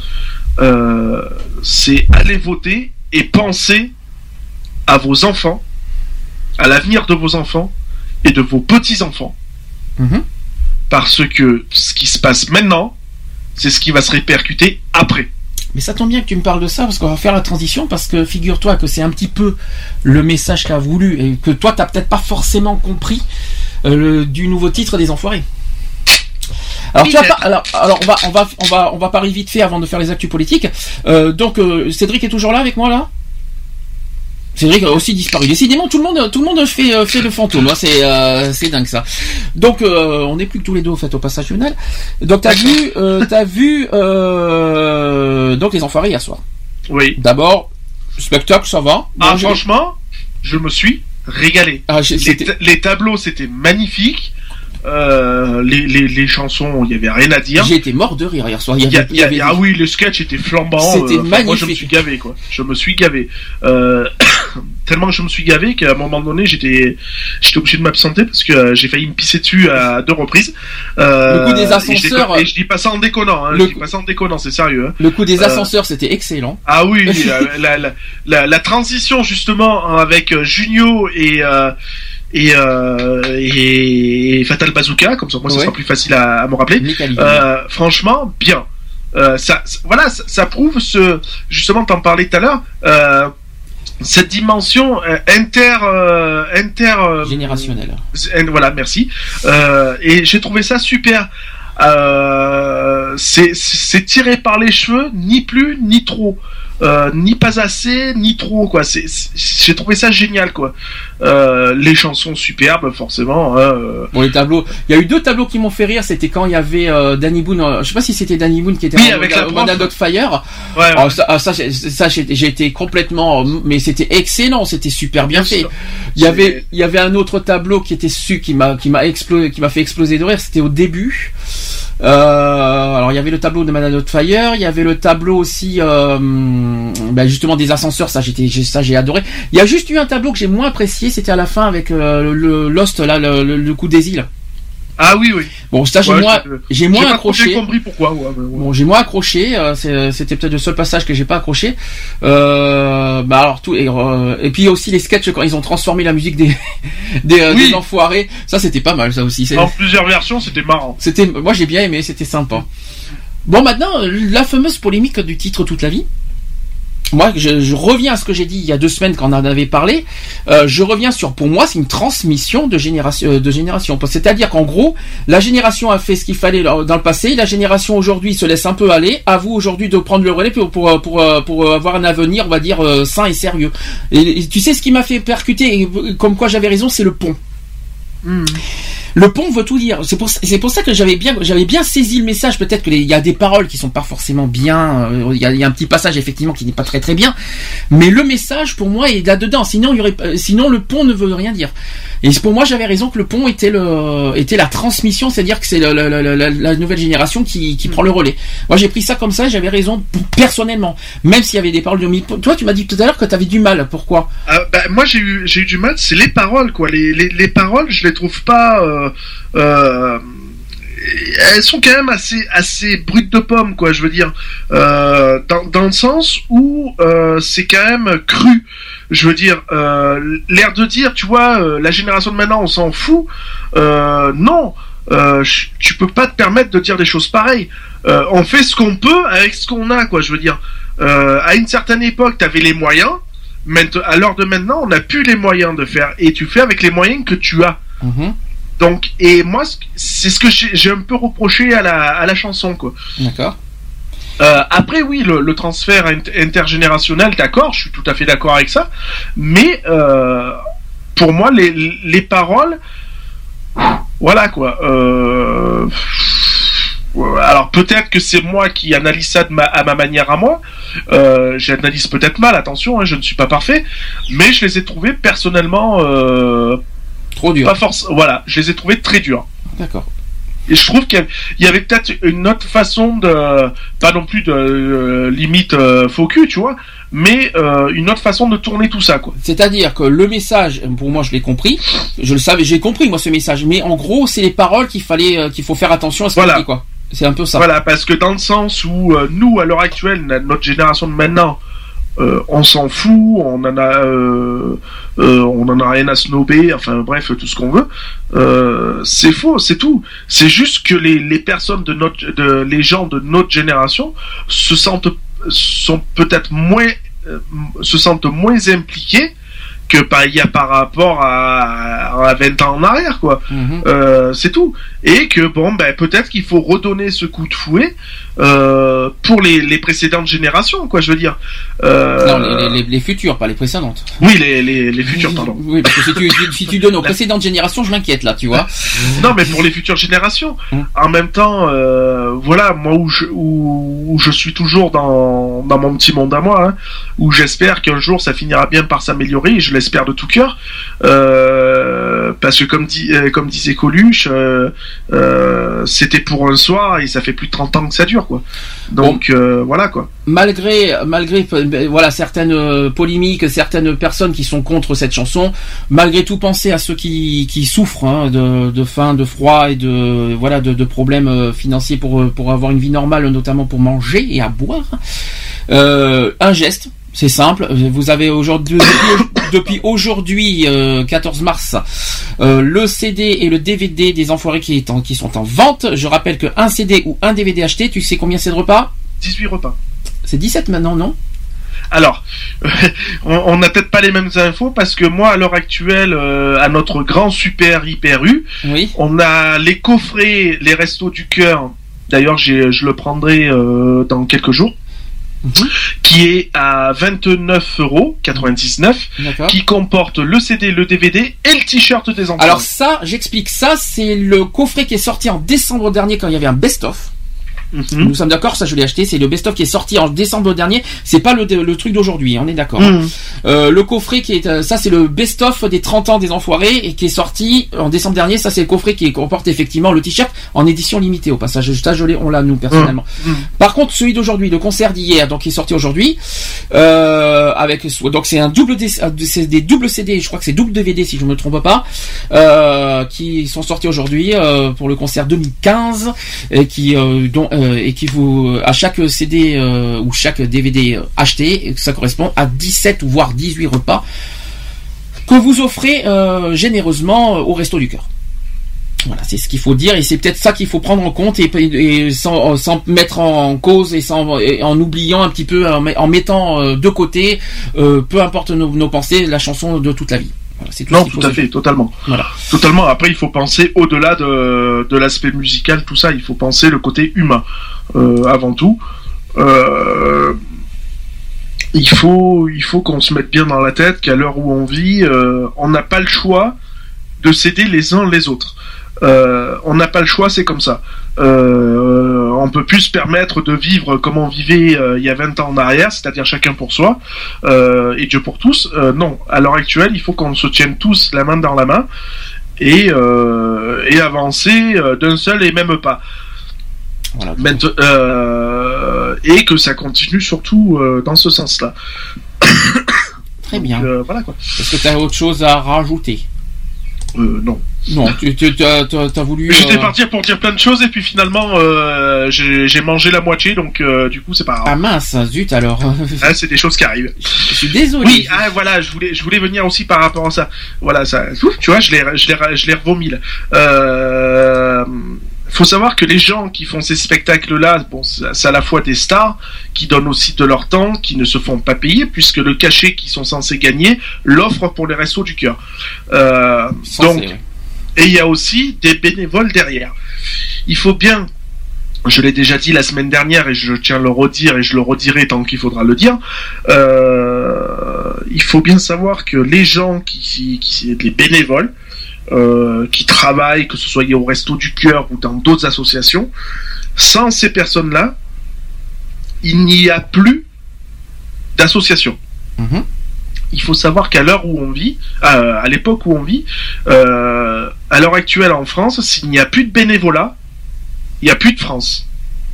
c'est aller voter et penser à vos enfants, à l'avenir de vos enfants et de vos petits-enfants. Parce que ce qui se passe maintenant, c'est ce qui va se répercuter après.
Mais ça tombe bien que tu me parles de ça, parce qu'on va faire la transition, parce que figure-toi que c'est un petit peu le message qu'a voulu, et que toi t'as peut-être pas forcément compris, du nouveau titre des Enfoirés. Alors, on va parler vite fait avant de faire les actus politiques. Donc Cédric est toujours là avec moi là? Cédric a aussi disparu. Décidément, tout le monde fait le fantôme. C'est dingue ça. Donc, on n'est plus que tous les deux au fait au passage final. Donc, t'as vu donc les Enfoirés hier soir.
Oui.
D'abord, spectacle, ça va.
Ah, franchement, je me suis régalé. Les tableaux, c'était magnifique. Les chansons, il y avait rien à dire.
J'ai été mort de rire hier soir.
Ah oui, le sketch était flambant.
C'était magnifique.
Moi, je me suis gavé, quoi. Je me suis gavé. Tellement que je me suis gavé qu'à un moment donné, j'étais obligé de m'absenter parce que j'ai failli me pisser dessus à 2 reprises.
Le coup des ascenseurs.
Et je dis pas ça en déconnant. Je dis pas ça en déconnant, c'est sérieux. Hein.
Le coup des ascenseurs, c'était excellent.
Ah oui, la transition justement avec Junio et Fatal Bazooka, comme ça moi ça sera plus facile à me rappeler. Franchement, bien. Ça prouve justement, t'en parlais tout à l'heure, cette dimension
générationnelle.
Voilà, merci. Et j'ai trouvé ça super. C'est tiré par les cheveux, ni plus ni trop. Ni pas assez, ni trop, quoi. J'ai trouvé ça génial, quoi. Les chansons superbes, forcément.
Bon, les tableaux. Il y a eu 2 tableaux qui m'ont fait rire. C'était quand il y avait Danny Boone. Je sais pas si c'était Danny Boone qui était
avec
Modern Dog Fire. Ouais. Oh, ça, j'ai été complètement. Mais c'était excellent. C'était super bien fait. Il y avait un autre tableau qui était qui m'a fait exploser de rire. C'était au début. Alors il y avait le tableau de Madame Dotfire, il y avait le tableau aussi justement des ascenseurs, ça j'ai adoré. Il y a juste eu un tableau que j'ai moins apprécié, c'était à la fin avec le Lost là, le coup des îles.
Ah oui.
Bon, ça j'ai moins accroché.
J'ai compris pourquoi. Ouais.
Bon, j'ai moins accroché. C'était peut-être le seul passage que j'ai pas accroché. Alors tout et puis aussi les sketchs quand ils ont transformé la musique des Enfoirés. Ça c'était pas mal, ça aussi.
En plusieurs versions, c'était marrant.
Moi j'ai bien aimé, c'était sympa. Bon, maintenant la fameuse polémique du titre Toute la vie. Moi, je reviens à ce que j'ai dit il y a 2 semaines quand on en avait parlé. Je reviens pour moi, c'est une transmission de génération. C'est-à-dire qu'en gros, la génération a fait ce qu'il fallait dans le passé. La génération aujourd'hui se laisse un peu aller. À vous aujourd'hui de prendre le relais pour avoir un avenir, on va dire, sain et sérieux. Et tu sais ce qui m'a fait percuter, et comme quoi j'avais raison, c'est le pont. Le pont veut tout dire. C'est pour ça que j'avais bien saisi le message. Peut-être qu'il y a des paroles qui sont pas forcément bien. Il y a un petit passage effectivement qui n'est pas très très bien. Mais le message pour moi est là-dedans. Sinon le pont ne veut rien dire. Et pour moi j'avais raison que le pont était la transmission, c'est-à-dire que c'est la nouvelle génération qui prend le relais. Moi j'ai pris ça comme ça. J'avais raison personnellement. Même s'il y avait des paroles de toi tu m'as dit tout à l'heure que tu avais du mal. Pourquoi?
Moi j'ai eu du mal. C'est les paroles, quoi. Les paroles, je les trouve pas. Elles sont quand même assez brutes de pomme, quoi, je veux dire, dans le sens où c'est quand même cru, je veux dire, l'air de dire, tu vois, la génération de maintenant on s'en fout, non, tu peux pas te permettre de dire des choses pareilles, on fait ce qu'on peut avec ce qu'on a, quoi, je veux dire, à une certaine époque t'avais les moyens, à l'heure de maintenant on n'a plus les moyens de faire, et tu fais avec les moyens que tu as. Donc, et moi, c'est ce que j'ai un peu reproché à la chanson, quoi.
D'accord.
Après, oui, le transfert intergénérationnel, d'accord, je suis tout à fait d'accord avec ça, mais pour moi, les paroles, voilà, quoi. Alors peut-être que c'est moi qui analyse ça à ma manière à moi. J'analyse peut-être mal, attention, je ne suis pas parfait, mais je les ai trouvés personnellement.
Trop dur.
Pas force. Voilà, je les ai trouvés très durs.
D'accord.
Et je trouve qu'il y avait peut-être une autre façon de, pas non plus de limite faux cul, tu vois, mais une autre façon de tourner tout ça, quoi.
C'est-à-dire que le message, pour moi, je l'ai compris, je le savais, j'ai compris moi ce message, mais en gros, c'est les paroles qu'il faut faire attention à ce qu'on dit, quoi. C'est un peu ça.
Voilà, parce que dans le sens où nous, à l'heure actuelle, notre génération de maintenant. On s'en fout, on en a rien à snober, enfin bref, tout ce qu'on veut. C'est faux, c'est tout. C'est juste que les personnes les gens de notre génération sont peut-être moins impliqués il y a par rapport à 20 ans en arrière, quoi. C'est tout. Et que peut-être qu'il faut redonner ce coup de fouet pour les précédentes générations, quoi, je veux dire.
Non, les futures, pas les précédentes.
Oui, les futures, pardon.
Oui, parce que si tu donnes aux précédentes générations, je m'inquiète là, tu vois.
Non, mais pour les futures générations. En même temps, voilà, moi où je suis toujours dans mon petit monde à moi, hein, où j'espère qu'un jour ça finira bien par s'améliorer, et je l'espère de tout cœur, parce que comme disait Coluche, c'était pour un soir et ça fait plus de 30 ans que ça dure, quoi. Donc voilà, quoi.
Malgré voilà certaines polémiques, certaines personnes qui sont contre cette chanson, malgré tout, pensez à ceux qui souffrent, hein, de faim, de froid et de problèmes financiers pour avoir une vie normale, notamment pour manger et à boire. Un geste. C'est simple, vous avez depuis aujourd'hui 14 mars le CD et le DVD des Enfoirés qui sont en vente. Je rappelle qu'un CD ou un DVD acheté, tu sais combien c'est de repas ?
18 repas.
C'est 17 maintenant, non ?
Alors, on n'a peut-être pas les mêmes infos, parce que moi, à l'heure actuelle, à notre grand super hyper U,
oui,
on a les coffrets, les Restos du Cœur. D'ailleurs, je le prendrai dans quelques jours. Qui est à 29,99€, qui comporte le CD, le DVD et le t-shirt des enfants.
Alors ça, j'explique ça, c'est le coffret qui est sorti en décembre dernier quand il y avait un best-of. Nous sommes d'accord, ça je l'ai acheté, c'est le best-of qui est sorti en décembre dernier, c'est pas le truc d'aujourd'hui, on est d'accord. Le coffret qui est, ça c'est le best-of des 30 ans des Enfoirés et qui est sorti en décembre dernier, ça c'est le coffret qui comporte effectivement le t-shirt en édition limitée au passage, ça on l'a nous personnellement. Par contre celui d'aujourd'hui, le concert d'hier, donc qui est sorti aujourd'hui, donc c'est c'est des doubles CD, je crois que c'est double DVD si je me trompe pas, qui sont sortis aujourd'hui pour le concert 2015 et qui vous, à chaque CD ou chaque DVD acheté, ça correspond à 17 ou voire 18 repas que vous offrez généreusement au Resto du Cœur. Voilà, c'est ce qu'il faut dire, et c'est peut-être ça qu'il faut prendre en compte, et sans mettre en cause et en oubliant un petit peu, en mettant de côté, peu importe nos pensées, la chanson de toute la vie. Voilà, c'est tout.
Non, tout à fait, totalement.
Voilà.
Totalement. Après, il faut penser au-delà de l'aspect musical, tout ça. Il faut penser le côté humain avant tout. Il faut qu'on se mette bien dans la tête qu'à l'heure où on vit, on n'a pas le choix de s'aider les uns les autres. On n'a pas le choix, c'est comme ça. On peut plus se permettre de vivre comme on vivait il y a 20 ans en arrière, c'est-à-dire chacun pour soi, et Dieu pour tous. Non, à l'heure actuelle, il faut qu'on se tienne tous la main dans la main et avancer d'un seul et même pas.
Voilà.
Et que ça continue surtout dans ce sens-là.
Très bien.
Voilà, quoi.
Est-ce que tu as autre chose à rajouter ?
Non.
Non, tu as voulu...
J'étais parti pour dire plein de choses et puis finalement j'ai mangé la moitié, donc du coup c'est pas grave.
Ah mince, zut alors.
Ah, c'est des choses qui arrivent.
Je suis désolé.
Oui, voilà, je voulais venir aussi par rapport à ça. Voilà, ça, tu vois, je l'ai revomi là. Faut savoir que les gens qui font ces spectacles-là, bon, c'est à la fois des stars qui donnent aussi de leur temps, qui ne se font pas payer, puisque le cachet qu'ils sont censés gagner l'offre pour les Restos du Cœur. Donc, et il y a aussi des bénévoles derrière. Il faut bien, je l'ai déjà dit la semaine dernière et je tiens à le redire et je le redirai tant qu'il faudra le dire, il faut bien savoir que les gens les bénévoles, qui travaillent, que ce soit au Resto du Cœur ou dans d'autres associations, sans ces personnes-là, il n'y a plus d'association. Il faut savoir qu'à l'heure où on vit, à l'époque où on vit, à l'heure actuelle en France, s'il n'y a plus de bénévolat, il n'y a plus de France.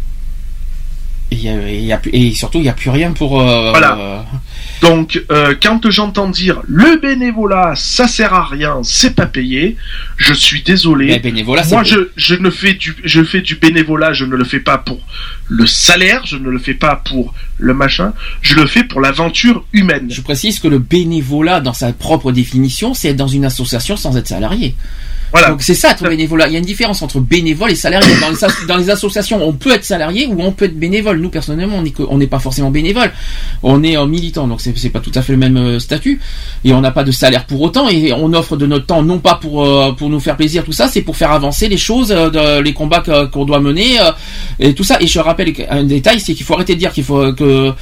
Et surtout, il n'y a plus rien pour...
Voilà. Donc, quand j'entends dire le bénévolat, ça sert à rien, c'est pas payé, je suis désolé.
Mais bénévolat,
moi, je fais du bénévolat, je ne le fais pas pour le salaire, je ne le fais pas pour le machin, je le fais pour l'aventure humaine.
Je précise que le bénévolat, dans sa propre définition, c'est être dans une association sans être salarié.
Voilà.
Donc c'est ça, ton bénévolat. Il y a une différence entre bénévole et salarié. Dans les associations, on peut être salarié ou on peut être bénévole. Nous, personnellement, on n'est pas forcément bénévole. On est militant, donc c'est pas tout à fait le même statut. Et on n'a pas de salaire pour autant. Et on offre de notre temps, non pas pour nous faire plaisir, tout ça, c'est pour faire avancer les choses, les combats qu'on doit mener et tout ça. Et je rappelle un détail, c'est qu'il faut arrêter de dire qu'il faut que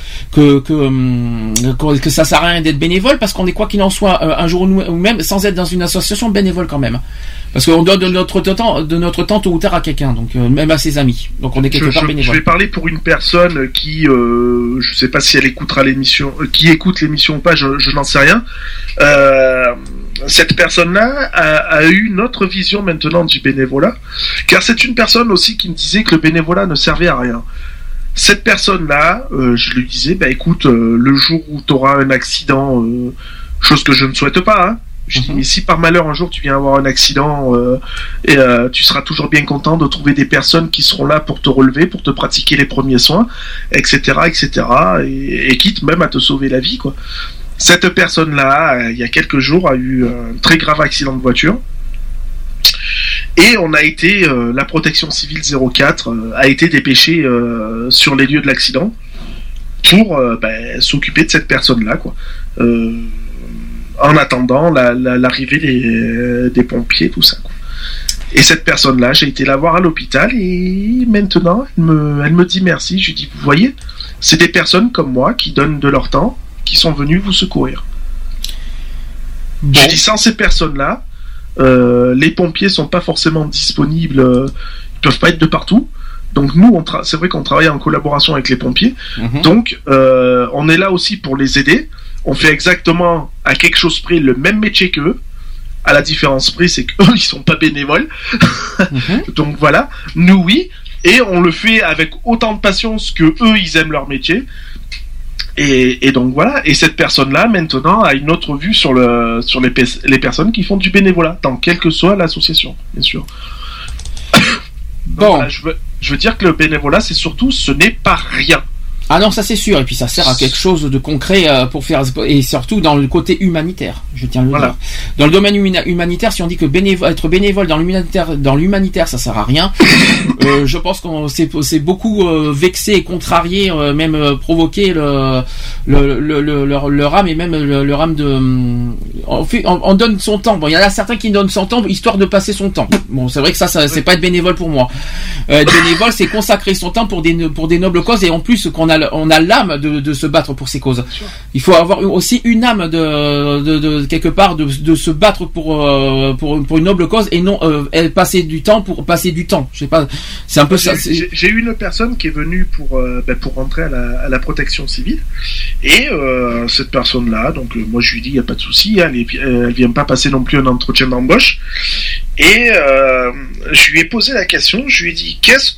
ça sert à rien d'être bénévole, parce qu'on est, quoi qu'il en soit, un jour ou même sans être dans une association, bénévole quand même. Parce qu'on donne de notre temps tôt ou tard à quelqu'un, donc même à ses amis. Donc on est quelque part bénévole.
Je vais parler pour une personne qui, je sais pas si elle écoutera l'émission, qui écoute l'émission ou pas, je n'en sais rien. Cette personne-là a eu une autre vision maintenant du bénévolat, car c'est une personne aussi qui me disait que le bénévolat ne servait à rien. Cette personne-là, je lui disais, bah écoute, le jour où tu auras un accident, chose que je ne souhaite pas, hein, je dis, mais si par malheur un jour tu viens avoir un accident, tu seras toujours bien content de trouver des personnes qui seront là pour te relever, pour te pratiquer les premiers soins, etc., etc., et quitte même à te sauver la vie, quoi. Cette personne-là, il y a quelques jours, a eu un très grave accident de voiture. Et on a été, la protection civile 04 a été dépêchée sur les lieux de l'accident pour s'occuper de cette personne-là, quoi. En attendant l'arrivée des pompiers, tout ça, quoi. Et cette personne-là, j'ai été la voir à l'hôpital et maintenant, elle me dit merci. Je lui dis, vous voyez, c'est des personnes comme moi qui donnent de leur temps, qui sont venus vous secourir. Bon. Je dis, sans ces personnes-là, les pompiers sont pas forcément disponibles, ils peuvent pas être de partout. Donc nous, c'est vrai qu'on travaille en collaboration avec les pompiers. Donc on est là aussi pour les aider. On fait exactement à quelque chose près le même métier qu'eux. À la différence près, c'est qu'eux, ils sont pas bénévoles. Donc voilà, nous oui, et on le fait avec autant de patience que eux, ils aiment leur métier. Et donc voilà, et cette personne-là maintenant a une autre vue sur les personnes qui font du bénévolat, dans quelle que soit l'association, bien sûr. Bon, voilà, je veux dire que le bénévolat, c'est surtout, ce n'est pas rien.
Ah non, ça c'est sûr, et puis ça sert à quelque chose de concret pour faire, et surtout dans le côté humanitaire, je tiens à le dire. Dans le domaine humanitaire, si on dit que être bénévole dans l'humanitaire, ça sert à rien, je pense qu'on c'est beaucoup vexé et contrarié, même provoqué le rame, et même le rame de... On donne son temps. Bon, il y en a certains qui donnent son temps histoire de passer son temps. Bon, c'est vrai que ça c'est pas être bénévole pour moi. Être bénévole, c'est consacrer son temps pour des nobles causes, et en plus qu'on a l'âme de se battre pour ces causes. Il faut avoir aussi une âme de quelque part de se battre pour une noble cause, et non passer du temps pour passer du temps. Je sais pas, c'est un peu ça.
J'ai eu une personne qui est venue pour rentrer à la protection civile, et cette personne-là, donc moi je lui dis, il y a pas de souci, elle vient pas passer non plus un entretien d'embauche, et je lui ai posé la question, je lui ai dit, qu'est-ce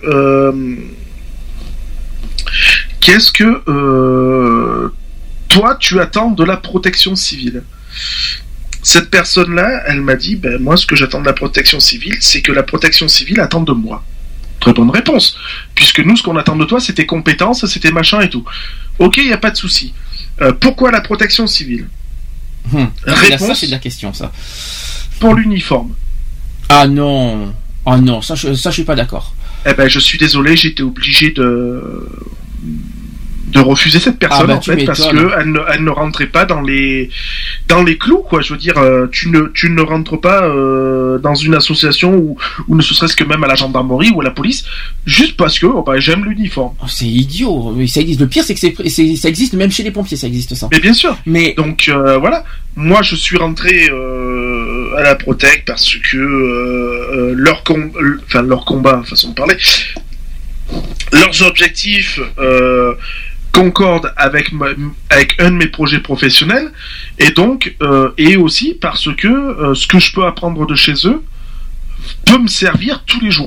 que toi tu attends de la protection civile? Cette personne-là, elle m'a dit, moi ce que j'attends de la protection civile, c'est que la protection civile attend de moi. Très bonne réponse, puisque nous ce qu'on attend de toi, c'est tes compétences, c'est tes machins et tout. Ok, il n'y a pas de souci. Pourquoi la protection civile?
Réponse, ça c'est de la question, ça.
Pour l'uniforme.
Ah non, ça je suis pas d'accord.
Eh ben je suis désolé, j'étais obligé de refuser cette personne en fait, parce que elle ne rentrait pas dans les clous, quoi. Je veux dire, tu ne rentres pas dans une association ou ne serait-ce que même à la gendarmerie ou à la police juste parce que j'aime l'uniforme.
Oh, c'est idiot. Ça existe. Le pire, c'est que ça existe même chez les pompiers, ça existe ça.
Mais bien sûr. Donc voilà, moi je suis rentré à la Protec parce que leur combat, façon de parler, leurs objectifs concorde avec un de mes projets professionnels, et donc et aussi parce que ce que je peux apprendre de chez eux peut me servir tous les jours.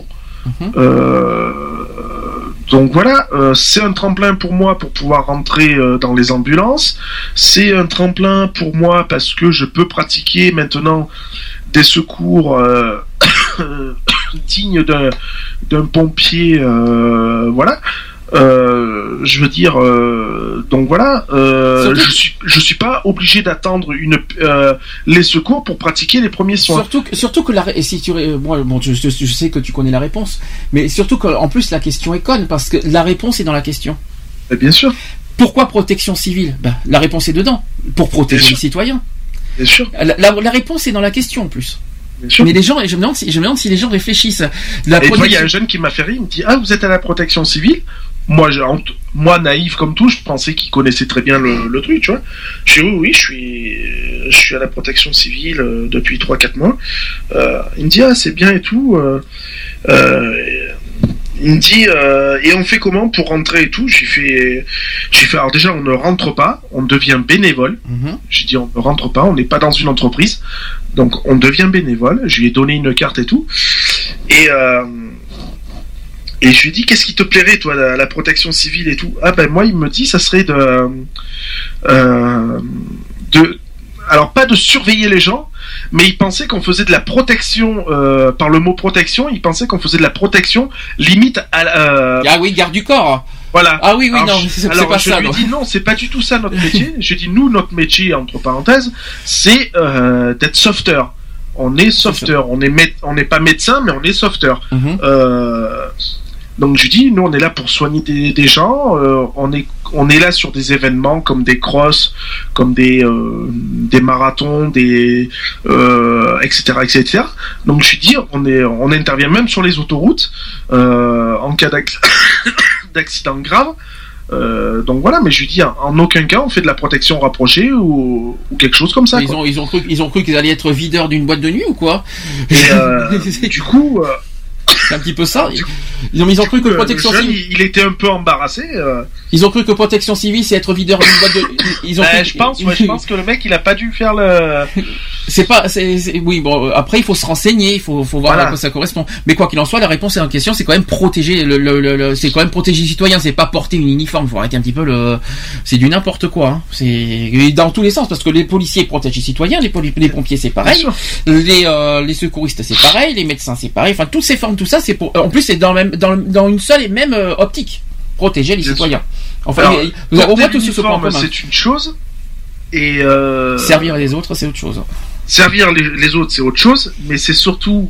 Donc voilà, c'est un tremplin pour moi pour pouvoir rentrer dans les ambulances, c'est un tremplin pour moi parce que je peux pratiquer maintenant des secours dignes d'un pompier, voilà. Je veux dire, donc voilà, je suis pas obligé d'attendre les secours pour pratiquer les premiers soins.
Surtout que je sais que tu connais la réponse, mais surtout qu'en plus la question est conne parce que la réponse est dans la question.
Bien sûr.
Pourquoi protection civile ? La réponse est dedans, pour protéger les citoyens.
Bien sûr.
La réponse est dans la question en plus. Mais les gens, je me demande si les gens réfléchissent.
Et toi, il y a un jeune qui m'a fait rire, il me dit vous êtes à la protection civile ? Moi, naïf comme tout, je pensais qu'il connaissait très bien le truc, tu vois. Je dis oui, je suis à la protection civile depuis 3-4 mois. Il me dit c'est bien et tout. Il me dit et on fait comment pour rentrer et tout. J'ai fait alors déjà on ne rentre pas, on devient bénévole. J'ai dit on ne rentre pas, on n'est pas dans une entreprise, donc on devient bénévole. Je lui ai donné une carte et tout, et je lui ai dit qu'est-ce qui te plairait toi la protection civile et tout. Moi il me dit ça serait alors pas de surveiller les gens, mais il pensait qu'on faisait de la protection par le mot protection. Il pensait qu'on faisait de la protection limite à
garde du corps.
Voilà.
Ah oui, non, c'est pas ça.
Je lui dis non, c'est pas du tout ça notre métier. Je dis nous notre métier entre parenthèses, c'est d'être sauveteur. On est sauveteur. On n'est pas médecin, mais on est sauveteur. Donc je dis, nous on est là pour soigner des gens, on est là sur des événements comme des crosses, comme des marathons, etc., etc. Donc je dis, on intervient même sur les autoroutes en cas d'accident grave. Donc voilà, mais je lui dis en aucun cas on fait de la protection rapprochée ou quelque chose comme ça.
Ils ont cru qu'ils allaient être videurs d'une boîte de nuit ou quoi?
Et du coup.
C'est un petit peu ça. Ils ont cru que protection civile.
Il était un peu embarrassé.
Ils ont cru que protection civile c'est être videur d'une boîte de.
Je pense que le mec il a pas dû faire le.
Oui, bon, après il faut se renseigner, il faut voir à quoi ça correspond. Mais quoi qu'il en soit, la réponse à la question, c'est quand même protéger c'est quand même protéger les citoyens, c'est pas porter une uniforme. Faut arrêter un petit peu c'est du n'importe quoi. Hein. C'est dans tous les sens parce que les policiers protègent les citoyens, les pompiers c'est pareil, les secouristes c'est pareil, les médecins c'est pareil. Enfin toutes ces formes, tout ça, c'est pour. En plus, c'est dans une seule et même optique, protéger les citoyens. Enfin,
alors, au moins tous ce point commun. C'est une chose. Et
servir les autres, c'est autre chose.
Servir les autres, c'est autre chose, mais c'est surtout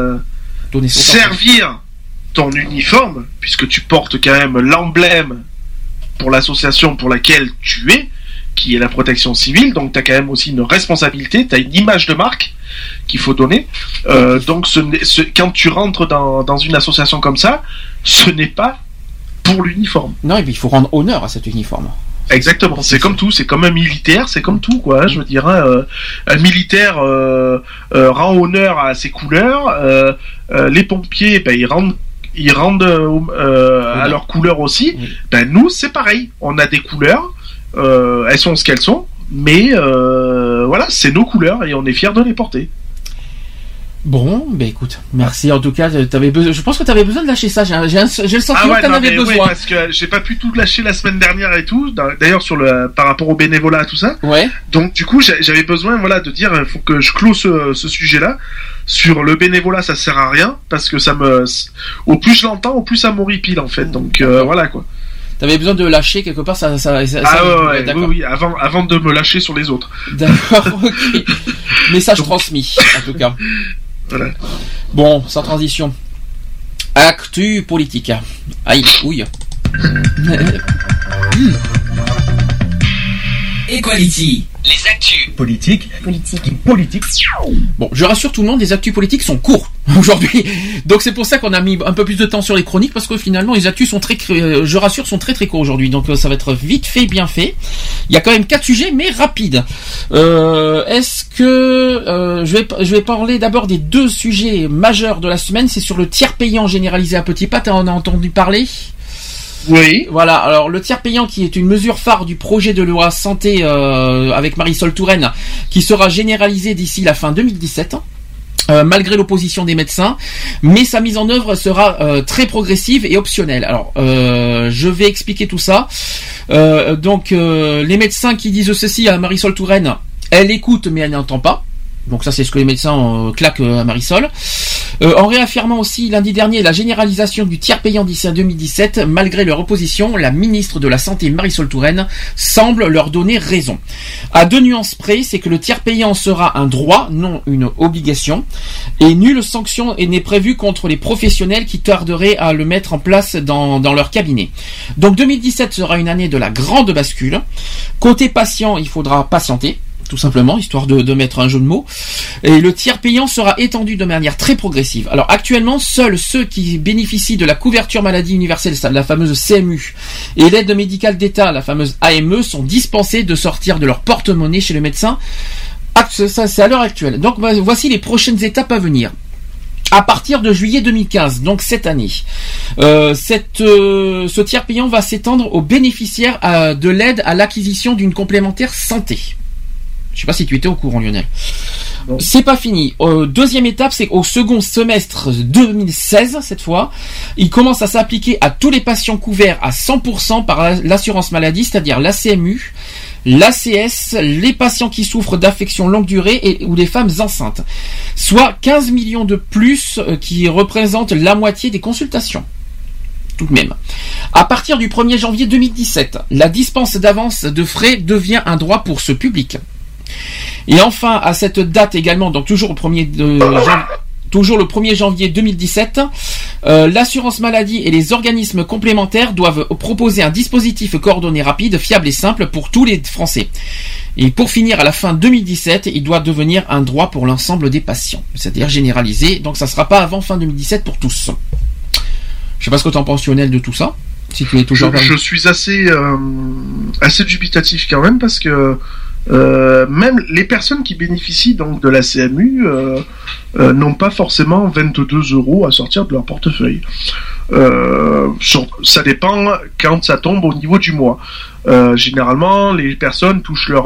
servir ton uniforme, puisque tu portes quand même l'emblème pour l'association pour laquelle tu es, qui est la protection civile, donc tu as quand même aussi une responsabilité, tu as une image de marque qu'il faut donner. Donc quand tu rentres dans une association comme ça, ce n'est pas pour l'uniforme.
Non, et puis il faut rendre honneur à cet uniforme.
Exactement, c'est comme tout, c'est comme un militaire, c'est comme tout quoi. Je veux dire, un militaire rend honneur à ses couleurs. Les pompiers, ils rendent à leurs couleurs aussi. Oui. Nous, c'est pareil. On a des couleurs, elles sont ce qu'elles sont, mais voilà, c'est nos couleurs et on est fiers de les porter.
Bon, écoute, merci en tout cas. Je pense que tu avais besoin de lâcher ça. J'ai le sentiment que tu en avais besoin.
Oui, parce que j'ai pas pu tout lâcher la semaine dernière et tout. D'ailleurs, par rapport au bénévolat, tout ça.
Ouais.
Donc du coup, j'avais besoin, de dire, il faut que je close ce sujet-là. Sur le bénévolat, ça sert à rien parce que au plus je l'entends, au plus ça m'horripile en fait. Donc voilà quoi.
T'avais besoin de lâcher quelque part, ça
oui, avant de me lâcher sur les autres.
D'accord, ok. Message transmis, en tout cas.
Voilà.
Bon, sans transition. Actu politique. Aïe, ouille.
Equality.
Les actus
politique.
Bon, je rassure tout le monde, les actus politiques sont courts aujourd'hui. Donc c'est pour ça qu'on a mis un peu plus de temps sur les chroniques parce que finalement les actus sont je rassure, sont très très courts aujourd'hui. Donc ça va être vite fait, bien fait. Il y a quand même 4 sujets mais rapides. Est-ce que je vais parler d'abord des 2 sujets majeurs de la semaine. C'est sur le tiers payant généralisé à petits pas. On a entendu parler?
Oui.
Voilà, alors le tiers payant qui est une mesure phare du projet de loi santé avec Marisol Touraine qui sera généralisé d'ici la fin 2017 malgré l'opposition des médecins, mais sa mise en œuvre sera très progressive et optionnelle. Alors je vais expliquer tout ça. Donc les médecins qui disent ceci à Marisol Touraine, elle écoute mais elle n'entend pas. Donc ça c'est ce que les médecins claquent à Marisol. En réaffirmant aussi lundi dernier la généralisation du tiers payant d'ici à 2017, malgré leur opposition, la ministre de la Santé Marisol Touraine semble leur donner raison. À 2 nuances près, c'est que le tiers payant sera un droit, non une obligation, et nulle sanction n'est prévue contre les professionnels qui tarderaient à le mettre en place dans leur cabinet. Donc 2017 sera une année de la grande bascule. Côté patient, il faudra patienter, tout simplement, histoire de mettre un jeu de mots. Et le tiers payant sera étendu de manière très progressive. Alors actuellement, seuls ceux qui bénéficient de la couverture maladie universelle, la fameuse CMU, et l'aide médicale d'État, la fameuse AME, sont dispensés de sortir de leur porte-monnaie chez le médecin. Ça, c'est à l'heure actuelle. Donc voici les prochaines étapes à venir. À partir de juillet 2015, donc cette année, ce tiers payant va s'étendre aux bénéficiaires de l'aide à l'acquisition d'une complémentaire santé. Je sais pas si tu étais au courant, Lionel. Bon. C'est pas fini. Deuxième étape, c'est au second semestre 2016, cette fois, il commence à s'appliquer à tous les patients couverts à 100% par l'assurance maladie, c'est-à-dire la CMU, l'ACS, les patients qui souffrent d'affections longue durée ou les femmes enceintes. Soit 15 millions de plus qui représentent la moitié des consultations. Tout de même. À partir du 1er janvier 2017, la dispense d'avance de frais devient un droit pour ce public. Et enfin, à cette date également, donc toujours le 1er janvier 2017, l'assurance maladie et les organismes complémentaires doivent proposer un dispositif coordonné rapide, fiable et simple pour tous les Français. Et pour finir, à la fin 2017, il doit devenir un droit pour l'ensemble des patients, c'est-à-dire généralisé, donc ça ne sera pas avant fin 2017 pour tous. Je sais pas ce que tu en penses, Lionel, de tout ça. Si tu es toujours
je suis assez dubitatif quand même, parce que même les personnes qui bénéficient donc de la CMU n'ont pas forcément 22 € à sortir de leur portefeuille. Ça dépend quand ça tombe au niveau du mois. Généralement, les personnes touchent leur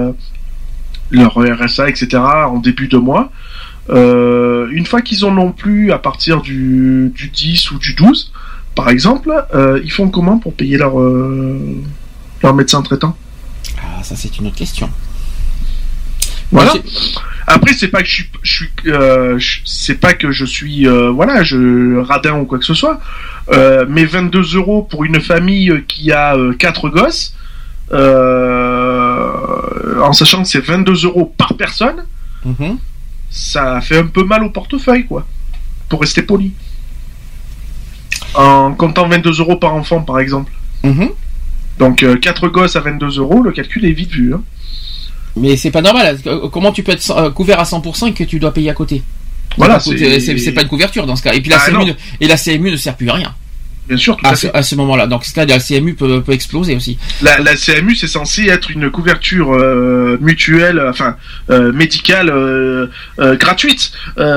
RSA, etc. en début de mois. Une fois qu'ils en ont plus à partir du 10 ou du 12, par exemple, ils font comment pour payer leur médecin traitant?
Ah, ça c'est une autre question.
Voilà. Après, c'est pas que c'est pas que je suis je radin ou quoi que ce soit. Mais 22 € pour une famille qui a 4 gosses, en sachant que c'est 22 € par personne, ça fait un peu mal au portefeuille, quoi. Pour rester poli. En comptant 22 € par enfant, par exemple. Donc 4 gosses à 22 €, le calcul est vite vu. Hein.
Mais c'est pas normal. Comment tu peux être couvert à 100% et que tu dois payer à côté?
Voilà,
c'est pas une couverture dans ce cas. Et puis la CMU ne sert plus à rien.
Bien sûr, tout à fait.
À ce moment-là. Donc, ce cas, la CMU peut exploser aussi.
La CMU, c'est censé être une couverture mutuelle, médicale gratuite.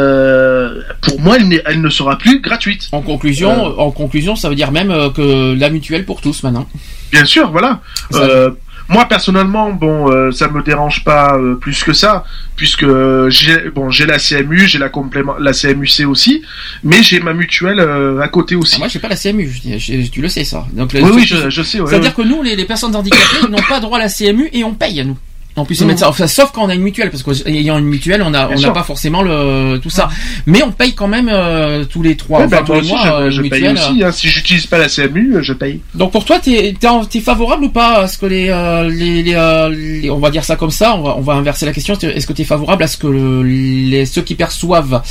Pour moi, elle ne sera plus gratuite.
En conclusion, ça veut dire même que la mutuelle pour tous maintenant.
Bien sûr, voilà. Moi personnellement, ça me dérange pas plus que ça, puisque j'ai la CMU, j'ai la CMUC aussi, mais j'ai ma mutuelle à côté aussi.
Moi, j'ai pas la CMU, tu le sais ça. Donc,
oui, je sais.
C'est-à-dire que nous, les personnes handicapées, n'ont pas droit à la CMU et on paye à nous. En plus, sauf quand on a une mutuelle, parce qu'ayant une mutuelle, on n'a pas forcément tout ça. Mais on paye quand même tous les 3 tous les mois.
Je paye aussi. Hein. Si j'utilise pas la CMU, je paye.
Donc pour toi, t'es favorable ou pas à ce que les on va dire ça comme ça, on va inverser la question. Est-ce que t'es favorable à ce que ceux qui perçoivent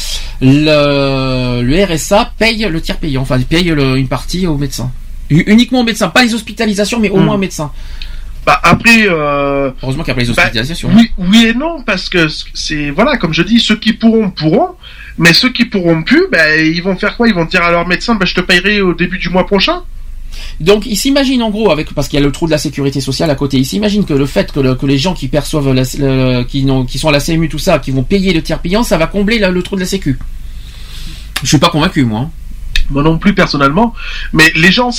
le RSA payent le tiers payant, enfin payent une partie au médecin, uniquement au médecin, pas les hospitalisations, mais au moins au médecin.
Après,
heureusement qu'il y a pas les hospitalisations.
Oui et non, parce que c'est comme je dis, ceux qui pourront, mais ceux qui pourront plus, ils vont faire quoi? Ils vont dire à leur médecin, je te payerai au début du mois prochain.
Donc, ils s'imaginent en gros, parce qu'il y a le trou de la sécurité sociale à côté, ils s'imaginent que le fait que les gens qui perçoivent qui sont à la CMU, tout ça, qui vont payer le tiers payant, ça va combler le trou de la sécu. Je suis pas convaincu, moi.
Moi non plus personnellement, mais les gens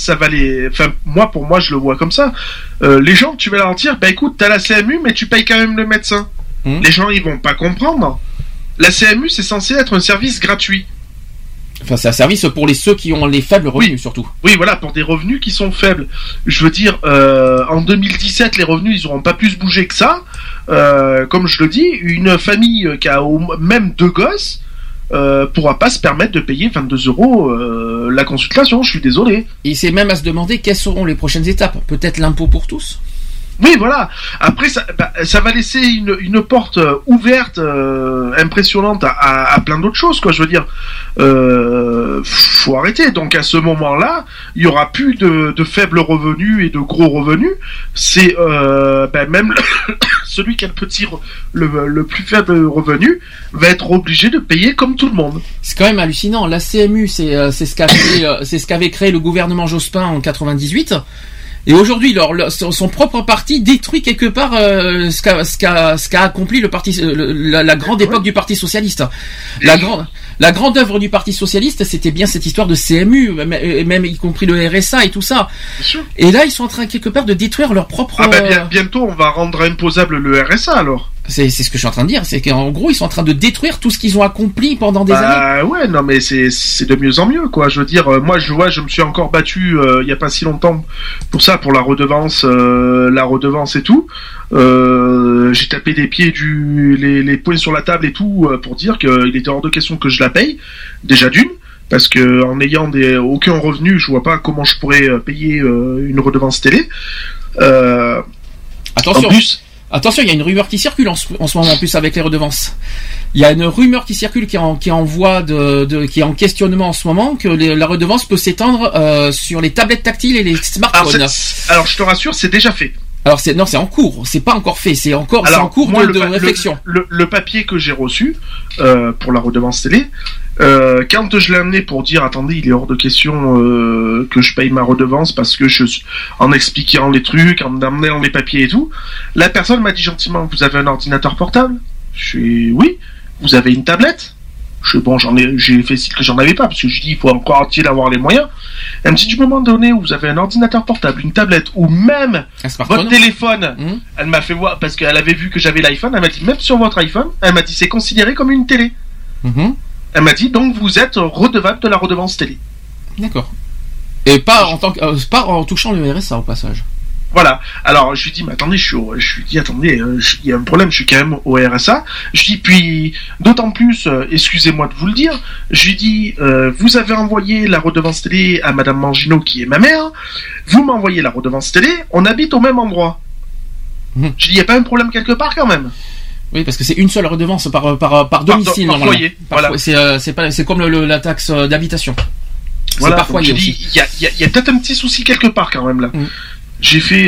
pour moi je le vois comme ça. Les gens, tu vas leur dire, écoute, t'as la CMU mais tu payes quand même le médecin. Les gens ils vont pas comprendre. La CMU c'est censé être un service gratuit.
Enfin, c'est un service pour ceux qui ont les faibles revenus, surtout.
Oui, voilà, pour des revenus qui sont faibles. Je veux dire, en 2017, les revenus, ils auront pas plus bougé que ça. Comme je le dis, une famille qui a même 2 gosses, pourra pas se permettre de payer 22 € la consultation. Je suis désolé.
Et c'est même à se demander quelles seront les prochaines étapes. Peut-être l'impôt pour tous.
Oui, voilà. Après, ça va laisser une porte ouverte, impressionnante à plein d'autres choses, quoi. Je veux dire, faut arrêter. Donc, à ce moment-là, il y aura plus de faibles revenus et de gros revenus. C'est même celui qui a le plus faible revenu va être obligé de payer comme tout le monde.
C'est quand même hallucinant. La CMU, c'est ce qu'avait créé le gouvernement Jospin en 98. Et aujourd'hui, son propre parti détruit quelque part ce qu'a accompli le parti, la grande époque du Parti socialiste. La grande œuvre du Parti socialiste, c'était bien cette histoire de CMU, même y compris le RSA et tout ça.
Bien sûr.
Et là, ils sont en train quelque part de détruire leur propre.
Bientôt, on va rendre imposable le RSA alors.
C'est ce que je suis en train de dire, c'est qu'en gros ils sont en train de détruire tout ce qu'ils ont accompli pendant des années.
Ouais, non mais c'est de mieux en mieux, quoi. Je veux dire, moi je me suis encore battu il y a pas si longtemps pour ça, pour la redevance et tout. J'ai tapé des pieds les poings sur la table et tout pour dire qu'il était hors de question que je la paye. Déjà d'une. Parce que en ayant aucun revenu, je vois pas comment je pourrais payer une redevance télé.
Attention. Attention, il y a une rumeur qui circule en ce moment en plus avec les redevances. Il y a une rumeur qui circule qui est en questionnement en ce moment, que la redevance peut s'étendre sur les tablettes tactiles et les smartphones.
Alors je te rassure, c'est déjà fait.
Alors c'est en cours, c'est pas encore fait, c'est en cours de réflexion.
Le papier que j'ai reçu pour la redevance télé, quand je l'ai amené pour dire attendez, il est hors de question que je paye ma redevance parce que en expliquant les trucs, en amenant les papiers et tout, la personne m'a dit gentiment vous avez un ordinateur portable? Je suis oui. Vous avez une tablette? J'ai fait style que j'en avais pas, parce que je dis il faut encore avoir les moyens. Elle me dit du moment donné où vous avez un ordinateur portable, une tablette, ou même votre téléphone, elle m'a fait voir, parce qu'elle avait vu que j'avais l'iPhone, elle m'a dit même sur votre iPhone, elle m'a dit c'est considéré comme une télé. Elle m'a dit donc vous êtes redevable de la redevance télé.
D'accord. Et pas en touchant le RSA au passage.
Voilà. Alors je lui dis mais attendez, je lui dis attendez, il y a un problème, je suis quand même au RSA. Je dis puis d'autant plus, excusez-moi de vous le dire, je lui dis vous avez envoyé la redevance télé à Madame Mangino qui est ma mère, vous m'envoyez la redevance télé, on habite au même endroit. Je lui dis il y a pas un problème quelque part quand même.
Oui, parce que c'est une seule redevance par domicile
par foyer. Voilà.
C'est comme la taxe d'habitation.
Voilà.
C'est par foyer aussi.
Il y a peut-être un petit souci quelque part quand même là. J'ai fait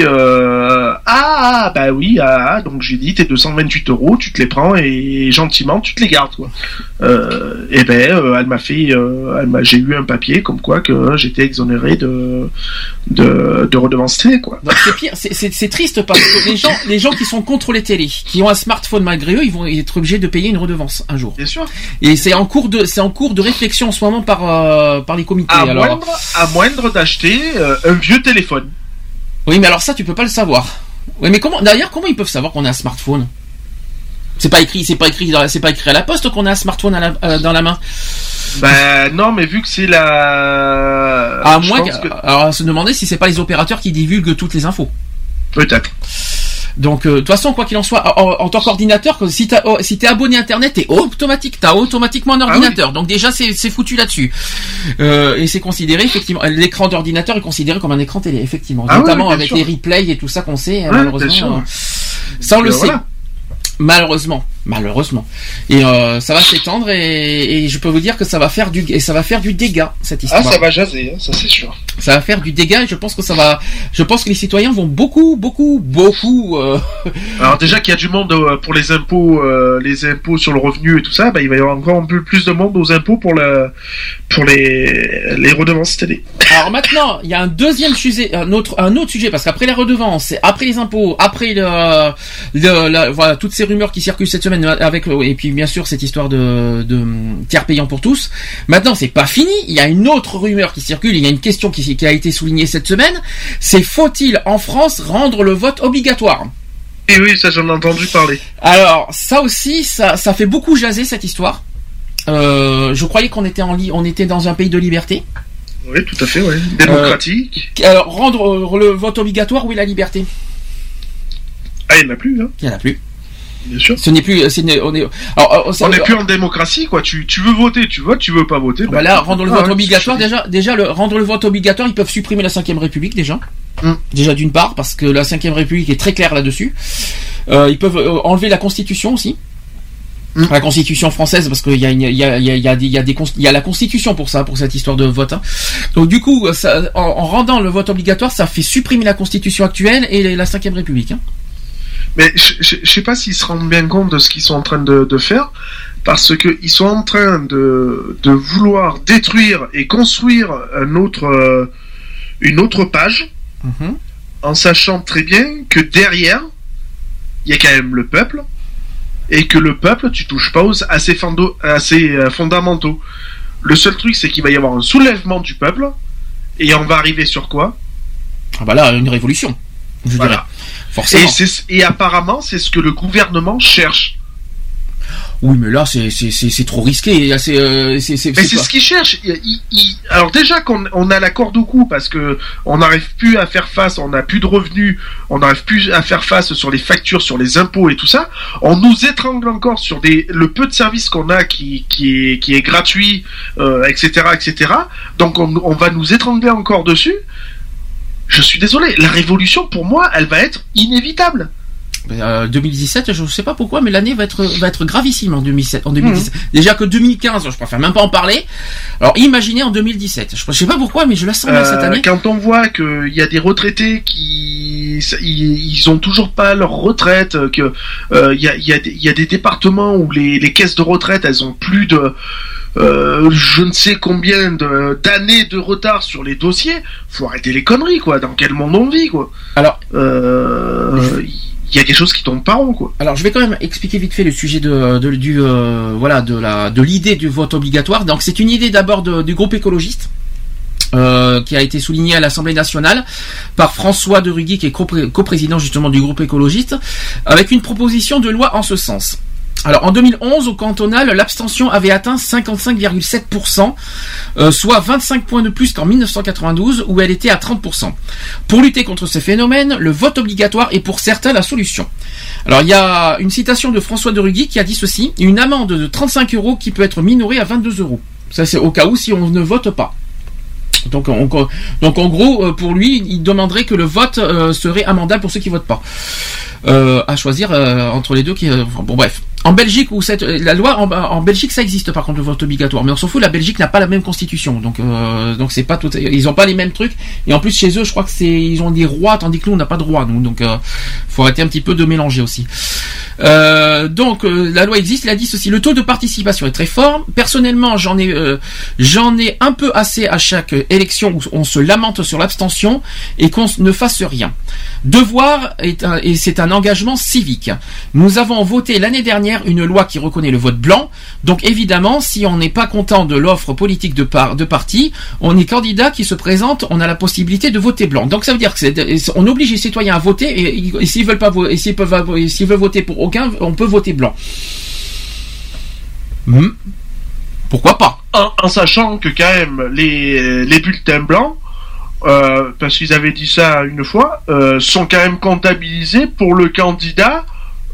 donc j'ai dit tes 228 €, tu te les prends et gentiment tu te les gardes quoi. Elle m'a fait j'ai eu un papier comme quoi que j'étais exonéré de redevance télé quoi.
Donc c'est pire, c'est triste parce que les gens qui sont contre les télés, qui ont un smartphone malgré eux, ils vont être obligés de payer une redevance un jour.
Bien sûr.
Et c'est en cours de réflexion en ce moment par les comités.
À moindre d'acheter un vieux téléphone.
Oui, mais alors ça, tu peux pas le savoir. Oui, mais comment ils peuvent savoir qu'on a un smartphone? C'est pas écrit à la poste qu'on a un smartphone dans la main.
Non, mais vu que c'est la.
Alors, à se demander si c'est pas les opérateurs qui divulguent toutes les infos.
Peut-être.
Donc, de toute façon, quoi qu'il en soit, en tant qu'ordinateur, si t'es abonné Internet, t'as automatiquement un ordinateur. Oui. Donc déjà, c'est foutu là-dessus. Et c'est considéré, effectivement, l'écran d'ordinateur est considéré comme un écran télé, effectivement. Notamment avec les replays et tout ça qu'on sait, malheureusement. Ça, on le sait. Malheureusement. Et ça va s'étendre et je peux vous dire que ça va faire du dégât cette histoire.
Ça va jaser, ça c'est sûr.
Ça va faire du dégât et je pense que les citoyens vont beaucoup.
Alors déjà qu'il y a du monde pour les impôts sur le revenu et tout ça, il va y avoir encore un peu plus de monde aux impôts pour les redevances télé.
Alors maintenant, il y a un deuxième sujet, un autre sujet, parce qu'après les redevances, après les impôts, après voilà toutes ces rumeurs qui circulent cette semaine avec, et puis bien sûr cette histoire de tiers payant pour tous. Maintenant, c'est pas fini. Il y a une autre rumeur qui circule. Il y a une question qui a été soulignée cette semaine. C'est faut-il en France rendre le vote obligatoire?
Et oui, ça j'en ai entendu parler.
Alors ça aussi, ça fait beaucoup jaser cette histoire. Je croyais qu'on était on était dans un pays de liberté.
Oui, tout à fait, oui. Démocratique.
Alors rendre le vote obligatoire, oui, la liberté.
Ah, il n'y en a plus, hein.
Il n'y en a plus.
Bien sûr.
On n'est plus
en démocratie, quoi. Tu veux voter, tu votes, tu veux pas voter.
Bah là, rendre le vote obligatoire, rendre le vote obligatoire, ils peuvent supprimer la 5e République déjà. Déjà d'une part, parce que la 5e République est très claire là-dessus. Ils peuvent enlever la Constitution aussi. La Constitution française, parce qu'il y a la Constitution pour ça, pour cette histoire de vote. Hein. Donc du coup, ça, en rendant le vote obligatoire, ça fait supprimer la Constitution actuelle et la 5e République. Hein.
Mais je sais pas s'ils se rendent bien compte de ce qu'ils sont en train de faire, parce que ils sont en train de vouloir détruire et construire une autre page, en sachant très bien que derrière, il y a quand même le peuple. Et que le peuple, tu touches pas à ses fondamentaux. Le seul truc, c'est qu'il va y avoir un soulèvement du peuple, et on va arriver sur quoi ?
Ah bah là, une révolution, je dirais. Forcément.
Et apparemment, c'est ce que le gouvernement cherche.
Oui, mais là, c'est trop risqué.
Mais c'est ce qu'ils cherchent. Alors déjà qu'on a la corde au cou parce que on n'arrive plus à faire face, on n'a plus de revenus, on n'arrive plus à faire face sur les factures, sur les impôts et tout ça. On nous étrangle encore sur le peu de services qu'on a qui est gratuit, etc., etc. Donc on va nous étrangler encore dessus. Je suis désolé. La révolution, pour moi, elle va être inévitable.
2017, je ne sais pas pourquoi, mais l'année va être gravissime en 2017. Déjà que 2015, je préfère même pas en parler. Alors imaginez en 2017. Je sais pas pourquoi, mais je la sens bien cette année.
Quand on voit qu'il y a des retraités ils ont toujours pas leur retraite, que il y a des départements où les caisses de retraite elles ont plus de je ne sais combien d'années de retard sur les dossiers. Faut arrêter les conneries, quoi. Dans quel monde on vit, quoi.
Alors
il y a quelque chose qui tombe pas rond, quoi.
Alors je vais quand même expliquer vite fait le sujet de l'idée du vote obligatoire. Donc c'est une idée d'abord du groupe écologiste qui a été soulignée à l'Assemblée nationale par François de Rugy, qui est coprésident justement du groupe écologiste, avec une proposition de loi en ce sens. Alors en 2011, au cantonal, l'abstention avait atteint 55,7%, soit 25 points de plus qu'en 1992, où elle était à 30%. Pour lutter contre ce phénomène, le vote obligatoire est pour certains la solution. Alors il y a une citation de François de Rugy qui a dit ceci: une amende de 35 € qui peut être minorée à 22 €. Ça c'est au cas où si on ne vote pas. Donc en gros, pour lui, il demanderait que le vote serait amendable pour ceux qui votent pas. À choisir entre les deux bon bref. En Belgique, la loi en Belgique, ça existe par contre le vote obligatoire, mais on s'en fout. La Belgique n'a pas la même constitution, donc c'est pas tout. Ils ont pas les mêmes trucs. Et en plus chez eux, je crois que ils ont des rois, tandis que nous on n'a pas de roi. Donc faut arrêter un petit peu de mélanger aussi. Donc la loi existe. Il a dit ceci: le taux de participation est très fort. Personnellement, j'en ai un peu assez à chaque élection où on se lamente sur l'abstention et qu'on ne fasse rien. Devoir et c'est un engagement civique. Nous avons voté l'année dernière une loi qui reconnaît le vote blanc. Donc évidemment, si on n'est pas content de l'offre politique de parti, on est candidat qui se présente, on a la possibilité de voter blanc. Donc ça veut dire que on oblige les citoyens à voter et s'ils veulent pas et s'ils veulent voter pour aucun, on peut voter blanc. Pourquoi pas?
En sachant que quand même les bulletins blancs, parce qu'ils avaient dit ça une fois, sont quand même comptabilisés pour le candidat.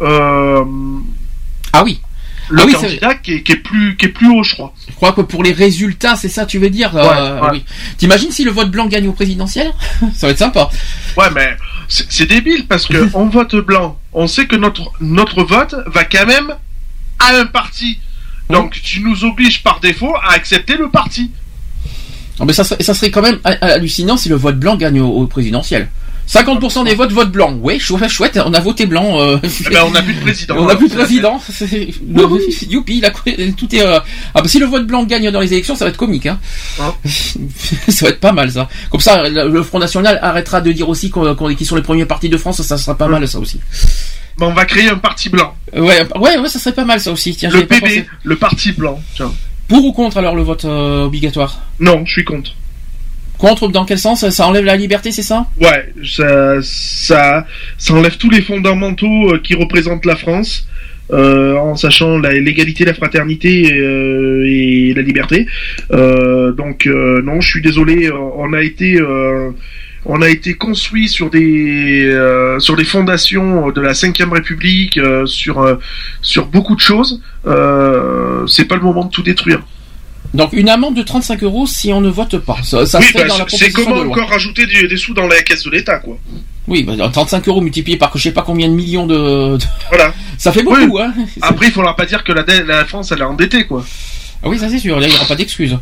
Ah oui.
Le candidat qui est plus haut, je crois.
Je crois que pour les résultats, c'est ça, tu veux dire?
Ouais.
Oui. T'imagines si le vote blanc gagne au présidentiel? Ça va être sympa.
Ouais, mais c'est débile parce que on vote blanc, on sait que notre vote va quand même à un parti. Donc tu nous obliges par défaut à accepter le parti.
Non, mais ça serait quand même hallucinant si le vote blanc gagne au présidentiel. 50% des votes blancs. Ouais, chouette, on a voté blanc.
On n'a plus de président.
On n'a plus de président. Youpi, tout est. Si le vote blanc gagne dans les élections, ça va être comique, hein. Ça va être pas mal, ça. Comme ça, le Front National arrêtera de dire aussi qu'ils sont les premiers partis de France. Ça sera pas mal, ça aussi.
On va créer un parti blanc.
Ouais, ça serait pas mal, ça aussi. Tiens,
le PB, le parti blanc. Tiens.
Pour ou contre alors le vote obligatoire?
Non, je suis contre.
Contre, dans quel sens? Ça enlève la liberté, c'est ça?
Ouais, ça enlève tous les fondamentaux qui représentent la France, en sachant l'égalité, la fraternité et la liberté. Donc non, je suis désolé, on on a été construit sur des fondations de la 5e République, sur beaucoup de choses. C'est pas le moment de tout détruire.
Donc une amende de 35 € si on ne vote pas. Ça serait dans la proposition
c'est comment
de loi.
encore rajouter des sous dans la caisse de l'État, quoi.
Oui, 35 € multiplié par je sais pas combien de millions de...
Voilà.
Ça fait beaucoup, hein.
Après, il faudra pas dire que la France, elle est endettée, quoi.
Ah oui, ça c'est sûr, là il n'y aura pas d'excuses.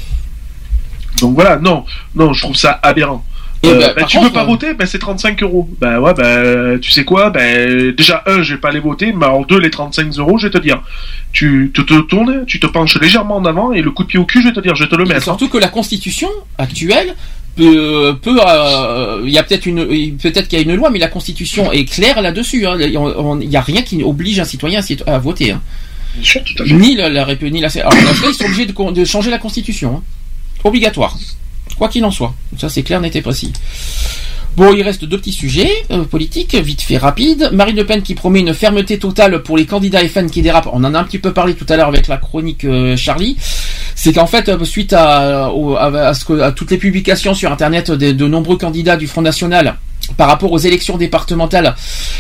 Donc voilà, non, je trouve ça aberrant. Tu veux pas voter, c'est 35 €. Tu sais quoi, déjà, je vais pas aller voter, mais alors 2, les 35 €, je vais te dire, tu te tournes, tu te penches légèrement en avant, et le coup de pied au cul, je vais te dire, je vais te le mettre.
Surtout que la Constitution actuelle, il y a peut-être qu'il y a une loi, mais la Constitution est claire là-dessus, hein. Il y a rien qui oblige un citoyen à voter, hein.
Bien sûr, tout à fait.
Ni la République, ni la... Alors, ils sont obligés de changer la Constitution, hein. Obligatoire. Quoi qu'il en soit. Ça, c'est clair, net et précis. Bon, il reste 2 petits sujets politiques, vite fait, rapide. Marine Le Pen qui promet une fermeté totale pour les candidats FN qui dérapent. On en a un petit peu parlé tout à l'heure avec la chronique Charlie. C'est qu'en fait, suite à toutes les publications sur Internet de nombreux candidats du Front National par rapport aux élections départementales,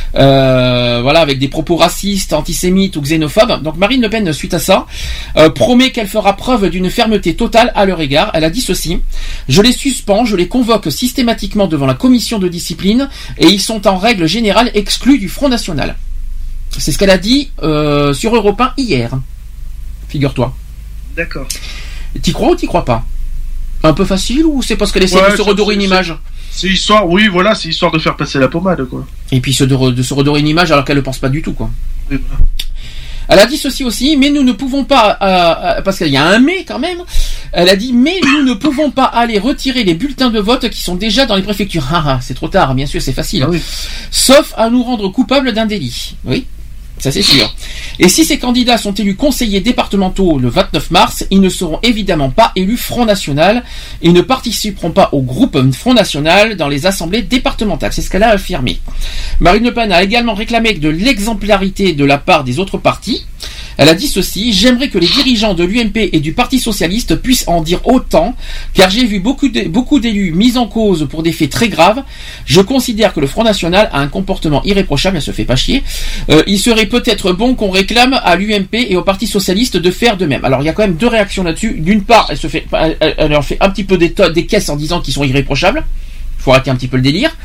avec des propos racistes, antisémites ou xénophobes. Donc Marine Le Pen, suite à ça, promet qu'elle fera preuve d'une fermeté totale à leur égard. Elle a dit ceci: je les suspends, je les convoque systématiquement devant la commission de discipline et ils sont en règle générale exclus du Front National. C'est ce qu'elle a dit sur Europe 1 hier. Figure-toi.
D'accord.
T'y crois ou t'y crois pas? Un peu facile, ou c'est parce qu'elle essaie de se redorer une image?
C'est histoire, c'est histoire de faire passer la pommade, quoi.
Et puis de se redorer une image alors qu'elle ne pense pas du tout, quoi.
Oui, voilà.
Elle a dit ceci aussi, mais nous ne pouvons pas, parce qu'il y a un mais quand même, elle a dit, mais nous ne pouvons pas aller retirer les bulletins de vote qui sont déjà dans les préfectures. C'est trop tard, bien sûr, c'est facile.
Ah oui.
Sauf à nous rendre coupables d'un délit. Oui. Ça c'est sûr. Et si ces candidats sont élus conseillers départementaux le 29 mars, ils ne seront évidemment pas élus Front National et ne participeront pas au groupe Front National dans les assemblées départementales. C'est ce qu'elle a affirmé. Marine Le Pen a également réclamé de l'exemplarité de la part des autres partis. Elle a dit ceci: j'aimerais que les dirigeants de l'UMP et du Parti Socialiste puissent en dire autant, car j'ai vu beaucoup d'élus mis en cause pour des faits très graves. Je considère que le Front National a un comportement irréprochable, elle se fait pas chier. Il serait peut-être bon qu'on réclame à l'UMP et au Parti Socialiste de faire de même. Alors il y a quand même 2 réactions là-dessus. D'une part, elle leur fait un petit peu des caisses en disant qu'ils sont irréprochables. Faut arrêter un petit peu le délire.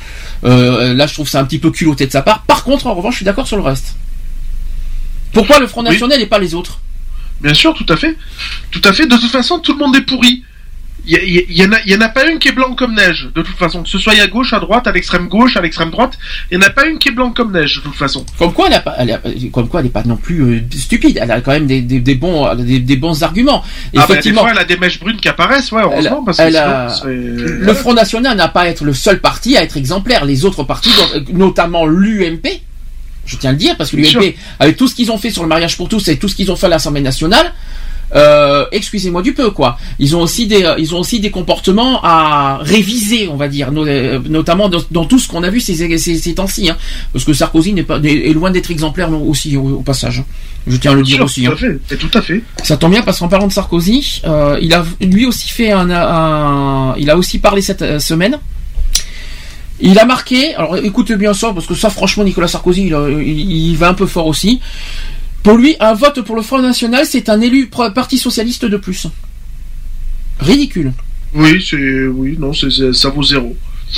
Là je trouve ça un petit peu culotté de sa part. Par contre, en revanche, je suis d'accord sur le reste. Pourquoi le Front National et pas les autres?
Bien sûr, tout à fait. Tout à fait. De toute façon, tout le monde est pourri. Il y en a pas une qui est blanc comme neige. De toute façon, que ce soit à gauche, à droite, à l'extrême gauche, à l'extrême droite, il y en a pas une qui est blanc comme neige. De toute façon.
Comme quoi, elle est pas non plus stupide. Elle a quand même des bons arguments.
Effectivement, des fois, elle a des mèches brunes qui apparaissent. Ouais, heureusement, parce que
le Front National n'a pas à être le seul parti à être exemplaire. Les autres partis, notamment l'UMP. Je tiens à le dire, parce que l'UMP, avec tout ce qu'ils ont fait sur le mariage pour tous et tout ce qu'ils ont fait à l'Assemblée nationale, excusez-moi du peu, quoi. Ils ont aussi des comportements à réviser, on va dire, notamment dans tout ce qu'on a vu ces temps-ci, hein. Parce que Sarkozy est loin d'être exemplaire aussi au passage. Je tiens à le dire aussi.
Tout à fait.
Ça tombe bien parce qu'en parlant de Sarkozy, il a lui aussi fait il a aussi parlé cette semaine. Il a marqué, alors écoutez bien ça, parce que ça franchement Nicolas Sarkozy il va un peu fort aussi. Pour lui, un vote pour le Front National, c'est un élu Parti Socialiste de plus. Ridicule.
Oui, ça vaut 0.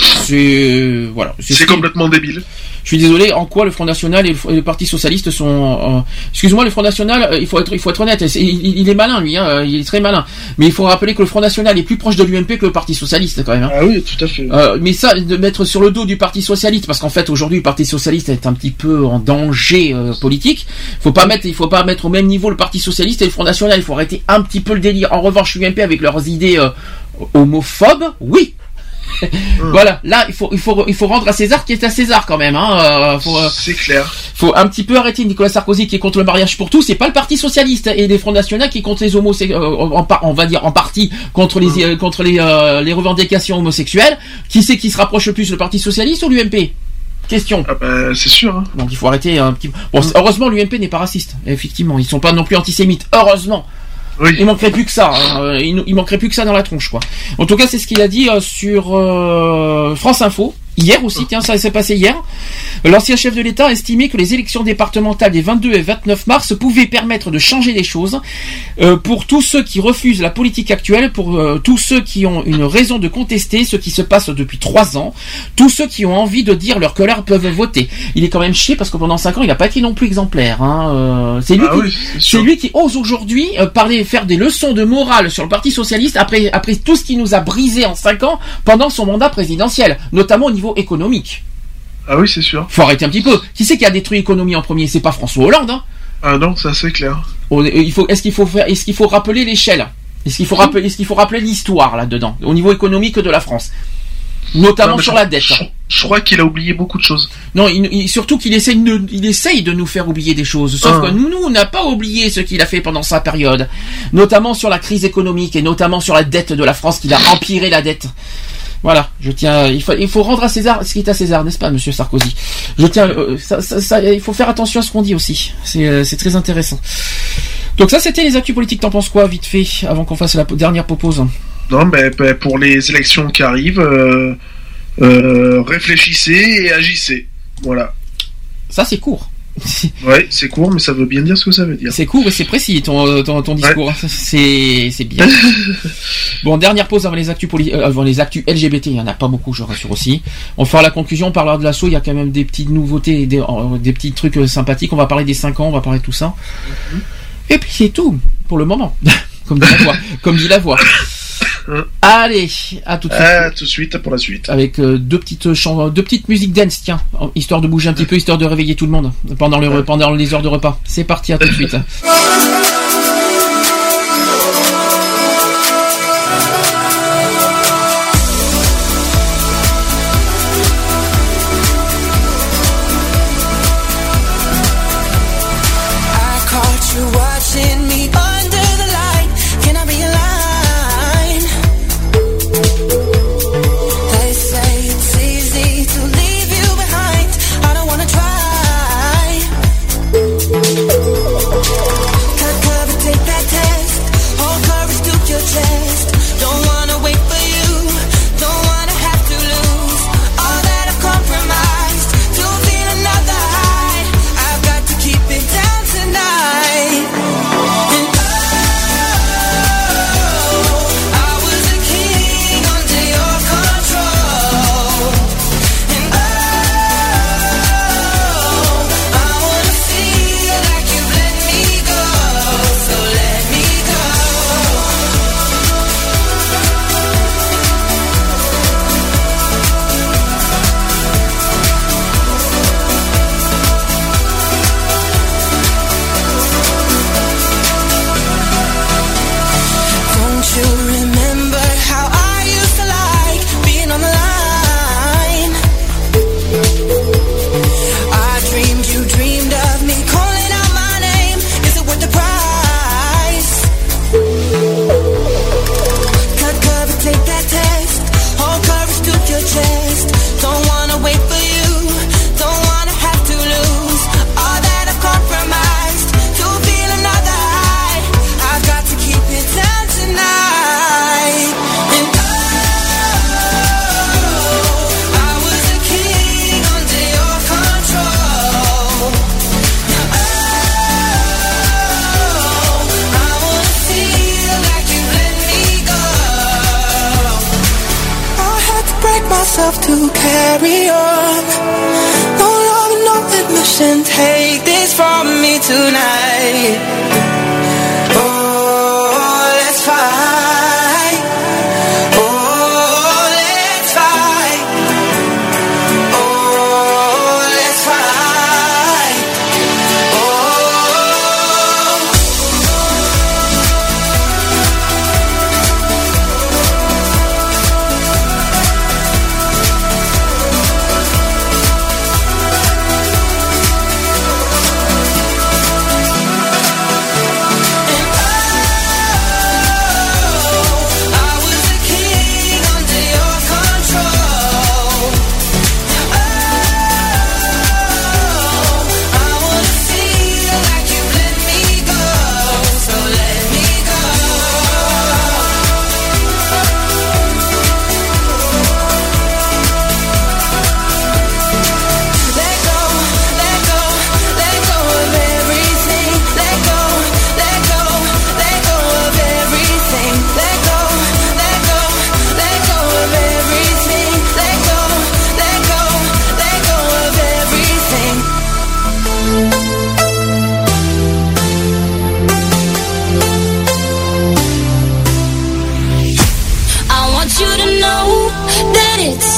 C'est complètement débile.
Je suis désolé, en quoi le Front National et le Parti Socialiste sont... Excuse-moi, le Front National, il faut être honnête, il est malin lui, hein, il est très malin. Mais il faut rappeler que le Front National est plus proche de l'UMP que le Parti Socialiste quand même. Hein.
Ah oui, tout à fait.
Mais ça, de mettre sur le dos du Parti Socialiste, parce qu'en fait aujourd'hui le Parti Socialiste est un petit peu en danger politique. Il faut pas mettre au même niveau le Parti Socialiste et le Front National. Il faut arrêter un petit peu le délire. En revanche, l'UMP avec leurs idées homophobes, oui. Voilà, là il faut rendre à César qui est à César quand même, hein.
C'est clair.
Faut un petit peu arrêter Nicolas Sarkozy qui est contre le mariage pour tous, c'est pas le Parti Socialiste et les Front National qui est contre les homosexuels, on va dire en partie contre les revendications homosexuelles. Qui c'est qui se rapproche le plus, le Parti Socialiste ou l'UMP? Question.
Ah bah, c'est sûr. Hein.
Donc il faut arrêter un petit. Bon, heureusement l'UMP n'est pas raciste. Effectivement, ils sont pas non plus antisémites. Heureusement.
Oui.
Il manquerait plus que ça. Hein. Il manquerait plus que ça dans la tronche, quoi. En tout cas, c'est ce qu'il a dit sur France Info. Hier aussi, tiens, ça s'est passé hier. L'ancien chef de l'État a estimé que les élections départementales des 22 et 29 mars pouvaient permettre de changer les choses pour tous ceux qui refusent la politique actuelle, pour tous ceux qui ont une raison de contester ce qui se passe depuis 3 ans, tous ceux qui ont envie de dire leur colère peuvent voter. Il est quand même chier parce que pendant 5 ans, il n'a pas été non plus exemplaire. Hein. C'est lui qui ose aujourd'hui faire des leçons de morale sur le Parti socialiste après tout ce qu'il nous a brisé en 5 ans pendant son mandat présidentiel, notamment au niveau économique.
Ah oui, c'est sûr.
Faut arrêter un petit peu. Qui c'est qui a détruit l'économie en premier? C'est pas François Hollande, hein.
Ah non, ça c'est clair.
Est-ce qu'il faut rappeler l'échelle? Est-ce qu'il faut rappeler l'histoire là-dedans, au niveau économique de la France? Notamment sur la dette.
Je crois qu'il a oublié beaucoup de choses.
Non, surtout qu'il essaye de nous faire oublier des choses. Sauf que nous, on n'a pas oublié ce qu'il a fait pendant sa période. Notamment sur la crise économique et notamment sur la dette de la France, qu'il a empiré la dette. Voilà, il faut rendre à César ce qui est à César, n'est-ce pas, monsieur Sarkozy? Il faut faire attention à ce qu'on dit aussi. C'est très intéressant. Donc ça, c'était les actus politiques. T'en penses quoi, vite fait, avant qu'on fasse la dernière pause?
Non, pour les élections qui arrivent, réfléchissez et agissez. Voilà.
Ça, c'est court.
Ouais, c'est court, mais ça veut bien dire ce que ça veut dire.
C'est court et c'est précis ton discours. Ouais. C'est bien. Bon, dernière pause avant les actus LGBT. Il y en a pas beaucoup, je rassure aussi. On fera la conclusion, on parlera de l'assaut. Il y a quand même des petites nouveautés, des petits trucs sympathiques. On va parler des 5 ans, on va parler de tout ça. Et puis c'est tout pour le moment. Comme dit la voix. Allez, à tout de suite.
À tout de suite pour la suite.
Avec deux petites musiques dance, tiens, histoire de bouger un petit peu, histoire de réveiller tout le monde pendant les heures de repas. C'est parti, à tout de suite.
To carry on, no love, no admission. Take this from me tonight. Oh, let's fight. Oh, let's fight. Oh, let's fight.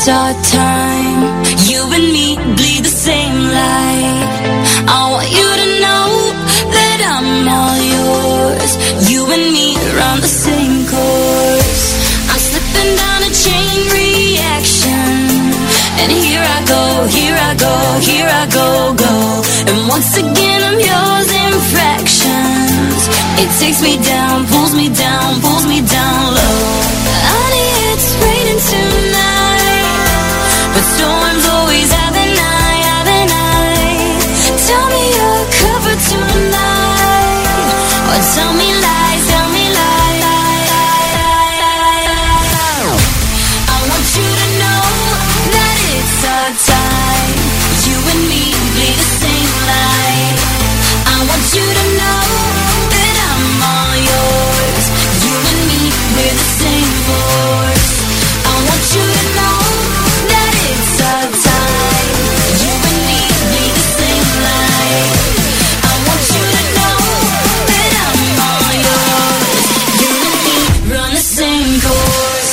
it's our time. You and me bleed the same light. I want you to know that I'm all yours. You and me run the same course. I'm slipping down a chain reaction. And here I go, here I go, here I go, go. And once again I'm yours in fractions. It takes me down, pulls me down, pulls me down low. Honey, it's raining tonight, but storms always have an eye, have an eye. Tell me you're covered tonight, or tell me lies, tell me lies. I want you to know that it's our time. You and me bleed the same light. I want you to know that I'm all yours. You and me, we're the same force. I want you to know that it's our time. You and me bleed the same light. I want you to know that I'm all yours. You and me run the same course.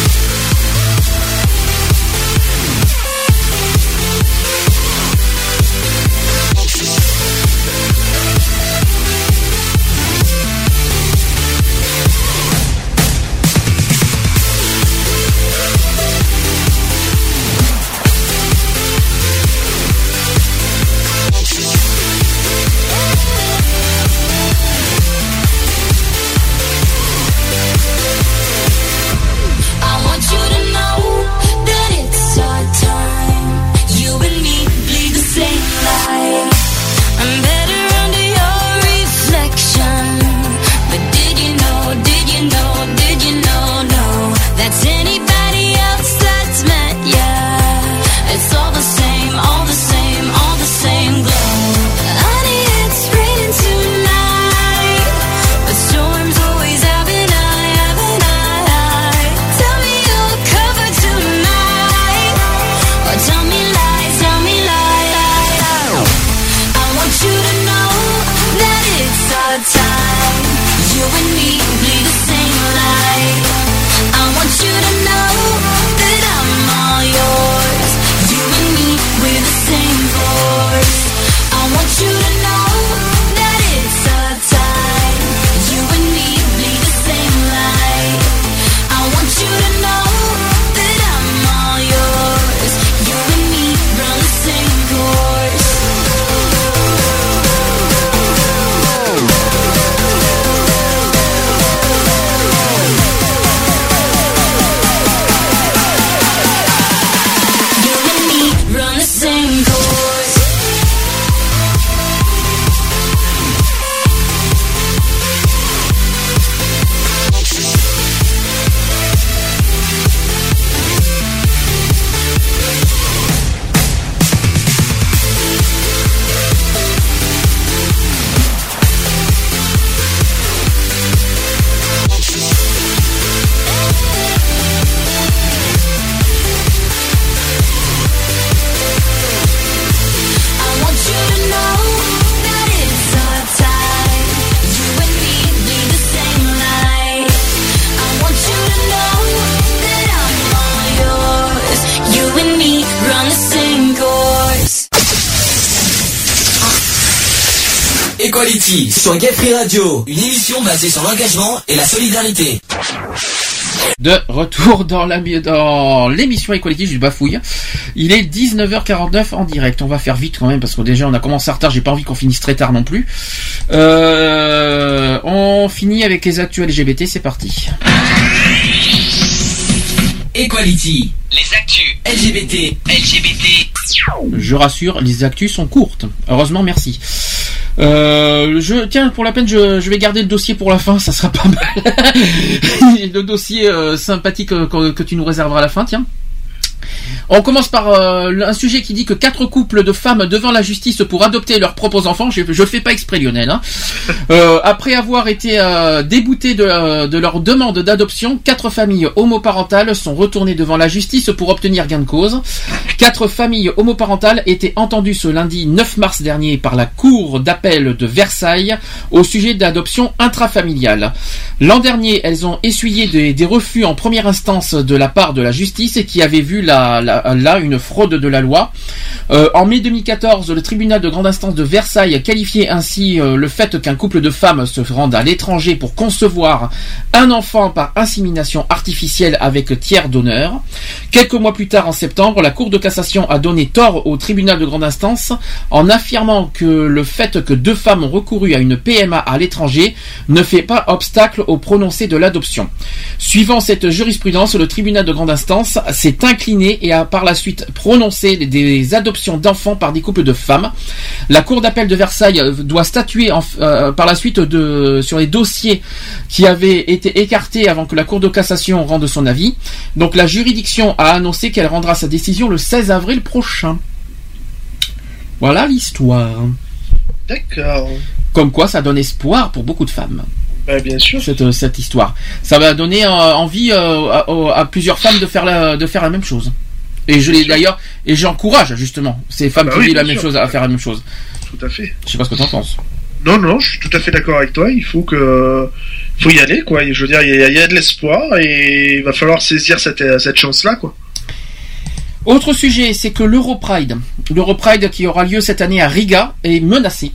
I want you to know that it's our time. You and me bleed the same light. I'm better under your reflection. But did you know, did you know, did you know, no, that's anybody else that's met ya? It's all the same, all the same, all the same glow. Honey, it's raining tonight, but storms always have an eye, have an eye. Tell me you're covered tonight, or tell me lies, tell me lies. I want you to know that it's our time. You and me bleed the same light. I want you to know that I'm all yours. You and me, we're the same force. I want you to know that it's our time. You and me bleed the same light. I want you to know that I'm all yours. You and me run the same course. You and me run the same course. I want you to know that it's our time. You and me bleed the same light. I want you to know that I'm all yours. You and me run the same course.
Equality sur Gay Free Radio, une émission basée sur l'engagement et la solidarité.
De retour dans l'émission Equality, je bafouille. Il est 19h49 en direct. On va faire vite quand même parce que déjà on a commencé en retard. J'ai pas envie qu'on finisse très tard non plus. On finit avec les actus LGBT. C'est parti.
Equality, les actus LGBT.
Je rassure, les actus sont courtes. Heureusement, merci. Tiens, pour la peine, je vais garder le dossier pour la fin, ça sera pas mal. Le dossier sympathique que tu nous réserveras à la fin, tiens. On commence par un sujet qui dit que 4 couples de femmes devant la justice pour adopter leurs propres enfants. Je fais pas exprès, Lionel. Hein. Après avoir été déboutés de leur demande d'adoption, 4 familles homoparentales sont retournées devant la justice pour obtenir gain de cause. 4 familles homoparentales étaient entendues ce lundi 9 mars dernier par la Cour d'appel de Versailles au sujet d'adoption intrafamiliale. L'an dernier, elles ont essuyé des refus en première instance de la part de la justice qui avait vu là une fraude de la loi. En mai 2014, le tribunal de grande instance de Versailles qualifiait ainsi le fait qu'un couple de femmes se rende à l'étranger pour concevoir un enfant par insémination artificielle avec tiers donneur. Quelques mois plus tard, en septembre, la Cour de cassation a donné tort au tribunal de grande instance en affirmant que le fait que 2 femmes ont recouru à une PMA à l'étranger ne fait pas obstacle au prononcé de l'adoption. Suivant cette jurisprudence, le tribunal de grande instance s'est incliné et a par la suite prononcé des adoptions d'enfants par des couples de femmes. La Cour d'appel de Versailles doit statuer par la suite sur les dossiers qui avaient été écartés avant que la Cour de cassation rende son avis. Donc la juridiction a annoncé qu'elle rendra sa décision le 16 avril prochain. Voilà l'histoire.
D'accord.
Comme quoi ça donne espoir pour beaucoup de femmes.
Bien sûr.
Cette histoire. Ça va donner envie à plusieurs femmes de faire la même chose. Et et j'encourage justement ces femmes qui vivent la même chose à faire la même chose.
Tout à fait.
Je sais pas ce que tu en penses.
Non, je suis tout à fait d'accord avec toi. Il faut y aller, quoi. Je veux dire, il y a de l'espoir et il va falloir saisir cette chance-là, quoi.
Autre sujet, c'est que l'Europride qui aura lieu cette année à Riga est menacé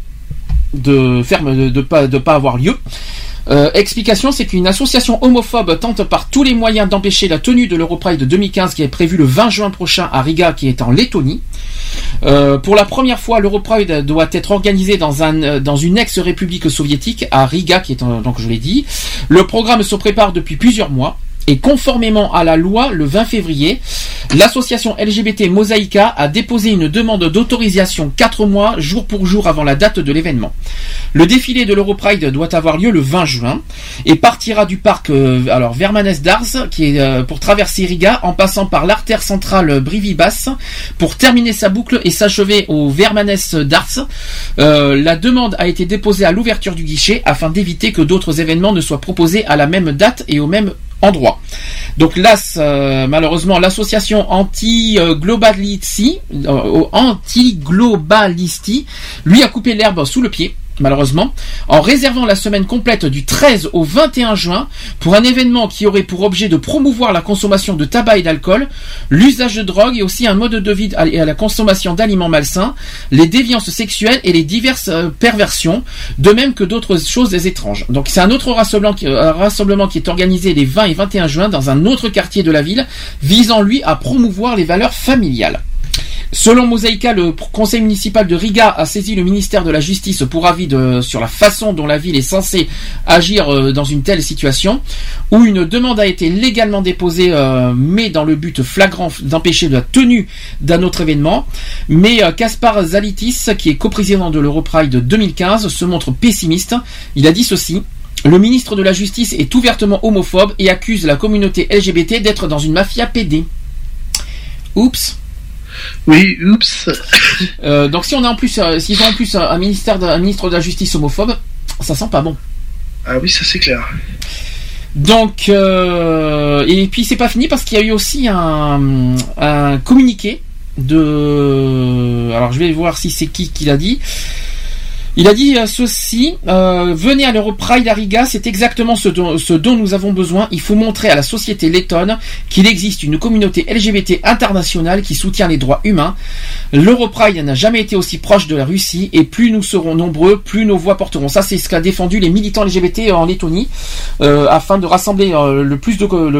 de pas avoir lieu. Explication, c'est qu'une association homophobe tente par tous les moyens d'empêcher la tenue de l'Europride 2015 qui est prévue le 20 juin prochain à Riga, qui est en Lettonie. Pour la première fois, l'Europride doit être organisée dans une ex-république soviétique à Riga, qui est donc je l'ai dit. Le programme se prépare depuis plusieurs mois. Et conformément à la loi, le 20 février, l'association LGBT Mosaïka a déposé une demande d'autorisation 4 mois, jour pour jour avant la date de l'événement. Le défilé de l'Europride doit avoir lieu le 20 juin et partira du parc Vermanès d'Ars, qui est pour traverser Riga en passant par l'artère centrale Brivibas pour terminer sa boucle et s'achever au Vermanès d'Ars. La demande a été déposée à l'ouverture du guichet afin d'éviter que d'autres événements ne soient proposés à la même date et au même endroit. Donc là, malheureusement, l'association anti-globalisti, lui a coupé l'herbe sous le pied, malheureusement, en réservant la semaine complète du 13 au 21 juin pour un événement qui aurait pour objet de promouvoir la consommation de tabac et d'alcool, l'usage de drogue et aussi un mode de vie et à la consommation d'aliments malsains, les déviances sexuelles et les diverses perversions, de même que d'autres choses étranges. Donc c'est un autre rassemblement qui est organisé les 20 et 21 juin dans un autre quartier de la ville, visant lui à promouvoir les valeurs familiales. Selon Mosaïka, le conseil municipal de Riga a saisi le ministère de la Justice pour avis sur la façon dont la ville est censée agir dans une telle situation, où une demande a été légalement déposée, mais dans le but flagrant d'empêcher la tenue d'un autre événement. Mais Kaspar Zalitis, qui est coprésident de l'Europride 2015, se montre pessimiste. Il a dit ceci: le ministre de la Justice est ouvertement homophobe et accuse la communauté LGBT d'être dans une mafia PD. Oups.
Oui, oups.
Donc si on a en plus, s'ils ont en plus un ministre de la Justice homophobe, ça sent pas bon.
Ah oui, ça c'est clair.
Donc et puis c'est pas fini parce qu'il y a eu aussi un communiqué de. Alors je vais voir si c'est qui l'a dit. Il a dit ceci: venez à l'Europride à Riga, c'est exactement ce dont nous avons besoin. Il faut montrer à la société lettonne qu'il existe une communauté LGBT internationale qui soutient les droits humains. L'Europride n'a jamais été aussi proche de la Russie et plus nous serons nombreux, plus nos voix porteront. Ça, c'est ce qu'a défendu les militants LGBT en Lettonie afin de rassembler le plus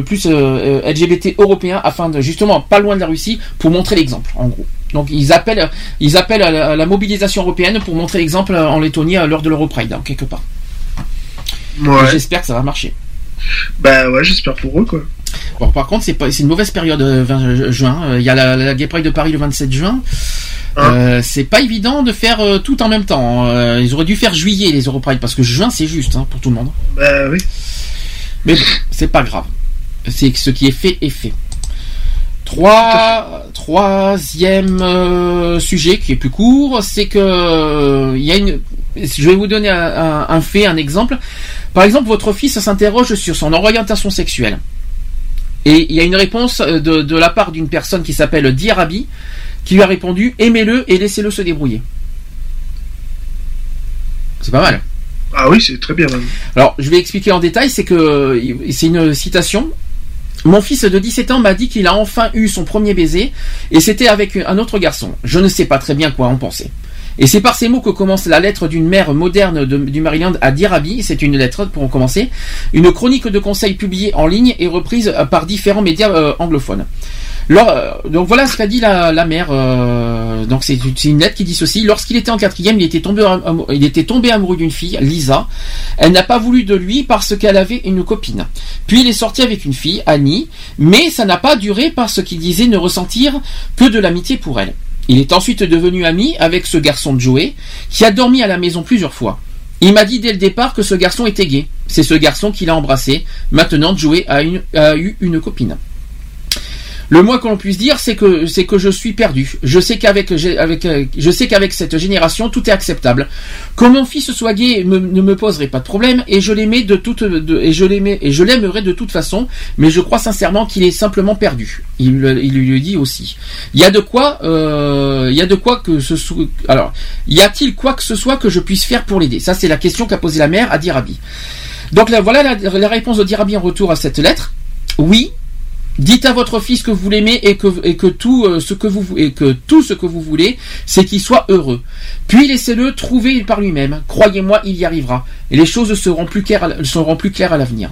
LGBT européens afin de justement pas loin de la Russie pour montrer l'exemple en gros. Donc ils appellent à la mobilisation européenne pour montrer l'exemple en Lettonie lors de l'Europride, hein, quelque part. Ouais. J'espère que ça va marcher.
Bah ouais, j'espère pour eux quoi.
Bon, par contre, c'est une mauvaise période 20 juin. Il y a la Gay Pride de Paris le 27 juin. C'est pas évident de faire tout en même temps. Ils auraient dû faire juillet les Europride parce que juin c'est juste pour tout le monde.
Bah oui.
Mais bon, c'est pas grave. C'est ce qui est fait est fait. Troisième sujet qui est plus court, c'est que je vais vous donner un fait, un exemple. Par exemple, votre fils s'interroge sur son orientation sexuelle. Et il y a une réponse de la part d'une personne qui s'appelle Diarabi, qui lui a répondu: aimez-le et laissez-le se débrouiller. C'est pas mal.
Ah oui, c'est très bien. Même.
Alors, je vais expliquer en détail, c'est une citation. Mon fils de 17 ans m'a dit qu'il a enfin eu son premier baiser et c'était avec un autre garçon. Je ne sais pas très bien quoi en penser. Et c'est par ces mots que commence la lettre d'une mère moderne du Maryland à Dirabi. C'est une lettre pour commencer. Une chronique de conseils publiée en ligne et reprise par différents médias anglophones. Donc voilà ce qu'a dit la mère. Donc c'est une lettre qui dit ceci. Lorsqu'il était en 4e, il était tombé amoureux d'une fille, Lisa. Elle n'a pas voulu de lui parce qu'elle avait une copine. Puis il est sorti avec une fille, Annie, mais ça n'a pas duré parce qu'il disait ne ressentir que de l'amitié pour elle. Il est ensuite devenu ami avec ce garçon Joey, qui a dormi à la maison plusieurs fois. Il m'a dit dès le départ que ce garçon était gay. C'est ce garçon qui l'a embrassé. Maintenant, Joey a eu une copine. Le moins que l'on puisse dire, c'est que je suis perdu. Je sais qu'avec cette génération, tout est acceptable. Que mon fils soit gay ne me poserait pas de problème, et je l'aimerais de toute façon, mais je crois sincèrement qu'il est simplement perdu. Il lui dit aussi. Y a-t-il quoi que ce soit que je puisse faire pour l'aider? Ça, c'est la question qu'a posée la mère à Dirabi. Donc là, voilà la réponse de Dirabi en retour à cette lettre. Oui. Dites à votre fils que vous l'aimez et que tout ce que vous voulez, c'est qu'il soit heureux. Puis laissez-le trouver par lui-même. Croyez-moi, il y arrivera. Et les choses seront plus claires à l'avenir.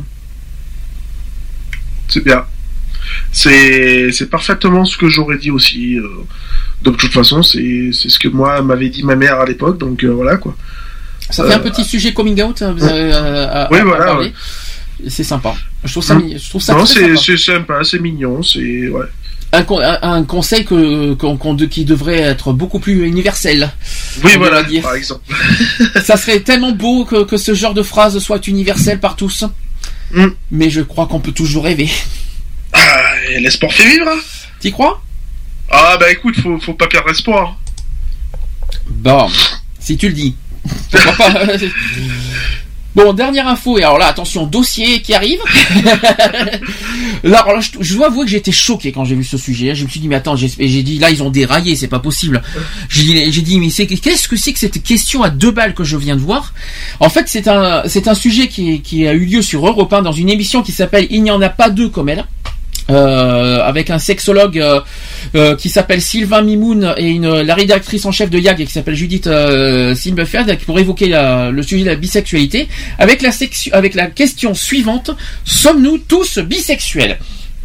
C'est bien. C'est parfaitement ce que j'aurais dit aussi. De toute façon, c'est ce que moi m'avait dit ma mère à l'époque. Donc voilà quoi.
Ça fait un petit sujet coming out.
Oui, voilà.
Parler. Ouais. C'est sympa. Je trouve ça
non,
très
c'est sympa, c'est mignon, c'est ouais.
Un conseil qui devrait être beaucoup plus universel.
Oui, voilà, dire. Par exemple.
Ça serait tellement beau que ce genre de phrase soit universel par tous. Mais je crois qu'on peut toujours rêver.
Ah, l'espoir fait vivre.
T'y crois?
Ah bah écoute, faut pas perdre espoir.
Bon, si tu le dis. Pourquoi pas? Bon, dernière info, et alors là, attention, dossier qui arrive. Alors là, je dois avouer que j'ai été choqué quand j'ai vu ce sujet. Je me suis dit, mais attends, j'ai dit, là, ils ont déraillé, c'est pas possible. J'ai dit, mais qu'est-ce que c'est que cette question à 2 balles que je viens de voir? En fait, c'est un sujet qui a eu lieu sur Europe 1 dans une émission qui s'appelle Il n'y en a pas deux comme elle. Avec un sexologue qui s'appelle Sylvain Mimoun et la rédactrice en chef de YAG qui s'appelle Judith Silberfeld pour évoquer le sujet de la bisexualité avec la question suivante: sommes-nous tous bisexuels?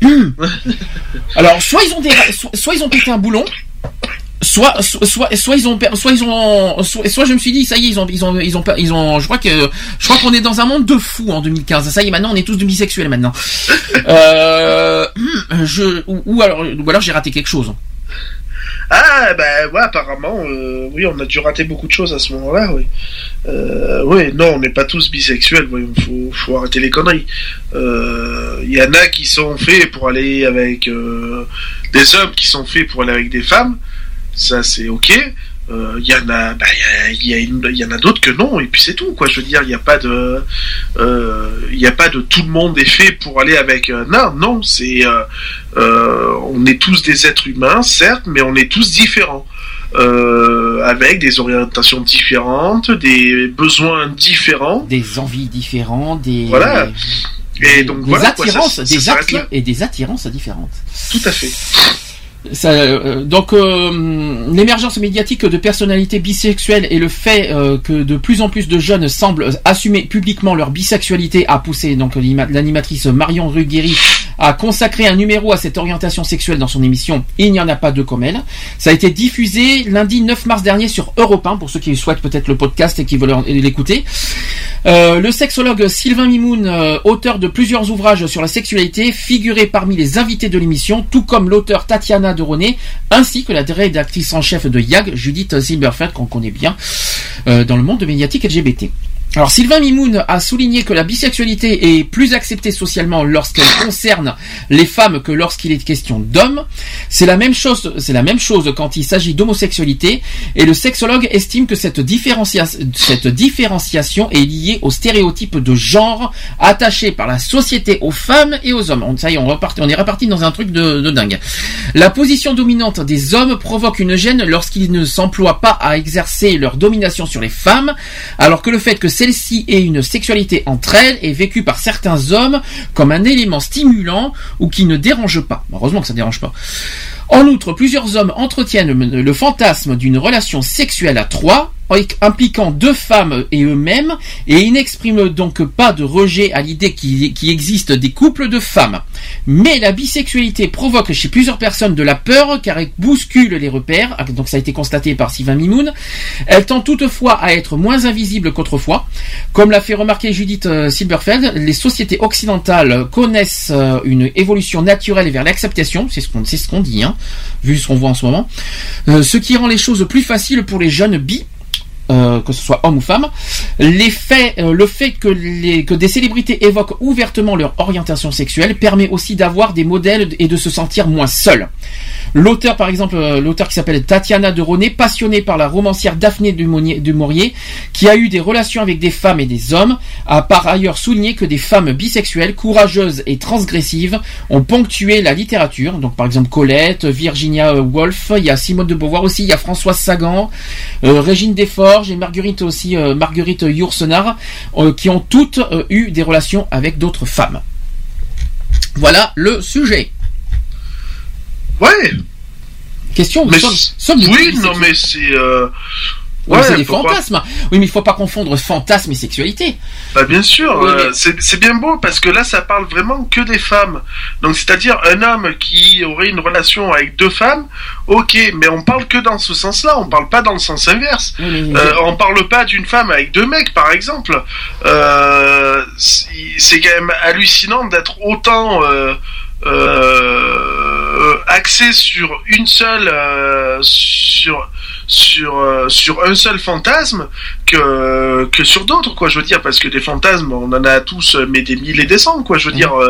Alors soit ils ont pété un boulon, soit je me suis dit ça y est ils ont je crois qu'on est dans un monde de fous en 2015. Ça y est, maintenant on est tous bisexuels maintenant. Ou alors j'ai raté quelque chose.
Ah ben ouais, apparemment oui, on a dû rater beaucoup de choses à ce moment-là, oui. Oui, non, on n'est pas tous bisexuels, oui, faut arrêter les conneries. Il y en a qui sont faits pour aller avec des hommes qui sont faits pour aller avec des femmes. Ça c'est ok. Il y en a d'autres que non, et puis c'est tout quoi. Je veux dire, il y a pas de tout le monde est fait pour aller avec non, c'est on est tous des êtres humains certes, mais on est tous différents. Avec des orientations différentes, des besoins différents,
des envies différentes,
voilà. Et donc
des
voilà,
attirances, des attirances différentes.
Tout à fait.
Donc l'émergence médiatique de personnalités bisexuelles et le fait que de plus en plus de jeunes semblent assumer publiquement leur bisexualité a poussé donc l'animatrice Marion Ruggieri a consacré un numéro à cette orientation sexuelle dans son émission Il n'y en a pas deux comme elle. Ça a été diffusé lundi 9 mars dernier sur Europe 1 pour ceux qui souhaitent peut-être le podcast et qui veulent l'écouter. Le sexologue Sylvain Mimoun, auteur de plusieurs ouvrages sur la sexualité, figurait parmi les invités de l'émission, tout comme l'auteur Tatiana de René, ainsi que la rédactrice en chef de YAG, Judith Silberfeld, qu'on connaît bien dans le monde médiatique LGBT. Alors Sylvain Mimoun a souligné que la bisexualité est plus acceptée socialement lorsqu'elle concerne les femmes que lorsqu'il est question d'hommes. C'est la même chose quand il s'agit d'homosexualité, et le sexologue estime que cette différenciation est liée aux stéréotypes de genre attachés par la société aux femmes et aux hommes. Ça y est, on est reparti dans un truc de dingue. La position dominante des hommes provoque une gêne lorsqu'ils ne s'emploient pas à exercer leur domination sur les femmes, alors que le fait que celle-ci ait une sexualité entre elles est vécue par certains hommes comme un élément stimulant ou qui ne dérange pas. Heureusement que ça ne dérange pas. En outre, plusieurs hommes entretiennent le fantasme d'une relation sexuelle à trois, impliquant deux femmes et eux-mêmes, et ils n'expriment donc pas de rejet à l'idée qu'il existe des couples de femmes. Mais la bisexualité provoque chez plusieurs personnes de la peur car elle bouscule les repères, donc ça a été constaté par Sylvain Mimoun. Elle tend toutefois à être moins invisible qu'autrefois. Comme l'a fait remarquer Judith Silberfeld, les sociétés occidentales connaissent une évolution naturelle vers l'acceptation, c'est ce qu'on dit, vu ce qu'on voit en ce moment, ce qui rend les choses plus faciles pour les jeunes bi, que ce soit homme ou femme. Le fait que des célébrités évoquent ouvertement leur orientation sexuelle permet aussi d'avoir des modèles et de se sentir moins seul. L'auteur qui s'appelle Tatiana de Ronet, passionnée par la romancière Daphné du Maurier, qui a eu des relations avec des femmes et des hommes, a par ailleurs souligné que des femmes bisexuelles, courageuses et transgressives ont ponctué la littérature. Donc par exemple Colette, Virginia Woolf, il y a Simone de Beauvoir aussi, il y a Françoise Sagan, Régine Desforges et Marguerite Yourcenar, qui ont toutes eu des relations avec d'autres femmes. Voilà le sujet.
Ouais.
Question.
Mais mais c'est.
Ouais, c'est des fantasmes. Oui, mais il faut pas confondre fantasme et sexualité.
Bah bien sûr,
oui, mais...
c'est bien beau parce que là ça parle vraiment que des femmes. Donc c'est-à-dire un homme qui aurait une relation avec deux femmes, ok, mais on parle que dans ce sens-là, on parle pas dans le sens inverse. Oui. On parle pas d'une femme avec deux mecs par exemple. C'est quand même hallucinant d'être autant axé sur une seule sur un seul fantasme que sur d'autres, quoi, je veux dire, parce que des fantasmes on en a tous, mais des milliers et des cents, quoi, je veux dire.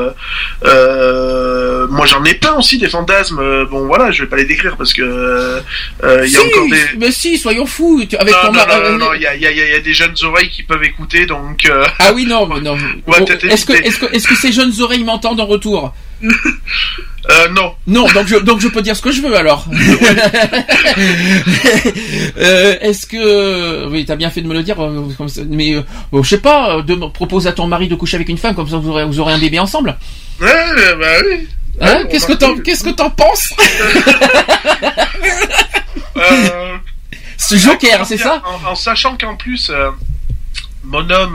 Moi j'en ai plein aussi des fantasmes, bon voilà, je vais pas les décrire parce que il y a encore des...
Mais si, soyons fous avec
non, il y a des jeunes oreilles qui peuvent écouter, donc
ah oui, non. Ouais, est-ce que ces jeunes oreilles m'entendent en retour?
Non.
Non, donc je peux dire ce que je veux alors. Est-ce que oui, t'as bien fait de me le dire, mais je sais pas, propose à ton mari de coucher avec une femme, comme ça vous aurez un bébé ensemble.
Ouais, bah oui.
Hein, qu'est-ce que t'en penses? C'est Joker, c'est ça?
En sachant qu'en plus mon homme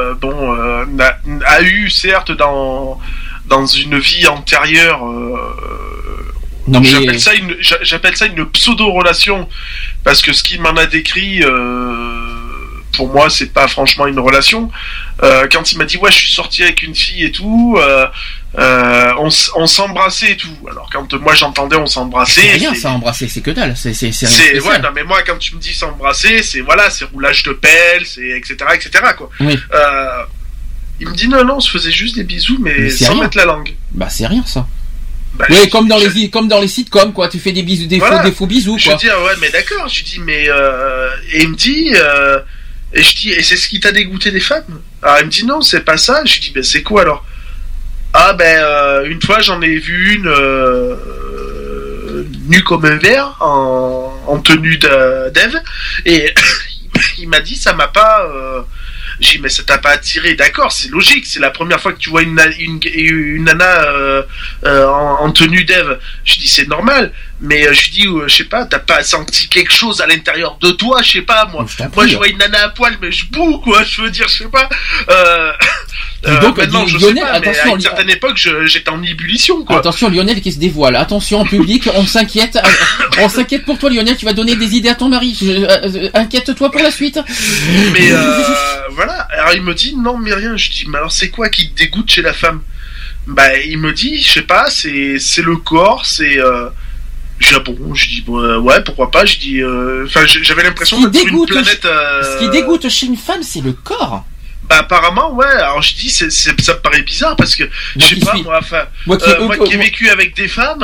a eu certes dans une vie antérieure,
non, mais...
j'appelle ça une pseudo-relation, parce que ce qu'il m'en a décrit, pour moi, c'est pas franchement une relation. Quand il m'a dit ouais, je suis sorti avec une fille et tout, on s'embrassait et tout. Alors quand moi j'entendais on s'embrassait,
c'est rien, ça, embrasser, c'est que dalle. C'est
ouais, non mais moi quand tu me dis s'embrasser, c'est roulage de pelle, c'est etc quoi.
Oui.
Il me dit non, on se faisait juste des bisous, mais sans
rien.
mettre la langue.
Bah c'est rien ça. Bah, oui, comme dans les sitcoms, quoi. Tu fais des bisous, des faux bisous, quoi.
Je veux dire, ouais, mais d'accord. Je dis, mais et il me dit, et je dis, et c'est ce qui t'a dégoûté des femmes? Alors il me dit non, c'est pas ça. Je dis, ben c'est quoi alors? Ah ben une fois j'en ai vu une nue comme un verre en tenue d'Ève, et il m'a dit ça m'a pas. J'ai dit mais ça t'a pas attiré, d'accord, c'est logique, c'est la première fois que tu vois une nana en tenue d'Ève. Je dis c'est normal, mais je dis je sais pas, t'as pas senti quelque chose à l'intérieur de toi, je sais pas moi. Je vois une nana à poil mais je boue, quoi, je veux dire, je sais pas.
Donc,
maintenant je sais pas, mais à une certaine époque j'étais en ébullition, quoi.
Attention Lionel qui se dévoile, attention en public, on s'inquiète pour toi Lionel, tu vas donner des idées à ton mari, inquiète-toi pour la suite.
Mais voilà, alors il me dit non mais rien, je dis mais alors c'est quoi qui te dégoûte chez la femme? Bah il me dit je sais pas, c'est le corps, c'est je dis ah bon, je dis ouais pourquoi pas, je dis enfin j'avais l'impression d'être sur une planète.
Ce qui dégoûte chez une femme c'est le corps.
Bah apparemment ouais, alors je dis ça me paraît bizarre parce que je sais pas moi, enfin moi qui ai vécu avec des femmes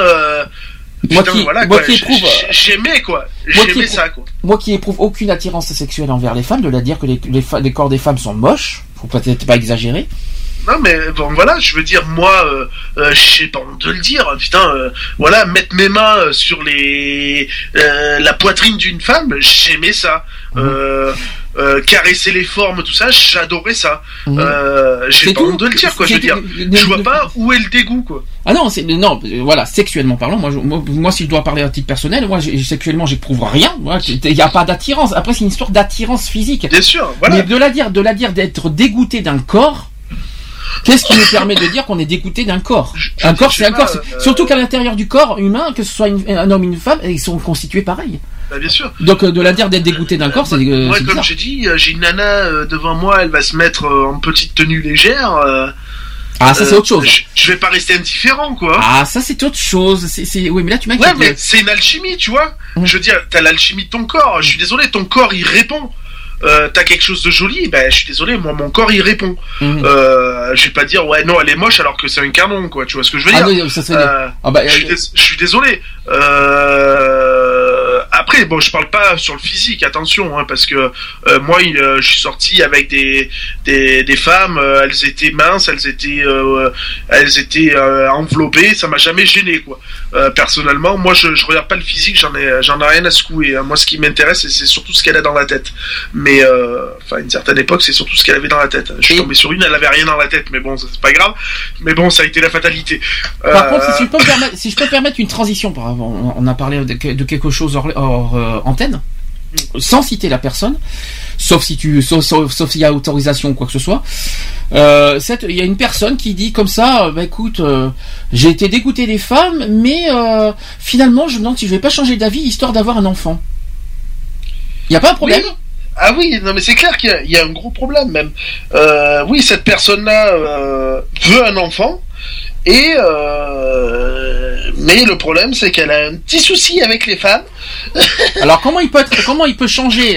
j'aimais quoi, j'aimais ça quoi.
Moi qui éprouve aucune attirance sexuelle envers les femmes, de la dire que les corps des femmes sont moches, faut peut-être pas exagérer.
Non mais bon voilà, je veux dire moi je sais pas honte de le dire, putain voilà, mettre mes mains sur la poitrine d'une femme, j'aimais ça. caresser les formes, tout ça, j'adorais ça. J'ai pas honte de le dire, quoi. Je veux dire, je vois pas où est le dégoût, quoi.
Ah non, voilà, sexuellement parlant, moi si je dois parler à titre personnel, moi sexuellement j'éprouve rien. Il y a pas d'attirance. Après c'est une histoire d'attirance physique.
Bien sûr, voilà.
Mais de la dire d'être dégoûté d'un corps. Qu'est-ce qui nous permet de dire qu'on est dégoûté d'un corps? Un corps, c'est un corps. Surtout qu'à l'intérieur du corps humain, que ce soit un homme ou une femme, ils sont constitués pareil.
Bah, bien sûr.
Donc de la dire d'être dégoûté d'un corps, c'est
moi,
c'est
comme j'ai dit, j'ai une nana devant moi, elle va se mettre en petite tenue légère.
Ça c'est autre chose.
Je vais pas rester indifférent, quoi.
Ah, ça c'est autre chose. Oui, mais là tu m'inquiètes.
Ouais, mais c'est une alchimie, tu vois. Je veux dire, t'as l'alchimie de ton corps. Je suis désolé, ton corps il répond. T'as quelque chose de joli, ben je suis désolé, moi mon corps il répond. Je vais pas dire ouais non elle est moche alors que c'est un canon, quoi. Tu vois ce que je veux dire?
Oui, ça serait
je suis désolé. Après bon je parle pas sur le physique, attention hein, parce que moi je suis sorti avec des femmes, elles étaient minces, elles étaient enveloppées, ça m'a jamais gêné, quoi. Personnellement moi je regarde pas le physique, j'en ai rien à secouer, hein. Moi ce qui m'intéresse c'est surtout ce qu'elle a dans la tête. Mais à une certaine époque c'est surtout ce qu'elle avait dans la tête. Je suis tombé sur une, elle avait rien dans la tête, mais bon c'est pas grave. Mais bon ça a été la fatalité.
Par contre si je peux me permettre une transition, on a parlé de quelque chose hors antenne, sans citer la personne, sauf s'il y a autorisation ou quoi que ce soit. Il y a une personne qui dit comme ça, écoute, j'ai été dégoûté des femmes, mais finalement je me demande si je vais pas changer d'avis histoire d'avoir un enfant. Il y a pas un problème?
Oui. Ah oui, non mais c'est clair qu'il y a un gros problème même. Oui, cette personne-là veut un enfant. Et mais le problème c'est qu'elle a un petit souci avec les femmes.
Alors comment il peut changer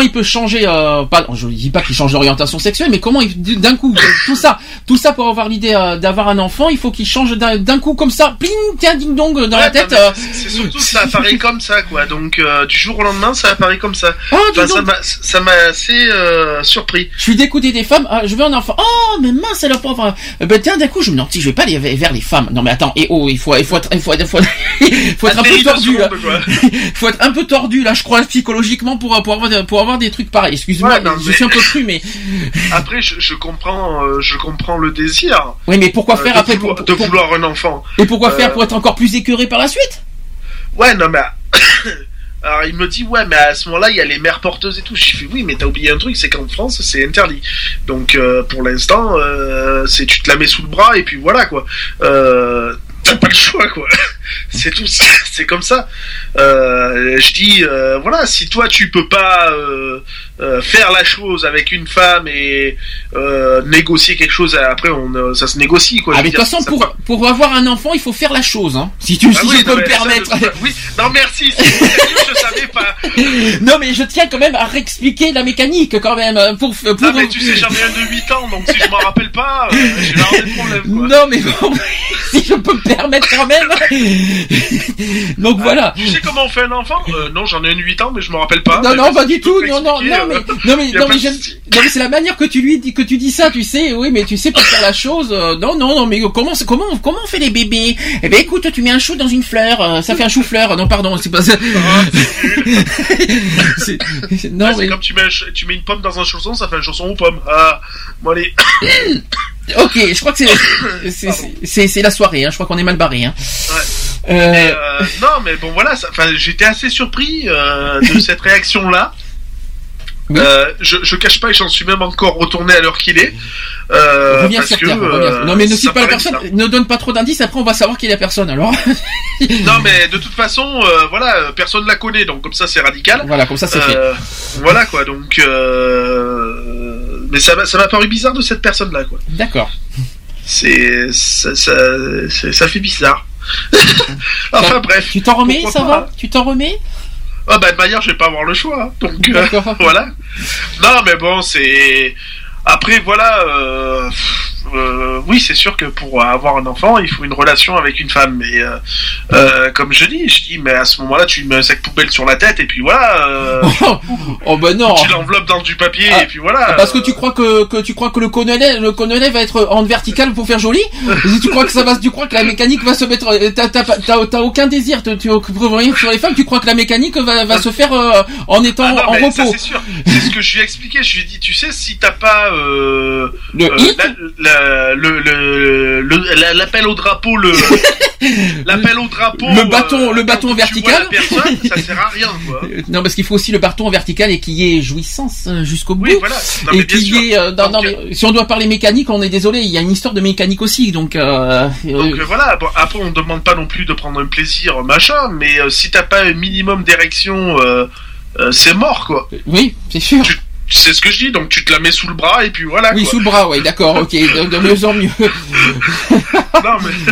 je dis pas qu'il change d'orientation sexuelle, mais comment d'un coup tout ça pour avoir l'idée d'avoir un enfant, il faut qu'il change d'un coup comme ça, pling, tiens ding dong dans la tête.
C'est surtout que ça apparaît comme ça, quoi. Donc du jour au lendemain ça apparaît comme ça. Ça m'a assez surpris.
Je suis dégoûté des femmes, je veux un enfant. Oh mais mince c'est la pauvre. Tiens d'un coup je me dis je vais pas aller vers les femmes. Non mais attends, il faut être un peu tordu là. Il faut être un peu tordu là, je crois, psychologiquement pour avoir des trucs pareils. Excuse-moi, je suis un peu cru, mais
après je comprends le désir.
Oui, mais pourquoi faire après
de vouloir un enfant?
Et pourquoi faire pour être encore plus écœuré par la suite?
Ouais, non mais alors il me dit ouais mais à ce moment-là il y a les mères porteuses et tout. Je fais oui mais t'as oublié un truc, c'est qu'en France c'est interdit. Donc pour l'instant c'est tu te la mets sous le bras et puis voilà quoi. T'as pas le choix quoi. C'est tout, c'est comme ça. Je dis voilà, si toi tu peux pas faire la chose avec une femme et négocier quelque chose, après ça se négocie quoi.
Ah mais de toute façon pour avoir un enfant il faut faire la chose hein. Si je peux me permettre.
Oui, non merci, c'est je savais pas.
Non mais je tiens quand même à réexpliquer la mécanique quand même pour
Ah mais tu sais j'en ai un de 8 ans donc si je m'en rappelle pas, j'ai l'air des problèmes quoi.
Non mais bon, si je peux me permettre quand même. Donc voilà.
Tu sais comment on fait un enfant? Non, j'en ai un de 8 ans mais je me rappelle pas.
Non, pas du tout. Non mais c'est la manière que tu dis ça, tu sais. Oui, mais tu sais pour faire la chose. Non, mais comment on fait les bébés? Eh ben écoute, tu mets un chou dans une fleur, ça fait un chou-fleur. Non, pardon, c'est pas ça.
C'est comme tu mets une pomme dans un chausson, ça fait un chausson aux pommes. Ah, bon allez.
Ok, je crois que c'est la soirée, hein. Je crois qu'on est mal barré, hein.
Ouais. Non, mais bon voilà, j'étais assez surpris de cette réaction-là. Oui. Je cache pas et j'en suis même encore retourné à l'heure qu'il est.
Reviens sur terre. Non mais ne cite pas la personne, ne donne pas trop d'indices, après on va savoir qui est la personne alors.
Non mais de toute façon, voilà, personne la connaît, donc comme ça c'est radical.
Voilà, comme ça c'est fait.
Voilà quoi, donc mais ça m'a paru bizarre de cette personne-là quoi.
D'accord.
Ça fait bizarre. Enfin bref.
Tu t'en remets, ça va? Tu t'en remets?
Ah bah de manière je vais pas avoir le choix hein. Donc voilà. Non mais bon c'est après voilà oui, c'est sûr que pour avoir un enfant, il faut une relation avec une femme. Mais comme je dis, mais à ce moment-là, tu mets un sac poubelle sur la tête et puis voilà.
Oh ben non.
Tu l'enveloppes dans du papier et puis voilà.
Parce que tu crois que le Conolet va être en vertical pour faire joli. Tu crois que la mécanique va se mettre. T'as aucun désir. Pour revenir sur les femmes, tu crois que la mécanique va se faire en étant en repos.
Ça, c'est sûr. C'est ce que je lui ai expliqué. Je lui ai dit, tu sais, si t'as pas l'appel au drapeau, l'appel au drapeau,
le bâton vertical,
personne, ça sert à rien, quoi.
Non, parce qu'il faut aussi le bâton vertical et qu'il y ait jouissance jusqu'au bout.
Oui, voilà. Non,
et qu'il y ait, mais si on doit parler mécanique, on est désolé, il y a une histoire de mécanique aussi, donc
voilà. Bon, après, on demande pas non plus de prendre un plaisir, machin, mais si t'as pas un minimum d'érection, c'est mort, quoi.
Oui, c'est sûr.
C'est ce que je dis, donc tu te la mets sous le bras et puis voilà.
Oui,
quoi.
Sous le bras, oui, d'accord, ok, de mieux en mieux.
Non mais.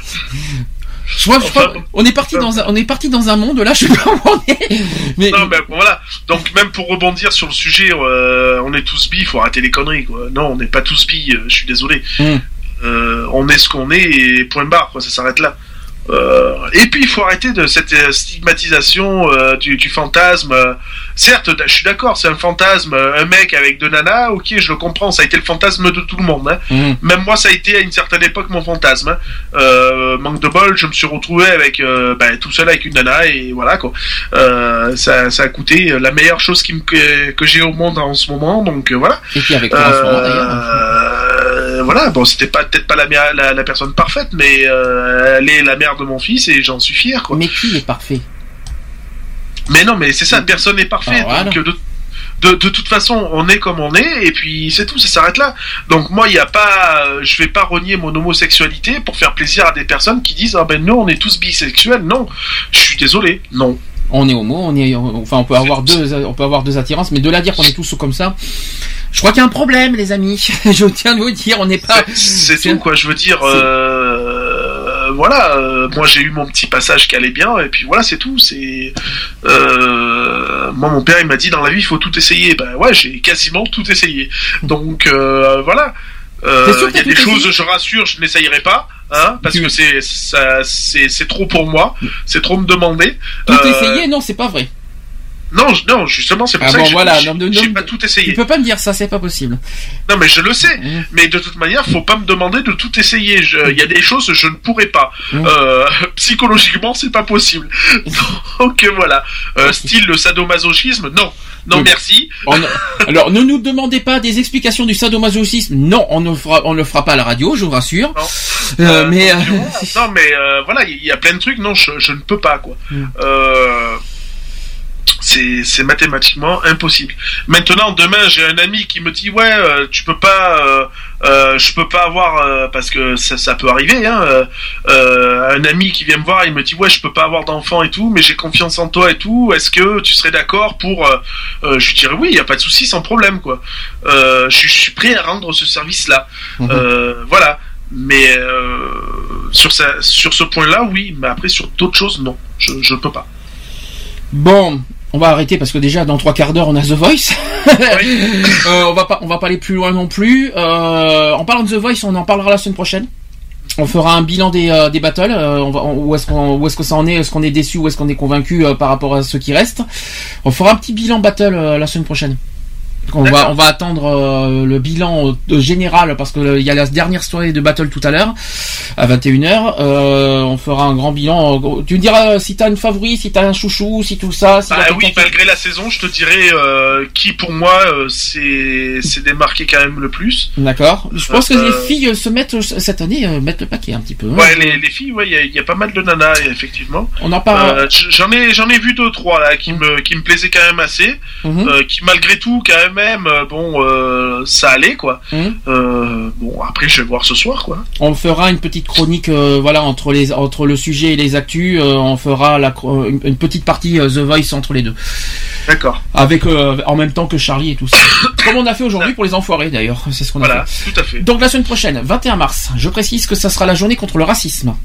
On est parti dans un monde là, je sais pas où on est. Mais...
Non, mais voilà. Donc même pour rebondir sur le sujet, on est tous bi, faut arrêter les conneries, quoi. Non, on n'est pas tous bi, je suis désolé. On est ce qu'on est et point barre, quoi. Ça s'arrête là. Et puis il faut arrêter de cette stigmatisation du fantasme. Certes, je suis d'accord, c'est un fantasme, un mec avec deux nanas, ok, je le comprends, ça a été le fantasme de tout le monde. Hein. Même moi, ça a été à une certaine époque mon fantasme. Manque de bol, je me suis retrouvé avec tout seul avec une nana et voilà quoi. Ça a coûté la meilleure chose que j'ai au monde en ce moment, donc voilà.
Et puis avec toi en ce moment d'ailleurs.
Voilà, bon, c'était peut-être pas la personne parfaite, mais elle est la mère de mon fils et j'en suis fier, quoi.
Mais qui est parfait?
Mais non, mais c'est ça, personne n'est parfait.
Voilà.
Donc de toute façon, on est comme on est et puis c'est tout, ça s'arrête là. Donc moi, il y a pas, je vais pas renier mon homosexualité pour faire plaisir à des personnes qui disent nous on est tous bisexuels. Non, je suis désolé, non.
On est homo, on peut avoir deux attirances, mais de là à dire qu'on est tous comme ça, je crois qu'il y a un problème, les amis. Je tiens à vous dire, on n'est pas.
C'est tout, quoi. Je veux dire, voilà. Moi, j'ai eu mon petit passage qui allait bien, et puis voilà, c'est tout. C'est. Moi, mon père, il m'a dit dans la vie, il faut tout essayer. Ben ouais, j'ai quasiment tout essayé. Donc voilà. Il y a des choses, je rassure, je n'essayerai pas. Hein, parce que c'est trop pour moi, c'est trop me demander.
Tout essayer, non, c'est pas vrai.
Non, justement, c'est pour ça que j'ai pas tout essayé.
Tu peux pas me dire ça, c'est pas possible.
Non, mais je le sais. Mais de toute manière, faut pas me demander de tout essayer. Il y a des choses, je ne pourrais pas. Psychologiquement, c'est pas possible. Donc voilà. Style le sadomasochisme, non. Non, merci.
Alors, ne nous demandez pas des explications du sadomasochisme. Non, on ne le fera pas à la radio, je vous rassure.
Non, mais voilà, il y a plein de trucs. Non, je ne peux pas, quoi. C'est mathématiquement impossible. Maintenant, demain, j'ai un ami qui me dit tu peux pas, je peux pas avoir parce que ça peut arriver. Hein, un ami qui vient me voir, il me dit je peux pas avoir d'enfant et tout, mais j'ai confiance en toi et tout. Est-ce que tu serais d'accord pour je lui dirais oui, y a pas de souci, sans problème quoi. Je suis prêt à rendre ce service-là. Voilà. Mais sur ce point-là, oui. Mais après, sur d'autres choses, non. Je peux pas.
Bon. On va arrêter parce que déjà dans 3 quarts d'heure on a The Voice. On va pas aller plus loin non plus. En parlant de The Voice, on en parlera la semaine prochaine. On fera un bilan des battles. Où est-ce que ça en est? Est-ce qu'on est déçu ou est-ce qu'on est convaincu par rapport à ceux qui restent? On fera un petit bilan battle la semaine prochaine. On va attendre le bilan général parce que il y a la dernière soirée de battle tout à l'heure à 21h. On fera un grand bilan. Tu me diras si t'as une favori, si t'as un chouchou, si tout ça. Si
oui, malgré la saison, je te dirais qui pour moi s'est démarqué quand même le plus.
D'accord. Je pense que les filles se mettent cette année mettent le paquet un petit peu.
Ouais, les filles, il y a pas mal de nanas effectivement.
On en parle.
J'en ai vu 2-3 là qui me plaisaient quand même assez, qui malgré tout quand même ça allait quoi. Bon après je vais voir ce soir quoi.
On fera une petite chronique entre le sujet et les actus. On fera une petite partie The Voice entre les deux.
D'accord.
Avec en même temps que Charlie et tout ça. Comme on a fait aujourd'hui pour les enfoirés d'ailleurs. C'est ce qu'on a fait.
Tout à fait.
Donc la semaine prochaine, 21 mars. Je précise que ça sera la journée contre le racisme.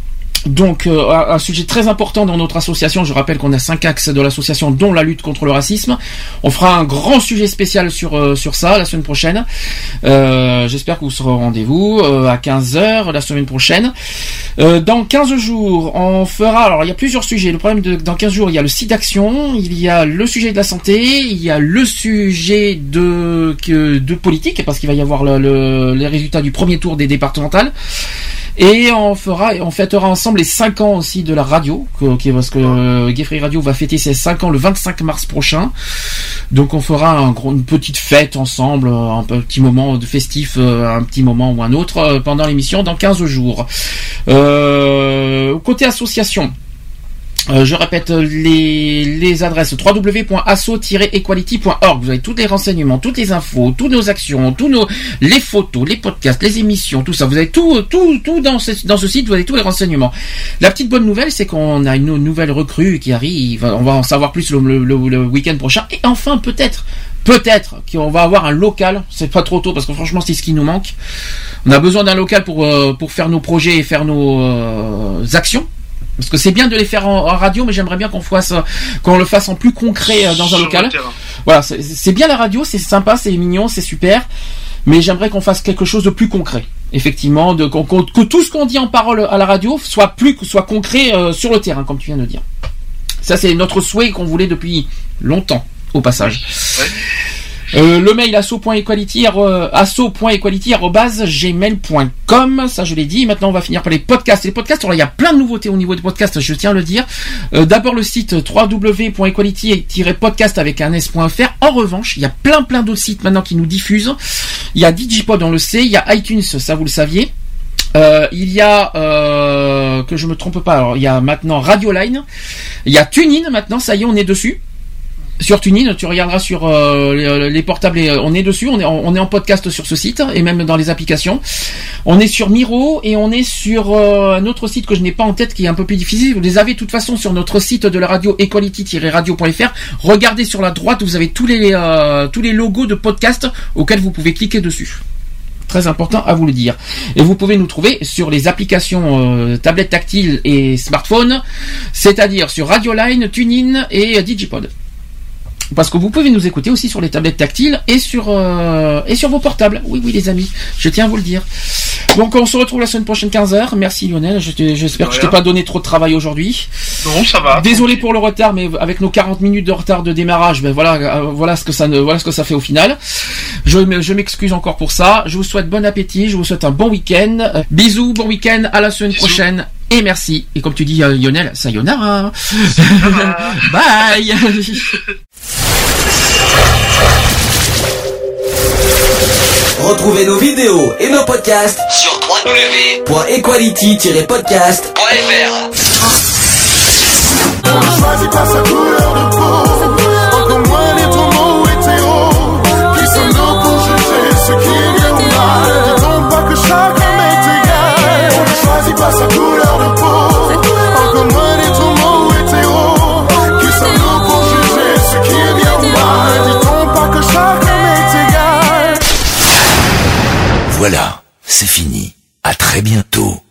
Donc un sujet très important dans notre association. Je rappelle qu'on a 5 axes de l'association, dont la lutte contre le racisme. On fera un grand sujet spécial sur ça la semaine prochaine. J'espère que vous serez au rendez-vous à 15h la semaine prochaine. Dans 15 jours, on fera... Alors il y a plusieurs sujets. Le problème dans 15 jours, il y a le site d'action, il y a le sujet de la santé, il y a le sujet de politique, parce qu'il va y avoir les résultats du premier tour des départementales. Et on fêtera ensemble les 5 ans aussi de la radio, parce que Gay Free Radio va fêter ses 5 ans le 25 mars prochain. Donc on fera une petite fête ensemble, un petit moment de festif, un petit moment ou un autre pendant l'émission dans 15 jours. Côté association, je répète les adresses www.asso-equality.org. Vous avez tous les renseignements, toutes les infos, toutes nos actions, les photos, les podcasts, les émissions, tout ça. Vous avez tout dans ce site. Vous avez tous les renseignements. La petite bonne nouvelle, c'est qu'on a une nouvelle recrue qui arrive. On va en savoir plus le week-end prochain. Et enfin, peut-être qu'on va avoir un local. C'est pas trop tôt parce que franchement, c'est ce qui nous manque. On a besoin d'un local pour faire nos projets et faire nos actions. Parce que c'est bien de les faire en radio, mais j'aimerais bien qu'on le fasse en plus concret dans un local. Voilà, c'est bien la radio, c'est sympa, c'est mignon, c'est super, mais j'aimerais qu'on fasse quelque chose de plus concret. Effectivement, que tout ce qu'on dit en parole à la radio soit concret sur le terrain, comme tu viens de dire. Ça, c'est notre souhait qu'on voulait depuis longtemps, au passage. Ouais. Le mail asso.equality@gmail.com, ça je l'ai dit. Maintenant on va finir par les podcasts. Les podcasts, alors, il y a plein de nouveautés au niveau des podcasts, je tiens à le dire. D'abord le site www.equality-podcast avec un s.fr. En revanche, il y a plein d'autres sites maintenant qui nous diffusent. Il y a Digipod, on le sait, il y a iTunes, ça vous le saviez. Il y a que je me trompe pas, alors il y a maintenant Radioline, il y a TuneIn maintenant, ça y est, on est dessus. Sur TuneIn, tu regarderas sur les portables, on est dessus, on est en podcast sur ce site et même dans les applications. On est sur Miro et on est sur un autre site que je n'ai pas en tête qui est un peu plus difficile. Vous les avez de toute façon sur notre site de la radio equality-radio.fr. Regardez sur la droite, vous avez tous les logos de podcast auxquels vous pouvez cliquer dessus. Très important à vous le dire. Et vous pouvez nous trouver sur les applications tablettes tactiles et smartphones, c'est-à-dire sur Radioline, TuneIn et Digipod. Parce que vous pouvez nous écouter aussi sur les tablettes tactiles et sur vos portables. Oui, les amis, je tiens à vous le dire. Donc on se retrouve la semaine prochaine 15h. Merci Lionel, j'espère que je t'ai pas donné trop de travail aujourd'hui.
Non, ça va.
Désolé pour le retard, mais avec nos 40 minutes de retard de démarrage, voilà ce que ça fait au final. Je m'excuse encore pour ça. Je vous souhaite bon appétit, je vous souhaite un bon week-end. Bisous, bon week-end, à la semaine prochaine. Et merci. Et comme tu dis Lionel, sayonara. Bye.
Retrouvez nos vidéos et nos podcasts
sur
www.equality-podcast.fr.
On ne choisit pas sa couleur de peau, encore moins les homo ou hétéros. Qui sommes-nous pour juger ce qui est bien ou mal? Dit-on pas que chaque homme est égal? On ne choisit pas sa couleur de peau, encore moins les homo ou hétéros. Qui sommes-nous pour juger ce qui est bien ou mal? Dit-on pas que chaque homme est égal?
Voilà, c'est fini. À très bientôt.